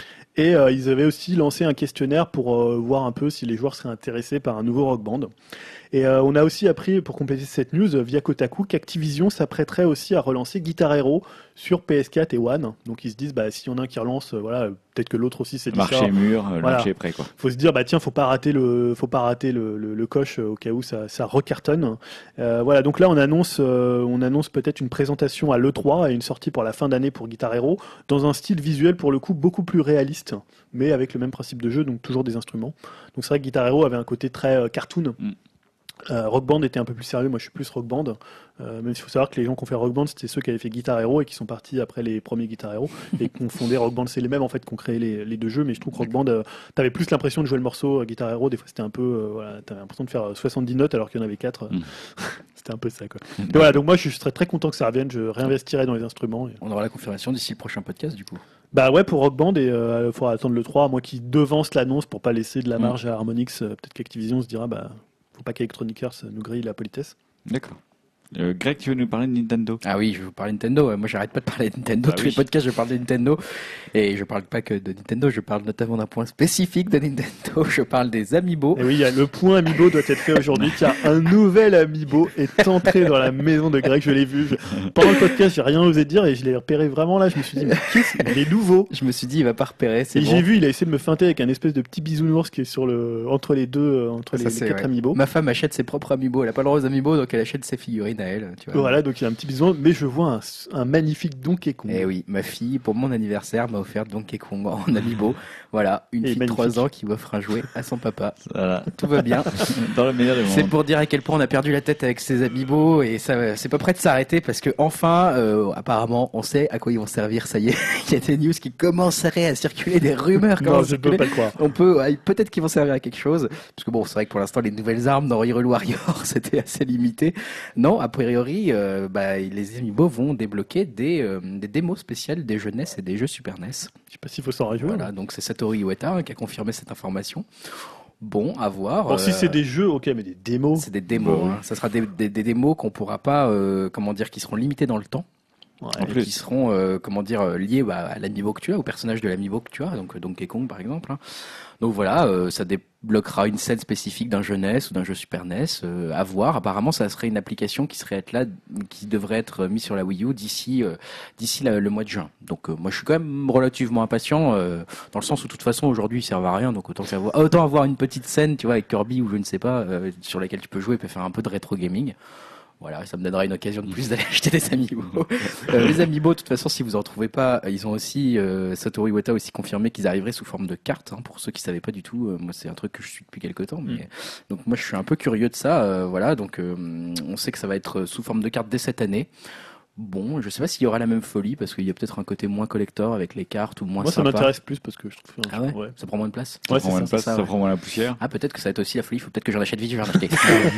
Et euh, ils avaient aussi lancé un questionnaire pour euh, voir un peu si les joueurs seraient intéressés par un nouveau Rock Band. Et euh, on a aussi appris, pour compléter cette news, via Kotaku, qu'Activision s'apprêterait aussi à relancer Guitar Hero sur P S quatre et One. Donc ils se disent, bah, s'il y en a un qui relance, euh, voilà, peut-être que l'autre aussi s'est Le dit ça. marché est mûr, le Voilà. marché est prêt, quoi. Faut se dire, bah tiens, faut pas rater le, faut pas rater le, le, le coche euh, au cas où ça, ça recartonne. Euh, voilà, donc là on annonce, euh, on annonce peut-être une présentation à l'E trois et une sortie pour la fin d'année pour Guitar Hero dans un style visuel pour le coup beaucoup plus réaliste, mais avec le même principe de jeu, donc toujours des instruments. Donc c'est vrai que Guitar Hero avait un côté très euh, cartoon. Mm. Euh, Rock Band était un peu plus sérieux, moi je suis plus Rock Band, euh, même s'il faut savoir que les gens qui ont fait Rock Band c'était ceux qui avaient fait Guitar Hero et qui sont partis après les premiers Guitar Hero et qui ont fondé Rock Band. C'est les mêmes en fait qui ont créé les, les deux jeux, mais je trouve que Rock Band, euh, t'avais plus l'impression de jouer le morceau euh, Guitar Hero, des fois c'était un peu, euh, voilà, t'avais l'impression de faire euh, soixante-dix notes alors qu'il y en avait quatre. Mm. C'était un peu ça quoi. Mais voilà, donc moi je serais très content que ça revienne, je réinvestirais dans les instruments. Et... On aura la confirmation d'ici le prochain podcast du coup. Bah ouais, pour Rock Band, et il euh, faudra attendre le trois, moi qui devance l'annonce pour pas laisser de la marge à Harmonix, euh, peut-être qu'Activision se dira, bah faut pas qu'Electronic Arts nous grille la politesse. D'accord. Euh, Greg, tu veux nous parler de Nintendo? Ah oui, je vais vous parler de Nintendo. Ouais, moi, j'arrête pas de parler de Nintendo. Ah Tous oui. les podcasts, je parle de Nintendo. Et je parle pas que de Nintendo, je parle notamment d'un point spécifique de Nintendo. Je parle des Amiibo. Et oui, il y a le point Amiibo doit être fait aujourd'hui, car un nouvel Amiibo est entré dans la maison de Greg, je l'ai vu. Je... Pendant le podcast, j'ai rien osé dire et je l'ai repéré vraiment là, je me suis dit, mais qu'est-ce qu'il est nouveau? Je me suis dit, il va pas repérer, c'est Et bon. j'ai vu, il a essayé de me feinter avec un espèce de petit bisounours qui est sur le, entre les deux, euh, entre Ça, les, c'est les quatre vrai. Amiibo. Ma femme achète ses propres Amiibo. Elle a pas le droit aux Amiibo, donc elle achète ses figurines à elle. Tu vois. Voilà, donc il y a un petit bisounours, mais je vois un, un magnifique Donkey Kong. Eh oui, ma fille, pour mon anniversaire, m'a offert Donkey Kong en Amiibo. Voilà, une Et fille de magnifique. trois ans qui m'offre un jouet à son papa. Voilà. Tout va bien. Dans le meilleur des C'est mondes. pour dire à quel point on a perdu la tête avec ces Amiibo et ça, c'est pas prêt de s'arrêter parce que enfin, euh, apparemment, on sait à quoi ils vont servir. Ça y est, il y a des news qui commenceraient à circuler, des rumeurs Non, commencent à je peux circuler. pas le croire. On peut, ouais, peut-être qu'ils vont servir à quelque chose, parce que bon, c'est vrai que pour l'instant, les nouvelles armes dans Hyrule Warrior, c'était assez limité. Non, a priori, euh, bah, les Amiibo vont débloquer des, euh, des démos spéciales des jeux N E S et des jeux Super N E S. Je sais pas s'il faut s'en réjouir. Voilà, donc c'est Satoru Iwata hein, qui a confirmé cette information. Bon, à voir. Bon, si euh, c'est des jeux, ok, mais des démos. c'est des démos. Bon. Hein. Ça sera des, des, des démos qu'on pourra pas, euh, comment dire, qui seront limitées dans le temps. Ouais. En Et plus. qui seront, euh, comment dire, euh, liés bah, à l'amiibo que tu as, au personnage de l'amiibo que tu as, donc euh, Donkey Kong par exemple. Hein. Donc voilà, euh, ça débloquera une scène spécifique d'un jeu N E S ou d'un jeu Super N E S. Euh, à voir. Apparemment, ça serait une application qui serait être là, qui devrait être mise sur la Wii U d'ici euh, d'ici la- le mois de juin. Donc euh, moi, je suis quand même relativement impatient, euh, dans le sens où de toute façon aujourd'hui, ils servent à rien. Donc autant avoir, autant avoir une petite scène, tu vois, avec Kirby ou je ne sais pas, euh, sur laquelle tu peux jouer, et puis faire un peu de rétro gaming. Voilà, ça me donnera une occasion de plus d'aller acheter des Amiibo. Euh, les Amiibo, de toute façon, si vous en trouvez pas, ils ont aussi, euh, Satoru Iwata a aussi confirmé qu'ils arriveraient sous forme de cartes. Hein, pour ceux qui savaient pas du tout, euh, moi c'est un truc que je suis depuis quelques temps. Mais... Mm. Donc moi je suis un peu curieux de ça. euh, voilà, donc euh, on sait que ça va être sous forme de cartes dès cette année. Bon, je sais pas s'il y aura la même folie parce qu'il y a peut-être un côté moins collector avec les cartes ou moins Moi, ça sympa. m'intéresse plus parce que je trouve. Ah ouais, ouais. Ça prend moins de place. Ça Ouais, prend c'est moins de ça, place, c'est ça, ça ouais. prend moins la poussière. Ah, peut-être que ça va être aussi la folie, il faut peut-être que j'en achète vite, je vais en acheter.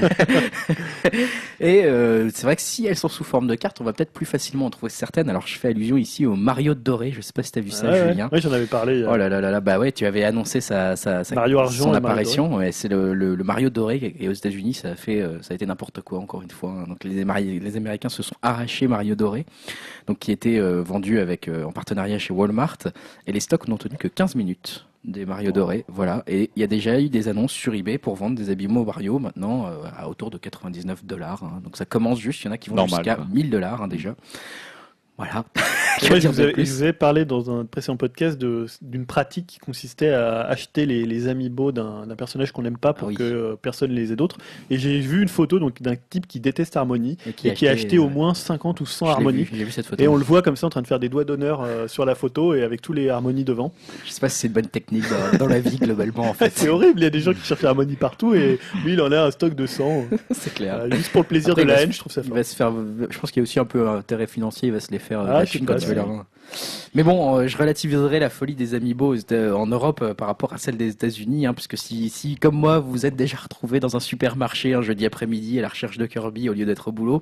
Et euh, c'est vrai que si elles sont sous forme de cartes, on va peut-être plus facilement en trouver certaines. Alors je fais allusion ici au Mario doré, je sais pas si t'as vu ça, Ouais, ouais. Julien. Ouais, j'en avais parlé. euh, Oh là là là là, bah ouais, tu avais annoncé sa, sa, sa Mario Argent son et Mario apparition. Ouais, c'est le, le, le Mario doré et aux États-Unis, ça a fait, euh, ça a été n'importe quoi encore une fois. hein. Donc les, Amari- les Américains se sont arrachés Mario doré, donc qui était euh, vendu avec euh, en partenariat chez Walmart, et les stocks n'ont tenu que quinze minutes des Mario dorés. Voilà, et il y a déjà eu des annonces sur eBay pour vendre des Amiibo Mario maintenant euh, à autour de quatre-vingt-dix-neuf dollars. hein. Donc ça commence juste, il y en a qui vont Normal, jusqu'à quoi. mille dollars hein, déjà. Voilà. Moi, je, vous avais, je vous avais parlé dans un précédent podcast de, d'une pratique qui consistait à acheter les, les amiibo d'un, d'un personnage qu'on n'aime pas pour ah oui. que euh, personne les ait d'autres. Et j'ai vu une photo donc, d'un type qui déteste Harmony et qui, et qui a acheté, acheté au moins cinquante ou cent Harmony. J'ai vu cette photo. Et on le voit comme ça en train de faire des doigts d'honneur euh, sur la photo et avec tous les Harmony devant. Je sais pas si c'est une bonne technique dans, dans la vie globalement. En fait. C'est horrible, il y a des gens qui cherchent Harmony partout et lui il en a un stock de cent. C'est clair. Euh, juste pour le plaisir Après, de la haine, je trouve ça fort. Il va se faire, je pense qu'il y a aussi un peu un intérêt financier, il va se les faire ah, quand il va les revendre. Mais bon, euh, je relativiserai la folie des amiibo en Europe euh, par rapport à celle des États-Unis, hein, puisque si, si, comme moi, vous vous êtes déjà retrouvé dans un supermarché un jeudi après-midi à la recherche de Kirby au lieu d'être au boulot,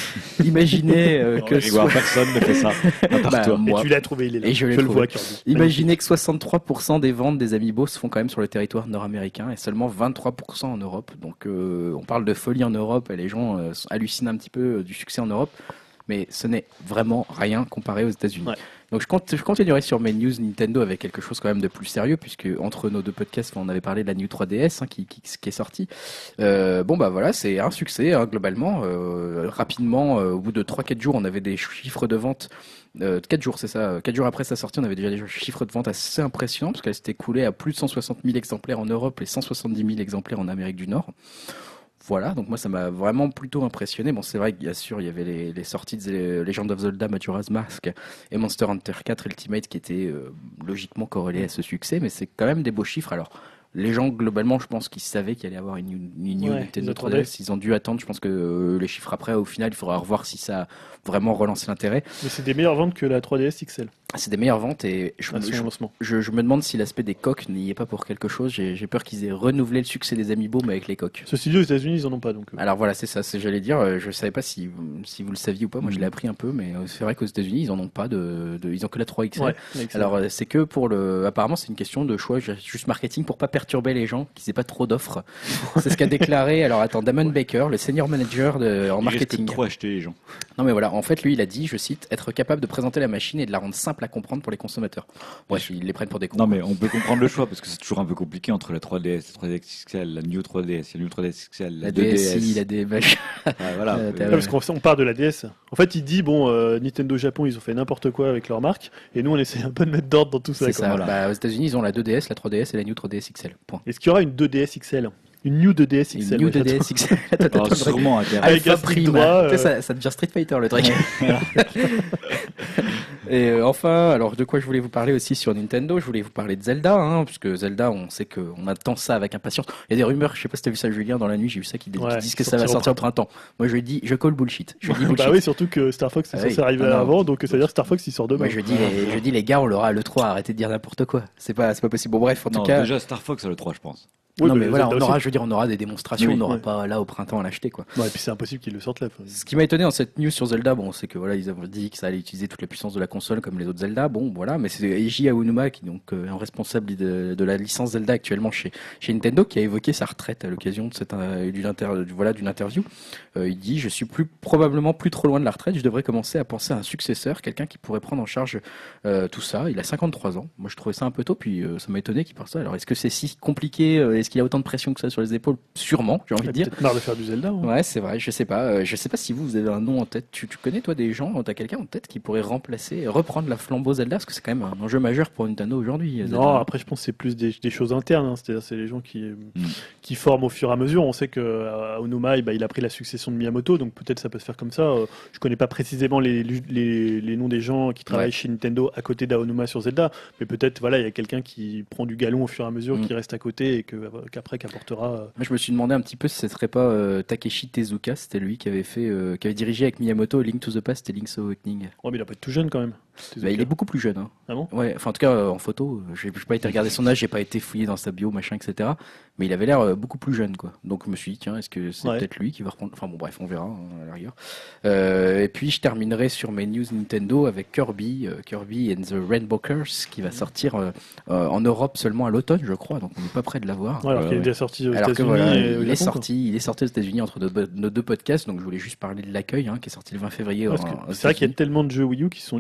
imaginez euh, que soit... personne ne fait ça. À part bah, toi. Moi. Et tu l'as trouvé, il est là. Et je, je le vois. Kirby. Imaginez que soixante-trois pour cent des ventes des amiibo se font quand même sur le territoire nord-américain et seulement vingt-trois pour cent en Europe. Donc, euh, on parle de folie en Europe et les gens euh, hallucinent un petit peu euh, du succès en Europe. Mais ce n'est vraiment rien comparé aux États-Unis. Ouais. Donc je, compte, je continuerai sur mes news Nintendo avec quelque chose quand même de plus sérieux, puisque entre nos deux podcasts, on avait parlé de la New trois D S hein, qui, qui, qui est sortie. Euh, bon bah voilà, c'est un succès hein, globalement. Euh, rapidement, euh, au bout de trois quatre jours, on avait des chiffres de vente. Euh, quatre jours, c'est ça. quatre jours après sa sortie, on avait déjà des chiffres de vente assez impressionnants, parce qu'elle s'était écoulée à plus de cent soixante mille exemplaires en Europe et cent soixante-dix mille exemplaires en Amérique du Nord. Voilà, donc moi ça m'a vraiment plutôt impressionné. Bon, c'est vrai que bien sûr il y avait les, les sorties de Legend of Zelda Majora's Mask et Monster Hunter quatre Ultimate qui étaient euh, logiquement corrélés à ce succès, mais c'est quand même des beaux chiffres. Alors, les gens globalement, je pense qu'ils savaient qu'il allait y avoir une, une new ouais, Nintendo trois D S. Ils ont dû attendre. Je pense que euh, les chiffres après, au final, il faudra revoir si ça a vraiment relancé l'intérêt. Mais c'est des meilleures ventes que la trois D S X L. C'est des meilleures ventes et je, ah, je, je, je me demande si l'aspect des coques n'y est pas pour quelque chose. J'ai, j'ai peur qu'ils aient renouvelé le succès des Amiibo mais avec les coques. Ceci dit, aux États-Unis ils en ont pas donc. Alors voilà, c'est ça, c'est, j'allais dire. Je savais pas si, si vous le saviez ou pas. Moi, mmh. je l'ai appris un peu, mais c'est vrai qu'aux États-Unis ils en ont pas de, de ils ont que la trois X L. Ouais, alors c'est que pour le, apparemment c'est une question de choix, juste marketing pour pas perturber les gens, qu'ils aient pas trop d'offres. C'est ce qu'a déclaré. Alors attends, Damon Baker, le senior manager de, en il marketing. Il risque de trop acheter les gens. Non mais voilà, en fait lui il a dit, je cite, être capable de présenter la machine et de la rendre simple à comprendre pour les consommateurs. Bref, ils les prennent pour des cons. Non, mais on peut comprendre le choix parce que c'est toujours un peu compliqué entre la trois D S, la trois D S X L, la New trois D S, la New trois D S X L, la, la deux D S. D S I, la D S. Ah, voilà. euh, ouais, parce qu'on on part de la D S. En fait, il dit bon, euh, Nintendo Japon, ils ont fait n'importe quoi avec leur marque, et nous, on essaie un peu de mettre d'ordre dans tout ça. C'est ça. Voilà. Bah, aux États-Unis, ils ont la deux D S, la trois D S et la New trois D S X L. Point. Est-ce qu'il y aura une deux D S X L? Une New deux D S X L. Une New deux D S X L. Oh, sûrement, avec un prix droit. Euh... Ça, ça devient Street Fighter le truc. Et euh, enfin, alors de quoi je voulais vous parler aussi sur Nintendo, je voulais vous parler de Zelda, hein, puisque Zelda, on sait qu'on attend ça avec impatience. Il y a des rumeurs, je sais pas si t'as vu ça Julien, dans la nuit, j'ai vu ça qui, ouais, qui disent que ça va sortir au printemps. Moi je lui dis, je call bullshit. Je dis bullshit. Bah oui, surtout que Star Fox est ah, censé oui. arriver ah, avant, donc ça veut dire Star Fox il sort demain. Moi je dis, les, je dis les gars, on l'aura à l'E trois, arrêtez de dire n'importe quoi. C'est pas, c'est pas possible. Bon bref, en non, tout cas. Déjà Star Fox à l'E trois, je pense. Oui, non mais, mais voilà, on aura, je veux dire, on aura des démonstrations, oui, on n'aura ouais. pas là au printemps à l'acheter quoi. Ouais, et puis c'est impossible qu'ils le sortent là. Ce qui m'a étonné dans cette news sur Zelda, bon, c'est que voilà, ils avaient dit que ça allait utiliser toute la puissance de la console comme les autres Zelda. Bon, voilà, mais c'est Eiji Aonuma qui donc euh, un responsable de, de la licence Zelda actuellement chez chez Nintendo qui a évoqué sa retraite à l'occasion de cette euh, d'une inter, voilà d'une interview. Euh, il dit, je suis plus probablement plus trop loin de la retraite, je devrais commencer à penser à un successeur, quelqu'un qui pourrait prendre en charge euh, tout ça. Il a cinquante-trois ans. Moi, je trouvais ça un peu tôt, puis euh, ça m'a étonné qu'il parle ça. Alors, est-ce que c'est si compliqué euh, Est-ce qu'il a autant de pression que ça sur les épaules? Sûrement, j'ai envie de dire. Peut-être marre de faire du Zelda. Hein. Ouais, c'est vrai. Je sais pas. Euh, je sais pas si vous, vous avez un nom en tête. Tu, tu connais toi des gens, t'as quelqu'un en tête qui pourrait remplacer, reprendre la flambeau Zelda, parce que c'est quand même un enjeu majeur pour Nintendo aujourd'hui. Zelda. Non, après je pense que c'est plus des, des choses internes. Hein. C'est-à-dire c'est les gens qui mm. qui forment au fur et à mesure. On sait que euh, Aonuma, bah, il a pris la succession de Miyamoto, donc peut-être ça peut se faire comme ça. Euh, je connais pas précisément les, les les noms des gens qui travaillent ouais. chez Nintendo à côté d'Aonuma sur Zelda, mais peut-être voilà, il y a quelqu'un qui prend du galon au fur et à mesure, mm. qui reste à côté et que qu'après qu'apportera. Euh... Moi, je me suis demandé un petit peu si ce serait pas euh, Takeshi Tezuka, c'était lui qui avait fait, euh, qui avait dirigé avec Miyamoto Link to the Past et Link's Awakening. Oh, mais il a pas été tout jeune quand même. Bah, il est beaucoup plus jeune. Hein. Ah bon? Ouais, enfin en tout cas euh, en photo, j'ai, j'ai pas été regarder son âge, j'ai pas été fouillé dans sa bio, machin, et cetera. Mais il avait l'air euh, beaucoup plus jeune, quoi. Donc je me suis dit tiens, est-ce que c'est ouais. peut-être lui qui va reprendre? Enfin bon, bref, on verra hein, à la rigueur. Euh, et puis je terminerai sur mes news Nintendo avec Kirby, euh, Kirby and the Rainbow Curse, qui va sortir euh, euh, en Europe seulement à l'automne, je crois. Donc on n'est pas près de l'avoir. Ouais, alors euh, qu'il est déjà sorti aux alors États-Unis. Que, voilà, et il Japon, est sorti, quoi. il est sorti aux États-Unis entre nos deux, nos deux podcasts. Donc je voulais juste parler de l'accueil, hein, qui est sorti le vingt février. Ouais, en, c'est vrai qu'il y a tellement de jeux Wii U qui se sont dit on va le décaler.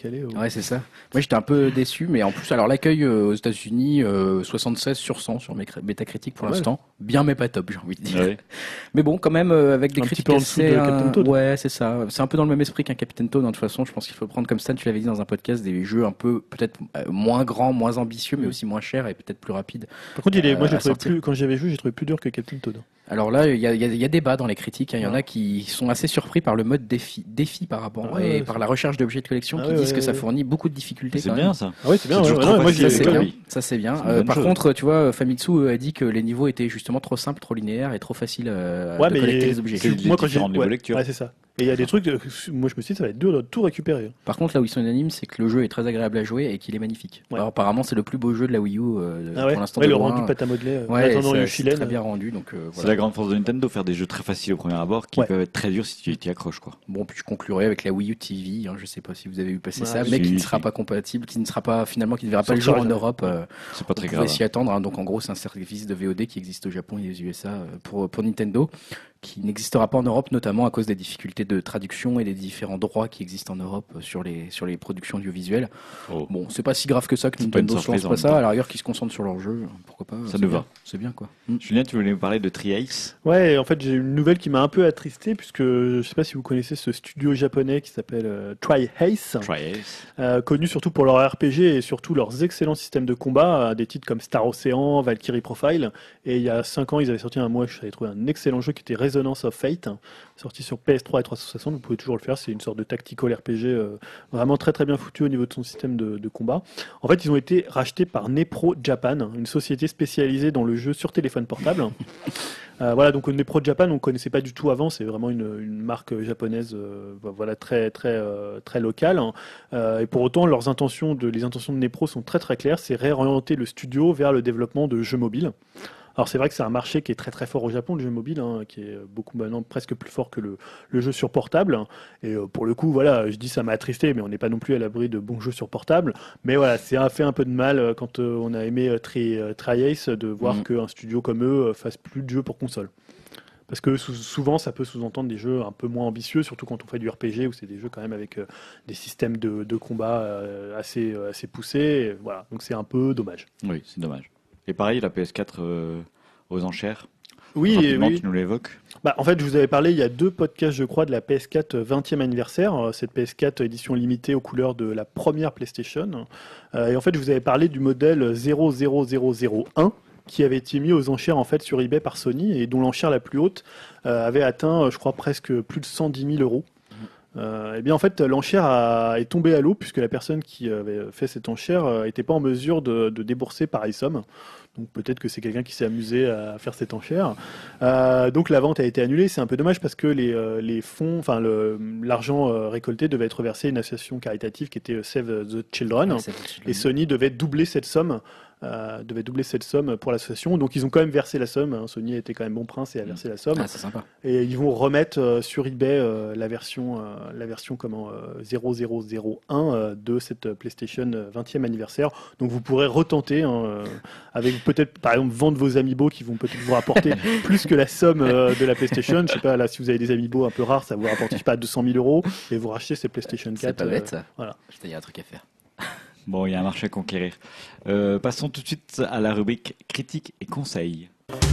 décalé. Au... Ouais, c'est ça. Moi, j'étais un peu déçu, mais en plus, alors l'accueil euh, aux États-Unis, euh, soixante-seize sur cent sur mes Metacritic pour Ouais. l'instant, bien mais pas top, j'ai envie de dire. Ouais. Mais bon, quand même, euh, avec des Un petit critiques peu en dessous assez, de euh, Captain Toad. ouais, c'est ça. C'est un peu dans le même esprit qu'un Captain Toad. hein, De toute façon, je pense qu'il faut le prendre comme Stan. Tu l'avais dit dans un podcast, des jeux un peu peut-être euh, moins grands, moins ambitieux, mais aussi moins chers et peut-être plus rapides. Par contre, il est, Euh, moi, je à l'ai trouvé sortir. plus, quand j'avais joué, j'ai trouvé plus dur que Captain Toad. Alors là, il y a, il y a- il y a débat dans les critiques. hein. Il y en Ouais. a qui sont assez surpris par le mode défi, défi par rapport Ah ouais, et ouais, par c'est- la recherche d'objets de collection, Ah qui ouais, disent ouais, que ça ouais. fournit beaucoup de difficultés. C'est quand bien même. ça. Ah oui, c'est bien. C'est ouais, toujours ouais, trop non, moi, facile, j'ai- Ça c'est Ouais, bien. oui. Ça c'est bien. C'est une Euh, bonne par chose. contre, tu vois, Famitsu a dit que les niveaux étaient justement trop simples, trop linéaires et trop faciles euh, Ouais, de mais collecter il- les objets. C'est les moi, quand j'ai, différents niveaux ouais, lecture. ouais, c'est ça. Et il y a des trucs, euh, moi, je me suis dit, ça va être dur de tout récupérer. Par contre, là où ils sont unanimes, c'est que le jeu est très agréable à jouer et qu'il est magnifique. Ouais. Alors apparemment, c'est le plus beau jeu de la Wii U euh, Ah ouais, pour l'instant. ouais, de le loin. rendu pâte à modeler, euh, en Ouais, attendant ça- le c'est chilène. très bien rendu. Donc euh, C'est voilà. la grande force de Nintendo, faire des jeux très faciles au premier abord qui Ouais. peuvent être très durs si tu t'y accroches quoi. Bon, puis je conclurai avec la Wii U T V. Hein, je sais pas si vous avez vu passer Ah, ça, oui. mais qui Si, ne sera si. pas compatible, qui ne sera pas finalement, qui ne verra pas le Sortira jour en jamais. Europe. euh, C'est pas très Vous grave. pouvez s'y attendre. hein. Donc en gros, c'est un service de V O D qui existe au Japon et aux U S A euh, pour, pour Nintendo, qui n'existera pas en Europe, notamment à cause des difficultés de traduction et des différents droits qui existent en Europe euh, sur les, sur les productions audiovisuelles. Oh. Bon, c'est pas si grave que ça que C'est pas une Nintendo se surprise lance en pas même ça. temps. À la rigueur, qu'ils se concentrent sur leur jeu, pourquoi pas. Ça c'est nous bien. va. C'est bien quoi. Mm. Julien, tu voulais nous parler de Tri-Ace Ouais, en fait, j'ai une nouvelle qui m'a un peu attristé, puisque je sais pas si vous connaissez ce studio japonais qui s'appelle euh, Tri-Ace, Tri-Ace. euh, connu surtout pour leur R P G et surtout leurs excellents systèmes de combat, euh, des titres comme Star Ocean, Valkyrie Profile. Et il y a cinq ans, ils avaient sorti un, moi, j'avais trouvé un excellent jeu qui était Resonance of Fate, hein, sorti sur P S trois et trois cent soixante. Vous pouvez toujours le faire, c'est une sorte de tactical R P G euh, vraiment très très bien foutu au niveau de son système de, de combat. En fait, ils ont été rachetés par Nepro Japan, une société spécialisée dans le jeu sur téléphone portable. Euh, voilà, donc Nepro Japan, on ne connaissait pas du tout avant, c'est vraiment une, une marque japonaise euh, voilà, très, très, euh, très locale. hein. Euh, et pour autant, leurs intentions de, les intentions de Nepro sont très très claires, c'est réorienter le studio vers le développement de jeux mobiles. Alors c'est vrai que c'est un marché qui est très très fort au Japon, le jeu mobile, hein, qui est beaucoup maintenant presque plus fort que le, le jeu sur portable. Et euh, pour le coup, voilà, je dis ça m'a attristé, mais on n'est pas non plus à l'abri de bons jeux sur portable. Mais voilà, c'est un fait un peu de mal euh, quand euh, on a aimé euh, Tri, euh, Tri-Ace de voir Mhm. qu'un studio comme eux euh, fasse plus de jeux pour console. Parce que sou- souvent, ça peut sous-entendre des jeux un peu moins ambitieux, surtout quand on fait du R P G, où c'est des jeux quand même avec euh, des systèmes de, de combat euh, assez, euh, assez poussés. Et voilà, donc c'est un peu dommage. Oui, c'est dommage. Et pareil, la P S quatre euh, aux enchères. Oui, Rapidement, oui. tu nous l'évoques. Bah, en fait, je vous avais parlé il y a deux podcasts, je crois, de la P S quatre vingtième anniversaire, euh, cette P S quatre édition limitée aux couleurs de la première PlayStation. Euh, et en fait, je vous avais parlé du modèle zéro zéro zéro zéro un qui avait été mis aux enchères en fait sur eBay par Sony et dont l'enchère la plus haute euh, avait atteint, euh, je crois, presque plus de cent dix mille euros. Euh, et bien en fait l'enchère a- est tombée à l'eau puisque la personne qui avait fait cette enchère n'était pas en mesure de, de débourser pareille somme. Donc peut-être que c'est quelqu'un qui s'est amusé à faire cette enchère. Euh, donc la vente a été annulée. C'est un peu dommage parce que les, euh, les fonds, enfin le- l'argent euh, récolté devait être versé à une association caritative qui était Save the Children. Ouais, c'est le- Et Sony devait doubler cette somme, euh, devait doubler cette somme pour l'association. Donc ils ont quand même versé la somme. hein. Sony était quand même bon prince et a versé la somme. Ah, c'est sympa. Et ils vont remettre euh, sur eBay euh, la version, euh, la version comment, euh, zéro zéro zéro un euh, de cette PlayStation vingtième anniversaire. Donc vous pourrez retenter hein, euh, avec peut-être par exemple vendre vos amiibo qui vont peut-être vous rapporter plus que la somme euh, de la PlayStation. Je sais pas là si vous avez des amiibo un peu rares, ça vous rapporte je sais pas deux cent mille euros et vous rachetez cette PlayStation C'est quatre. pas bête ça. voilà. Putain, il y a un truc à faire. Bon, il y a un marché à conquérir. Euh, passons tout de suite à la rubrique critique et conseils.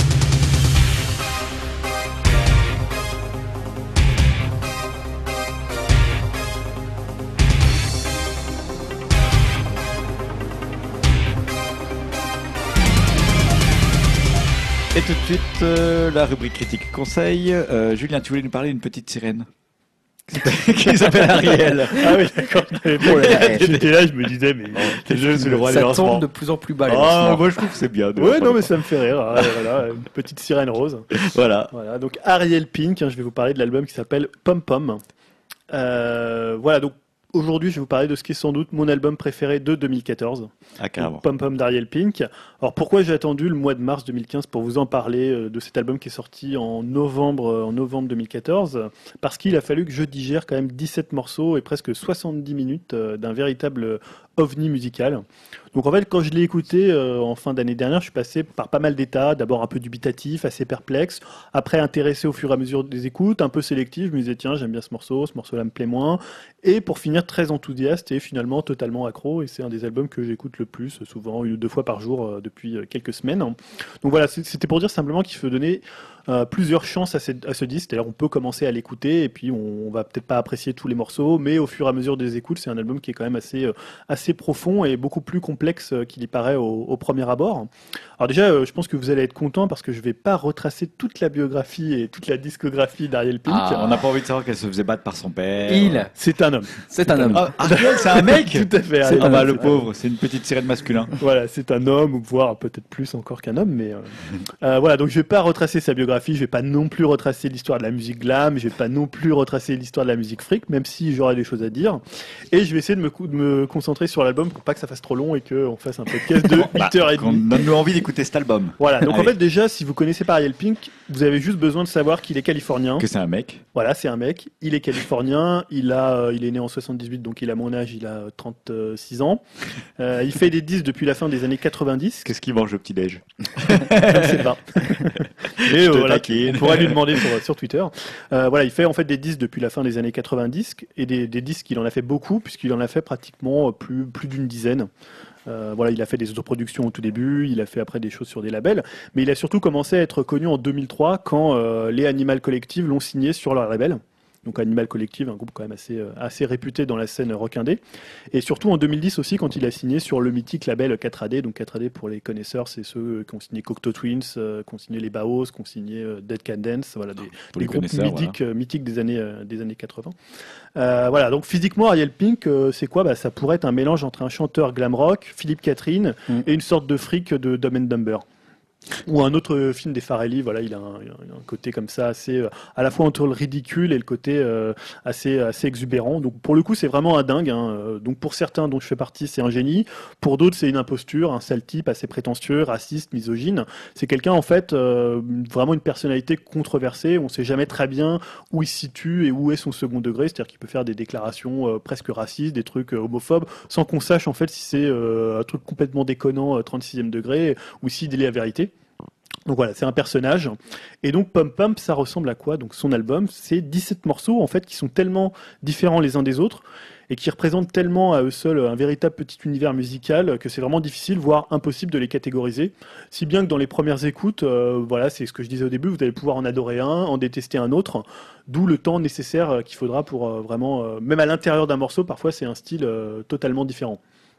Et tout de suite, euh, la rubrique critique et conseils. Euh, Julien, tu voulais nous parler d'une petite sirène qui s'appelle Ariel. Ah oui d'accord. Mais bon, là, j'étais là, je me disais mais T'es le jeu, c'est le roi des Ça lancements. tombe de plus en plus bas. les Ah, lancements. moi je trouve que c'est bien. de ouais faire non le mais ça me fait rire. Ah, voilà, une petite sirène rose. Voilà. Voilà, donc Ariel Pink, hein, je vais vous parler de l'album qui s'appelle Pom Pom. Euh, voilà, donc aujourd'hui je vais vous parler de ce qui est sans doute mon album préféré de deux mille quatorze, Ah, carrément. Pom Pom d'Ariel Pink. Alors pourquoi j'ai attendu le mois de mars deux mille quinze pour vous en parler euh, de cet album qui est sorti en novembre, euh, en novembre deux mille quatorze? Parce qu'il a fallu que je digère quand même dix-sept morceaux et presque soixante-dix minutes euh, d'un véritable ovni musical. Donc en fait, quand je l'ai écouté euh, en fin d'année dernière, je suis passé par pas mal d'états. D'abord un peu dubitatif, assez perplexe. Après intéressé au fur et à mesure des écoutes, un peu sélectif. Je me disais tiens, j'aime bien ce morceau, ce morceau-là me plaît moins. Et pour finir, très enthousiaste et finalement totalement accro. Et c'est un des albums que j'écoute le plus, souvent une ou deux fois par jour euh, depuis euh, quelques semaines. Donc voilà, c'était pour dire simplement qu'il faut donner euh, plusieurs chances à, cette, à ce disque. C'est-à-dire on peut commencer à l'écouter et puis on, on va peut-être pas apprécier tous les morceaux, mais au fur et à mesure des écoutes, c'est un album qui est quand même assez, euh, assez profond et beaucoup plus complexe euh, qu'il y paraît au, au premier abord. Alors déjà, euh, je pense que vous allez être content parce que je vais pas retracer toute la biographie et toute la discographie d'Ariel Pink. Ah, on n'a pas envie de savoir qu'elle se faisait battre par son père. Il, c'est un homme. C'est un homme. Ah, Ariel, c'est un mec. Tout à fait. C'est, Ariel, ah bah, le c'est- pauvre, c'est une petite sirène masculin. Voilà, c'est un homme, ou voire peut-être plus encore qu'un homme, mais euh, euh, voilà. Donc je vais pas retracer sa biographie, je vais pas non plus retracer l'histoire de la musique glam, je vais pas non plus retracer l'histoire de la musique freak, même si j'aurais des choses à dire. Et je vais essayer de me, cou- de me concentrer sur l'album pour pas que ça fasse trop long et qu'on fasse un podcast de Bah, huit heures qu'on trente. donne-nous envie d'écouter cet album. Voilà. Donc en Allez. fait déjà, si vous connaissez pas Ariel Pink, vous avez juste besoin de savoir qu'il est californien. Que c'est un mec. Voilà, c'est un mec. Il est californien. Il a, euh, il est né en soixante-dix-huit, donc il a mon âge. Il a trente-six ans. Euh, il fait des disques depuis la fin des années quatre-vingt-dix. Qu'est-ce qu'il mange au petit-déj? Je ne sais pas. Mais Je euh, te voilà, taquine. on pourrait lui demander sur, sur Twitter. Euh, voilà, il fait en fait des disques depuis la fin des années quatre-vingt-dix et des, des disques il en a fait beaucoup puisqu'il en a fait pratiquement euh, plus plus d'une dizaine. Euh, voilà, il a fait des autoproductions au tout début, il a fait après des choses sur des labels, mais il a surtout commencé à être connu en deux mille trois quand euh, les Animal Collective l'ont signé sur leur label. Donc Animal Collective, un groupe quand même assez, euh, assez réputé dans la scène rock indé. Et surtout en deux mille dix aussi, quand il a signé sur le mythique label quatre A D. Donc quatre A D, pour les connaisseurs, c'est ceux qui ont signé Cocteau Twins, euh, qui ont signé les Baos, qui ont signé euh, Dead Can Dance, voilà, des, Pour des les groupes connaisseurs, mythiques, euh, mythiques des, années, euh, des années quatre-vingts. Euh, voilà, donc physiquement, Ariel Pink, euh, c'est quoi bah, ça pourrait être un mélange entre un chanteur glam rock, Philippe Catherine, Mm. et une sorte de fric de Dumb and Dumber. Ou un autre film des Farrelly, voilà, il a un, il a un côté comme ça assez, euh, à la fois entre le ridicule et le côté euh, assez, assez exubérant. Donc pour le coup, c'est vraiment un dingue. Hein. Euh, Donc pour certains dont je fais partie, c'est un génie. Pour d'autres, c'est une imposture, un sale type assez prétentieux, raciste, misogyne. C'est quelqu'un en fait, euh, vraiment une personnalité controversée. On ne sait jamais très bien où il se situe et où est son second degré. C'est-à-dire qu'il peut faire des déclarations euh, presque racistes, des trucs euh, homophobes, sans qu'on sache en fait si c'est euh, un truc complètement déconnant, euh, trente-sixième degré, ou s'il dit la vérité. Donc voilà, c'est un personnage. Et donc Pump Pump, ça ressemble à quoi? Donc son album, c'est dix-sept morceaux en fait qui sont tellement différents les uns des autres et qui représentent tellement à eux seuls un véritable petit univers musical que c'est vraiment difficile, voire impossible de les catégoriser. Si bien que dans les premières écoutes, euh, voilà, c'est ce que je disais au début, vous allez pouvoir en adorer un, en détester un autre, d'où le temps nécessaire euh, qu'il faudra pour euh, vraiment, euh, même à l'intérieur d'un morceau, parfois c'est un style euh, totalement différent.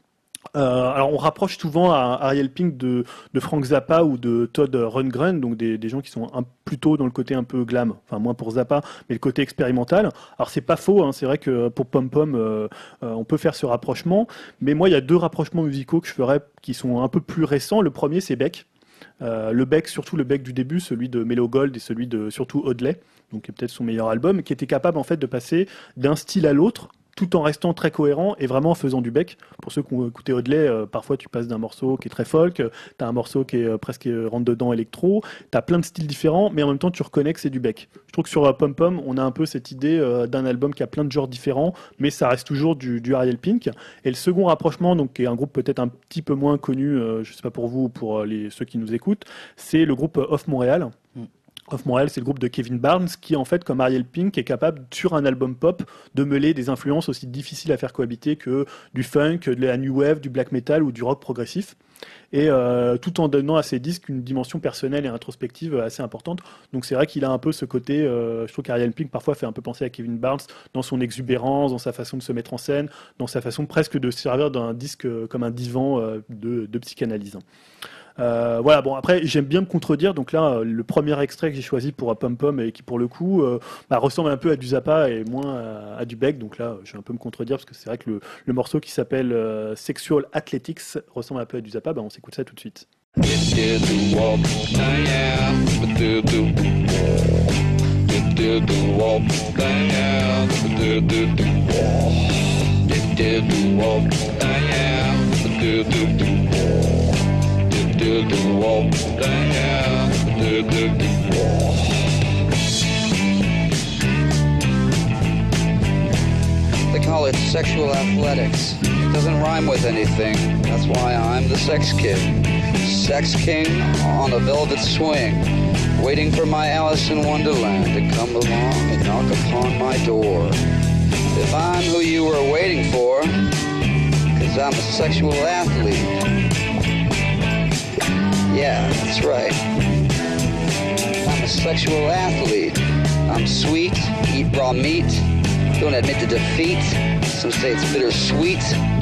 Euh, alors on rapproche souvent à Ariel Pink de, de Frank Zappa ou de Todd Rundgren, donc des, des gens qui sont un, plutôt dans le côté un peu glam, enfin moins pour Zappa, mais le côté expérimental. Alors c'est pas faux, hein, c'est vrai que pour Pom Pom, euh, euh, on peut faire ce rapprochement, mais moi il y a deux rapprochements musicaux que je ferais qui sont un peu plus récents. Le premier c'est Beck. Euh, le Beck, surtout le Beck du début, celui de Mellow Gold et celui de surtout Audley, donc qui est peut-être son meilleur album, qui était capable en fait de passer d'un style à l'autre tout en restant très cohérent et vraiment en faisant du Beck. Pour ceux qui ont écouté Audley, euh, parfois tu passes d'un morceau qui est très folk, euh, t'as un morceau qui est euh, presque euh, rentre-dedans électro, t'as plein de styles différents, mais en même temps tu reconnais que c'est du Beck. Je trouve que sur euh, Pom Pom, on a un peu cette idée euh, d'un album qui a plein de genres différents, mais ça reste toujours du, du Ariel Pink. Et le second rapprochement, donc qui est un groupe peut-être un petit peu moins connu, euh, je sais pas pour vous ou pour euh, les, ceux qui nous écoutent, c'est le groupe Off Montréal. Mm. Off Montréal, c'est le groupe de Kevin Barnes qui, en fait, comme Ariel Pink, est capable, sur un album pop, de mêler des influences aussi difficiles à faire cohabiter que du funk, de la new wave, du black metal ou du rock progressif. Et euh, tout en donnant à ses disques une dimension personnelle et introspective assez importante. Donc c'est vrai qu'il a un peu ce côté, euh, je trouve qu'Ariel Pink parfois fait un peu penser à Kevin Barnes dans son exubérance, dans sa façon de se mettre en scène, dans sa façon presque de se servir d'un disque comme un divan euh, de, de psychanalyse. Euh, voilà, bon après j'aime bien me contredire, donc là euh, le premier extrait que j'ai choisi pour Pom Pom et qui pour le coup euh, bah, ressemble un peu à du Zappa et moins à, à du Beck, donc là je vais un peu me contredire parce que c'est vrai que le, le morceau qui s'appelle euh, Sexual Athletics ressemble un peu à du Zappa, bah, on s'écoute ça tout de suite. They call it sexual athletics. It doesn't rhyme with anything. That's why I'm the sex kid. Sex king on a velvet swing, waiting for my Alice in Wonderland to come along and knock upon my door. If I'm who you were waiting for, cause I'm a sexual athlete. Yeah, that's right. I'm a sexual athlete. I'm sweet, eat raw meat, don't admit to defeat. Some say it's bittersweet.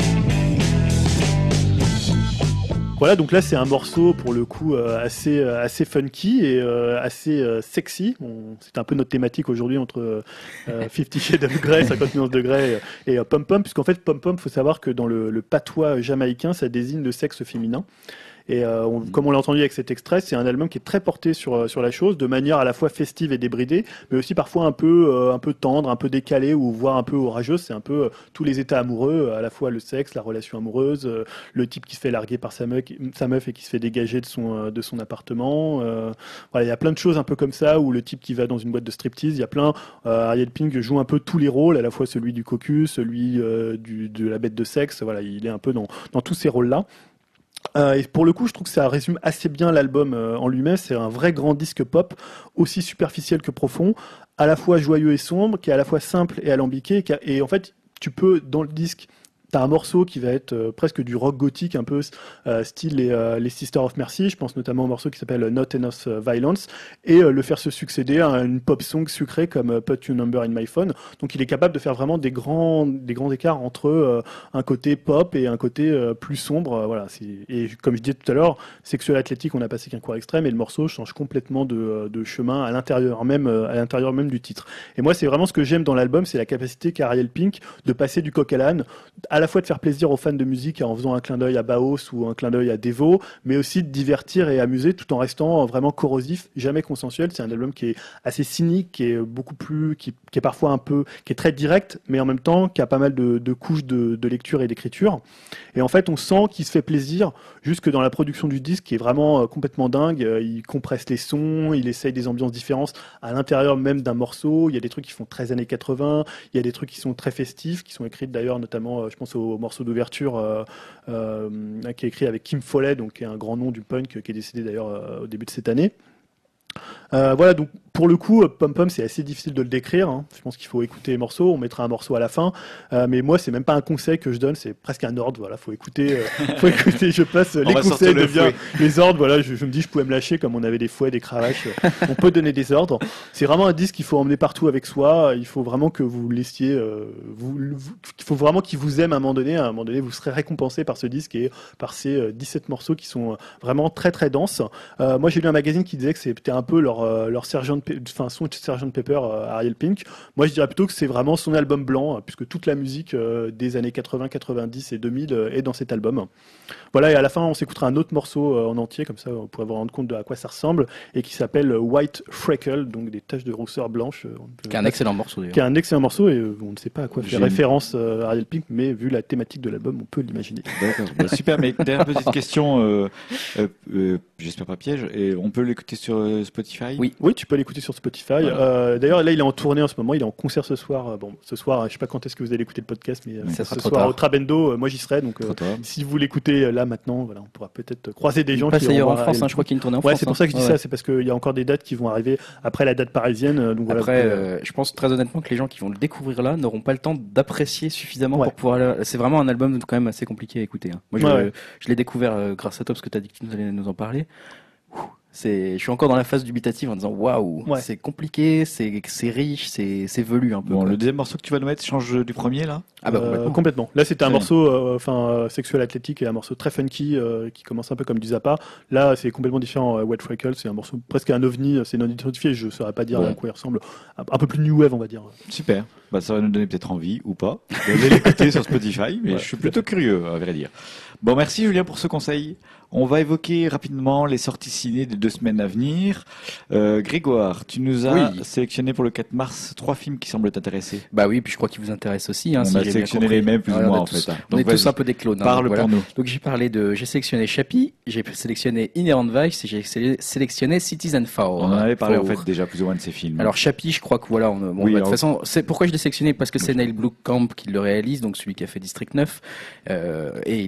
Voilà, donc là c'est un morceau pour le coup euh, assez euh, assez funky et euh, assez euh, sexy. On, c'est un peu notre thématique aujourd'hui entre euh, Fifty Shades of Grey, cinquante nuances de Grey et euh, Pom Pom, puisqu'en fait Pom Pom, faut savoir que dans le, le patois jamaïcain, ça désigne le sexe féminin. Et euh, on, comme on l'a entendu avec cet extrait, c'est un album qui est très porté sur sur la chose, de manière à la fois festive et débridée, mais aussi parfois un peu euh, un peu tendre, un peu décalé ou voire un peu orageuse. C'est un peu euh, tous les états amoureux, à la fois le sexe, la relation amoureuse, euh, le type qui se fait larguer par sa meuf, sa meuf et qui se fait dégager de son euh, de son appartement. Euh, voilà, il y a plein de choses un peu comme ça, ou le type qui va dans une boîte de striptease. Il y a plein. Euh, Ariel Pink joue un peu tous les rôles, à la fois celui du cocu, celui euh, du de la bête de sexe. Voilà, il est un peu dans dans tous ces rôles-là. Euh, et pour le coup, je trouve que ça résume assez bien l'album euh, en lui-même. C'est un vrai grand disque pop, aussi superficiel que profond, à la fois joyeux et sombre, qui est à la fois simple et alambiqué. Qui a, et en fait, tu peux, dans le disque, t'as un morceau qui va être euh, presque du rock gothique, un peu euh, style les, euh, les Sisters of Mercy. Je pense notamment au morceau qui s'appelle Not Enough Violence, et euh, le faire se succéder à une pop song sucrée comme euh, Put Your Number in My Phone. Donc il est capable de faire vraiment des grands, des grands écarts entre euh, un côté pop et un côté euh, plus sombre. Euh, voilà. C'est, et comme je disais tout à l'heure, Sexual Athletic, on a passé qu'un cours extrême, et le morceau change complètement de, de chemin à l'intérieur même, euh, à l'intérieur même du titre. Et moi, c'est vraiment ce que j'aime dans l'album, c'est la capacité qu'a Ariel Pink de passer du coq à l'âne, à la fois de faire plaisir aux fans de musique en faisant un clin d'œil à Baos ou un clin d'œil à Devo, mais aussi de divertir et amuser tout en restant vraiment corrosif, jamais consensuel. C'est un album qui est assez cynique, qui est beaucoup plus, qui, qui est parfois un peu, qui est très direct, mais en même temps qui a pas mal de, de couches de, de lecture et d'écriture. Et en fait, on sent qu'il se fait plaisir jusque dans la production du disque, qui est vraiment complètement dingue. Il compresse les sons, il essaye des ambiances différentes à l'intérieur même d'un morceau. Il y a des trucs qui font treize années quatre-vingts, il y a des trucs qui sont très festifs, qui sont écrits d'ailleurs notamment, je pense au morceau d'ouverture euh, euh, qui est écrit avec Kim Foley, donc qui est un grand nom du punk, qui est décédé d'ailleurs euh, au début de cette année. Euh, voilà, donc pour le coup, Pom Pom, c'est assez difficile de le décrire. Hein. Je pense qu'il faut écouter les morceaux. On mettra un morceau à la fin. Euh, mais moi, c'est même pas un conseil que je donne, c'est presque un ordre. Voilà, faut écouter. Euh, faut écouter. Je passe les conseils devient les ordres. Voilà, je, je me dis, je pouvais me lâcher comme on avait des fouets, des cravaches. On peut donner des ordres. C'est vraiment un disque qu'il faut emmener partout avec soi. Il faut vraiment que vous laissiez. Euh, vous, vous, il faut vraiment qu'il vous aime à un moment donné. À un moment donné, vous serez récompensé par ce disque et par ces euh, dix-sept morceaux qui sont vraiment très très denses. Euh, moi, j'ai lu un magazine qui disait que c'était un peu leur euh, leur sergent enfin son sergent Pepper euh, Ariel Pink. Moi je dirais plutôt que c'est vraiment son album blanc, hein, puisque toute la musique euh, des années quatre-vingts, quatre-vingt-dix et deux mille euh, est dans cet album. Voilà, et à la fin on s'écoutera un autre morceau euh, en entier, comme ça on pourrait vous rendre compte de à quoi ça ressemble, et qui s'appelle White Freckle, donc des taches de rousseur blanche. Euh, qui est un excellent morceau d'ailleurs. Qui est un excellent morceau, et euh, on ne sait pas à quoi fait référence euh, Ariel Pink, mais vu la thématique de l'album on peut l'imaginer. D'accord, bah, super, mais dernière petite question, euh, euh, euh, j'espère pas piège, et on peut l'écouter sur euh, Spotify? Oui. Oui, tu peux l'écouter sur Spotify. Voilà. Euh, d'ailleurs, là, il est en tournée en ce moment. Il est en concert ce soir. Bon, ce soir, je sais pas quand est-ce que vous allez écouter le podcast, mais ça ce sera soir tard. au Trabendo, moi j'y serai. Donc, euh, si vous l'écoutez là maintenant, voilà, on pourra peut-être croiser des il gens passe qui ailleurs vont en France. Hein, je crois qu'il y a une tournée en ouais, France. c'est pour ça que je dis hein. ça. Ouais. C'est parce qu'il y a encore des dates qui vont arriver après la date parisienne. Donc Après, voilà, euh, je pense très honnêtement que les gens qui vont le découvrir là n'auront pas le temps d'apprécier suffisamment ouais. pour pouvoir. Le... C'est vraiment un album quand même assez compliqué à écouter. Hein. Moi, je, ouais, ouais. je l'ai découvert euh, grâce à toi parce que tu as dit que tu allais nous en parler. C'est, je suis encore dans la phase dubitative en disant waouh, ouais. c'est compliqué, c'est, c'est riche, c'est, c'est velu un peu. Bon, quoi. le deuxième morceau que tu vas nous mettre change du premier là? Ah bah complètement. Euh, complètement. Là c'était un c'est morceau, enfin euh, Sexual Athletic et un morceau très funky euh, qui commence un peu comme du Zappa. Là c'est complètement différent. Euh, White Freckle, c'est un morceau presque un ovni, c'est non identifié. Je saurais pas dire ouais. à quoi il ressemble. Un, un peu plus new wave on va dire. Super. Bah ça va nous donner peut-être envie ou pas. Vous allez l'écouter sur Spotify, mais ouais, je suis plutôt curieux à vrai dire. Bon, merci Julien pour ce conseil. On va évoquer rapidement les sorties ciné des deux semaines à venir. Euh, Grégoire, tu nous as oui. sélectionné pour le quatre mars trois films qui semblent t'intéresser. Bah oui, puis je crois qu'ils vous intéressent aussi. Hein, on si a j'ai sélectionné bien les mêmes plus alors, ou moins on en tous, fait. Hein. On donc, est tous un peu des clones. Parle hein, pour voilà. nous. Donc j'ai parlé de, j'ai sélectionné Chappie, j'ai sélectionné Inherent Vice et j'ai sélectionné Citizen Four. On en avait parlé Four. en fait déjà plus ou moins de ces films. Alors Chappie, je crois que voilà, on, bon, oui, bah, de alors... toute façon, c'est pourquoi je l'ai sélectionné parce que c'est Neil Blomkamp qui le réalise, donc celui qui a fait District neuf euh, et Elysium.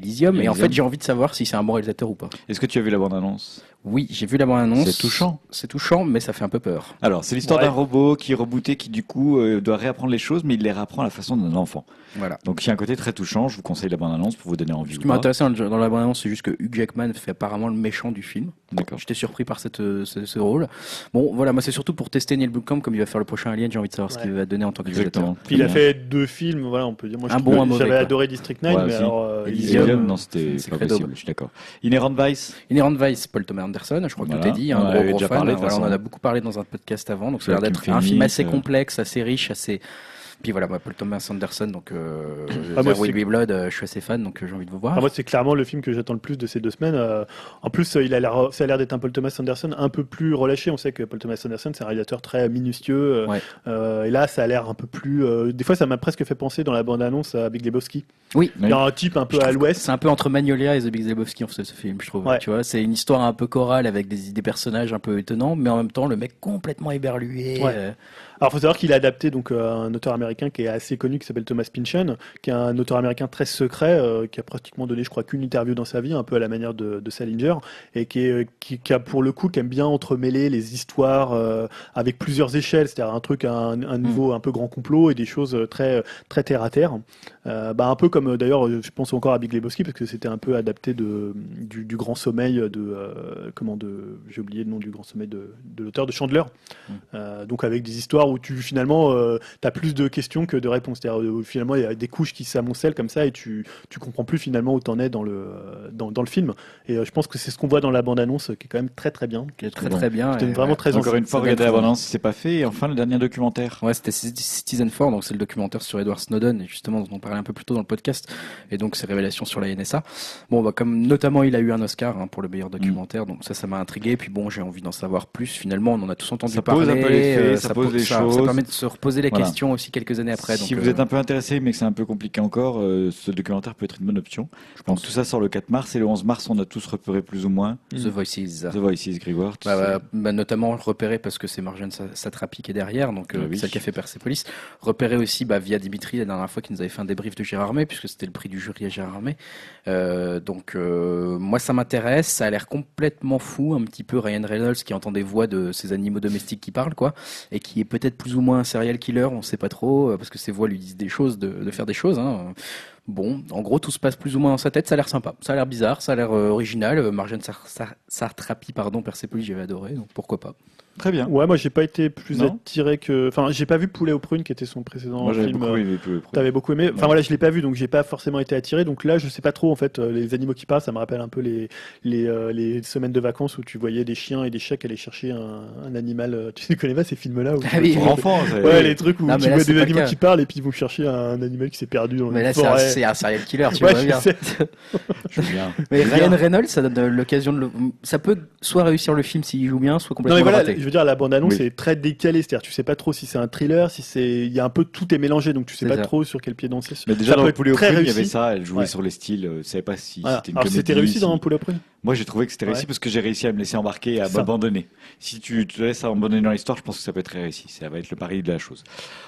Et en fait, j'ai envie de savoir si c'est un bon réalisateur ou pas. Est-ce que tu as vu la bande-annonce ? Oui, j'ai vu la bande-annonce. C'est touchant. C'est touchant, mais ça fait un peu peur. Alors, c'est l'histoire Ouais. d'un robot qui est rebooté, qui du coup euh, doit réapprendre les choses, mais il les réapprend à la façon d'un enfant. Voilà. Donc il y a un côté très touchant, je vous conseille la bande-annonce pour vous donner envie. Ce ou qui m'a pas. intéressé dans, le- dans la bande-annonce, c'est juste que Hugh Jackman fait apparemment le méchant du film. D'accord. J'étais surpris par cette, euh, ce, ce rôle. Bon, voilà, moi c'est surtout pour tester Neil Blomkamp, comme il va faire le prochain Alien, j'ai envie de savoir ce Ouais. qu'il va donner en tant que réalisateur. Exactement. Puis il a Très fait deux films, voilà, on peut dire. Moi, je Un trouve bon, un que mauvais, j'avais quoi. adoré District nine, Ouais, mais si. alors euh, Elysium, bien. Elysium, Alien, non, c'était c'est pas Credo. possible, je suis d'accord. Inherent Vice, Inherent Vice, Paul Thomas Anderson, je crois que Voilà. tout est dit, un On en gros avait gros déjà fan. parlé, de Voilà, toute on en a façon. beaucoup parlé dans un podcast avant, donc ça a l'air Joaquin d'être un film Phoenix, assez euh. complexe, assez riche, assez. Puis voilà, moi, Paul Thomas Anderson, donc euh, Ah, moi, There Will c'est- Be Blood, euh, je suis assez fan, donc euh, j'ai envie de vous voir. Ah, moi, c'est clairement le film que j'attends le plus de ces deux semaines. Euh, en plus, euh, il a l'air, ça a l'air d'être un Paul Thomas Anderson un peu plus relâché. On sait que Paul Thomas Anderson, c'est un réalisateur très minutieux. euh, Ouais. euh, et là, ça a l'air un peu plus. euh, des fois, ça m'a presque fait penser dans la bande-annonce à Big Lebowski. Oui. Il y a un type un peu Je à trouve que l'ouest. C'est un peu entre Magnolia et The Big Lebowski en fait ce film, je trouve. Ouais. Tu vois, c'est une histoire un peu chorale avec des, des personnages un peu étonnants, mais en même temps le mec complètement éberlué. Ouais. euh, Alors, faut savoir qu'il a adapté donc euh, un auteur américain qui est assez connu, qui s'appelle Thomas Pynchon, qui est un auteur américain très secret, euh, qui a pratiquement donné, je crois, qu'une interview dans sa vie, un peu à la manière de, de Salinger, et qui, est, qui, qui a pour le coup, qui aime bien entremêler les histoires euh, avec plusieurs échelles, c'est-à-dire un truc à un, un niveau un peu grand complot et des choses très très terre à terre. Euh, bah, un peu comme euh, d'ailleurs, je pense encore à Big Lebowski parce que c'était un peu adapté de du, du Grand Sommeil de euh, comment de j'ai oublié le nom du Grand Sommeil de, de l'auteur de Chandler. Euh, donc avec des histoires où tu finalement euh, t'as plus de questions que de réponses. C'est-à-dire où, finalement il y a des couches qui s'amoncellent comme ça et tu tu comprends plus finalement où t'en es dans le dans, dans le film. Et euh, je pense que c'est ce qu'on voit dans la bande annonce qui est quand même très très bien. qui est très bon. très bien. C'était et, vraiment ouais. très encore ancien. une fois, ça regardez va la être bande-annonce si c'est pas fait. Et enfin, le dernier documentaire. Ouais, c'était Citizen four, donc c'est le documentaire sur Edward Snowden, et justement dont on parlait un peu plus tôt dans le podcast, et donc ses révélations sur la N S A. Bon, bah, comme notamment il a eu un Oscar hein, pour le meilleur documentaire, donc ça, ça m'a intrigué. Puis bon, j'ai envie d'en savoir plus. Finalement, on en a tous entendu Ça parler. pose un peu les faits, euh, ça pose les ça, choses. Ça permet de se reposer les Voilà. questions aussi quelques années après. Si donc, vous euh, êtes un peu intéressé, mais que c'est un peu compliqué encore, euh, ce documentaire peut être une bonne option. Donc tout ça sort le quatre mars et le onze mars, on a tous repéré plus ou moins The Voices. The Voices, Grégoire. tu Bah, sais. bah, bah, notamment repéré parce que c'est Marjane Sa- Satrapi qui est derrière, donc euh, Ah oui. celle qui a fait Persepolis. Repéré aussi bah, via Dimitri la dernière fois qui nous avait fait un débrief de Gérard May, puisque c'était le prix du jury à Gérard May. Euh, donc euh, moi ça m'intéresse, ça a l'air complètement fou, un petit peu Ryan Reynolds qui entend des voix de ces animaux domestiques qui parlent, quoi, et qui est peut-être plus ou moins un serial killer, on sait pas trop, euh, parce que ses voix lui disent des choses, de, de faire des choses. Hein. Bon, en gros, tout se passe plus ou moins dans sa tête. Ça a l'air sympa, ça a l'air bizarre, ça a l'air euh, original. Euh, Marjane Sar- Sar- Satrapi, pardon, Persepolis, j'avais adoré, donc pourquoi pas. Très bien. Ouais, moi j'ai pas été plus Non. attiré que. Enfin, j'ai pas vu Poulet aux prunes qui était son précédent Moi, j'avais film. beaucoup euh, aimé Peu- Peu- T'avais beaucoup aimé. Enfin Ouais. voilà, je l'ai pas vu, donc j'ai pas forcément été attiré. Donc là, je sais pas trop en fait. euh, Les animaux qui parlent, ça me rappelle un peu les les, euh, les semaines de vacances où tu voyais des chiens et des chats qui allaient chercher un, un animal. euh, Tu ne connais pas ces films-là où Ah oui, Pour enfants, c'est- Ouais, les trucs où Non, mais tu là, vois c'est des pas le animaux cas. qui parlent et puis ils vont chercher un animal qui s'est perdu dans Mais une là, c'est un, forêt. c'est un serial killer, tu Ouais, vois je bien. sais. je veux bien. Mais Je veux Ryan bien. Reynolds, ça donne l'occasion de le... Ça peut soit réussir le film s'il joue bien, soit Non complètement mais voilà, le rater. je veux dire la bande annonce Oui. est très décalée, c'est-à-dire tu sais pas trop si c'est un thriller, si c'est il y a un peu tout est mélangé donc tu sais C'est pas ça. trop sur quel pied danser. Mais déjà Ça dans peut le être poulet au très prune, il y réussi. avait ça, elle jouait Ouais. sur les styles, euh, je savais pas si Voilà. c'était une Alors comédie. c'était réussi si- dans Poulet aux prunes. Moi j'ai trouvé que c'était réussi Ouais. parce que j'ai réussi à me laisser embarquer et à C'est ça. m'abandonner. Si tu te laisses abandonner dans l'histoire, je pense que ça peut être très réussi. Ça va être le pari de la chose.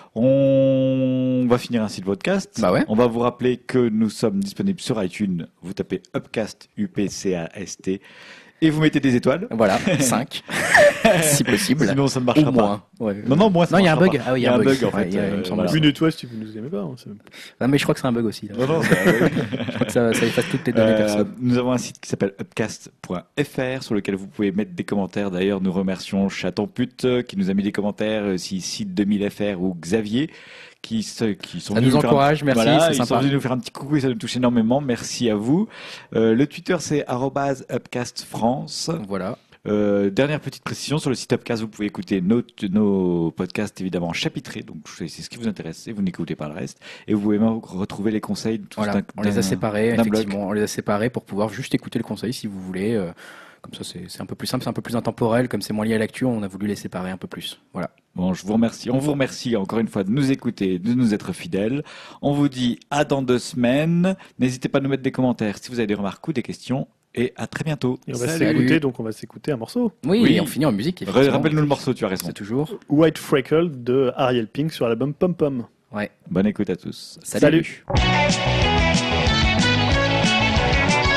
On va finir ainsi le podcast. Bah ouais. On va vous rappeler que nous sommes disponibles sur iTunes. Vous tapez Upcast, U P C A S T, et vous mettez des étoiles. Voilà, cinq, si possible. Sinon ça ne Ou marchera pas. moins. Ouais. Non, non, moi ça Non, il y a un marchera bug. pas. Ah oui, il y a un bug. en Ouais, fait. il y a- il me euh, semble voilà. Une étoile si vous nous aimez pas. hein, c'est- Ah, mais je crois que c'est un bug aussi. Là. Non, non, ça- Je crois que ça, ça efface toutes tes données Euh, perso. nous avons un site qui s'appelle upcast point F R sur lequel vous pouvez mettre des commentaires. D'ailleurs, nous remercions Chaton Pute euh, qui nous a mis des commentaires, euh, si Site deux mille F R ou Xavier qui, se- qui sont Ça venus nous faire un encourage, petit- merci, voilà, c'est ils sont sympa. venus nous faire un petit coucou et ça nous touche énormément. Merci à vous. Euh, le Twitter c'est arobase upcast France. Voilà. Euh, dernière petite précision, sur le site Upcast, vous pouvez écouter nos, nos podcasts évidemment chapitrés, donc c'est c'est ce qui vous intéresse et vous n'écoutez pas le reste. Et vous pouvez même retrouver les conseils tous Voilà. d'un- On les d'un- a séparés, d'un bloc. effectivement. On les a séparés pour pouvoir juste écouter le conseil si vous voulez. euh, Comme ça, c'est c'est un peu plus simple, c'est un peu plus intemporel. Comme c'est moins lié à l'actu, on a voulu les séparer un peu plus. Voilà. Bon, je vous remercie. On vous remercie encore une fois de nous écouter, de nous être fidèles. On vous dit à dans deux semaines. N'hésitez pas à nous mettre des commentaires si vous avez des remarques ou des questions. Et à très bientôt. Et on va Salut. s'écouter, donc on va s'écouter un morceau. Oui, Oui. et on finit en musique. Re- effectivement. Rappelle-nous le morceau, tu as raison. C'est toujours. White Freckle de Ariel Pink sur l'album Pom Pom. Ouais. Bonne écoute à tous. Salut. Salut.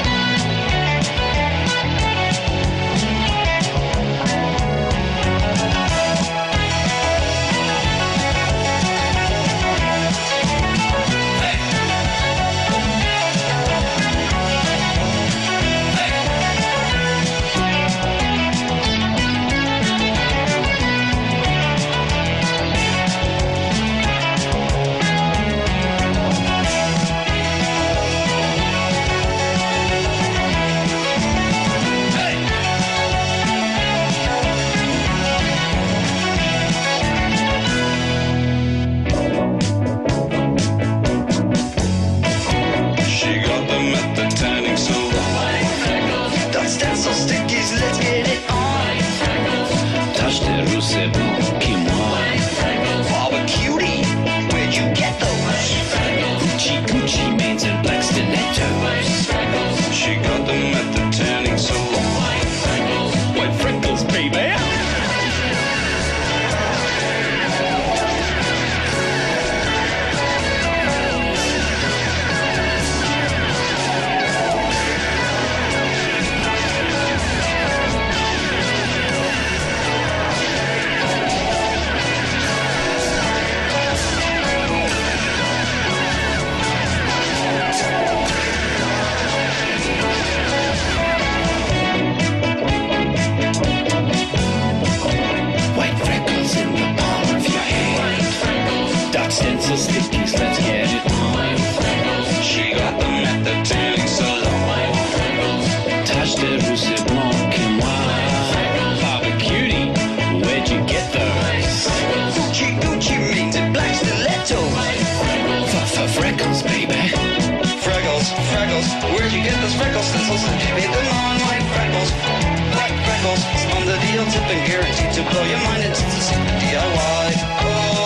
White stencil stickies, let's get it on. She got the method tanning salon. Tâche de rousse et blanc et moi. Papa cutie, where'd you get those? Gucci, Gucci means it black stiletto. Freckles, baby. Freckles, freckles, where'd you get those freckles? Stencils that you made them on white freckles. White freckles, on the deal tip and guaranteed to blow your mind. It's a secret D I Y. Oh,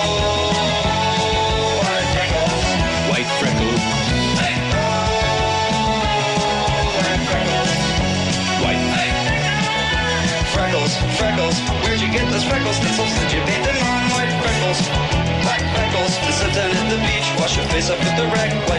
white freckles. White freckles. Hey. Oh, white freckles. White. Hey. Freckles, freckles, where'd you get those freckles? Stencils that you made them on white freckles. White freckles, and sit down at the beach, wash your face up with the rag.